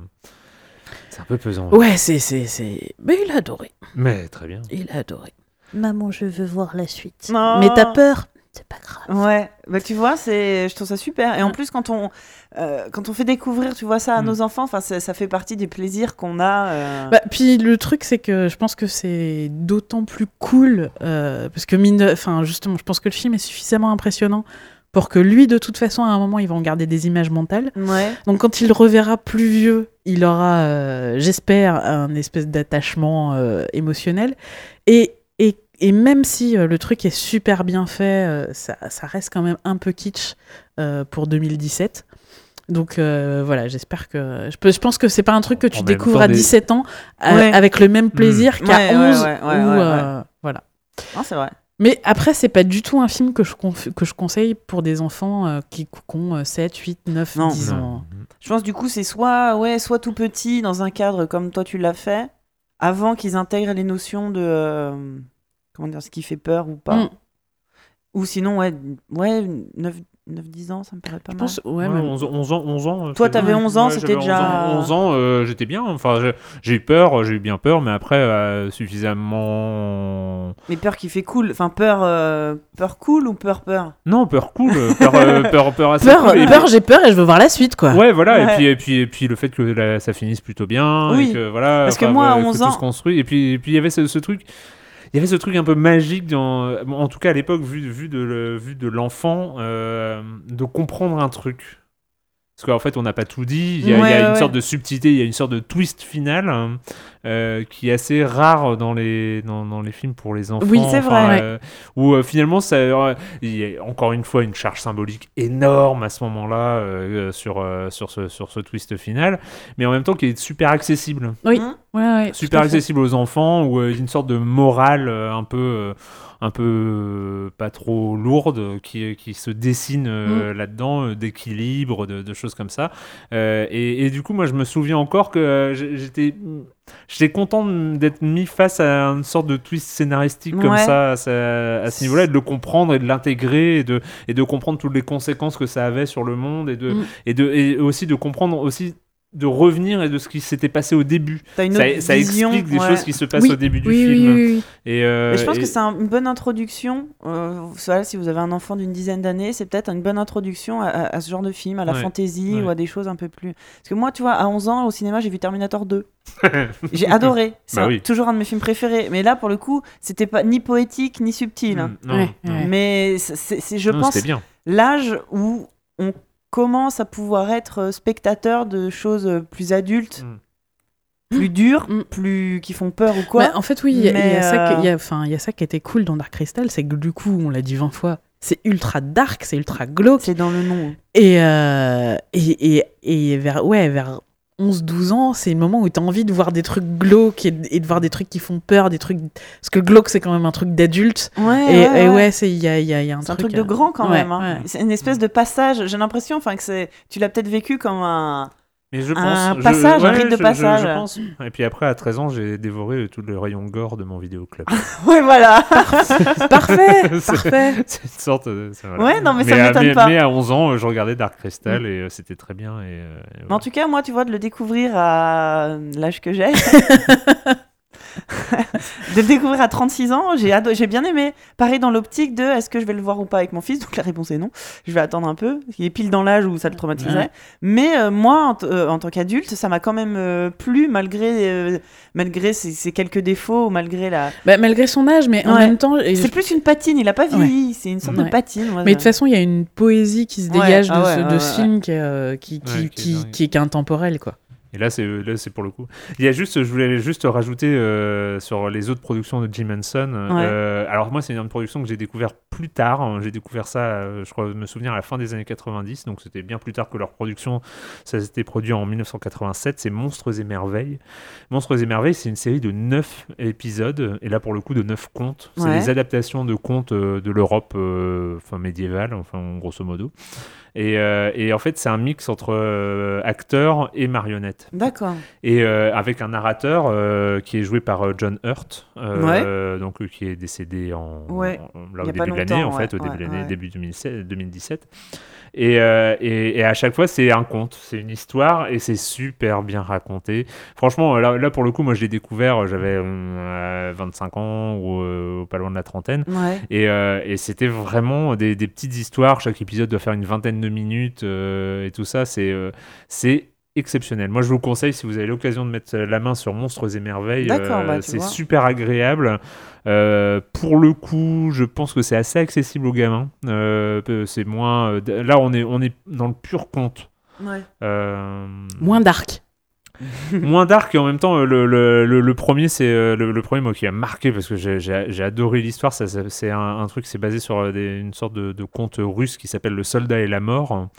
c'est un peu pesant. Ouais, c'est, c'est, c'est... Mais il a adoré. Mais très bien. Il a adoré. Maman, je veux voir la suite. Non. Mais t'as peur? C'est pas grave. Ouais, bah tu vois, c'est, je trouve ça super. Et en Ouais. plus, quand on, euh, quand on fait découvrir, tu vois, ça à Mm. nos enfants, enfin, ça, ça fait partie des plaisirs qu'on a. euh. Bah, puis le truc, c'est que je pense que c'est d'autant plus cool euh, parce que mine, de- enfin justement, je pense que le film est suffisamment impressionnant pour que lui, de toute façon, à un moment, il va en garder des images mentales. Ouais. Donc quand il le reverra plus vieux, il aura, euh, j'espère, un espèce d'attachement euh, émotionnel. Et, et, et même si euh, le truc est super bien fait, euh, ça, ça reste quand même un peu kitsch euh, pour deux mille dix-sept. Donc euh, voilà, j'espère que... Je, peux, je pense que c'est pas un truc que tu En même découvres temps, à des- dix-sept ans euh, Ouais. avec le même plaisir Mmh. qu'à Ouais, ouais, onze. ouais, ouais, où, ouais, euh, voilà. Non, c'est vrai. Mais après, c'est pas du tout un film que je, conf- que je conseille pour des enfants euh, qui, qui ont euh, sept, huit, neuf, Non. dix Non. ans. Je pense du coup c'est soit ouais soit tout petit dans un cadre comme toi tu l'as fait avant qu'ils intègrent les notions de euh, comment dire ce qui fait peur ou pas Mm. ou sinon ouais ouais neuf neuf dix ans, ça me paraît pas Je mal. pense, ouais, Ouais, même- onze, onze ans, onze ans. Toi, c'est- t'avais onze ans, ouais, c'était j'avais onze déjà- ans, onze ans, euh, j'étais bien. Enfin, j'ai, j'ai eu peur, j'ai eu bien peur, mais après, euh, suffisamment. Mais peur qui fait cool. Enfin, peur, euh, peur cool ou peur peur Non, peur cool, euh, peur, euh, peur, peur assez Peur, cool. Et- peur, j'ai peur et je veux voir la suite, quoi. Ouais, voilà, Ouais. Et, puis, et, puis, et puis le fait que la- ça finisse plutôt bien, Oui. et que voilà, Parce que enfin, moi, à que onze tout ans- se construit, et puis et puis il y avait ce, ce truc, il y avait ce truc un peu magique, dans, bon, en tout cas à l'époque, vu, vu, de, le- vu de l'enfant, euh, de comprendre un truc. Parce qu'en fait, on n'a pas tout dit. Il y a, Ouais, il y a ouais, une ouais. sorte de subtilité, il y a une sorte de twist final hein, euh, qui est assez rare dans les, dans, dans les films pour les enfants. Oui, c'est Enfin, vrai. euh, où euh, finalement, ça, euh, il y a encore une fois une charge symbolique énorme à ce moment-là euh, sur, euh, sur, ce, sur ce twist final, mais en même temps qui est super accessible. Oui, Hein ouais, ouais, tout Super à fait. accessible aux enfants, ou euh, une sorte de morale euh, un peu, euh, un peu euh, pas trop lourde euh, qui, qui se dessine euh, là-dedans, euh, d'équilibre, de, de choses comme ça. Euh, et, et du coup, moi, je me souviens encore que euh, j'ai- j'étais, j'étais content de- d'être mis face à une sorte de twist scénaristique comme Ouais. ça, à, ce- à ce niveau-là, et de le comprendre et de l'intégrer et de, et de comprendre toutes les conséquences que ça avait sur le monde et, de, Mm. et, de, et aussi de comprendre aussi de revenir et de ce qui s'était passé au début. T'as une Ça, autre ça vision, explique des ouais. choses qui se passent Oui, au début du oui, oui, film. oui, oui. Et, euh, Et je pense et- que c'est un- une bonne introduction. Euh, voilà, si vous avez un enfant d'une dizaine d'années, c'est peut-être une bonne introduction à, à- à ce genre de film, à la Ouais, fantaisie ouais. ou à des choses un peu plus. Parce que moi, tu vois, à onze ans, au cinéma, j'ai vu Terminator deux. J'ai adoré. C'est Bah un- oui. toujours un de mes films préférés. Mais là, pour le coup, c'était pas ni poétique ni subtil. Mm, non, Ouais, non. ouais. Mais c'est- c'est, c'est, je Non, pense, c'était bien. l'âge où on commence à pouvoir être spectateur de choses plus adultes, Mm. plus dures, Mm. plus qui font peur ou quoi. Bah, en fait, oui, il y, a- il y Mais, a ça euh, qui- il y a- enfin, il y a ça qui était cool dans Dark Crystal, c'est que du coup, on l'a dit vingt fois, c'est ultra dark, c'est ultra glauque. C'est dans le nom. Et, euh, et, et, et vers, ouais, vers onze douze ans, c'est le moment où tu as envie de voir des trucs glauques et, de- et de voir des trucs qui font peur, des trucs... Parce que glauque, c'est quand même un truc d'adulte. Ouais, Et, ouais, et ouais. ouais, c'est- il y a, il y a- il y a un C'est un truc... truc de euh, grand quand ouais, même. hein. ouais. C'est une espèce de passage. J'ai l'impression, enfin, que c'est. Tu l'as peut-être vécu comme un. Mais je Un pense, je- passage, un ouais, rite de je- je- passage. je pense. Et puis après, à treize ans, j'ai dévoré euh, tout le rayon gore de mon vidéoclub. Ouais, voilà. Parfait, C'est- parfait. C'est une sorte de... c'est- voilà. Ouais, non, mais ça à- m'étonne mais, pas. mais à onze ans, euh, je regardais Dark Crystal et euh, c'était très bien. Et, euh, et Mais en voilà. tout cas, moi, tu vois, de le découvrir à l'âge que j'ai. de le découvrir à trente-six ans, j'ai ado- j'ai bien aimé. Pareil dans l'optique de est-ce que je vais le voir ou pas avec mon fils. Donc la réponse est non. Je vais attendre un peu. Il est pile dans l'âge où ça le traumatiserait. Ouais. Mais euh, moi, en, t- euh, en tant qu'adulte, ça m'a quand même euh, plu malgré, euh, malgré ses, ses quelques défauts, malgré la. Bah, malgré son âge, mais en Ouais. même temps... et C'est je- plus une patine. Il a pas vieilli. C'est une sorte Ouais. de patine. moi, Mais de je- toute façon, il y a une poésie qui se Ouais, dégage ah de, ouais, ce, ouais, de ouais, ce ouais. film qui, est, euh, qui, qui, Ouais, qui est qui, dingue. qui est intemporel, quoi. Et là, c'est là, c'est pour le coup. Il y a juste, je voulais juste rajouter euh, sur les autres productions de Jim Henson. Euh, alors moi, c'est une production que j'ai découvert plus tard. J'ai découvert ça, euh, je crois, me souvenir à la fin des années quatre-vingt-dix. Donc c'était bien plus tard que leur production. Ça s'était produit en dix-neuf cent quatre-vingt-sept. C'est Monstres et Merveilles. Monstres et Merveilles, c'est une série de neuf épisodes. Et là, pour le coup, de neuf contes. C'est Ouais. des adaptations de contes euh, de l'Europe, euh, enfin médiévale, enfin grosso modo. Et, euh, et en fait, c'est un mix entre euh, acteurs et marionnettes. D'accord. Et euh, avec un narrateur euh, qui est joué par euh, John Hurt, euh, donc euh, qui est décédé en, Ouais. en- là, Il y au a pas début de l'année, en longtemps, fait, au ouais, début de ouais, l'année, ouais. début deux mille sept, deux mille dix-sept. Et, euh, et, et à chaque fois, c'est un conte, c'est une histoire, et c'est super bien raconté. Franchement, là, là pour le coup, moi, je l'ai découvert, j'avais euh, vingt-cinq ans ou euh, pas loin de la trentaine. Ouais. Et, euh, et c'était vraiment des, des petites histoires. Chaque épisode doit faire une vingtaine de minutes euh, et tout ça. C'est euh, c'est exceptionnel. Moi, je vous conseille, si vous avez l'occasion de mettre la main sur Monstres et Merveilles, D'accord, euh, bah, tu c'est vois. super agréable. Euh, pour le coup, je pense que c'est assez accessible aux gamins. Euh, c'est moins. euh, d- Là, on est, on est dans le pur conte. Ouais. Euh, Moins dark. moins dark et en même temps euh, le, le, le, le premier c'est euh, le, le premier moi qui a marqué parce que j'ai, j'ai, j'ai adoré l'histoire. Ça, ça- c'est un, un truc, c'est basé sur euh, des- une sorte de, de conte russe qui s'appelle Le Soldat et la Mort.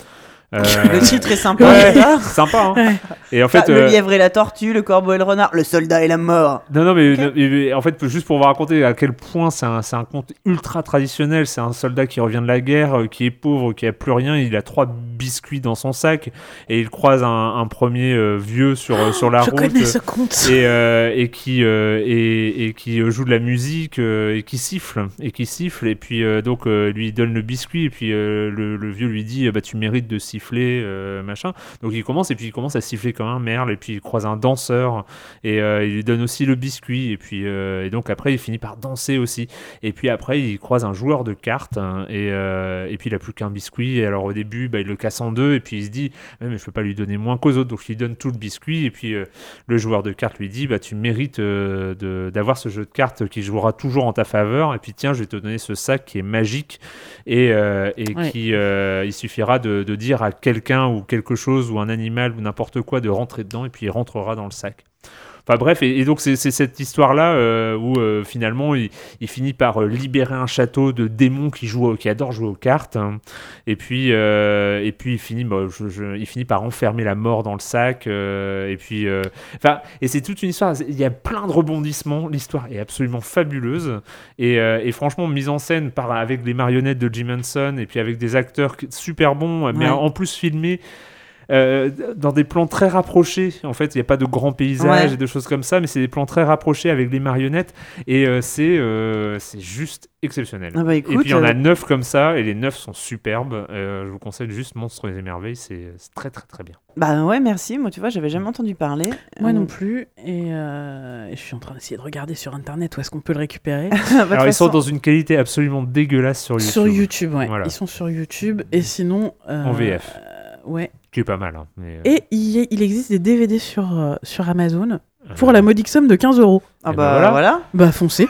Euh, Le titre est sympa. Ouais, ça. c'est sympa. Hein. Ouais. Et en fait, Ah, le euh, lièvre et la tortue, le corbeau et le renard, le soldat et la mort. Non, non, mais, okay. mais, mais en fait, juste pour vous raconter à quel point c'est un, c'est un conte ultra traditionnel. C'est un soldat qui revient de la guerre, euh, qui est pauvre, qui a plus rien. Il a trois biscuits dans son sac et il croise un, un premier euh, vieux sur, oh, sur la je route. Je connais ce conte. Et, euh, et qui, euh, et, et qui joue de la musique euh, et qui siffle. Et qui siffle. Et puis, euh, donc, euh, lui donne le biscuit. Et puis, euh, le, le vieux lui dit bah, tu mérites de siffler. Euh, machin. Donc il commence et puis il commence à siffler comme un merle et puis il croise un danseur et euh, il lui donne aussi le biscuit et puis euh, et donc après il finit par danser aussi et puis après il croise un joueur de cartes hein, et, euh, et puis il a plus qu'un biscuit et alors au début bah, il le casse en deux et puis il se dit eh, mais je peux pas lui donner moins qu'aux autres donc il lui donne tout le biscuit et puis euh, le joueur de cartes lui dit bah tu mérites euh, de, d'avoir ce jeu de cartes qui jouera toujours en ta faveur et puis tiens je vais te donner ce sac qui est magique et, euh, et ouais. qui euh, il suffira de, de dire à quelqu'un ou quelque chose ou un animal ou n'importe quoi de rentrer dedans et puis il rentrera dans le sac. Enfin bref, et, et donc c'est, c'est cette histoire-là euh, où euh, finalement il, il finit par euh, libérer un château de démons qui, jouent, qui adorent jouer aux cartes hein, et, puis, euh, et puis il finit, bah, je, je, il finit par enfermer la mort dans le sac euh, et puis euh, et c'est toute une histoire, il y a plein de rebondissements, l'histoire est absolument fabuleuse et, euh, et franchement mise en scène par, avec des marionnettes de Jim Henson et puis avec des acteurs super bons mais ouais. en plus filmés Euh, dans des plans très rapprochés en fait il n'y a pas de grands paysages ouais. et de choses comme ça mais c'est des plans très rapprochés avec les marionnettes et euh, c'est, euh, c'est juste exceptionnel ah bah écoute, et puis il y en a euh... neuf comme ça et les neuf sont superbes euh, je vous conseille juste Monstres et Merveilles c'est, c'est très très très bien. Bah ouais merci, moi tu vois j'avais jamais entendu parler. Moi euh... non plus et, euh, et je suis en train d'essayer de regarder sur internet où est-ce qu'on peut le récupérer. Alors ils sont dans une qualité absolument dégueulasse sur YouTube. Sur YouTube ouais, voilà. Ils sont sur YouTube et sinon euh, en V F. Euh, ouais. Qui est pas mal. Hein, mais... Et il, il existe des D V D sur, euh, sur Amazon pour euh... la modique somme de quinze euros. Ah bah voilà. voilà. Bah foncez.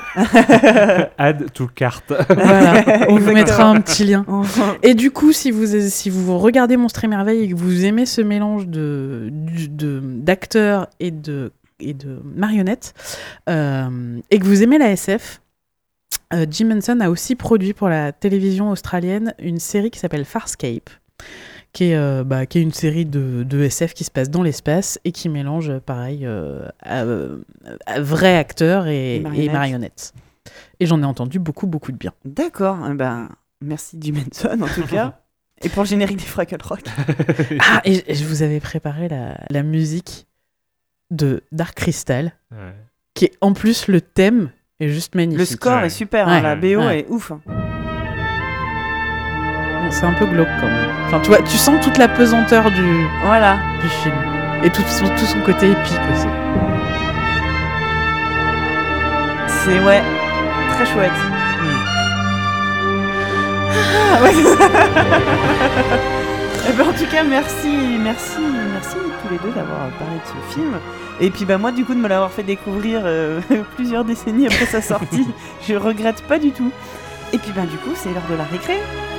Add to cart. Voilà, on vous mettra un petit lien. Et du coup, si vous, si vous regardez Monstres et Merveilles et que vous aimez ce mélange de, de, d'acteurs et de, et de marionnettes, euh, et que vous aimez la S F, euh, Jim Henson a aussi produit pour la télévision australienne une série qui s'appelle Farscape. Qui est, euh, bah, qui est une série de, de S F qui se passe dans l'espace et qui mélange, pareil, euh, à, à vrais acteurs et, et, marionnettes. et marionnettes. Et j'en ai entendu beaucoup, beaucoup de bien. D'accord. Eh ben, merci Jim Henson, en tout cas. Et pour le générique des Fraggle Rock. Ah, et, et je vous avais préparé la, la musique de Dark Crystal, ouais. qui est en plus, le thème est juste magnifique. Le score ouais. est super, hein, ouais. la B O ouais. est ouf. C'est un peu glauque quand même. Enfin, tu vois, tu sens toute la pesanteur du, voilà. du film. Et tout, tout son côté épique aussi. C'est, ouais, très chouette. Mm. Ah, ouais. Et ben, en tout cas, merci, merci, merci tous les deux d'avoir parlé de ce film. Et puis bah, moi, du coup, de me l'avoir fait découvrir euh, plusieurs décennies après sa sortie, je regrette pas du tout. Et puis bah, du coup, c'est l'heure de la récré.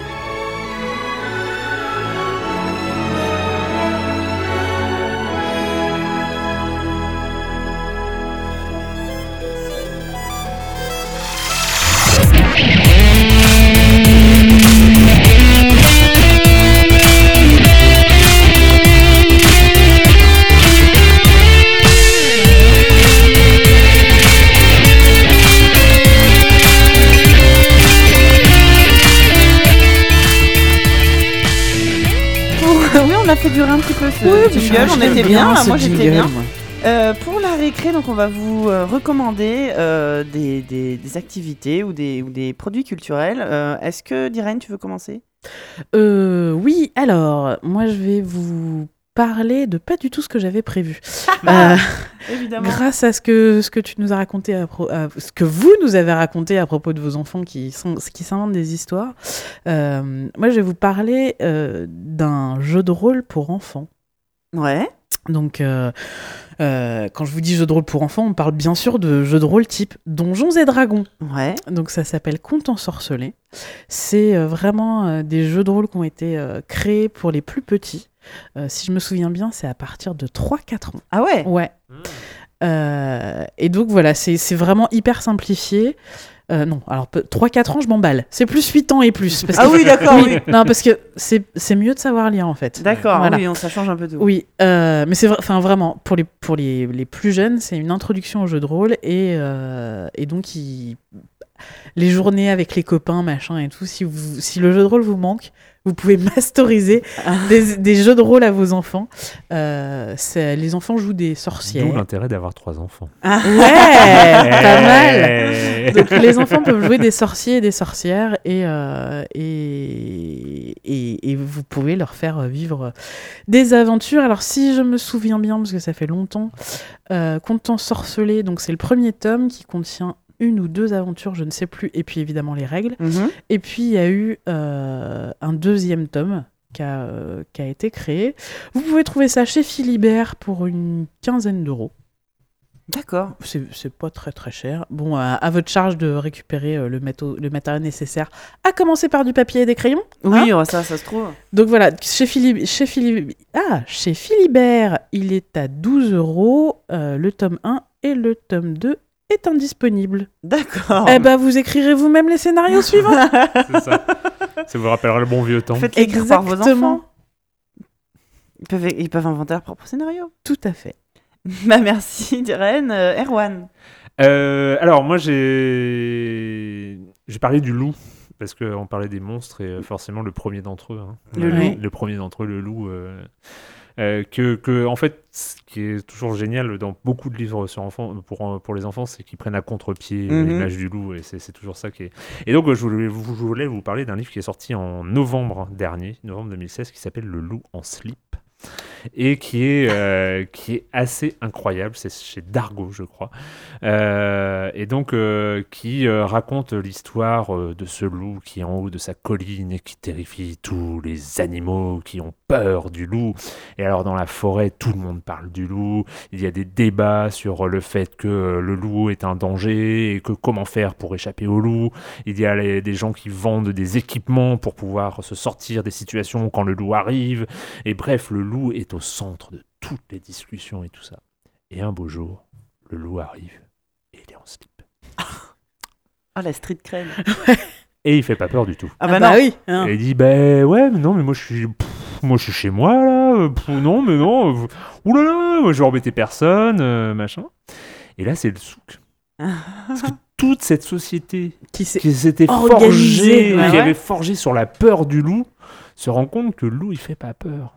On a fait durer un petit peu ce oui, jingle, on était bien, bien moi j'étais bien. Moi. Euh, pour la récré, donc on va vous euh, recommander euh, des, des, des activités ou des, ou des produits culturels. Euh, est-ce que, Diraine, tu veux commencer ? euh, Oui, alors, moi je vais vous parler de pas du tout ce que j'avais prévu. euh, Évidemment. Grâce à ce que, ce que tu nous as raconté, à pro- à, ce que vous nous avez raconté à propos de vos enfants qui, sont, qui s'inventent des histoires, euh, moi je vais vous parler euh, d'un jeu de rôle pour enfants. Ouais. Donc, euh, euh, quand je vous dis jeu de rôle pour enfants, on parle bien sûr de jeu de rôle type Donjons et Dragons. Ouais. Donc, ça s'appelle Contes ensorcelés. C'est euh, vraiment euh, des jeux de rôle qui ont été euh, créés pour les plus petits. Euh, si je me souviens bien, c'est à partir de trois quatre ans. Ah ouais ? Ouais. Mmh. Euh, et donc voilà, c'est, c'est vraiment hyper simplifié. Euh, non, alors trois quatre ans, je m'emballe. C'est plus huit ans et plus. Parce ah que, oui, d'accord, oui. oui. Non, parce que c'est, c'est mieux de savoir lire, en fait. D'accord, voilà. oui, on, ça change un peu tout. Oui, euh, mais c'est enfin vraiment, pour les, pour les, les plus jeunes, c'est une introduction au jeu de rôle. Et, euh, et donc, il... les journées avec les copains, machin et tout, si, vous, si le jeu de rôle vous manque, vous pouvez masteriser des, des jeux de rôle à vos enfants. Euh, c'est, les enfants jouent des sorcières. D'où l'intérêt d'avoir trois enfants. Ah. Ouais, pas mal. Donc les enfants peuvent jouer des sorciers et des sorcières et, euh, et, et, et vous pouvez leur faire vivre des aventures. Alors si je me souviens bien, parce que ça fait longtemps, euh, Conte ensorcelé, donc c'est le premier tome qui contient une ou deux aventures, je ne sais plus, et puis évidemment les règles. Mm-hmm. Et puis il y a eu euh, un deuxième tome qui a, euh, qui a été créé. Vous pouvez trouver ça chez Philibert pour une quinzaine d'euros. D'accord. C'est, c'est pas très très cher. Bon, à, à votre charge de récupérer euh, le, méto- le matériel nécessaire, à commencer par du papier et des crayons. Oui, hein ça, ça se trouve. Donc voilà, chez, Philib- chez, Philib- ah, chez Philibert, il est à douze euros, euh, le tome un et le tome deux est indisponible. D'accord. Eh ben, vous écrirez vous-même les scénarios suivants. C'est ça. Ça vous rappellera le bon vieux temps. Faites écrire par vos enfants. Ils peuvent, ils peuvent inventer leur propre scénario. Tout à fait. Bah merci, Diren. Euh, Erwan. Euh, alors, moi, j'ai... j'ai parlé du loup. Parce qu'on parlait des monstres et forcément le premier d'entre eux. Hein. Le euh, loup. Le premier d'entre eux, le loup. Euh... Euh, que, que, en fait, ce qui est toujours génial dans beaucoup de livres sur enfants, pour, pour les enfants, c'est qu'ils prennent à contre-pied mm-hmm. l'image du loup, et c'est, c'est toujours ça qui est... Et donc, je voulais, je voulais vous parler d'un livre qui est sorti en novembre dernier, novembre deux mille seize, qui s'appelle Le loup en slip, et qui est, euh, qui est assez incroyable. C'est chez Dargaud, je crois. Euh, et donc, euh, qui euh, raconte l'histoire euh, de ce loup qui est en haut de sa colline et qui terrifie tous les animaux qui ont peur du loup. Et alors, dans la forêt, tout le monde parle du loup. Il y a des débats sur le fait que euh, le loup est un danger et que comment faire pour échapper au loup. Il y a les, des gens qui vendent des équipements pour pouvoir se sortir des situations quand le loup arrive. Et bref, le loup est au centre de toutes les discussions et tout ça. Et un beau jour, le loup arrive et il est en slip. Ah, la street cred. Et il fait pas peur du tout. Ah bah, ah bah non. Oui. Hein. Et il dit bah ouais, mais non, mais moi je suis, pff, moi je suis chez moi là. Pff, non, mais non. Euh, oulala, moi je vais embêter personne, euh, machin. Et là c'est le souk. Parce que toute cette société qui, qui s'était forgée, ouais, qui ouais. avait forgé sur la peur du loup, se rend compte que le loup il fait pas peur.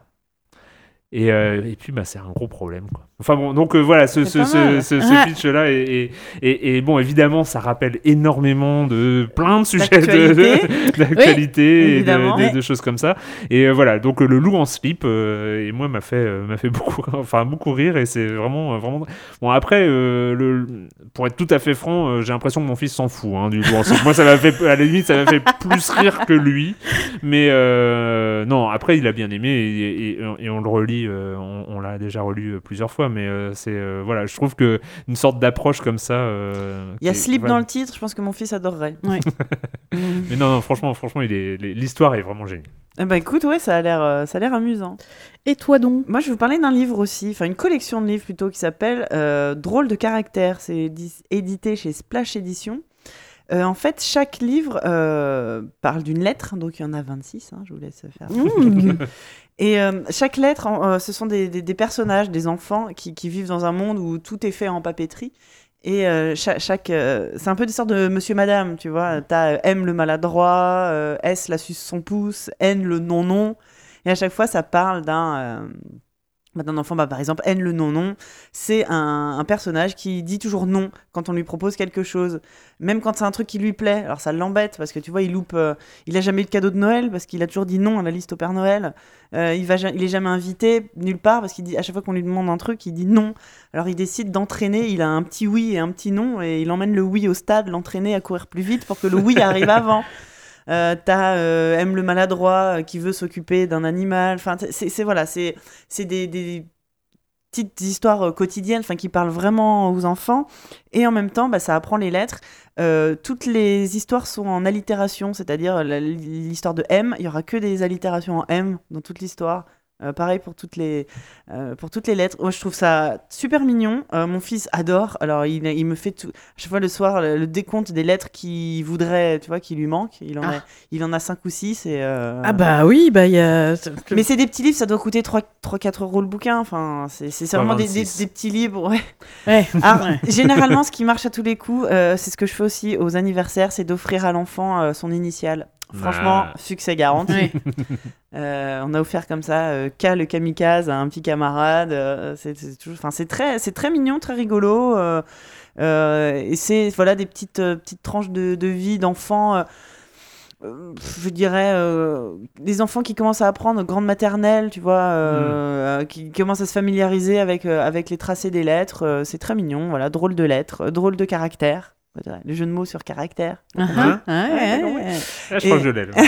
Et, euh, et puis bah, c'est un gros problème quoi. Enfin bon, donc euh, voilà, ce, ce, ce, ce, ce pitch-là, et, et, et bon, évidemment, ça rappelle énormément de plein de sujets d'actualité, de, d'actualité oui, et de, de, de choses comme ça. Et euh, voilà, donc le loup en slip, euh, et moi, m'a fait, euh, m'a fait beaucoup, enfin, beaucoup rire, et c'est vraiment, vraiment... Bon, après, euh, le, pour être tout à fait franc, euh, j'ai l'impression que mon fils s'en fout hein, du loup en slip. Moi, ça m'a fait, à la limite, ça m'a fait plus rire que lui. Mais euh, non, après, il a bien aimé, et, et, et on le relit, euh, on, on l'a déjà relu plusieurs fois, mais euh, c'est euh, voilà, je trouve que une sorte d'approche comme ça. Euh, il y a slip voilà. dans le titre, je pense que mon fils adorerait. Ouais. Mais non, non, franchement, franchement, il est, l'histoire est vraiment géniale. Eh ben écoute, ouais, ça a l'air, euh, ça a l'air amusant. Et toi donc? Moi, je vais vous parler d'un livre aussi, enfin une collection de livres plutôt qui s'appelle euh, Drôle de caractère. C'est édi- édité chez Splash Éditions. Euh, en fait, chaque livre euh, parle d'une lettre, donc il y en a vingt-six, hein, je vous laisse faire. Mmh. Et euh, chaque lettre, euh, ce sont des, des, des personnages, des enfants qui, qui vivent dans un monde où tout est fait en papeterie. Et euh, chaque, chaque euh, c'est un peu des sortes de Monsieur Madame, tu vois. T'as euh, M le maladroit, euh, S la suce son pouce, N le non-non. Et à chaque fois, ça parle d'un... Euh, d'un enfant, bah, par exemple, N le non-non, c'est un, un personnage qui dit toujours non quand on lui propose quelque chose, même quand c'est un truc qui lui plaît. Alors ça l'embête parce que tu vois, il loupe, euh, il a jamais eu de cadeau de Noël parce qu'il a toujours dit non à la liste au Père Noël. Euh, il va, il est jamais invité nulle part parce qu'il dit à chaque fois qu'on lui demande un truc, il dit non. Alors il décide d'entraîner, il a un petit oui et un petit non et il emmène le oui au stade, l'entraîner à courir plus vite pour que le oui arrive avant. Euh, t'as euh, M le maladroit euh, qui veut s'occuper d'un animal. Enfin, c'est, c'est voilà, c'est c'est des, des petites histoires euh, quotidiennes, enfin qui parlent vraiment aux enfants. Et en même temps, bah, ça apprend les lettres. Euh, toutes les histoires sont en allitération, c'est-à-dire la, l'histoire de M, il y aura que des allitérations en M dans toute l'histoire. Euh, pareil pour toutes les, euh, pour toutes les lettres. Moi, je trouve ça super mignon. Euh, mon fils adore. Alors, il, il me fait tout, à chaque fois le soir le, le décompte des lettres qu'il voudrait, tu vois, qui lui manquent. Il en, ah. a, il en a cinq ou six. Et, euh... Ah bah oui, bah il y a... Mais c'est des petits livres, ça doit coûter trois à quatre euros le bouquin. Enfin, c'est, c'est vraiment des, des, des petits livres. Ouais. Ouais. Alors, ouais. Généralement, ce qui marche à tous les coups, euh, c'est ce que je fais aussi aux anniversaires, c'est d'offrir à l'enfant euh, son initiale. Franchement, ah. succès garanti. Oui. euh, on a offert comme ça euh, K le kamikaze à un petit camarade. Euh, c'est, c'est, toujours, c'est, très, c'est très mignon, très rigolo. Euh, euh, et c'est voilà, des petites, euh, petites tranches de, de vie d'enfants. Euh, euh, je dirais euh, des enfants qui commencent à apprendre grande maternelle, tu vois, euh, mmh. euh, qui commencent à se familiariser avec, euh, avec les tracés des lettres. Euh, c'est très mignon, voilà, drôle de lettres, euh, drôle de caractère. Le jeu de mots sur caractère. Uh-huh. Ah, ouais, ouais, ouais. Ah, je crois que je l'ai.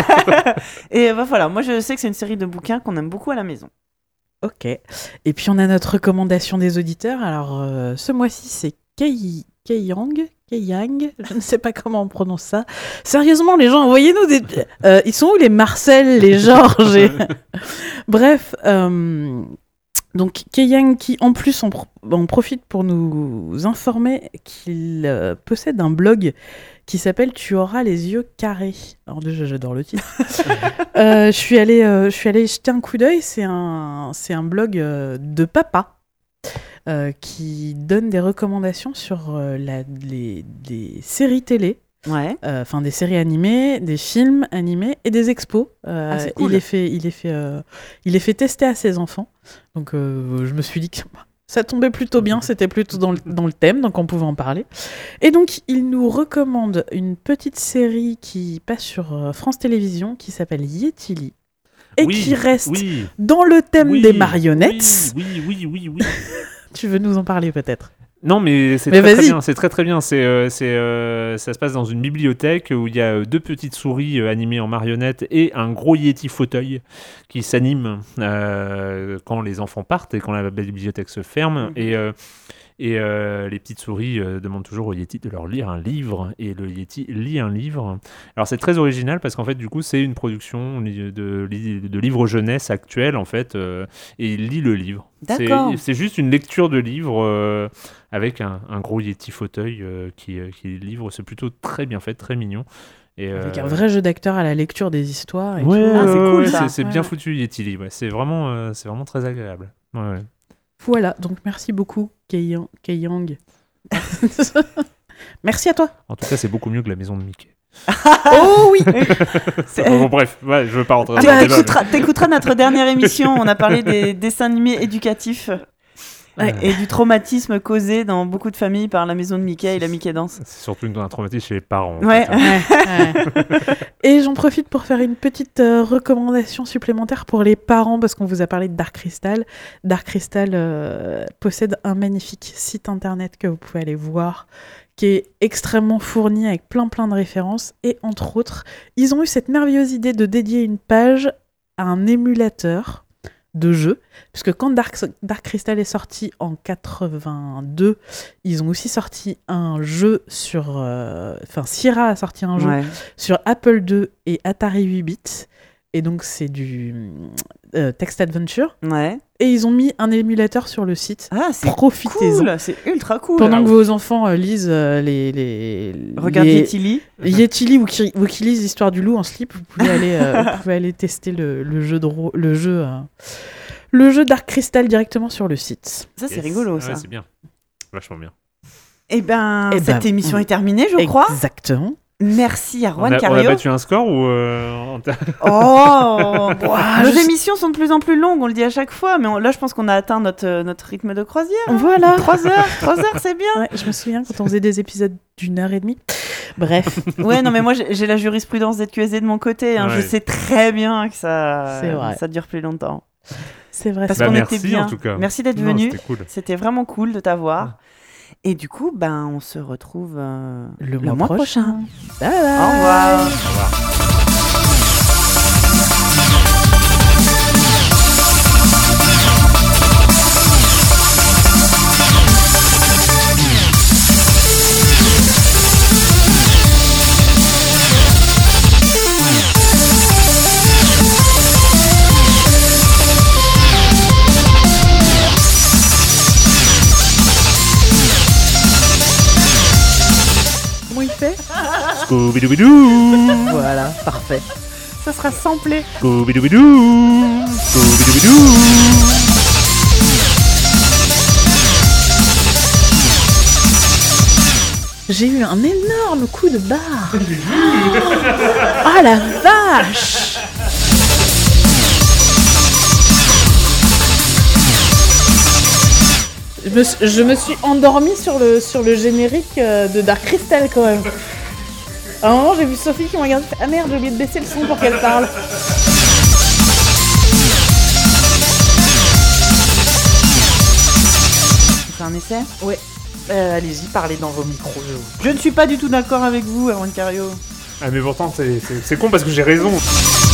Et bah, voilà, moi je sais que c'est une série de bouquins qu'on aime beaucoup à la maison. Ok. Et puis on a notre recommandation des auditeurs. Alors euh, ce mois-ci c'est Kei Keiyang, Keiyang, je ne sais pas comment on prononce ça. Sérieusement les gens, envoyez-nous des. Euh, ils sont où les Marcel, les Georges et... Bref. Euh... Donc Keiyang qui en plus on, pro- on profite pour nous informer qu'il euh, possède un blog qui s'appelle Tu auras les yeux carrés. Alors déjà j'adore le titre. euh, je suis allée euh, je suis allée jeter un coup d'œil. C'est un c'est un blog euh, de papa euh, qui donne des recommandations sur euh, la, les, les séries télé. Ouais. Enfin, euh, des séries animées, des films animés et des expos. Euh, ah, c'est cool. Il les fait, il les fait, euh, il les fait tester à ses enfants. Donc, euh, je me suis dit que ça tombait plutôt bien. C'était plutôt dans le, dans le thème, donc on pouvait en parler. Et donc, il nous recommande une petite série qui passe sur euh, France Télévisions qui s'appelle Yetili et oui, qui reste oui. dans le thème oui, des marionnettes. Oui, oui, oui, oui, oui. Tu veux nous en parler peut-être ? Non, mais c'est mais très, très vas-y. bien. C'est très très bien. C'est, euh, c'est, euh, ça se passe dans une bibliothèque où il y a deux petites souris euh, animées en marionnettes et un gros Yeti fauteuil qui s'anime euh, quand les enfants partent et quand la bibliothèque se ferme. Mm-hmm. Et, euh, et euh, les petites souris euh, demandent toujours au Yeti de leur lire un livre et le Yeti lit un livre. Alors c'est très original parce qu'en fait du coup c'est une production de, de, de livres jeunesse actuels en fait euh, et il lit le livre. D'accord. C'est, c'est juste une lecture de livre euh, avec un, un gros Yeti fauteuil euh, qui, euh, qui livre. C'est plutôt très bien fait, très mignon. Et avec euh... un vrai jeu d'acteur à la lecture des histoires. Et ouais, tout. Ah, c'est cool ouais, ça. C'est, c'est ouais. bien foutu Yeti. Ouais. C'est, vraiment, euh, c'est vraiment très agréable. Ouais, ouais. Voilà, donc merci beaucoup Keiyang. Keiyang. Merci à toi. En tout cas, c'est beaucoup mieux que la maison de Mickey. Oh oui. Bon, bref, ouais, je veux pas rentrer dans ah le débat. T'écouteras, mais... t'écouteras notre dernière émission. On a parlé des dessins animés éducatifs. Ouais. Et du traumatisme causé dans beaucoup de familles par la maison de Mickey et la Mickey Dance. C'est surtout un traumatisme chez les parents. Ouais. En fait, hein. ouais, ouais. Et j'en profite pour faire une petite euh, recommandation supplémentaire pour les parents parce qu'on vous a parlé de Dark Crystal. Dark Crystal euh, possède un magnifique site internet que vous pouvez aller voir qui est extrêmement fourni avec plein plein de références et entre autres, ils ont eu cette merveilleuse idée de dédier une page à un émulateur de jeu, puisque quand Dark, Dark Crystal est sorti en quatre-vingt-deux, ils ont aussi sorti un jeu sur... Enfin, euh, Sierra a sorti un jeu ouais. sur Apple deux et Atari huit bits, et donc c'est du euh, text adventure. Ouais. Et ils ont mis un émulateur sur le site. Ah, c'est Profitez-en. Cool, c'est ultra cool. Pendant alors. que vos enfants euh, lisent euh, les, les... Regarde les... Yetili. Yetili ou qui, ou qui lisent l'histoire du loup en slip, vous pouvez aller, euh, vous pouvez aller tester le, le jeu, de ro- le, jeu euh, le jeu Dark Crystal directement sur le site. Ça, c'est yes. rigolo, ouais, ça. C'est bien. Vachement bien. Eh ben, Eh cette ben, émission on... est terminée, je crois. Exactement. Merci à Juan on a, Cario. On a battu un score ou euh, on t'a... Oh wow, Nos je... émissions sont de plus en plus longues, on le dit à chaque fois, mais on, là je pense qu'on a atteint notre, notre rythme de croisière. Hein. Voilà. Trois heures, trois heures, c'est bien. Ouais, je me souviens quand on faisait des épisodes d'une heure et demie. Bref. Ouais, non, mais moi j'ai, j'ai la jurisprudence Z Q S D de mon côté. Hein. Ouais. Je sais très bien que ça, ça dure plus longtemps. C'est vrai. Parce bah, qu'on merci, était bien. En tout cas. Merci d'être non, venu. C'était, cool. C'était vraiment cool de t'avoir. Ouais. Et du coup, ben, on se retrouve euh, le, le mois, mois prochain. prochain. Bye bye. Au revoir. Au revoir. fait. Scooby-Dooby-Doo. Voilà, parfait. Ça sera samplé. Scooby-Dooby-Doo. Scooby-Dooby-Doo. J'ai eu un énorme coup de barre. Oh la vache. Je me, suis, je me suis endormie sur le, sur le générique de Dark Crystal quand même. À un moment, j'ai vu Sophie qui m'a regardé. Ah merde, j'ai oublié de baisser le son pour qu'elle parle. Tu fais un essai ? Ouais. Euh, allez-y, parlez dans vos micros. Je, je ne suis pas du tout d'accord avec vous, Erwan Cario. Ah mais pourtant c'est, c'est, c'est con parce que j'ai raison.